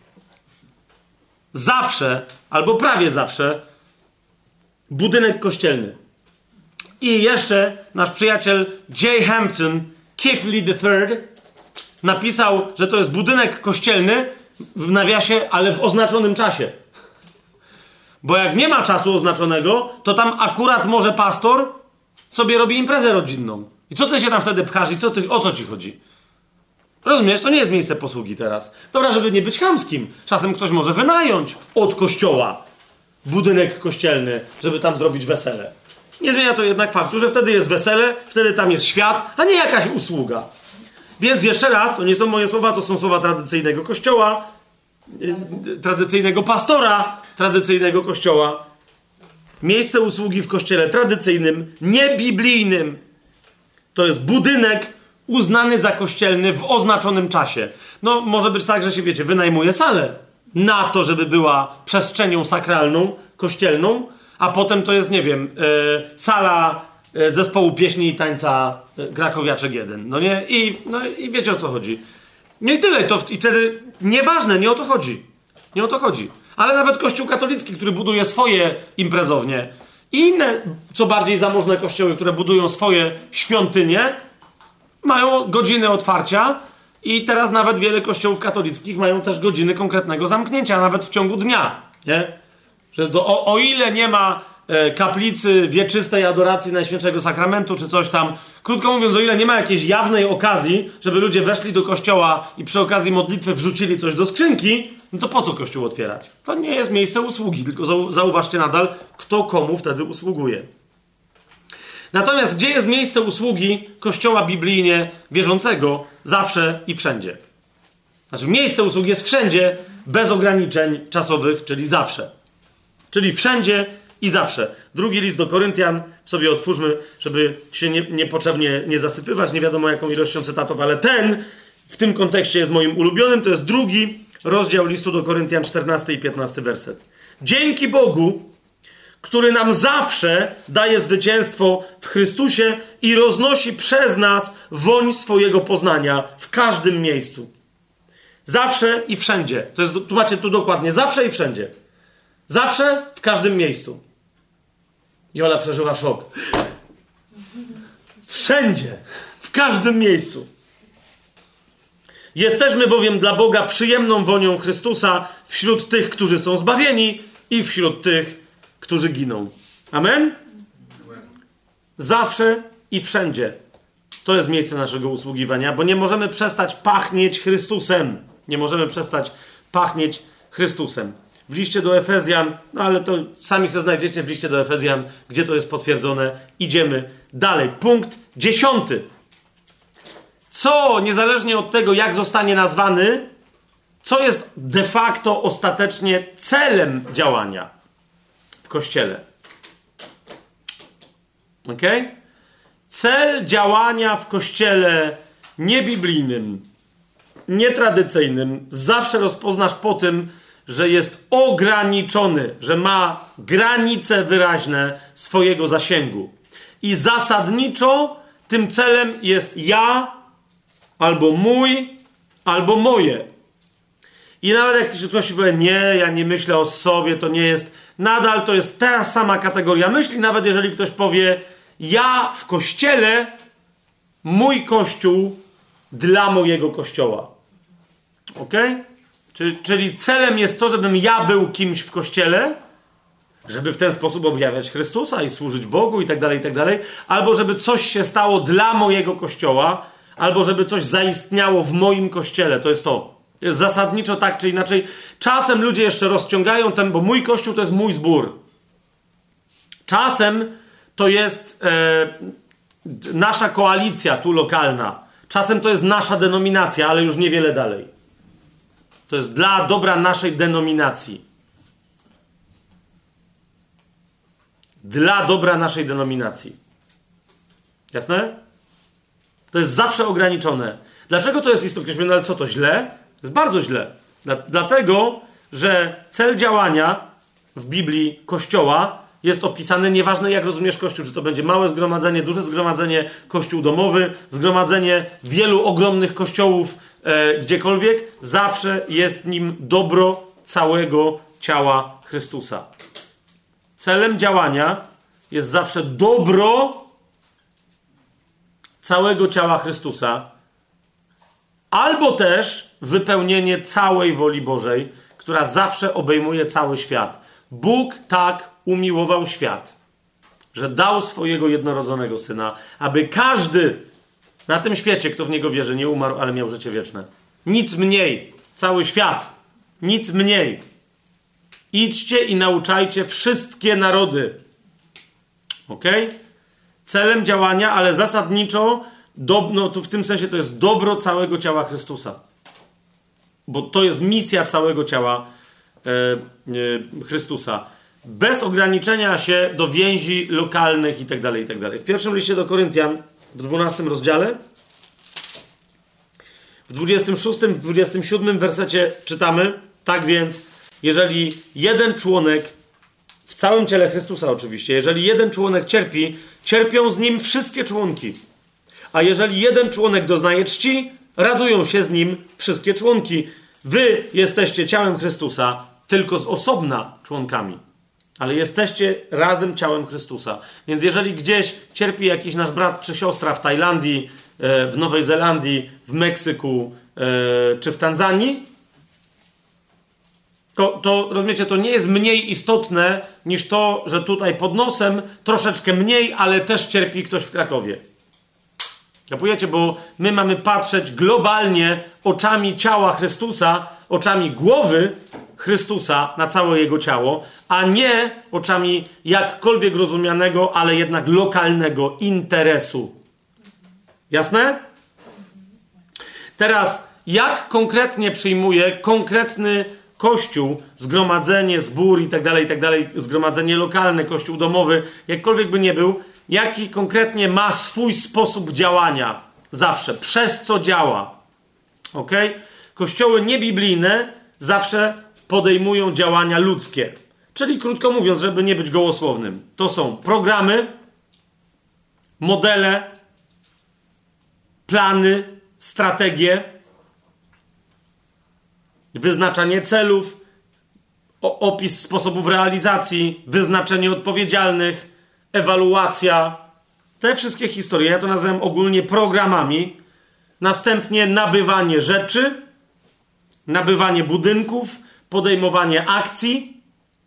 Zawsze, albo prawie zawsze, budynek kościelny. I jeszcze nasz przyjaciel J. Hampton, Keighley the third, napisał, że to jest budynek kościelny w nawiasie, ale w oznaczonym czasie. Bo jak nie ma czasu oznaczonego, to tam akurat może pastor sobie robi imprezę rodzinną. I co ty się tam wtedy pchasz i co ty, o co ci chodzi? Rozumiesz? To nie jest miejsce posługi teraz. Dobra, żeby nie być chamskim. Czasem ktoś może wynająć od kościoła budynek kościelny, żeby tam zrobić wesele. Nie zmienia to jednak faktu, że wtedy jest wesele, wtedy tam jest świat, a nie jakaś usługa. Więc jeszcze raz, to nie są moje słowa, to są słowa tradycyjnego kościoła, yy, tradycyjnego pastora, tradycyjnego kościoła. Miejsce usługi w kościele tradycyjnym, niebiblijnym, to jest budynek uznany za kościelny w oznaczonym czasie. No, może być tak, że się, wiecie, wynajmuje salę na to, żeby była przestrzenią sakralną, kościelną, a potem to jest, nie wiem, yy, sala yy, zespołu pieśni i tańca yy, Krakowiaczek jeden. No nie? I, no, i wiecie, o co chodzi. No i tyle. To, I wtedy nieważne, nie o to chodzi. Nie o to chodzi. Ale nawet Kościół katolicki, który buduje swoje imprezownie i inne, co bardziej zamożne kościoły, które budują swoje świątynie, mają godziny otwarcia i teraz nawet wiele kościołów katolickich mają też godziny konkretnego zamknięcia, nawet w ciągu dnia. Nie? Że to, o, o ile nie ma e, kaplicy wieczystej adoracji Najświętszego Sakramentu czy coś tam, krótko mówiąc, o ile nie ma jakiejś jawnej okazji, żeby ludzie weszli do kościoła i przy okazji modlitwy wrzucili coś do skrzynki, no to po co kościół otwierać? To nie jest miejsce usługi, tylko zau- zauważcie nadal, kto komu wtedy usługuje. Natomiast gdzie jest miejsce usługi kościoła biblijnie wierzącego? Zawsze i wszędzie. Znaczy miejsce usługi jest wszędzie, bez ograniczeń czasowych, czyli zawsze. Czyli wszędzie i zawsze. Drugi list do Koryntian sobie otwórzmy, żeby się nie, niepotrzebnie nie zasypywać, nie wiadomo jaką ilością cytatów, ale ten w tym kontekście jest moim ulubionym, to jest drugi rozdział listu do Koryntian, czternasty i piętnasty werset. Dzięki Bogu, który nam zawsze daje zwycięstwo w Chrystusie i roznosi przez nas woń swojego poznania w każdym miejscu. Zawsze i wszędzie. To jest, tu macie tu dokładnie, zawsze i wszędzie. Zawsze w każdym miejscu. Jola przeżyła szok. Wszędzie, w każdym miejscu. Jesteśmy bowiem dla Boga przyjemną wonią Chrystusa wśród tych, którzy są zbawieni i wśród tych, którzy giną. Amen? Zawsze i wszędzie. To jest miejsce naszego usługiwania, bo nie możemy przestać pachnieć Chrystusem. Nie możemy przestać pachnieć Chrystusem. W liście do Efezjan, no ale to sami sobie znajdziecie w liście do Efezjan, gdzie to jest potwierdzone. Idziemy dalej. Punkt dziesiąty. Co, niezależnie od tego, jak zostanie nazwany, co jest de facto ostatecznie celem działania w Kościele. Ok? Cel działania w Kościele niebiblijnym, nietradycyjnym zawsze rozpoznasz po tym, że jest ograniczony, że ma granice wyraźne swojego zasięgu. I zasadniczo tym celem jest ja, albo mój, albo moje. I nawet jak ktoś powie, nie, ja nie myślę o sobie, to nie jest, nadal to jest ta sama kategoria myśli, nawet jeżeli ktoś powie, ja w Kościele, mój Kościół dla mojego Kościoła. Ok? Czyli, czyli celem jest to, żebym ja był kimś w Kościele, żeby w ten sposób objawiać Chrystusa i służyć Bogu i tak dalej, i tak dalej, albo żeby coś się stało dla mojego Kościoła, albo żeby coś zaistniało w moim Kościele. To jest to. Jest zasadniczo tak czy inaczej. Czasem ludzie jeszcze rozciągają ten, bo mój kościół to jest mój zbór. Czasem to jest e, nasza koalicja tu lokalna. Czasem to jest nasza denominacja, ale już niewiele dalej. To jest dla dobra naszej denominacji. Dla dobra naszej denominacji. Jasne? To jest zawsze ograniczone. Dlaczego to jest istotne? No ale co to, źle? To jest bardzo źle. Dlatego, że cel działania w Biblii Kościoła jest opisany, nieważne jak rozumiesz Kościół, czy to będzie małe zgromadzenie, duże zgromadzenie, kościół domowy, zgromadzenie wielu ogromnych kościołów e, gdziekolwiek, zawsze jest nim dobro całego ciała Chrystusa. Celem działania jest zawsze dobro całego ciała Chrystusa, albo też wypełnienie całej woli Bożej, która zawsze obejmuje cały świat. Bóg tak umiłował świat, że dał swojego jednorodzonego Syna, aby każdy na tym świecie, kto w Niego wierzy, nie umarł, ale miał życie wieczne. Nic mniej. Cały świat. Nic mniej. Idźcie i nauczajcie wszystkie narody. Ok? Celem działania, ale zasadniczo, do, no to w tym sensie to jest dobro całego ciała Chrystusa. Bo to jest misja całego ciała e, e, Chrystusa. Bez ograniczenia się do więzi lokalnych i tak dalej, i tak dalej. W pierwszym liście do Koryntian, w dwunastym rozdziale, w dwudziestym szóstym, w dwudziestym siódmym wersecie czytamy: tak więc, jeżeli jeden członek, w całym ciele Chrystusa oczywiście, jeżeli jeden członek cierpi, cierpią z nim wszystkie członki. A jeżeli jeden członek doznaje czci, radują się z nim wszystkie członki. Wy jesteście ciałem Chrystusa, tylko z osobna członkami. Ale jesteście razem ciałem Chrystusa. Więc jeżeli gdzieś cierpi jakiś nasz brat czy siostra w Tajlandii, w Nowej Zelandii, w Meksyku czy w Tanzanii, to, to rozumiecie, to nie jest mniej istotne niż to, że tutaj pod nosem troszeczkę mniej, ale też cierpi ktoś w Krakowie. Kapujecie? Bo my mamy patrzeć globalnie oczami ciała Chrystusa, oczami głowy Chrystusa na całe Jego ciało, a nie oczami jakkolwiek rozumianego, ale jednak lokalnego interesu. Jasne? Teraz, jak konkretnie przyjmuje konkretny kościół, zgromadzenie, zbór i tak dalej, i tak dalej, zgromadzenie lokalne, kościół domowy, jakkolwiek by nie był, jaki konkretnie ma swój sposób działania zawsze, przez co działa. Ok? Kościoły niebiblijne zawsze podejmują działania ludzkie. Czyli krótko mówiąc, żeby nie być gołosłownym, to są programy, modele, plany, strategie, wyznaczanie celów, opis sposobów realizacji, wyznaczenie odpowiedzialnych, ewaluacja. Te wszystkie historie, ja to nazywam ogólnie programami. Następnie nabywanie rzeczy, nabywanie budynków, podejmowanie akcji,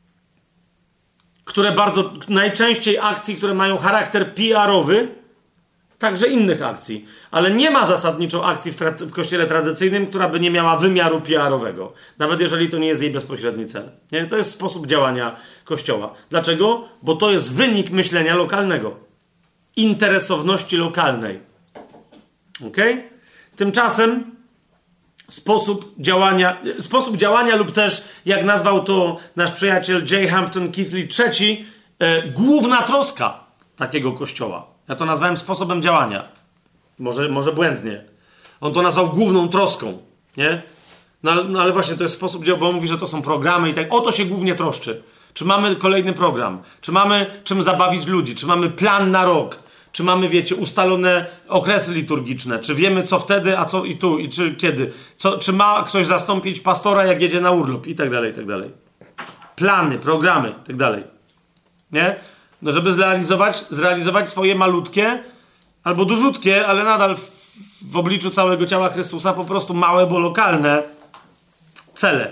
które bardzo, najczęściej akcji, które mają charakter P R-owy, także innych akcji. Ale nie ma zasadniczo akcji w, tra- w kościele tradycyjnym, która by nie miała wymiaru P R-owego. Nawet jeżeli to nie jest jej bezpośredni cel. Nie? To jest sposób działania kościoła. Dlaczego? Bo to jest wynik myślenia lokalnego. Interesowności lokalnej. Okay? Tymczasem sposób działania, sposób działania lub też, jak nazwał to nasz przyjaciel J. Hampton Keathley trzeci, e, główna troska takiego kościoła. Ja to nazwałem sposobem działania. Może, może błędnie. On to nazwał główną troską. Nie? No, no ale właśnie to jest sposób działania, bo on mówi, że to są programy i tak. O to się głównie troszczy. Czy mamy kolejny program? Czy mamy czym zabawić ludzi? Czy mamy plan na rok? Czy mamy, wiecie, ustalone okresy liturgiczne? Czy wiemy, co wtedy, a co i tu, i czy kiedy? Co, czy ma ktoś zastąpić pastora, jak jedzie na urlop? I tak dalej, i tak dalej. Plany, programy, i tak dalej. Nie? No, żeby zrealizować, zrealizować swoje malutkie albo dużutkie, ale nadal w, w obliczu całego ciała Chrystusa po prostu małe, bo lokalne cele.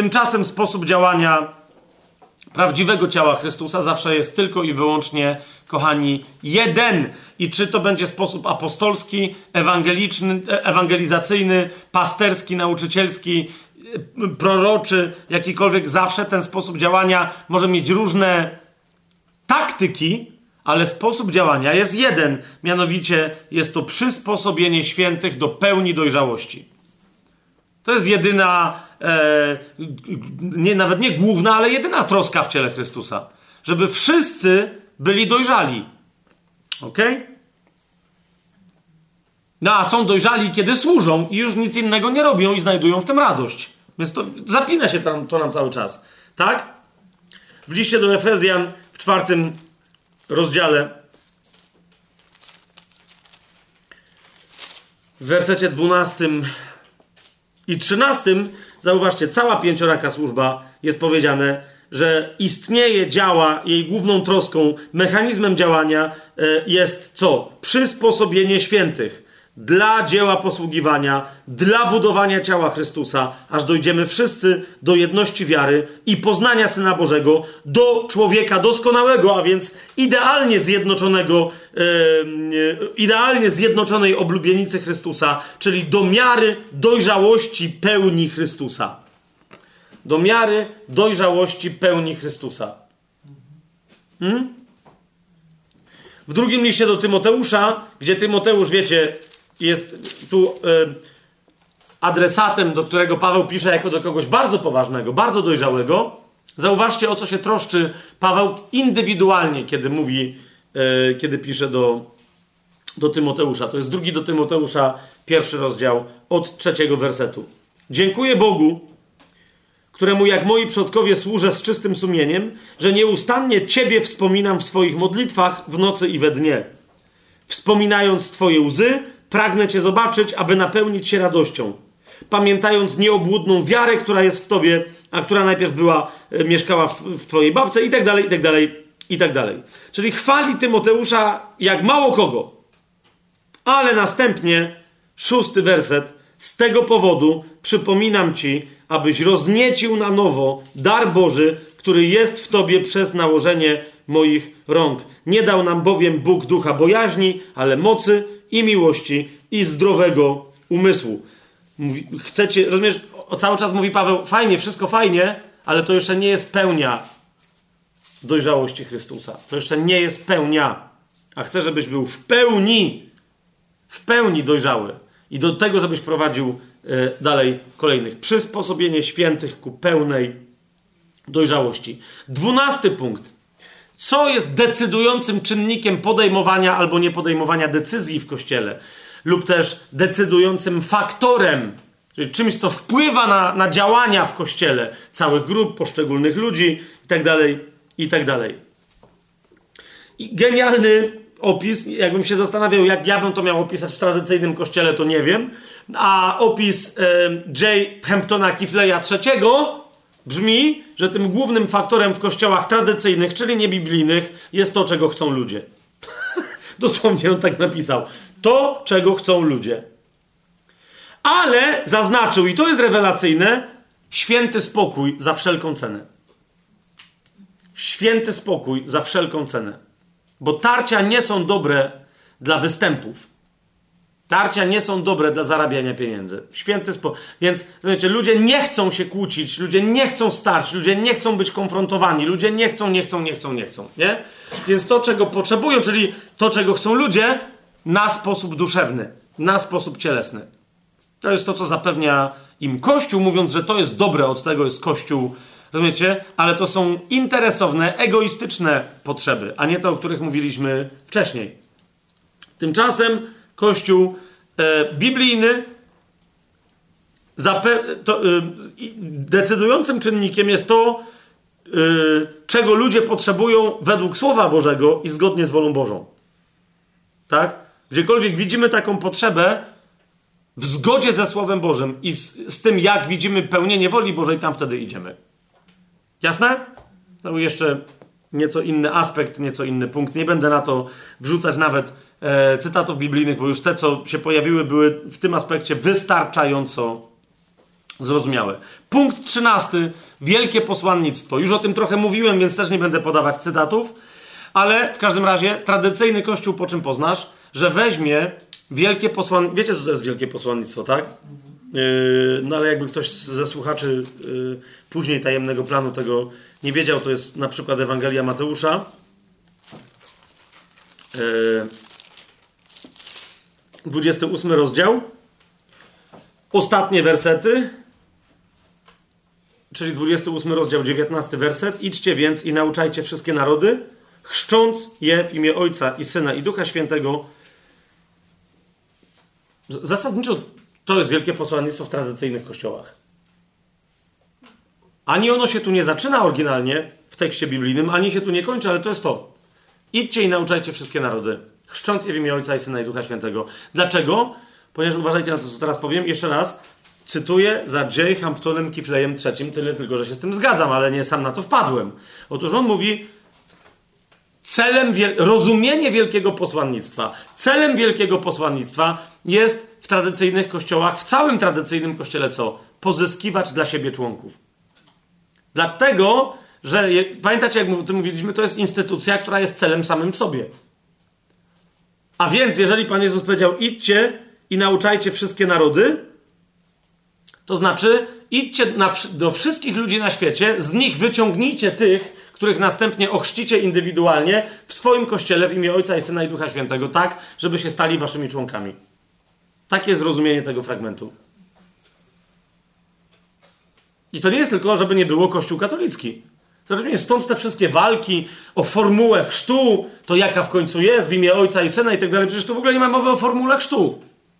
Tymczasem sposób działania prawdziwego ciała Chrystusa zawsze jest tylko i wyłącznie kochani, jeden. I czy to będzie sposób apostolski, ewangeliczny, ewangelizacyjny, pasterski, nauczycielski, proroczy, jakikolwiek, zawsze ten sposób działania może mieć różne taktyki, ale sposób działania jest jeden. Mianowicie jest to przysposobienie świętych do pełni dojrzałości. To jest jedyna, e, nie, nawet nie główna, ale jedyna troska w ciele Chrystusa. Żeby wszyscy byli dojrzali. Okej? Okay? No a są dojrzali, kiedy służą i już nic innego nie robią i znajdują w tym radość. Więc to zapina się tam, to nam cały czas. Tak? W liście do Efezjan w czwartym rozdziale w wersecie dwunastym i trzynastym, zauważcie, cała pięcioraka służba jest powiedziane, że istnieje, działa, jej główną troską, mechanizmem działania jest co? Przysposobienie świętych dla dzieła posługiwania, dla budowania ciała Chrystusa, aż dojdziemy wszyscy do jedności wiary i poznania Syna Bożego, do człowieka doskonałego, a więc idealnie zjednoczonego, yy, idealnie zjednoczonej oblubienicy Chrystusa, czyli do miary dojrzałości pełni Chrystusa. Do miary dojrzałości pełni Chrystusa. Hmm? W drugim liście do Tymoteusza, gdzie Tymoteusz, wiecie, jest tu y, adresatem, do którego Paweł pisze jako do kogoś bardzo poważnego, bardzo dojrzałego. Zauważcie, o co się troszczy Paweł indywidualnie, kiedy mówi, y, kiedy pisze do, do Tymoteusza. To jest drugi do Tymoteusza, pierwszy rozdział, od trzeciego wersetu. Dziękuję Bogu, któremu jak moi przodkowie służę z czystym sumieniem, że nieustannie Ciebie wspominam w swoich modlitwach w nocy i we dnie. Wspominając Twoje łzy, pragnę Cię zobaczyć, aby napełnić się radością. Pamiętając nieobłudną wiarę, która jest w Tobie, a która najpierw była, e, mieszkała w, w Twojej babce i tak dalej, i tak dalej, i tak dalej. Czyli chwali Tymoteusza jak mało kogo. Ale następnie, szósty werset, z tego powodu przypominam Ci, abyś rozniecił na nowo dar Boży, który jest w Tobie przez nałożenie moich rąk. Nie dał nam bowiem Bóg ducha bojaźni, ale mocy i miłości i zdrowego umysłu. Mówi, chcecie, rozumiesz, o, cały czas mówi Paweł, fajnie, wszystko fajnie, ale to jeszcze nie jest pełnia dojrzałości Chrystusa. To jeszcze nie jest pełnia. A chcę, żebyś był w pełni, w pełni dojrzały. I do tego, żebyś prowadził y, dalej kolejnych. Przysposobienie świętych ku pełnej dojrzałości. Dwunasty punkt. Co jest decydującym czynnikiem podejmowania albo niepodejmowania decyzji w Kościele? Lub też decydującym faktorem, czyli czymś, co wpływa na, na działania w Kościele całych grup, poszczególnych ludzi itd., itd. I genialny opis, jakbym się zastanawiał, jak ja bym to miał opisać w tradycyjnym Kościele, to nie wiem, a opis e, J. Hamptona Kifleya trzeciego brzmi, że tym głównym faktorem w kościołach tradycyjnych, czyli niebiblijnych, jest to, czego chcą ludzie. Dosłownie on tak napisał. To, czego chcą ludzie. Ale zaznaczył, i to jest rewelacyjne, święty spokój za wszelką cenę. Święty spokój za wszelką cenę. Bo tarcia nie są dobre dla występów. Tarcia nie są dobre dla zarabiania pieniędzy. Święty spokój. Więc, wiecie, ludzie nie chcą się kłócić, ludzie nie chcą starć, ludzie nie chcą być konfrontowani, ludzie nie chcą, nie chcą, nie chcą, nie chcą, nie? Więc to, czego potrzebują, czyli to, czego chcą ludzie, na sposób duszewny, na sposób cielesny. To jest to, co zapewnia im Kościół, mówiąc, że to jest dobre, od tego jest Kościół, rozumiecie? Ale to są interesowne, egoistyczne potrzeby, a nie te, o których mówiliśmy wcześniej. Tymczasem Kościół e, biblijny zape- to, e, decydującym czynnikiem jest to, e, czego ludzie potrzebują według Słowa Bożego i zgodnie z wolą Bożą. Tak? Gdziekolwiek widzimy taką potrzebę w zgodzie ze Słowem Bożym i z, z tym, jak widzimy pełnienie woli Bożej, tam wtedy idziemy. Jasne? To jeszcze nieco inny aspekt, nieco inny punkt. Nie będę na to wrzucać nawet e, cytatów biblijnych, bo już te, co się pojawiły, były w tym aspekcie wystarczająco zrozumiałe. Punkt trzynasty. Wielkie posłannictwo. Już o tym trochę mówiłem, więc też nie będę podawać cytatów, Ale w każdym razie tradycyjny Kościół po czym poznasz? Że weźmie wielkie posłannictwo. Wiecie, co to jest wielkie posłannictwo, tak? Yy, no ale jakby ktoś ze słuchaczy yy, później tajemnego planu tego nie wiedział, to jest na przykład Ewangelia Mateusza. Yy, dwudziesty ósmy rozdział. Ostatnie wersety. Czyli dwudziesty ósmy rozdział, dziewiętnasty werset. Idźcie więc i nauczajcie wszystkie narody, chrzcząc je w imię Ojca i Syna i Ducha Świętego. Zasadniczo to jest wielkie posłannictwo w tradycyjnych kościołach. Ani ono się tu nie zaczyna oryginalnie w tekście biblijnym, ani się tu nie kończy, ale to jest to. Idźcie i nauczajcie wszystkie narody, chrzcząc je w imię Ojca i Syna i Ducha Świętego. Dlaczego? Ponieważ uważajcie na to, co teraz powiem. Jeszcze raz. Cytuję za J. Hamptonem Kiflejem trzecim, tyle tylko, że się z tym zgadzam, ale nie sam na to wpadłem. Otóż on mówi, celem, wiel- rozumienie wielkiego posłannictwa, celem wielkiego posłannictwa jest w tradycyjnych kościołach, w całym tradycyjnym kościele co? Pozyskiwać dla siebie członków. Dlatego, że, je, pamiętacie jak o tym mówiliśmy, to jest instytucja, która jest celem samym w sobie. A więc, jeżeli Pan Jezus powiedział, idźcie i nauczajcie wszystkie narody, to znaczy, idźcie na, do wszystkich ludzi na świecie, z nich wyciągnijcie tych, których następnie ochrzcicie indywidualnie w swoim kościele w imię Ojca i Syna i Ducha Świętego, tak, żeby się stali waszymi członkami. Takie jest rozumienie tego fragmentu. I to nie jest tylko, żeby nie było Kościół katolicki. Zrozumiecie, stąd te wszystkie walki o formułę chrztu, to jaka w końcu jest, w imię Ojca i Syna i tak dalej. Przecież tu w ogóle nie ma mowy o formule chrztu.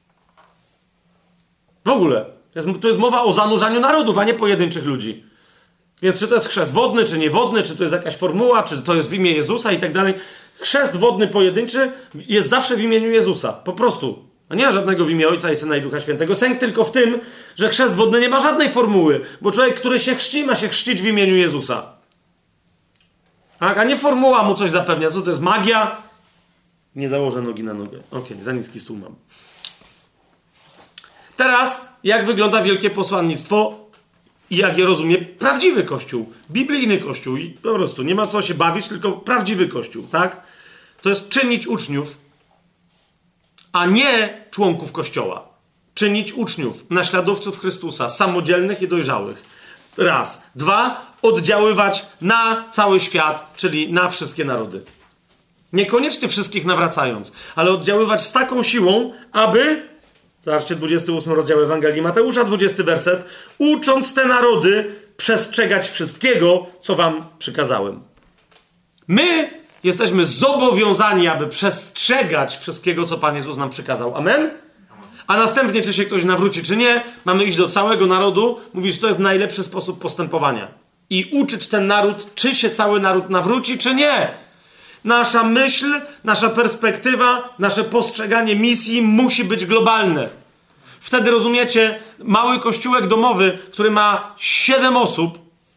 W ogóle. To jest, to jest mowa o zanurzaniu narodów, a nie pojedynczych ludzi. Więc czy to jest chrzest wodny, czy niewodny, czy to jest jakaś formuła, czy to jest w imię Jezusa i tak dalej. Chrzest wodny pojedynczy jest zawsze w imieniu Jezusa. Po prostu. A nie ma żadnego w imię Ojca i Syna i Ducha Świętego. Sęk tylko w tym, że chrzest wodny nie ma żadnej formuły. Bo człowiek, który się chrzci, ma się chrzcić w imieniu Jezusa. Tak? A nie formuła mu coś zapewnia. Co to jest? Magia? Nie założę nogi na nogę. Okej, okay, za niski stół mam. Teraz, jak wygląda wielkie posłannictwo i jak je rozumie prawdziwy Kościół, biblijny Kościół i po prostu nie ma co się bawić, tylko prawdziwy Kościół, tak? To jest czynić uczniów, a nie członków Kościoła. Czynić uczniów, naśladowców Chrystusa, samodzielnych i dojrzałych. Raz. Dwa. Oddziaływać na cały świat, czyli na wszystkie narody. Niekoniecznie wszystkich nawracając, ale oddziaływać z taką siłą, aby... Zobaczcie, dwudziesty ósmy rozdział Ewangelii Mateusza, dwudziesty werset. Ucząc te narody przestrzegać wszystkiego, co wam przykazałem. My jesteśmy zobowiązani, aby przestrzegać wszystkiego, co Pan Jezus nam przykazał. Amen? A następnie, czy się ktoś nawróci, czy nie, mamy iść do całego narodu, mówisz, to jest najlepszy sposób postępowania. I uczyć ten naród, czy się cały naród nawróci, czy nie. Nasza myśl, nasza perspektywa, nasze postrzeganie misji musi być globalne. Wtedy rozumiecie, mały kościółek domowy, który ma siedem osób,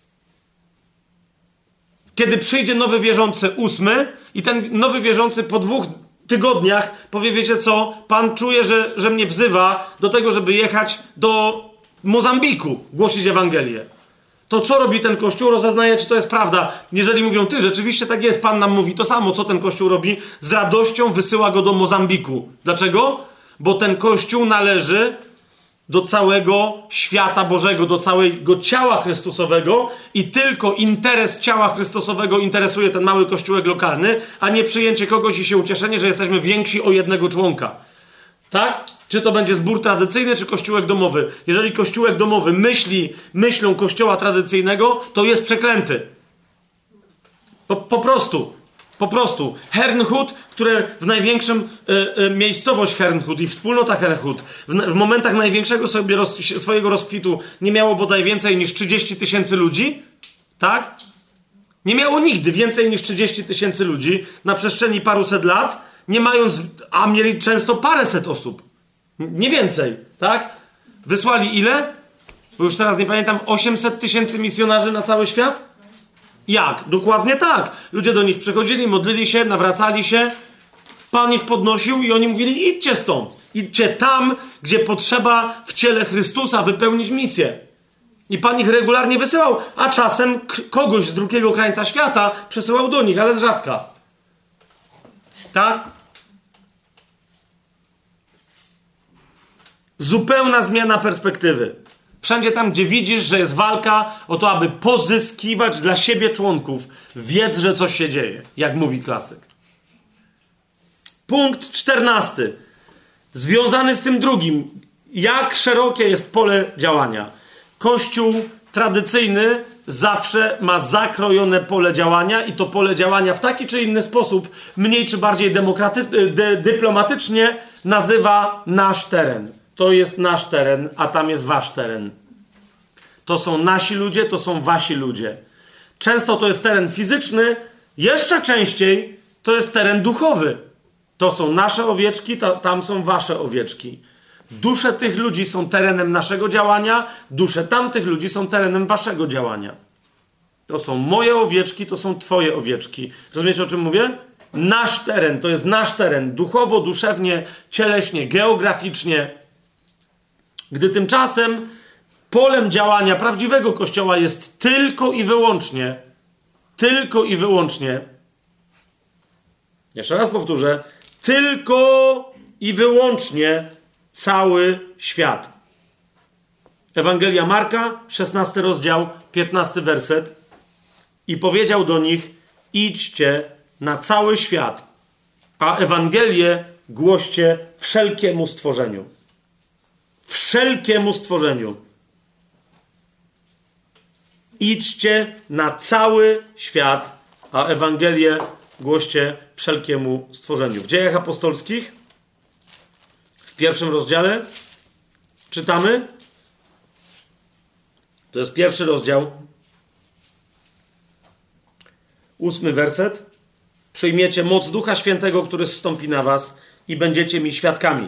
kiedy przyjdzie nowy wierzący ósmy i ten nowy wierzący po dwóch tygodniach powie, wiecie co, Pan czuje, że, że mnie wzywa do tego, żeby jechać do Mozambiku, głosić Ewangelię. To co robi ten Kościół? Rozeznaje, czy to jest prawda. Jeżeli mówią, ty, rzeczywiście tak jest, Pan nam mówi to samo, co ten Kościół robi, z radością wysyła go do Mozambiku. Dlaczego? Bo ten Kościół należy do całego świata Bożego, do całego ciała Chrystusowego i tylko interes ciała Chrystusowego interesuje ten mały kościółek lokalny, a nie przyjęcie kogoś i się ucieszenie, że jesteśmy więksi o jednego członka. Tak? Czy to będzie zbór tradycyjny, czy kościółek domowy. Jeżeli kościółek domowy myśli myślą kościoła tradycyjnego, to jest przeklęty. Po, po prostu. Po prostu. Herrnhut, które w największym y, y, miejscowość Herrnhut i wspólnota Herrnhut w, w momentach największego sobie roz, swojego rozkwitu nie miało bodaj więcej niż trzydzieści tysięcy ludzi. Tak? Nie miało nigdy więcej niż trzydzieści tysięcy ludzi na przestrzeni paruset lat, nie mając, a mieli często paręset osób. Nie więcej, tak? Wysłali ile? Bo już teraz nie pamiętam, osiemset tysięcy misjonarzy na cały świat? Jak? Dokładnie tak. Ludzie do nich przychodzili, modlili się, nawracali się. Pan ich podnosił i oni mówili, idźcie stąd. Idźcie tam, gdzie potrzeba w ciele Chrystusa wypełnić misję. I Pan ich regularnie wysyłał, a czasem k- kogoś z drugiego krańca świata przesyłał do nich, ale z rzadka. Tak? Zupełna zmiana perspektywy. Wszędzie tam, gdzie widzisz, że jest walka o to, aby pozyskiwać dla siebie członków, wiedz, że coś się dzieje, jak mówi klasyk. Punkt czternasty. Związany z tym drugim. Jak szerokie jest pole działania? Kościół tradycyjny zawsze ma zakrojone pole działania i to pole działania w taki czy inny sposób, mniej czy bardziej demokraty- dy- dyplomatycznie nazywa nasz teren. To jest nasz teren, a tam jest wasz teren. To są nasi ludzie, to są wasi ludzie. Często to jest teren fizyczny, jeszcze częściej to jest teren duchowy. To są nasze owieczki, ta, tam są wasze owieczki. Dusze tych ludzi są terenem naszego działania, dusze tamtych ludzi są terenem waszego działania. To są moje owieczki, to są twoje owieczki. Rozumiecie, o czym mówię? Nasz teren, to jest nasz teren. Duchowo, duszewnie, cieleśnie, geograficznie. Gdy tymczasem polem działania prawdziwego Kościoła jest tylko i wyłącznie, tylko i wyłącznie, jeszcze raz powtórzę, tylko i wyłącznie cały świat. Ewangelia Marka, szesnasty rozdział, piętnasty werset. I powiedział do nich, idźcie na cały świat, a Ewangelię głoście wszelkiemu stworzeniu. Wszelkiemu stworzeniu. Idźcie na cały świat, a Ewangelię głoście wszelkiemu stworzeniu. W Dziejach Apostolskich, w pierwszym rozdziale, czytamy. To jest pierwszy rozdział. Ósmy werset. Przyjmiecie moc Ducha Świętego, który zstąpi na was i będziecie mi świadkami.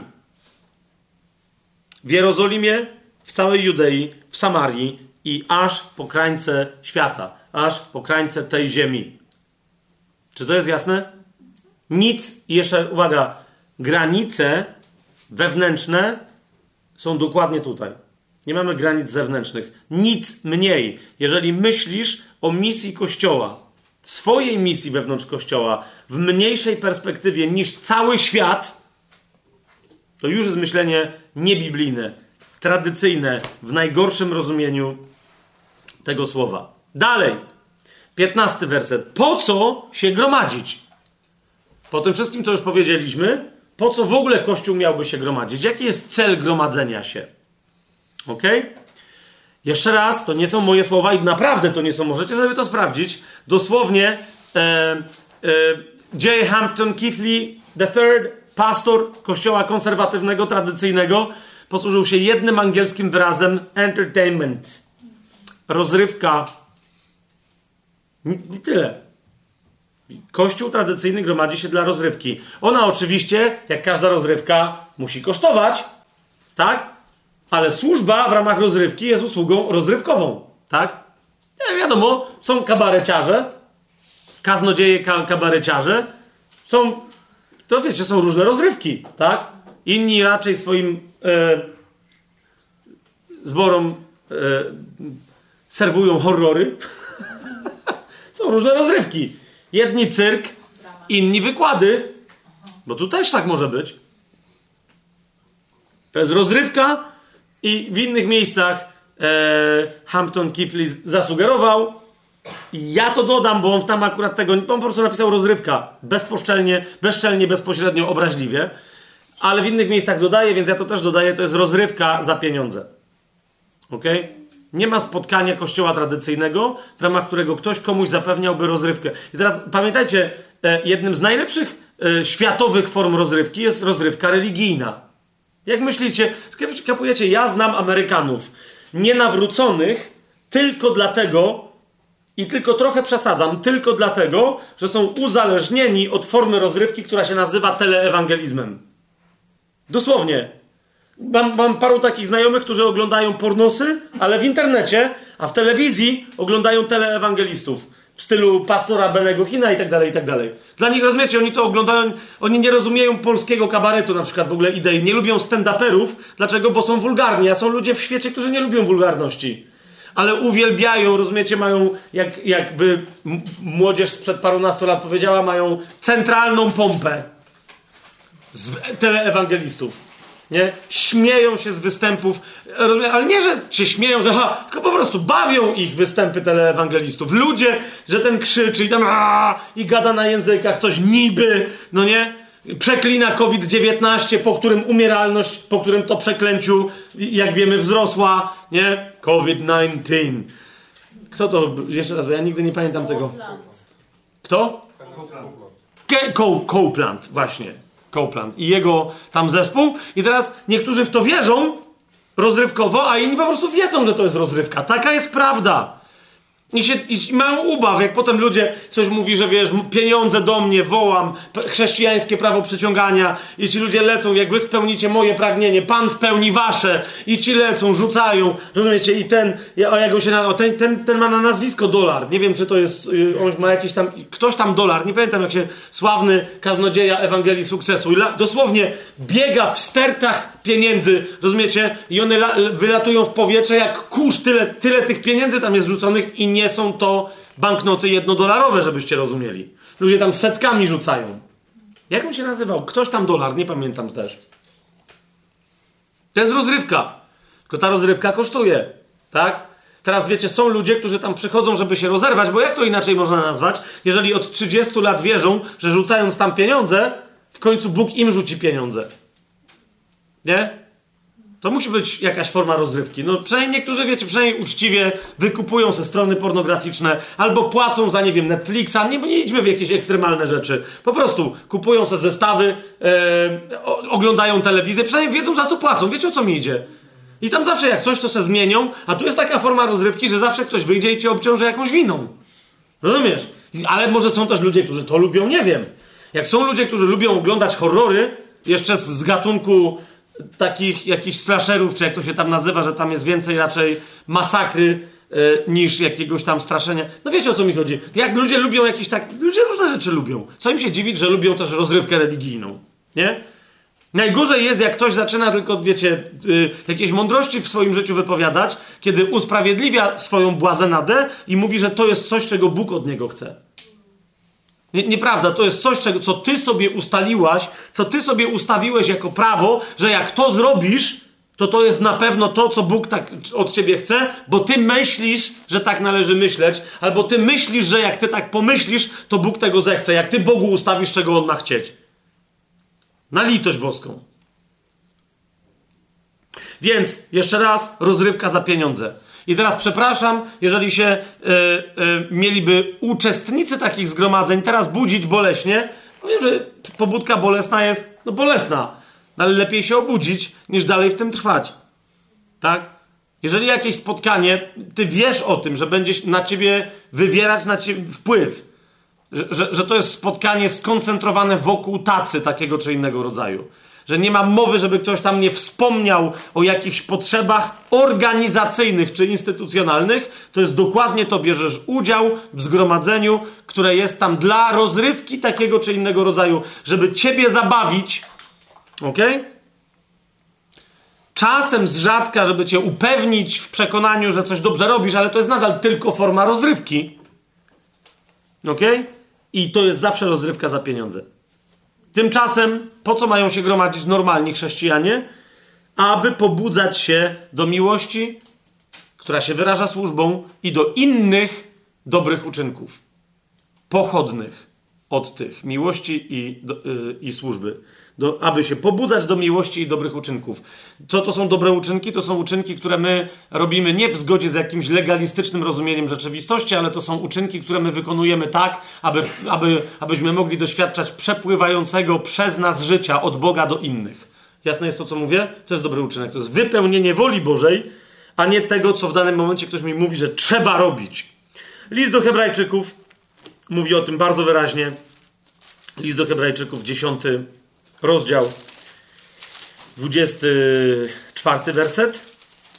W Jerozolimie, w całej Judei, w Samarii i aż po krańce świata. Aż po krańce tej ziemi. Czy to jest jasne? Nic, i jeszcze uwaga, granice wewnętrzne są dokładnie tutaj. Nie mamy granic zewnętrznych. Nic mniej. Jeżeli myślisz o misji Kościoła, swojej misji wewnątrz Kościoła, w mniejszej perspektywie niż cały świat, to już jest myślenie niebiblijne, tradycyjne, w najgorszym rozumieniu tego słowa. Dalej, piętnasty werset. Po co się gromadzić? Po tym wszystkim, co już powiedzieliśmy, po co w ogóle Kościół miałby się gromadzić? Jaki jest cel gromadzenia się? Ok? Jeszcze raz, to nie są moje słowa i naprawdę to nie są, możecie sobie to sprawdzić. Dosłownie e, e, J. Hampton Keithley the third, pastor Kościoła konserwatywnego, tradycyjnego, posłużył się jednym angielskim wyrazem entertainment. Rozrywka. I tyle. Kościół tradycyjny gromadzi się dla rozrywki. Ona oczywiście, jak każda rozrywka, musi kosztować, tak? Ale służba w ramach rozrywki jest usługą rozrywkową, tak? Nie, wiadomo, są kabareciarze, kaznodzieje, ka- kabareciarze, są, to wiecie, są różne rozrywki, tak? Inni raczej swoim e, zborom e, serwują horrory. Są różne rozrywki. Jedni cyrk, inni wykłady, bo tu też tak może być. To jest rozrywka i w innych miejscach e, Hampton Keithley zasugerował, i ja to dodam, bo on tam akurat tego, on po prostu napisał rozrywka, bezposzczelnie, bezczelnie, bezpośrednio, obraźliwie, ale w innych miejscach dodaje, więc ja to też dodaję, to jest rozrywka za pieniądze. Okej? Okay? Nie ma spotkania kościoła tradycyjnego, w ramach którego ktoś komuś zapewniałby rozrywkę. I teraz pamiętajcie, jednym z najlepszych światowych form rozrywki jest rozrywka religijna. Jak myślicie, kapujecie, ja znam Amerykanów nienawróconych tylko dlatego, i tylko trochę przesadzam, tylko dlatego, że są uzależnieni od formy rozrywki, która się nazywa teleewangelizmem. Dosłownie. Mam, mam paru takich znajomych, którzy oglądają pornosy, ale w internecie, a w telewizji oglądają teleewangelistów w stylu pastora Benego Hina i tak dalej, i tak dalej. Dla nich, rozumiecie, oni to oglądają, oni nie rozumieją polskiego kabaretu na przykład w ogóle idei, nie lubią stand-uperów. Dlaczego? Bo są wulgarni, a są ludzie w świecie, którzy nie lubią wulgarności. Ale uwielbiają, rozumiecie, mają, jak, jakby młodzież sprzed parunastu lat powiedziała, mają centralną pompę. z teleewangelistów. Nie? Śmieją się z występów, ale nie, że się śmieją, że ha, tylko po prostu bawią ich występy teleewangelistów. Ludzie, że ten krzyczy i tam a, i gada na językach coś niby, no nie? Przeklina COVID dziewiętnaście, po którym umieralność, po którym to przeklęciu, jak wiemy, wzrosła, nie? COVID dziewiętnaście. Kto to, jeszcze raz, bo ja nigdy nie pamiętam tego. Kto? Copeland, właśnie. Copeland i jego tam zespół. I teraz niektórzy w to wierzą rozrywkowo, a inni po prostu wiedzą, że to jest rozrywka. Taka jest prawda. I, się, i mają ubaw, jak potem ludzie, ktoś mówi, że wiesz, pieniądze do mnie, wołam, chrześcijańskie prawo przyciągania i ci ludzie lecą, jak wy spełnicie moje pragnienie, Pan spełni wasze i ci lecą, rzucają, rozumiecie, i ten, o jak on się nazywa, ten, ten, ten ma na nazwisko Dolar, nie wiem, czy to jest, on ma jakiś tam, ktoś tam Dolar, nie pamiętam, jak się, sławny kaznodzieja Ewangelii Sukcesu, i la, dosłownie biega w stertach pieniędzy, rozumiecie, i one la, wylatują w powietrze jak kurz, tyle, tyle tych pieniędzy tam jest rzuconych i nie są to banknoty jednodolarowe, żebyście rozumieli. Ludzie tam setkami rzucają. Jak on się nazywał? Ktoś tam Dolar, nie pamiętam też. To jest rozrywka. Tylko ta rozrywka kosztuje. Tak? Teraz wiecie, są ludzie, którzy tam przychodzą, żeby się rozerwać, bo jak to inaczej można nazwać, jeżeli od trzydziestu lat wierzą, że rzucając tam pieniądze, w końcu Bóg im rzuci pieniądze. Nie? To musi być jakaś forma rozrywki. No przynajmniej niektórzy, wiecie, przynajmniej uczciwie wykupują se strony pornograficzne albo płacą za, nie wiem, Netflixa. Nie, nie idźmy w jakieś ekstremalne rzeczy. Po prostu kupują se zestawy, e, o, oglądają telewizję, przynajmniej wiedzą, za co płacą. Wiecie, o co mi idzie. I tam zawsze jak coś, to se zmienią, a tu jest taka forma rozrywki, że zawsze ktoś wyjdzie i cię obciąży jakąś winą. Rozumiesz? Ale może są też ludzie, którzy to lubią, nie wiem. Jak są ludzie, którzy lubią oglądać horrory, jeszcze z, z gatunku takich jakichś slasherów, czy jak to się tam nazywa, że tam jest więcej raczej masakry yy, niż jakiegoś tam straszenia. No wiecie, o co mi chodzi. Jak ludzie lubią jakieś tak... Ludzie różne rzeczy lubią. Co im się dziwić, że lubią też rozrywkę religijną. Nie? Najgorzej jest, jak ktoś zaczyna tylko, wiecie, yy, jakieś mądrości w swoim życiu wypowiadać, kiedy usprawiedliwia swoją błazenadę i mówi, że to jest coś, czego Bóg od niego chce. Nie, nieprawda, to jest coś, czego, co ty sobie ustaliłaś, co ty sobie ustawiłeś jako prawo, że jak to zrobisz, to to jest na pewno to, co Bóg tak od ciebie chce, bo ty myślisz, że tak należy myśleć, albo ty myślisz, że jak ty tak pomyślisz, to Bóg tego zechce. Jak ty Bogu ustawisz, czego On ma chcieć. Na litość boską. Więc, jeszcze raz, rozrywka za pieniądze. I teraz przepraszam, jeżeli się y, y, mieliby uczestnicy takich zgromadzeń teraz budzić boleśnie. Powiem, że pobudka bolesna jest no bolesna, ale lepiej się obudzić, niż dalej w tym trwać. Tak? Jeżeli jakieś spotkanie, ty wiesz o tym, że będzie na ciebie wywierać na ciebie wpływ, że, że, że to jest spotkanie skoncentrowane wokół tacy takiego czy innego rodzaju. Że nie ma mowy, żeby ktoś tam nie wspomniał o jakichś potrzebach organizacyjnych czy instytucjonalnych, to jest dokładnie to, bierzesz udział w zgromadzeniu, które jest tam dla rozrywki takiego czy innego rodzaju, żeby ciebie zabawić, okej? Okay? Czasem z rzadka, żeby cię upewnić w przekonaniu, że coś dobrze robisz, ale to jest nadal tylko forma rozrywki, okej? Okay? I to jest zawsze rozrywka za pieniądze. Tymczasem, po co mają się gromadzić normalni chrześcijanie? Aby pobudzać się do miłości, która się wyraża służbą, i do innych dobrych uczynków. Pochodnych od tych miłości i, do, yy, i służby. Do, aby się pobudzać do miłości i dobrych uczynków. Co to są dobre uczynki? To są uczynki, które my robimy nie w zgodzie z jakimś legalistycznym rozumieniem rzeczywistości, ale to są uczynki, które my wykonujemy tak, aby, aby, abyśmy mogli doświadczać przepływającego przez nas życia od Boga do innych. Jasne jest to, co mówię? To jest dobry uczynek. To jest wypełnienie woli Bożej, a nie tego, co w danym momencie ktoś mi mówi, że trzeba robić. List do Hebrajczyków mówi o tym bardzo wyraźnie. List do Hebrajczyków, dziesiąty rozdział, dwudziesty czwarty werset.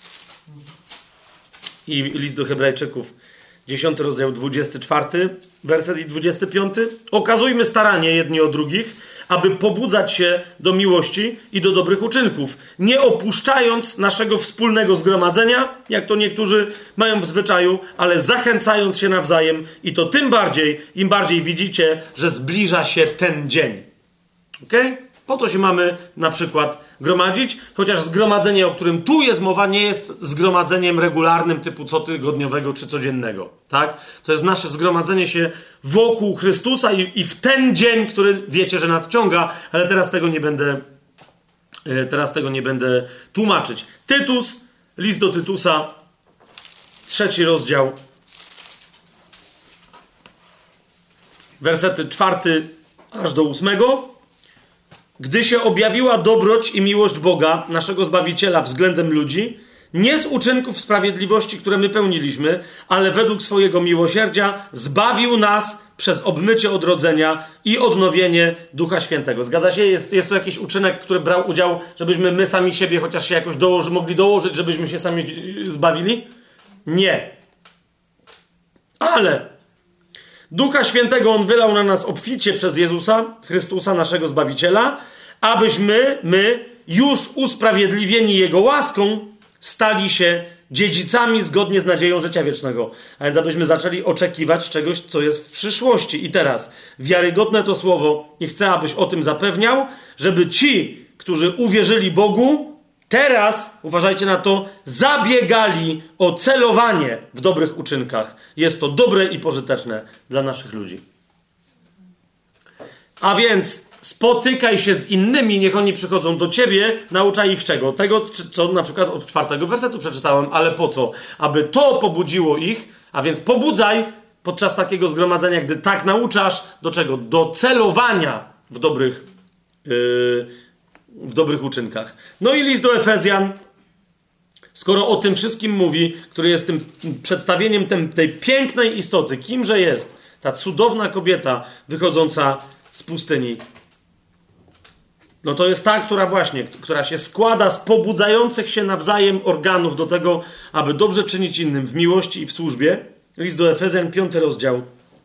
I list do Hebrajczyków, dziesiąty rozdział, dwudziesty czwarty werset i dwudziesty piąty. Okazujmy staranie jedni o drugich, aby pobudzać się do miłości i do dobrych uczynków, nie opuszczając naszego wspólnego zgromadzenia, jak to niektórzy mają w zwyczaju, ale zachęcając się nawzajem, i to tym bardziej, im bardziej widzicie, że zbliża się ten dzień. Okej? Okay? Po to się mamy na przykład gromadzić, chociaż zgromadzenie, o którym tu jest mowa, nie jest zgromadzeniem regularnym typu cotygodniowego czy codziennego. Tak? To jest nasze zgromadzenie się wokół Chrystusa i, i w ten dzień, który wiecie, że nadciąga, ale teraz tego nie będę, teraz tego nie będę tłumaczyć. Tytus, list do Tytusa, trzeci rozdział, wersety czwarty aż do ósmego. Gdy się objawiła dobroć i miłość Boga, naszego Zbawiciela względem ludzi, nie z uczynków sprawiedliwości, które my pełniliśmy, ale według swojego miłosierdzia zbawił nas przez obmycie odrodzenia i odnowienie Ducha Świętego. Zgadza się? Jest, jest to jakiś uczynek, który brał udział, żebyśmy my sami siebie chociaż się jakoś dołoży, mogli dołożyć, żebyśmy się sami zbawili? Nie. Ale Ducha Świętego On wylał na nas obficie przez Jezusa, Chrystusa, naszego Zbawiciela, abyśmy, my, już usprawiedliwieni Jego łaską, stali się dziedzicami zgodnie z nadzieją życia wiecznego. A więc abyśmy zaczęli oczekiwać czegoś, co jest w przyszłości. I teraz, wiarygodne to słowo i chcę, abyś o tym zapewniał, żeby ci, którzy uwierzyli Bogu, teraz, uważajcie na to, zabiegali o celowanie w dobrych uczynkach. Jest to dobre i pożyteczne dla naszych ludzi. A więc spotykaj się z innymi, niech oni przychodzą do ciebie, nauczaj ich czego? Tego, co na przykład od czwartego wersetu przeczytałem, ale po co? Aby to pobudziło ich, a więc pobudzaj podczas takiego zgromadzenia, gdy tak nauczasz, do czego? Do celowania w dobrych yy, w dobrych uczynkach. No i list do Efezjan, skoro o tym wszystkim mówi, który jest tym przedstawieniem tem, tej pięknej istoty, kimże jest ta cudowna kobieta wychodząca z pustyni. No to jest ta, która właśnie, która się składa z pobudzających się nawzajem organów do tego, aby dobrze czynić innym w miłości i w służbie. List do Efezjan, piąty rozdział,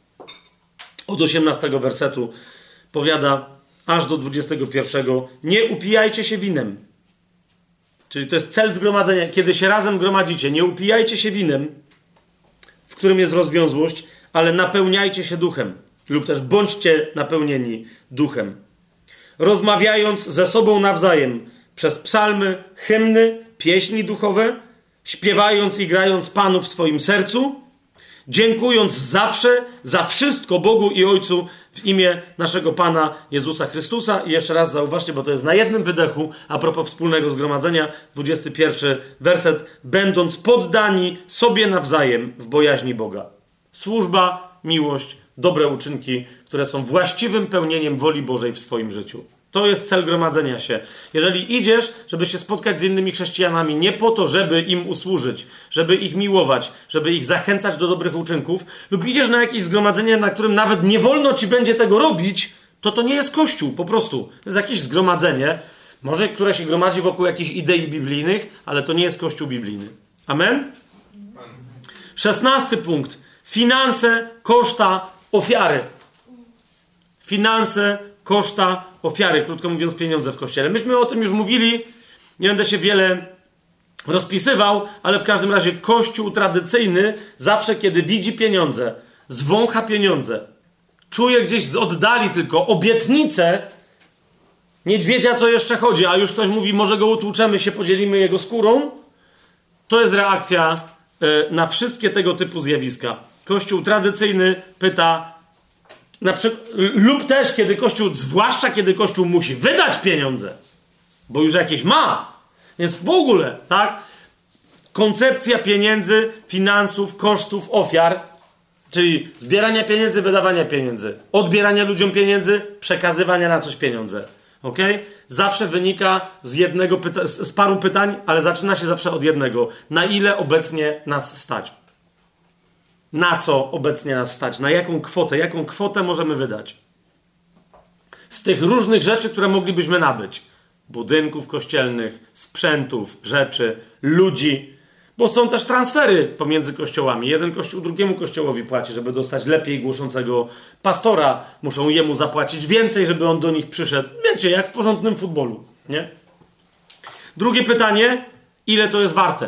od osiemnastego wersetu powiada aż do dwudziestego pierwszego. Nie upijajcie się winem. Czyli to jest cel zgromadzenia. Kiedy się razem gromadzicie, nie upijajcie się winem, w którym jest rozwiązłość, ale napełniajcie się duchem. Lub też bądźcie napełnieni duchem. Rozmawiając ze sobą nawzajem przez psalmy, hymny, pieśni duchowe, śpiewając i grając Panu w swoim sercu, dziękując zawsze za wszystko Bogu i Ojcu w imię naszego Pana Jezusa Chrystusa. I jeszcze raz zauważcie, bo to jest na jednym wydechu, a propos wspólnego zgromadzenia, dwudziesty pierwszy werset. Będąc poddani sobie nawzajem w bojaźni Boga. Służba, miłość, dobre uczynki, które są właściwym pełnieniem woli Bożej w swoim życiu. To jest cel gromadzenia się. Jeżeli idziesz, żeby się spotkać z innymi chrześcijanami, nie po to, żeby im usłużyć, żeby ich miłować, żeby ich zachęcać do dobrych uczynków, lub idziesz na jakieś zgromadzenie, na którym nawet nie wolno ci będzie tego robić, to to nie jest Kościół, po prostu. To jest jakieś zgromadzenie, może które się gromadzi wokół jakichś idei biblijnych, ale to nie jest Kościół biblijny. Amen? Szesnasty punkt. Finanse, koszta, ofiary. Finanse, koszta, ofiary. Krótko mówiąc, pieniądze w Kościele. Myśmy o tym już mówili. Nie będę się wiele rozpisywał, ale w każdym razie Kościół tradycyjny zawsze, kiedy widzi pieniądze, zwącha pieniądze, czuje gdzieś z oddali tylko obietnicę niedźwiedzia, co jeszcze chodzi, a już ktoś mówi, może go utłuczemy, się podzielimy jego skórą, to jest reakcja y, na wszystkie tego typu zjawiska. Kościół tradycyjny pyta, na przykład, lub też kiedy Kościół, zwłaszcza kiedy Kościół musi wydać pieniądze, bo już jakieś ma, więc w ogóle, tak? Koncepcja pieniędzy, finansów, kosztów, ofiar, czyli zbierania pieniędzy, wydawania pieniędzy, odbierania ludziom pieniędzy, przekazywania na coś pieniądze. Okay? Zawsze wynika z jednego pyta- z paru pytań, ale zaczyna się zawsze od jednego. Na ile obecnie nas stać? Na co obecnie nas stać? Na jaką kwotę? Jaką kwotę możemy wydać? Z tych różnych rzeczy, które moglibyśmy nabyć. Budynków kościelnych, sprzętów, rzeczy, ludzi. Bo są też transfery pomiędzy kościołami. Jeden kościół drugiemu kościołowi płaci, żeby dostać lepiej głoszącego pastora. Muszą jemu zapłacić więcej, żeby on do nich przyszedł. Wiecie, jak w porządnym futbolu, nie? Drugie pytanie. Ile to jest warte?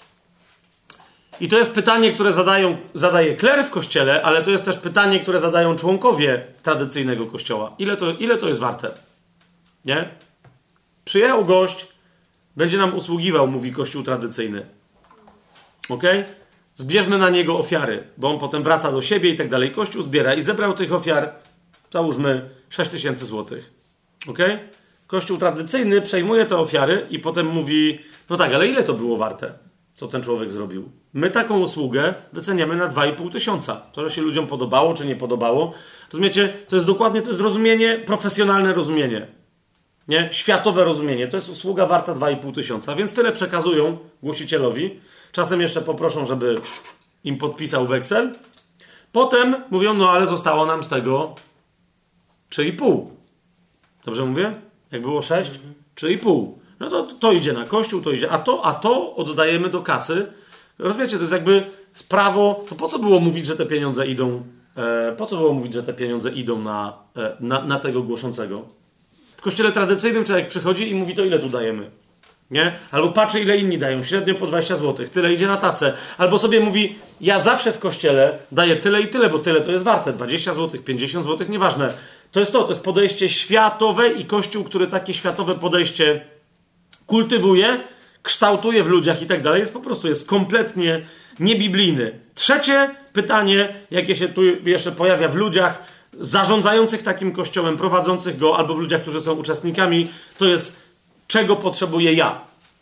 I to jest pytanie, które zadają, zadaje kler w kościele, ale to jest też pytanie, które zadają członkowie tradycyjnego kościoła. Ile to, ile to jest warte? Nie? Przyjechał gość, będzie nam usługiwał, mówi Kościół tradycyjny. Okej? Okay? Zbierzmy na niego ofiary, bo on potem wraca do siebie i tak dalej. Kościół zbiera i zebrał tych ofiar, załóżmy, sześć tysięcy złotych. Okej? Okay? Kościół tradycyjny przejmuje te ofiary i potem mówi, no tak, ale ile to było warte, co ten człowiek zrobił? My taką usługę wyceniamy na dwa i pół tysiąca. To, że się ludziom podobało, czy nie podobało. Rozumiecie? To jest dokładnie, to jest rozumienie, profesjonalne rozumienie. Nie? Światowe rozumienie. To jest usługa warta dwa i pół tysiąca. Więc tyle przekazują głosicielowi. Czasem jeszcze poproszą, żeby im podpisał weksel. Potem mówią, no ale zostało nam z tego trzy i pół. Dobrze mówię? Jak było sześć? trzy i pół. No to, to idzie na kościół, to idzie. A to, a to oddajemy do kasy. Rozumiecie, to jest jakby prawo. To po co było mówić, że te pieniądze idą e, po co było mówić, że te pieniądze idą na, e, na, na tego głoszącego? W kościele tradycyjnym człowiek przychodzi i mówi, to ile tu dajemy? Nie? Albo patrzy, ile inni dają. Średnio po dwadzieścia złotych. Tyle idzie na tacę. Albo sobie mówi, ja zawsze w kościele daję tyle i tyle, bo tyle to jest warte. dwadzieścia złotych, pięćdziesiąt złotych, nieważne. To jest to. To jest podejście światowe i Kościół, który takie światowe podejście kultywuje, kształtuje w ludziach i tak dalej, jest po prostu jest kompletnie niebiblijny. Trzecie pytanie, jakie się tu jeszcze pojawia w ludziach zarządzających takim kościołem, prowadzących go, albo w ludziach, którzy są uczestnikami, to jest, czego potrzebuję ja,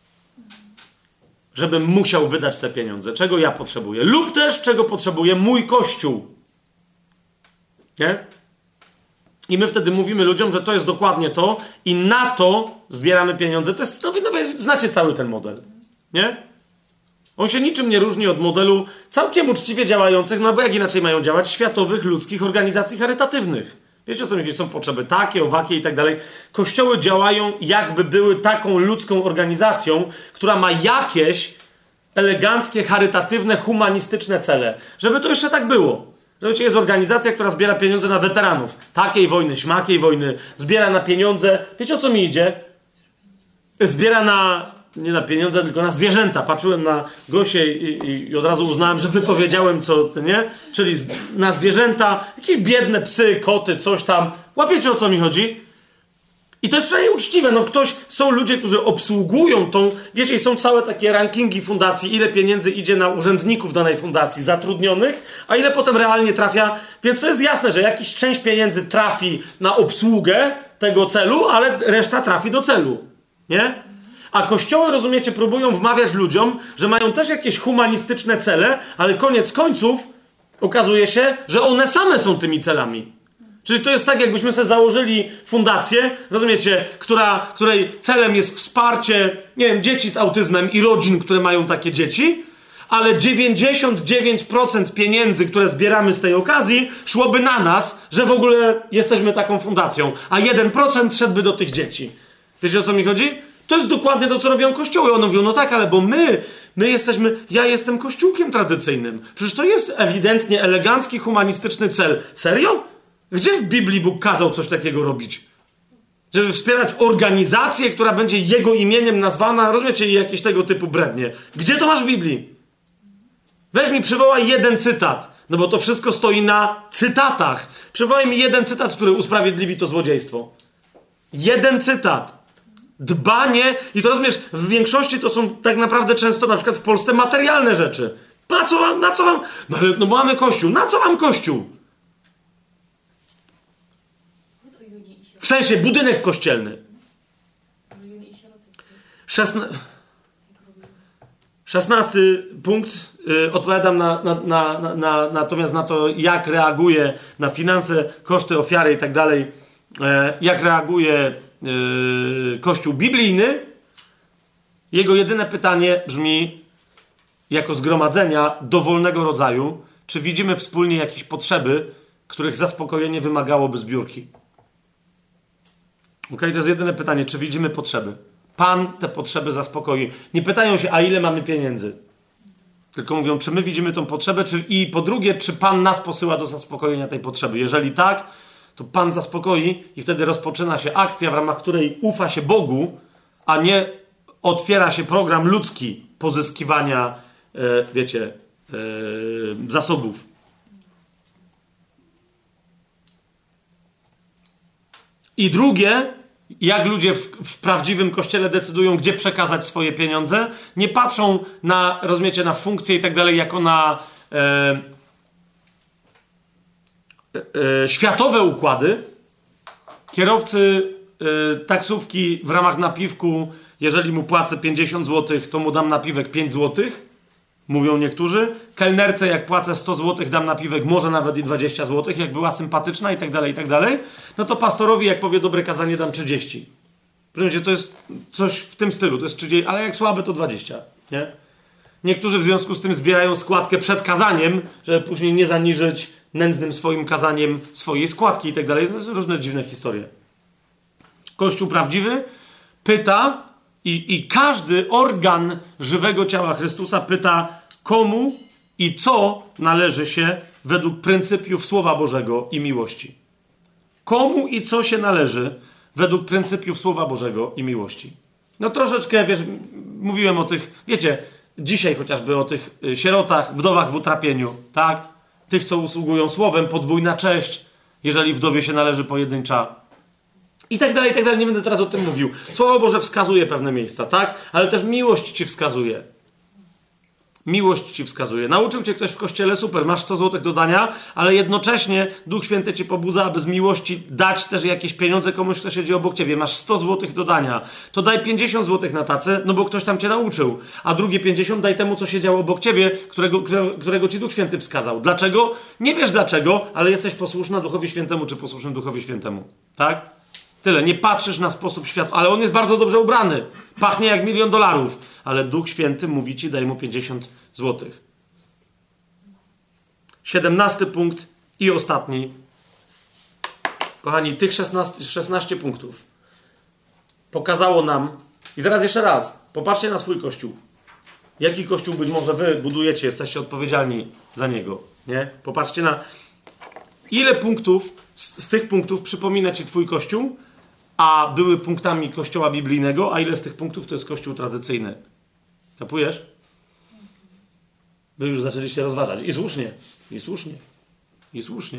żebym musiał wydać te pieniądze. Czego ja potrzebuję. Lub też, czego potrzebuje mój Kościół. Nie? I my wtedy mówimy ludziom, że to jest dokładnie to i na to zbieramy pieniądze. To jest, no, no, znacie cały ten model. Nie? On się niczym nie różni od modelu całkiem uczciwie działających, no bo jak inaczej mają działać, światowych, ludzkich organizacji charytatywnych. Wiecie, o co mi chodzi? Są potrzeby takie, owakie i tak dalej. Kościoły działają, jakby były taką ludzką organizacją, która ma jakieś eleganckie, charytatywne, humanistyczne cele. Żeby to jeszcze tak było. Wiecie, jest organizacja, która zbiera pieniądze na weteranów. Takiej wojny, śmakiej wojny. Zbiera na pieniądze. Wiecie, o co mi idzie? Zbiera na... nie na pieniądze, tylko na zwierzęta. Patrzyłem na Gosię i, i, i od razu uznałem, że wypowiedziałem co, nie? Czyli na zwierzęta, jakieś biedne psy, koty, coś tam. Łapiecie, o co mi chodzi? I to jest przynajmniej uczciwe. No ktoś, są ludzie, którzy obsługują tą, wiecie, są całe takie rankingi fundacji, ile pieniędzy idzie na urzędników danej fundacji zatrudnionych, a ile potem realnie trafia. Więc to jest jasne, że jakaś część pieniędzy trafi na obsługę tego celu, ale reszta trafi do celu. Nie? A kościoły, rozumiecie, próbują wmawiać ludziom, że mają też jakieś humanistyczne cele, ale koniec końców okazuje się, że one same są tymi celami. Czyli to jest tak, jakbyśmy sobie założyli fundację, rozumiecie, która, której celem jest wsparcie, nie wiem, dzieci z autyzmem i rodzin, które mają takie dzieci, ale dziewięćdziesiąt dziewięć procent pieniędzy, które zbieramy z tej okazji, szłoby na nas, że w ogóle jesteśmy taką fundacją, a jeden procent szedłby do tych dzieci. Wiecie, o co mi chodzi? To jest dokładnie to, co robią kościoły. One mówią, no tak, ale bo my, my jesteśmy, ja jestem kościółkiem tradycyjnym. Przecież to jest ewidentnie elegancki, humanistyczny cel. Serio? Gdzie w Biblii Bóg kazał coś takiego robić? Żeby wspierać organizację, która będzie jego imieniem nazwana, rozumiecie, jakieś tego typu brednie. Gdzie to masz w Biblii? Weź mi, przywołaj jeden cytat. No bo to wszystko stoi na cytatach. Przywołaj mi jeden cytat, który usprawiedliwi to złodziejstwo. Jeden cytat. Dbanie, i to rozumiesz, w większości to są tak naprawdę często, na przykład w Polsce, materialne rzeczy. Na co wam, na co wam, no, ale, no bo mamy Kościół, na co wam Kościół? W sensie budynek kościelny. Szesna... Szesnasty punkt, yy, odpowiadam na, na, na, na, na, natomiast na to, jak reaguje na finanse, koszty, ofiary i tak dalej, yy, jak reaguje Yy, Kościół biblijny. Jego jedyne pytanie brzmi, jako zgromadzenia dowolnego rodzaju, czy widzimy wspólnie jakieś potrzeby, których zaspokojenie wymagałoby zbiórki. Ok, to jest jedyne pytanie, czy widzimy potrzeby. Pan te potrzeby zaspokoi. Nie pytają się, a ile mamy pieniędzy. Tylko mówią, czy my widzimy tą potrzebę, czy, i po drugie, czy Pan nas posyła do zaspokojenia tej potrzeby. Jeżeli tak, to Pan zaspokoi i wtedy rozpoczyna się akcja, w ramach której ufa się Bogu, a nie otwiera się program ludzki pozyskiwania, e, wiecie, e, zasobów. I drugie, jak ludzie w, w prawdziwym kościele decydują, gdzie przekazać swoje pieniądze. Nie patrzą na, rozumiecie, na funkcję i tak dalej, jako na e, e, światowe układy. Kierowcy e, taksówki w ramach napiwku, jeżeli mu płacę pięćdziesiąt złotych, to mu dam napiwek pięć złotych. Mówią niektórzy. Kelnerce, jak płacę sto złotych, dam napiwek może nawet i dwadzieścia złotych, jak była sympatyczna i tak dalej, i tak dalej. No to pastorowi, jak powie dobre kazanie, dam trzydzieści. Rozumiecie, to jest coś w tym stylu, to jest trzydzieści, ale jak słabe, to dwadzieścia, nie? Niektórzy w związku z tym zbierają składkę przed kazaniem, żeby później nie zaniżyć nędznym swoim kazaniem swojej składki i tak dalej. To są różne dziwne historie. Kościół prawdziwy pyta i, i każdy organ żywego ciała Chrystusa pyta, komu i co należy się według pryncypiów Słowa Bożego i miłości. Komu i co się należy według pryncypiów Słowa Bożego i miłości. No troszeczkę, wiesz, mówiłem o tych, wiecie, dzisiaj chociażby o tych sierotach, wdowach w utrapieniu, tak? Tych, co usługują słowem, podwójna cześć, jeżeli wdowie się należy pojedyncza. I tak dalej, i tak dalej. Nie będę teraz o tym mówił. Słowo Boże wskazuje pewne miejsca, tak? Ale też miłość ci wskazuje. Miłość ci wskazuje. Nauczył cię ktoś w kościele, super, masz sto złotych do dania, ale jednocześnie Duch Święty cię pobudza, aby z miłości dać też jakieś pieniądze komuś, kto siedzi obok ciebie. Masz sto złotych do dania. To daj pięćdziesiąt złotych na tacę, no bo ktoś tam cię nauczył. A drugie pięćdziesiąt daj temu, co siedziało obok ciebie, którego, którego ci Duch Święty wskazał. Dlaczego? Nie wiesz dlaczego, ale jesteś posłuszna Duchowi Świętemu, czy posłuszny Duchowi Świętemu. Tak? Tyle. Nie patrzysz na sposób świata, ale on jest bardzo dobrze ubrany. Pachnie jak milion dolarów. Ale Duch Święty mówi ci, daj mu pięćdziesiąt złotych. Siedemnasty punkt i ostatni. Kochani, tych szesnaście, szesnaście punktów pokazało nam, i zaraz jeszcze raz, popatrzcie na swój kościół. Jaki kościół być może wy budujecie, jesteście odpowiedzialni za niego. Nie? Popatrzcie na ile punktów z, z tych punktów przypomina ci twój kościół, a były punktami kościoła biblijnego, a ile z tych punktów to jest kościół tradycyjny. Kapujesz? Wy już zaczęliście rozważać. I słusznie. I słusznie. I słusznie.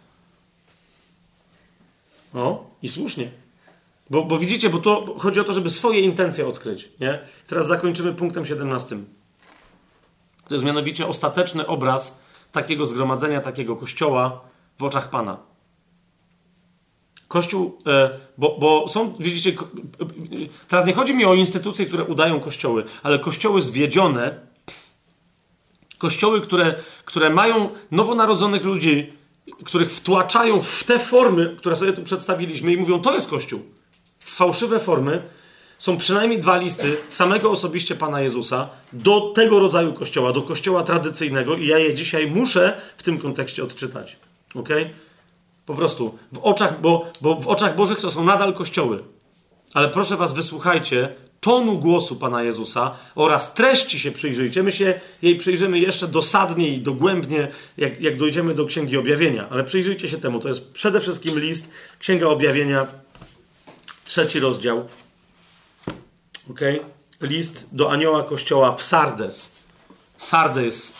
No, i słusznie. Bo, bo widzicie, bo to chodzi o to, żeby swoje intencje odkryć. Nie? Teraz zakończymy punktem siedemnastym. To jest mianowicie ostateczny obraz takiego zgromadzenia, takiego kościoła w oczach Pana. Kościół, bo, bo są, widzicie, teraz nie chodzi mi o instytucje, które udają kościoły, ale kościoły zwiedzione, kościoły, które, które mają nowonarodzonych ludzi, których wtłaczają w te formy, które sobie tu przedstawiliśmy i mówią, to jest kościół. W fałszywe formy są przynajmniej dwa listy samego osobiście Pana Jezusa do tego rodzaju kościoła, do kościoła tradycyjnego i ja je dzisiaj muszę w tym kontekście odczytać. Okej? Okay? Po prostu w oczach, bo, bo w oczach Bożych to są nadal kościoły. Ale proszę was, wysłuchajcie tonu głosu Pana Jezusa oraz treści się przyjrzyjcie. My się jej przyjrzymy jeszcze dosadniej i dogłębnie, jak, jak dojdziemy do Księgi Objawienia. Ale przyjrzyjcie się temu. To jest przede wszystkim list, Księga Objawienia, trzeci rozdział. Okay? List do anioła kościoła w Sardes. Sardes.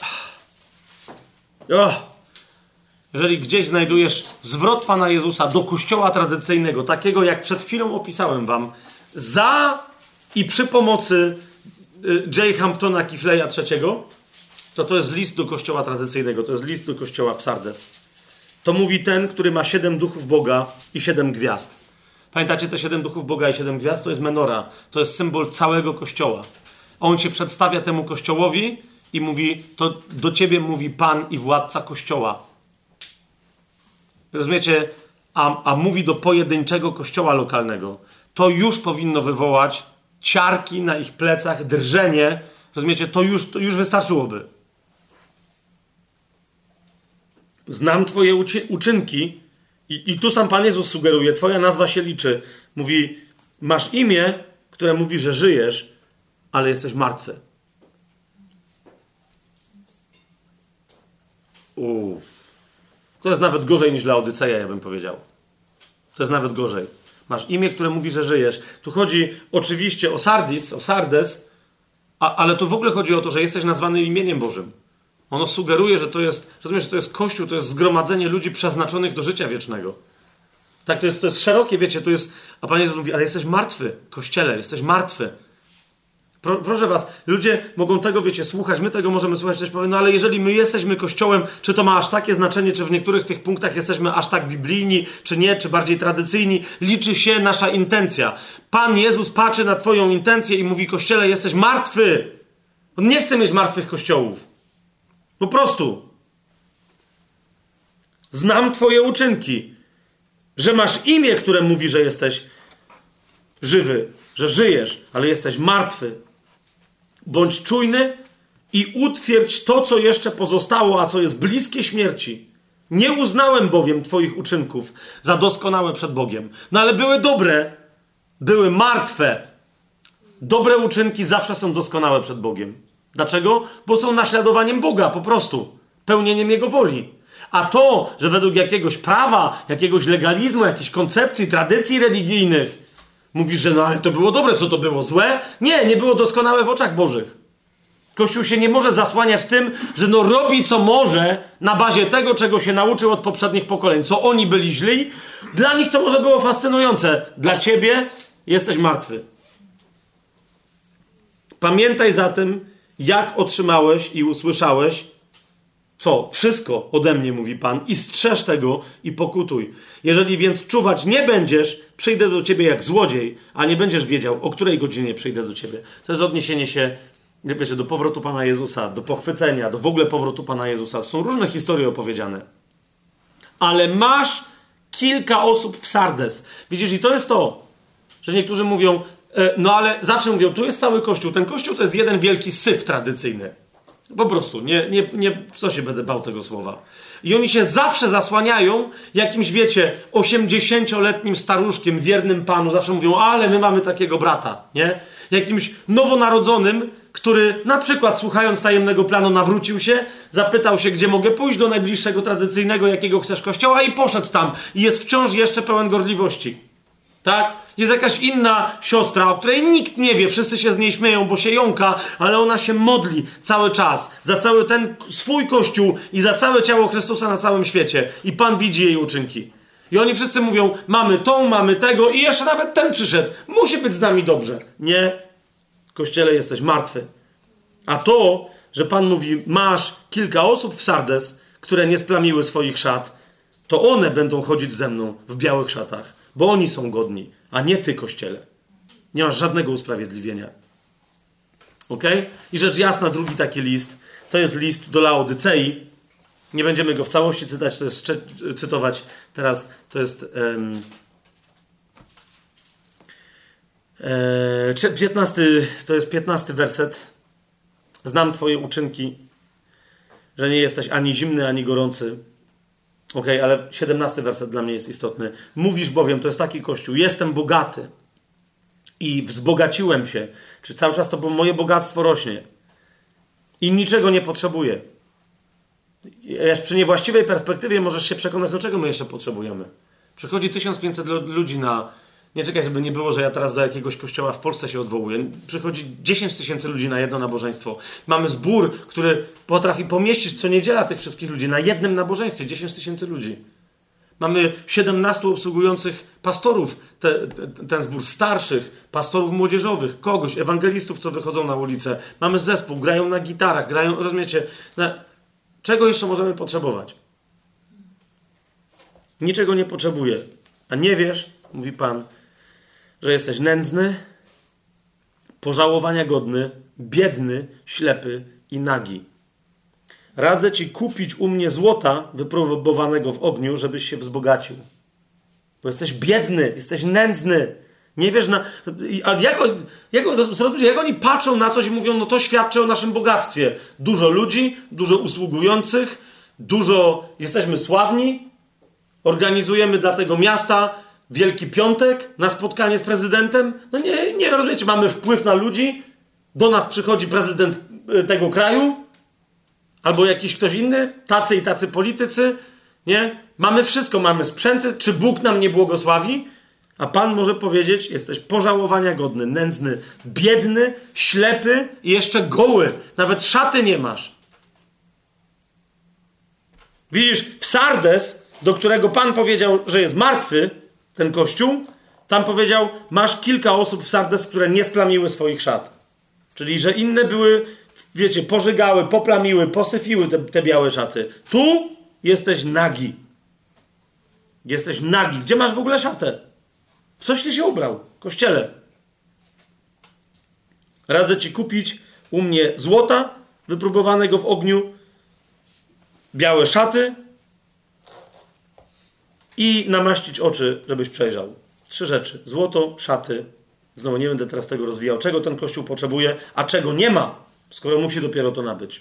Oh. Jeżeli gdzieś znajdujesz zwrot Pana Jezusa do kościoła tradycyjnego, takiego jak przed chwilą opisałem wam, za i przy pomocy J. Hamptona Kifleya trzeciego, to to jest list do kościoła tradycyjnego, to jest list do kościoła w Sardes. To mówi ten, który ma siedem duchów Boga i siedem gwiazd. Pamiętacie te siedem duchów Boga i siedem gwiazd? To jest menora, to jest symbol całego kościoła. On się przedstawia temu kościołowi i mówi, to do ciebie mówi Pan i władca kościoła. Rozumiecie? A, a mówi do pojedynczego kościoła lokalnego. To już powinno wywołać ciarki na ich plecach, drżenie. Rozumiecie? To już, to już wystarczyłoby. Znam twoje uczy- uczynki i, i tu sam Pan Jezus sugeruje, twoja nazwa się liczy. Mówi, masz imię, które mówi, że żyjesz, ale jesteś martwy. Uff. To jest nawet gorzej niż Laodyceja, ja bym powiedział. To jest nawet gorzej. Masz imię, które mówi, że żyjesz. Tu chodzi oczywiście o Sardis, o Sardes, a, ale tu w ogóle chodzi o to, że jesteś nazwany imieniem Bożym. Ono sugeruje, że to jest, rozumiesz, że to jest Kościół, to jest zgromadzenie ludzi przeznaczonych do życia wiecznego. Tak, to jest, to jest szerokie, wiecie, to jest... A Pan Jezus mówi, ale jesteś martwy, Kościele, jesteś martwy. Pro, proszę was, ludzie mogą tego, wiecie, słuchać, my tego możemy słuchać, też powiem, no ale jeżeli my jesteśmy Kościołem, czy to ma aż takie znaczenie, czy w niektórych tych punktach jesteśmy aż tak biblijni, czy nie, czy bardziej tradycyjni, liczy się nasza intencja. Pan Jezus patrzy na twoją intencję i mówi, Kościele, jesteś martwy. On nie chce mieć martwych kościołów. Po prostu. Znam twoje uczynki, że masz imię, które mówi, że jesteś żywy, że żyjesz, ale jesteś martwy. Bądź czujny i utwierdź to, co jeszcze pozostało, a co jest bliskie śmierci. Nie uznałem bowiem twoich uczynków za doskonałe przed Bogiem. No ale były dobre, były martwe. Dobre uczynki zawsze są doskonałe przed Bogiem. Dlaczego? Bo są naśladowaniem Boga, po prostu. Pełnieniem Jego woli. A to, że według jakiegoś prawa, jakiegoś legalizmu, jakichś koncepcji, tradycji religijnych mówisz, że no ale to było dobre, co to było złe? Nie, nie było doskonałe w oczach Bożych. Kościół się nie może zasłaniać tym, że no robi co może na bazie tego, czego się nauczył od poprzednich pokoleń. Co oni byli źli, dla nich to może było fascynujące. Dla ciebie jesteś martwy. Pamiętaj zatem, jak otrzymałeś i usłyszałeś, co? Wszystko ode mnie, mówi Pan, i strzeż tego i pokutuj. Jeżeli więc czuwać nie będziesz, przyjdę do ciebie jak złodziej, a nie będziesz wiedział, o której godzinie przyjdę do ciebie. To jest odniesienie się, wiecie, do powrotu Pana Jezusa, do pochwycenia, do w ogóle powrotu Pana Jezusa. Są różne historie opowiedziane. Ale masz kilka osób w Sardes. Widzisz, i to jest to, że niektórzy mówią, no ale zawsze mówią, tu jest cały Kościół. Ten Kościół to jest jeden wielki syf tradycyjny. Po prostu, nie, nie, nie, co się będę bał tego słowa. I oni się zawsze zasłaniają jakimś, wiecie, osiemdziesięcioletnim staruszkiem, wiernym Panu. Zawsze mówią, ale my mamy takiego brata, nie? Jakimś nowonarodzonym, który na przykład słuchając tajemnego planu nawrócił się, zapytał się, gdzie mogę pójść do najbliższego tradycyjnego, jakiego chcesz kościoła i poszedł tam. I jest wciąż jeszcze pełen gorliwości. Tak? Jest jakaś inna siostra, o której nikt nie wie, wszyscy się z niej śmieją, bo się jąka, ale ona się modli cały czas za cały ten swój Kościół i za całe ciało Chrystusa na całym świecie. I Pan widzi jej uczynki. I oni wszyscy mówią, mamy tą, mamy tego i jeszcze nawet ten przyszedł. Musi być z nami dobrze. Nie. Kościele, jesteś martwy. A to, że Pan mówi, masz kilka osób w Sardes, które nie splamiły swoich szat, to one będą chodzić ze mną w białych szatach. Bo oni są godni, a nie ty, Kościele. Nie masz żadnego usprawiedliwienia. Ok? I rzecz jasna, drugi taki list, to jest list do Laodycei. Nie będziemy go w całości cytać, to jest cytować teraz, to jest um, e, piętnasty, to jest piętnasty werset. Znam twoje uczynki, że nie jesteś ani zimny, ani gorący. Okej, okay, ale siedemnasty werset dla mnie jest istotny. Mówisz bowiem, to jest taki Kościół, jestem bogaty i wzbogaciłem się. Czy cały czas to bo moje bogactwo rośnie i niczego nie potrzebuję. Aż przy niewłaściwej perspektywie możesz się przekonać, do czego my jeszcze potrzebujemy. Przychodzi tysiąc pięćset ludzi na... Nie czekaj, żeby nie było, że ja teraz do jakiegoś kościoła w Polsce się odwołuję. Przychodzi dziesięć tysięcy ludzi na jedno nabożeństwo. Mamy zbór, który potrafi pomieścić co niedziela tych wszystkich ludzi na jednym nabożeństwie. dziesięć tysięcy ludzi. Mamy siedemnastu obsługujących pastorów, te, te, ten zbór starszych, pastorów młodzieżowych, kogoś, ewangelistów, co wychodzą na ulicę. Mamy zespół, grają na gitarach, grają, rozumiecie? Na... Czego jeszcze możemy potrzebować? Niczego nie potrzebuję. A nie wiesz, mówi Pan, że jesteś nędzny, pożałowania godny, biedny, ślepy i nagi. Radzę ci kupić u mnie złota wypróbowanego w ogniu, żebyś się wzbogacił. Bo jesteś biedny, jesteś nędzny. Nie wiesz na... A jak, jak, jak oni patrzą na coś i mówią, no to świadczy o naszym bogactwie. Dużo ludzi, dużo usługujących, dużo... Jesteśmy sławni, organizujemy dla tego miasta Wielki Piątek na spotkanie z prezydentem. No nie, nie rozumiecie, mamy wpływ na ludzi. Do nas przychodzi prezydent tego kraju albo jakiś ktoś inny, tacy i tacy politycy, nie? Mamy wszystko, mamy sprzęty. Czy Bóg nam nie błogosławi? A Pan może powiedzieć, jesteś pożałowania godny, nędzny, biedny, ślepy i jeszcze goły. Nawet szaty nie masz. Widzisz, w Sardes, do którego Pan powiedział, że jest martwy, ten kościół, tam powiedział, masz kilka osób w Sardes, które nie splamiły swoich szat. Czyli, że inne były, wiecie, pożygały, poplamiły, posyfiły te, te białe szaty. Tu jesteś nagi. Jesteś nagi. Gdzie masz w ogóle szatę? W coś ty się ubrał? Kościele. Radzę ci kupić u mnie złota, wypróbowanego w ogniu, białe szaty i namaścić oczy, żebyś przejrzał. Trzy rzeczy. Złoto, szaty. Znowu nie będę teraz tego rozwijał. Czego ten Kościół potrzebuje, a czego nie ma, skoro musi dopiero to nabyć.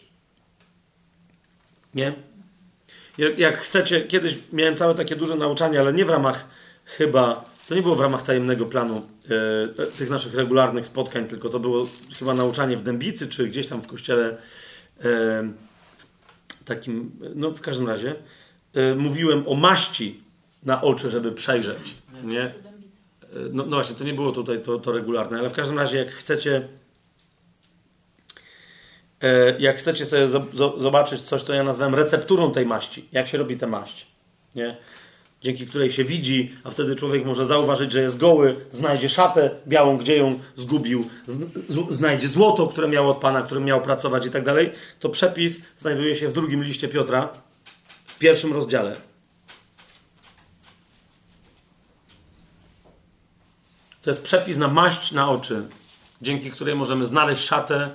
Nie? Jak, jak chcecie, kiedyś miałem całe takie duże nauczanie, ale nie w ramach chyba, to nie było w ramach tajemnego planu e, tych naszych regularnych spotkań, tylko to było chyba nauczanie w Dębicy, czy gdzieś tam w kościele e, takim, no w każdym razie e, mówiłem o maści na oczy, żeby przejrzeć. Nie? No, no właśnie, to nie było tutaj to, to regularne, ale w każdym razie jak chcecie e, jak chcecie sobie zo- zobaczyć coś, co ja nazwałem recepturą tej maści, jak się robi tę maść, nie? Dzięki której się widzi, a wtedy człowiek może zauważyć, że jest goły, znajdzie szatę białą, gdzie ją zgubił, z, z, znajdzie złoto, które miał od Pana, którym miał pracować i tak dalej, to przepis znajduje się w drugim liście Piotra, w pierwszym rozdziale. To jest przepis na maść na oczy, dzięki której możemy znaleźć szatę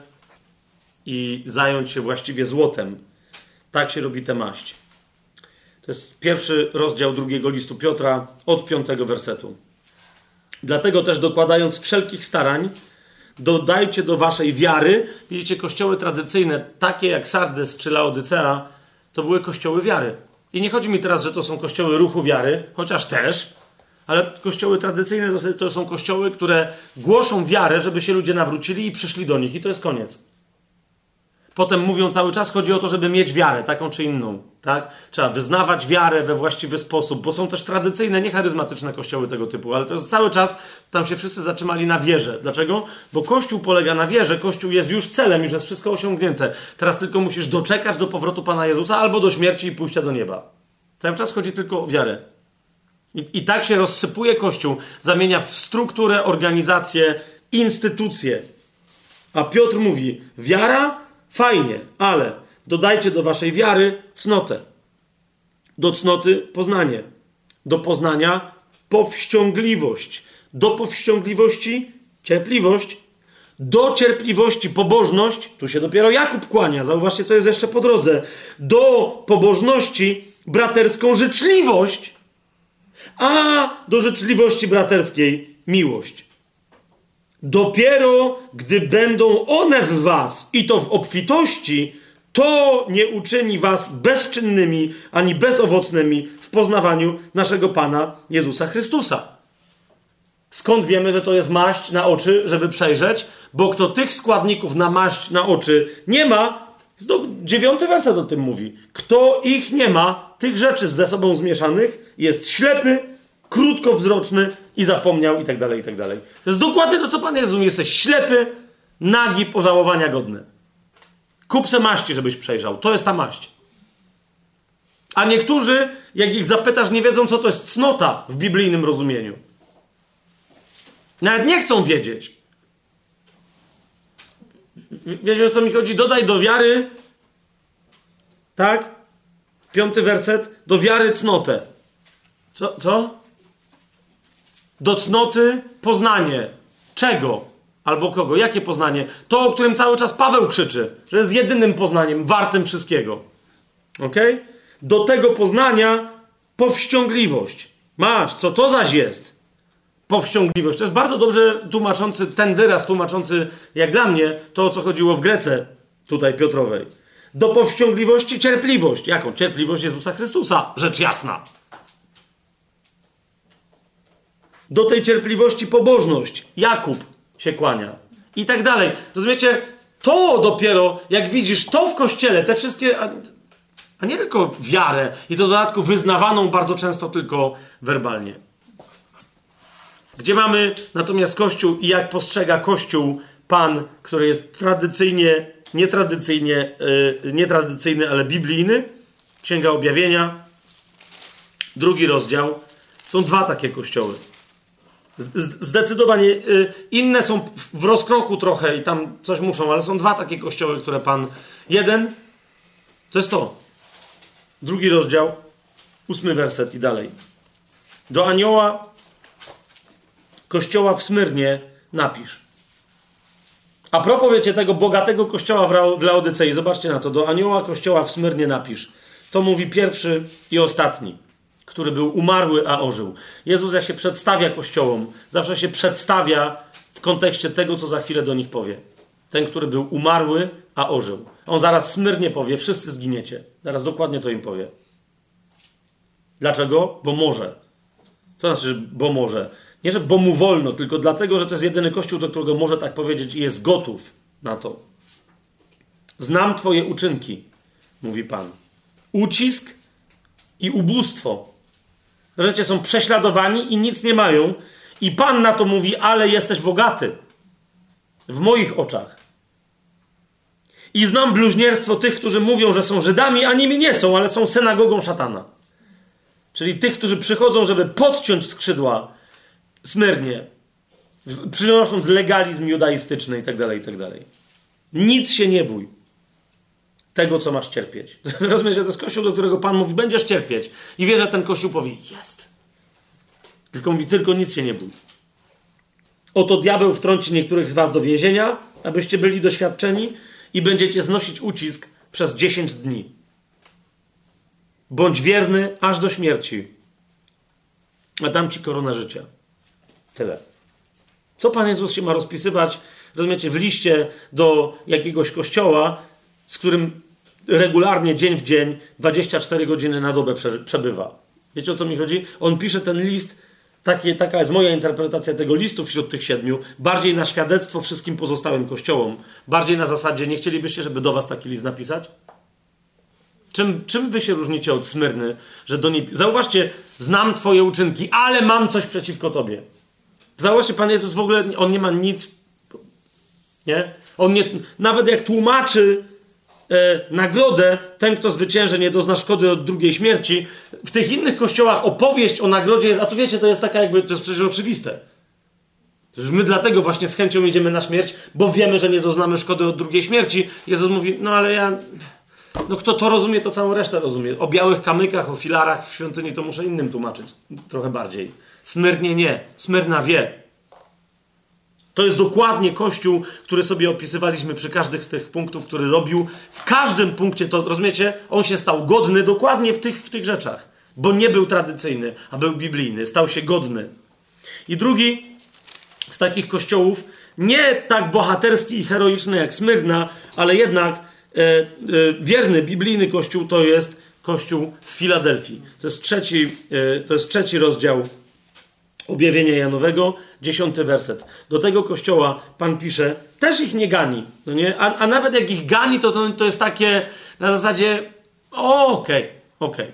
i zająć się właściwie złotem. Tak się robi tę maść. To jest pierwszy rozdział drugiego listu Piotra od piątego wersetu. Dlatego też dokładając wszelkich starań, dodajcie do waszej wiary. Widzicie, kościoły tradycyjne, takie jak Sardes czy Laodycea, to były kościoły wiary. I nie chodzi mi teraz, że to są kościoły ruchu wiary, chociaż też, ale kościoły tradycyjne to, to są kościoły, które głoszą wiarę, żeby się ludzie nawrócili i przyszli do nich. I to jest koniec. Potem mówią cały czas, chodzi o to, żeby mieć wiarę, taką czy inną. Tak? Trzeba wyznawać wiarę we właściwy sposób, bo są też tradycyjne, niecharyzmatyczne kościoły tego typu, ale to jest cały czas, tam się wszyscy zatrzymali na wierze. Dlaczego? Bo Kościół polega na wierze, Kościół jest już celem, już jest wszystko osiągnięte. Teraz tylko musisz doczekać do powrotu Pana Jezusa albo do śmierci i pójścia do nieba. Cały czas chodzi tylko o wiarę. I, I tak się rozsypuje Kościół, zamienia w strukturę, organizację, instytucje. A Piotr mówi, wiara, fajnie, ale dodajcie do waszej wiary cnotę. Do cnoty poznanie. Do poznania powściągliwość. Do powściągliwości cierpliwość. Do cierpliwości pobożność. Tu się dopiero Jakub kłania. Zauważcie, co jest jeszcze po drodze. Do pobożności braterską życzliwość. A do życzliwości braterskiej miłość. Dopiero gdy będą one w was i to w obfitości, to nie uczyni was bezczynnymi ani bezowocnymi w poznawaniu naszego Pana Jezusa Chrystusa. Skąd wiemy, że to jest maść na oczy, żeby przejrzeć? Bo kto tych składników na maść na oczy nie ma, dziewiąty werset o tym mówi. Kto ich nie ma, tych rzeczy ze sobą zmieszanych, jest ślepy, krótkowzroczny i zapomniał i tak dalej, i tak dalej. To jest dokładnie to, co Pan Jezus mówi. Jesteś ślepy, nagi, pożałowania godny. Kup se maści, żebyś przejrzał. To jest ta maść. A niektórzy, jak ich zapytasz, nie wiedzą, co to jest cnota w biblijnym rozumieniu. Nawet nie chcą wiedzieć. Wiecie, o co mi chodzi? Dodaj do wiary, tak? Piąty werset. Do wiary cnotę. Co? Co? Do cnoty poznanie. Czego? Albo kogo? Jakie poznanie? To, o którym cały czas Paweł krzyczy, że jest jedynym poznaniem, wartym wszystkiego. Okej? Okay? Do tego poznania powściągliwość. Masz, co to zaś jest? Powściągliwość. To jest bardzo dobrze tłumaczący, ten wyraz tłumaczący, jak dla mnie, to, o co chodziło w Grece tutaj Piotrowej. Do powściągliwości cierpliwość. Jaką? Cierpliwość Jezusa Chrystusa. Rzecz jasna. Do tej cierpliwości pobożność. Jakub się kłania. I tak dalej. Rozumiecie? To dopiero, jak widzisz to w Kościele, te wszystkie, a, a nie tylko wiarę, i to w dodatku wyznawaną bardzo często tylko werbalnie. Gdzie mamy natomiast Kościół i jak postrzega Kościół Pan, który jest tradycyjnie, nietradycyjnie, yy, nietradycyjny, ale biblijny. Księga Objawienia, drugi rozdział, Są dwa takie kościoły. Zdecydowanie inne są w rozkroku trochę i tam coś muszą, ale są dwa takie kościoły, które Pan... Jeden to jest to. Drugi rozdział, ósmy werset i dalej. Do anioła kościoła w Smyrnie napisz. A propos, wiecie, tego bogatego kościoła w Laodycei, zobaczcie na to. Do anioła kościoła w Smyrnie napisz. To mówi pierwszy i ostatni, który był umarły, a ożył. Jezus, jak się przedstawia kościołom, zawsze się przedstawia w kontekście tego, co za chwilę do nich powie. Ten, który był umarły, a ożył. On zaraz Smyrnie powie, wszyscy zginiecie. Zaraz dokładnie to im powie. Dlaczego? Bo może. Co znaczy, że bo może? Nie, że bo mu wolno, tylko dlatego, że to jest jedyny kościół, do którego może tak powiedzieć i jest gotów na to. Znam twoje uczynki, mówi Pan. Ucisk i ubóstwo. Rzeczy są prześladowani i nic nie mają. I Pan na to mówi, ale jesteś bogaty. W moich oczach. I znam bluźnierstwo tych, którzy mówią, że są Żydami, a nimi nie są, ale są synagogą szatana. Czyli tych, którzy przychodzą, żeby podciąć skrzydła Smyrnie, przynosząc legalizm judaistyczny i tak dalej, i tak dalej. Nic się nie bój tego, co masz cierpieć. Rozumiesz, że to jest kościół, do którego Pan mówi, będziesz cierpieć. I wie, że ten kościół powie, jest. Tylko mówi, tylko nic się nie bój. Oto diabeł wtrąci niektórych z was do więzienia, abyście byli doświadczeni i będziecie znosić ucisk przez dziesięć dni. Bądź wierny aż do śmierci, a dam ci koronę życia. Tyle. Co Pan Jezus się ma rozpisywać, rozumiecie, w liście do jakiegoś kościoła, z którym regularnie, dzień w dzień, dwadzieścia cztery godziny na dobę przebywa. Wiecie, o co mi chodzi? On pisze ten list, takie, taka jest moja interpretacja tego listu wśród tych siedmiu, bardziej na świadectwo wszystkim pozostałym kościołom, bardziej na zasadzie, nie chcielibyście, żeby do was taki list napisać? Czym, czym wy się różnicie od Smyrny, że do niej... Zauważcie, znam twoje uczynki, ale mam coś przeciwko tobie. Zauważcie, Pan Jezus w ogóle, on nie ma nic, nie? On nie, nawet jak tłumaczy e, nagrodę, ten, kto zwycięży, nie dozna szkody od drugiej śmierci, w tych innych kościołach opowieść o nagrodzie jest, a tu wiecie, to jest taka jakby, to jest przecież oczywiste. My dlatego właśnie z chęcią idziemy na śmierć, bo wiemy, że nie doznamy szkody od drugiej śmierci. Jezus mówi, no ale ja... No kto to rozumie, to całą resztę rozumie. O białych kamykach, o filarach w świątyni to muszę innym tłumaczyć. Trochę bardziej. Smyrnie nie. Smyrna wie. To jest dokładnie Kościół, który sobie opisywaliśmy przy każdych z tych punktów, który robił. W każdym punkcie, to rozumiecie, on się stał godny dokładnie w tych, w tych rzeczach. Bo nie był tradycyjny, a był biblijny. Stał się godny. I drugi z takich kościołów, nie tak bohaterski i heroiczny jak Smyrna, ale jednak E, e, wierny, biblijny kościół to jest kościół w Filadelfii. To jest trzeci, e, to jest trzeci rozdział Objawienia Janowego, dziesiąty werset. Do tego kościoła Pan pisze, też ich nie gani. No nie? A, a nawet jak ich gani, to, to, to jest takie na zasadzie okej, okej. Okay.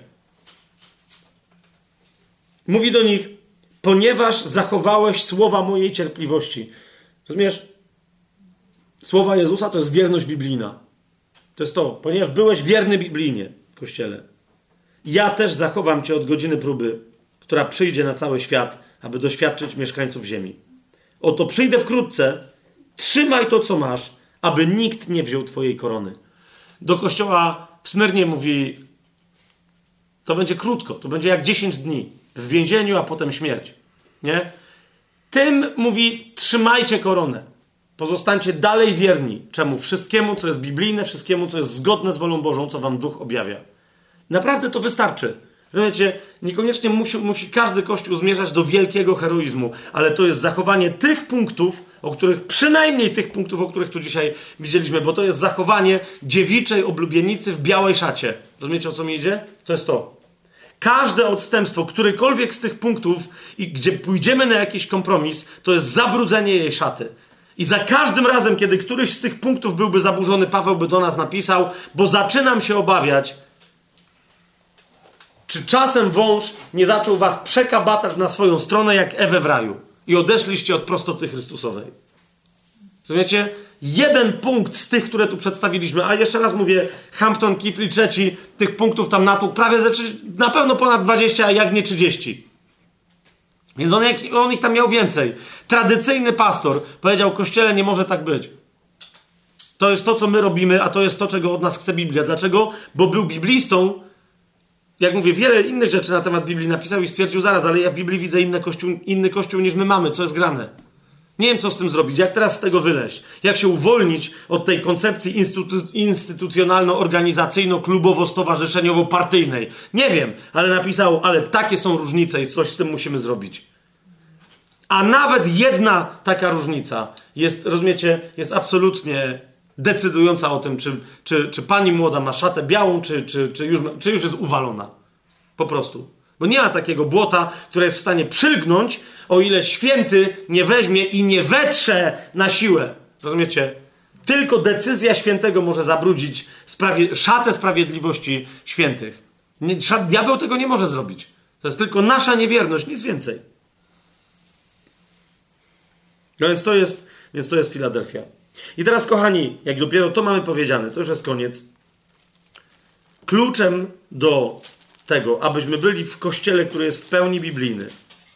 Mówi do nich, ponieważ zachowałeś słowa mojej cierpliwości. Rozumiesz? Słowa Jezusa to jest wierność biblijna. To jest to, ponieważ byłeś wierny biblijnie, Kościele. Ja też zachowam cię od godziny próby, która przyjdzie na cały świat, aby doświadczyć mieszkańców ziemi. Oto przyjdę wkrótce, trzymaj to, co masz, aby nikt nie wziął twojej korony. Do Kościoła w Smyrnie mówi, to będzie krótko, to będzie jak dziesięć dni w więzieniu, a potem śmierć. Nie? Tym mówi, trzymajcie koronę. Pozostańcie dalej wierni. Czemu? Wszystkiemu, co jest biblijne, wszystkiemu, co jest zgodne z wolą Bożą, co wam Duch objawia. Naprawdę to wystarczy. Wiecie, niekoniecznie musi, musi każdy Kościół zmierzać do wielkiego heroizmu, ale to jest zachowanie tych punktów, o których, przynajmniej tych punktów, o których tu dzisiaj widzieliśmy, bo to jest zachowanie dziewiczej oblubienicy w białej szacie. Rozumiecie, o co mi idzie? To jest to. Każde odstępstwo, którykolwiek z tych punktów, i gdzie pójdziemy na jakiś kompromis, to jest zabrudzenie jej szaty. I za każdym razem, kiedy któryś z tych punktów byłby zaburzony, Paweł by do nas napisał, bo zaczynam się obawiać, czy czasem wąż nie zaczął was przekabacać na swoją stronę jak Ewę w raju i odeszliście od prostoty Chrystusowej. Rozumiecie? Jeden punkt z tych, które tu przedstawiliśmy, a jeszcze raz mówię, Hampton, Kifli, trzeci, tych punktów tam natłuk prawie ze, na pewno ponad dwadzieścia, a jak nie trzydzieści. Więc on, jak, on ich tam miał więcej. Tradycyjny pastor powiedział, Kościele nie może tak być. To jest to, co my robimy, a to jest to, czego od nas chce Biblia. Dlaczego? Bo był biblistą. Jak mówię, wiele innych rzeczy na temat Biblii napisał i stwierdził, zaraz, ale ja w Biblii widzę inny kościół, inny kościół niż my mamy. Co jest grane? Nie wiem, co z tym zrobić. Jak teraz z tego wyleźć? Jak się uwolnić od tej koncepcji instytu- instytucjonalno-organizacyjno-klubowo-stowarzyszeniowo-partyjnej? Nie wiem, ale napisał, ale takie są różnice i coś z tym musimy zrobić. A nawet jedna taka różnica jest, rozumiecie, jest absolutnie decydująca o tym, czy, czy, czy pani młoda ma szatę białą, czy, czy, czy, już, czy już jest uwalona. Po prostu. Bo nie ma takiego błota, które jest w stanie przylgnąć, o ile święty nie weźmie i nie wetrze na siłę. Rozumiecie? Tylko decyzja świętego może zabrudzić sprawie, szatę sprawiedliwości świętych. Nie, szat, diabeł tego nie może zrobić. To jest tylko nasza niewierność, nic więcej. No więc to jest, więc to jest Filadelfia. I teraz, kochani, jak dopiero to mamy powiedziane, to już jest koniec. Kluczem do tego, abyśmy byli w kościele, który jest w pełni biblijny,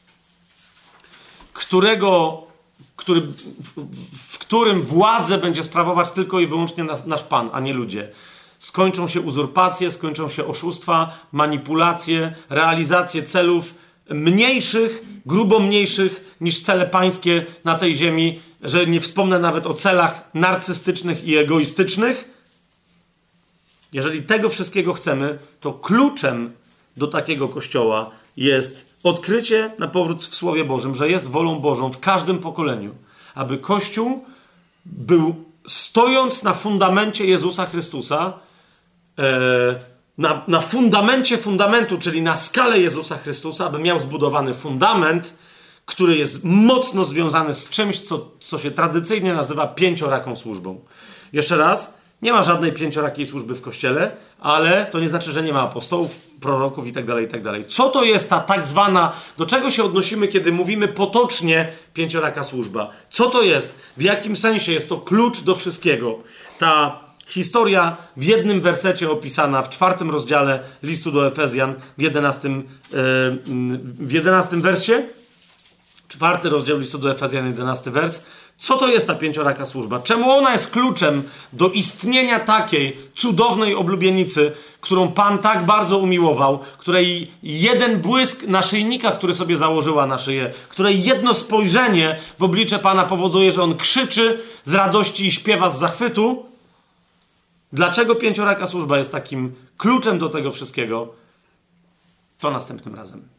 którego, który, w, w którym władzę będzie sprawować tylko i wyłącznie nas, nasz Pan, a nie ludzie. Skończą się uzurpacje, skończą się oszustwa, manipulacje, realizacje celów mniejszych, grubo mniejszych niż cele pańskie na tej ziemi, że nie wspomnę nawet o celach narcystycznych i egoistycznych. Jeżeli tego wszystkiego chcemy, to kluczem do takiego kościoła jest odkrycie na powrót w Słowie Bożym, że jest wolą Bożą w każdym pokoleniu, aby Kościół był, stojąc na fundamencie Jezusa Chrystusa, e, na, na fundamencie fundamentu, czyli na skalę Jezusa Chrystusa, aby miał zbudowany fundament, który jest mocno związany z czymś, co, co się tradycyjnie nazywa pięcioraką służbą. Jeszcze raz, nie ma żadnej pięciorakiej służby w Kościele, ale to nie znaczy, że nie ma apostołów, proroków i tak dalej, i tak dalej. Co to jest ta tak zwana, do czego się odnosimy, kiedy mówimy potocznie pięcioraka służba? Co to jest? W jakim sensie jest to klucz do wszystkiego? Ta historia w jednym wersecie opisana w czwartym rozdziale listu do Efezjan, w jedenastym, yy, w jedenastym wersie, czwarty rozdział listu do Efezjan, jedenasty wers. Co to jest ta pięcioraka służba? Czemu ona jest kluczem do istnienia takiej cudownej oblubienicy, którą Pan tak bardzo umiłował, której jeden błysk naszyjnika, który sobie założyła na szyję, której jedno spojrzenie w oblicze Pana powoduje, że On krzyczy z radości i śpiewa z zachwytu? Dlaczego pięcioraka służba jest takim kluczem do tego wszystkiego? To następnym razem.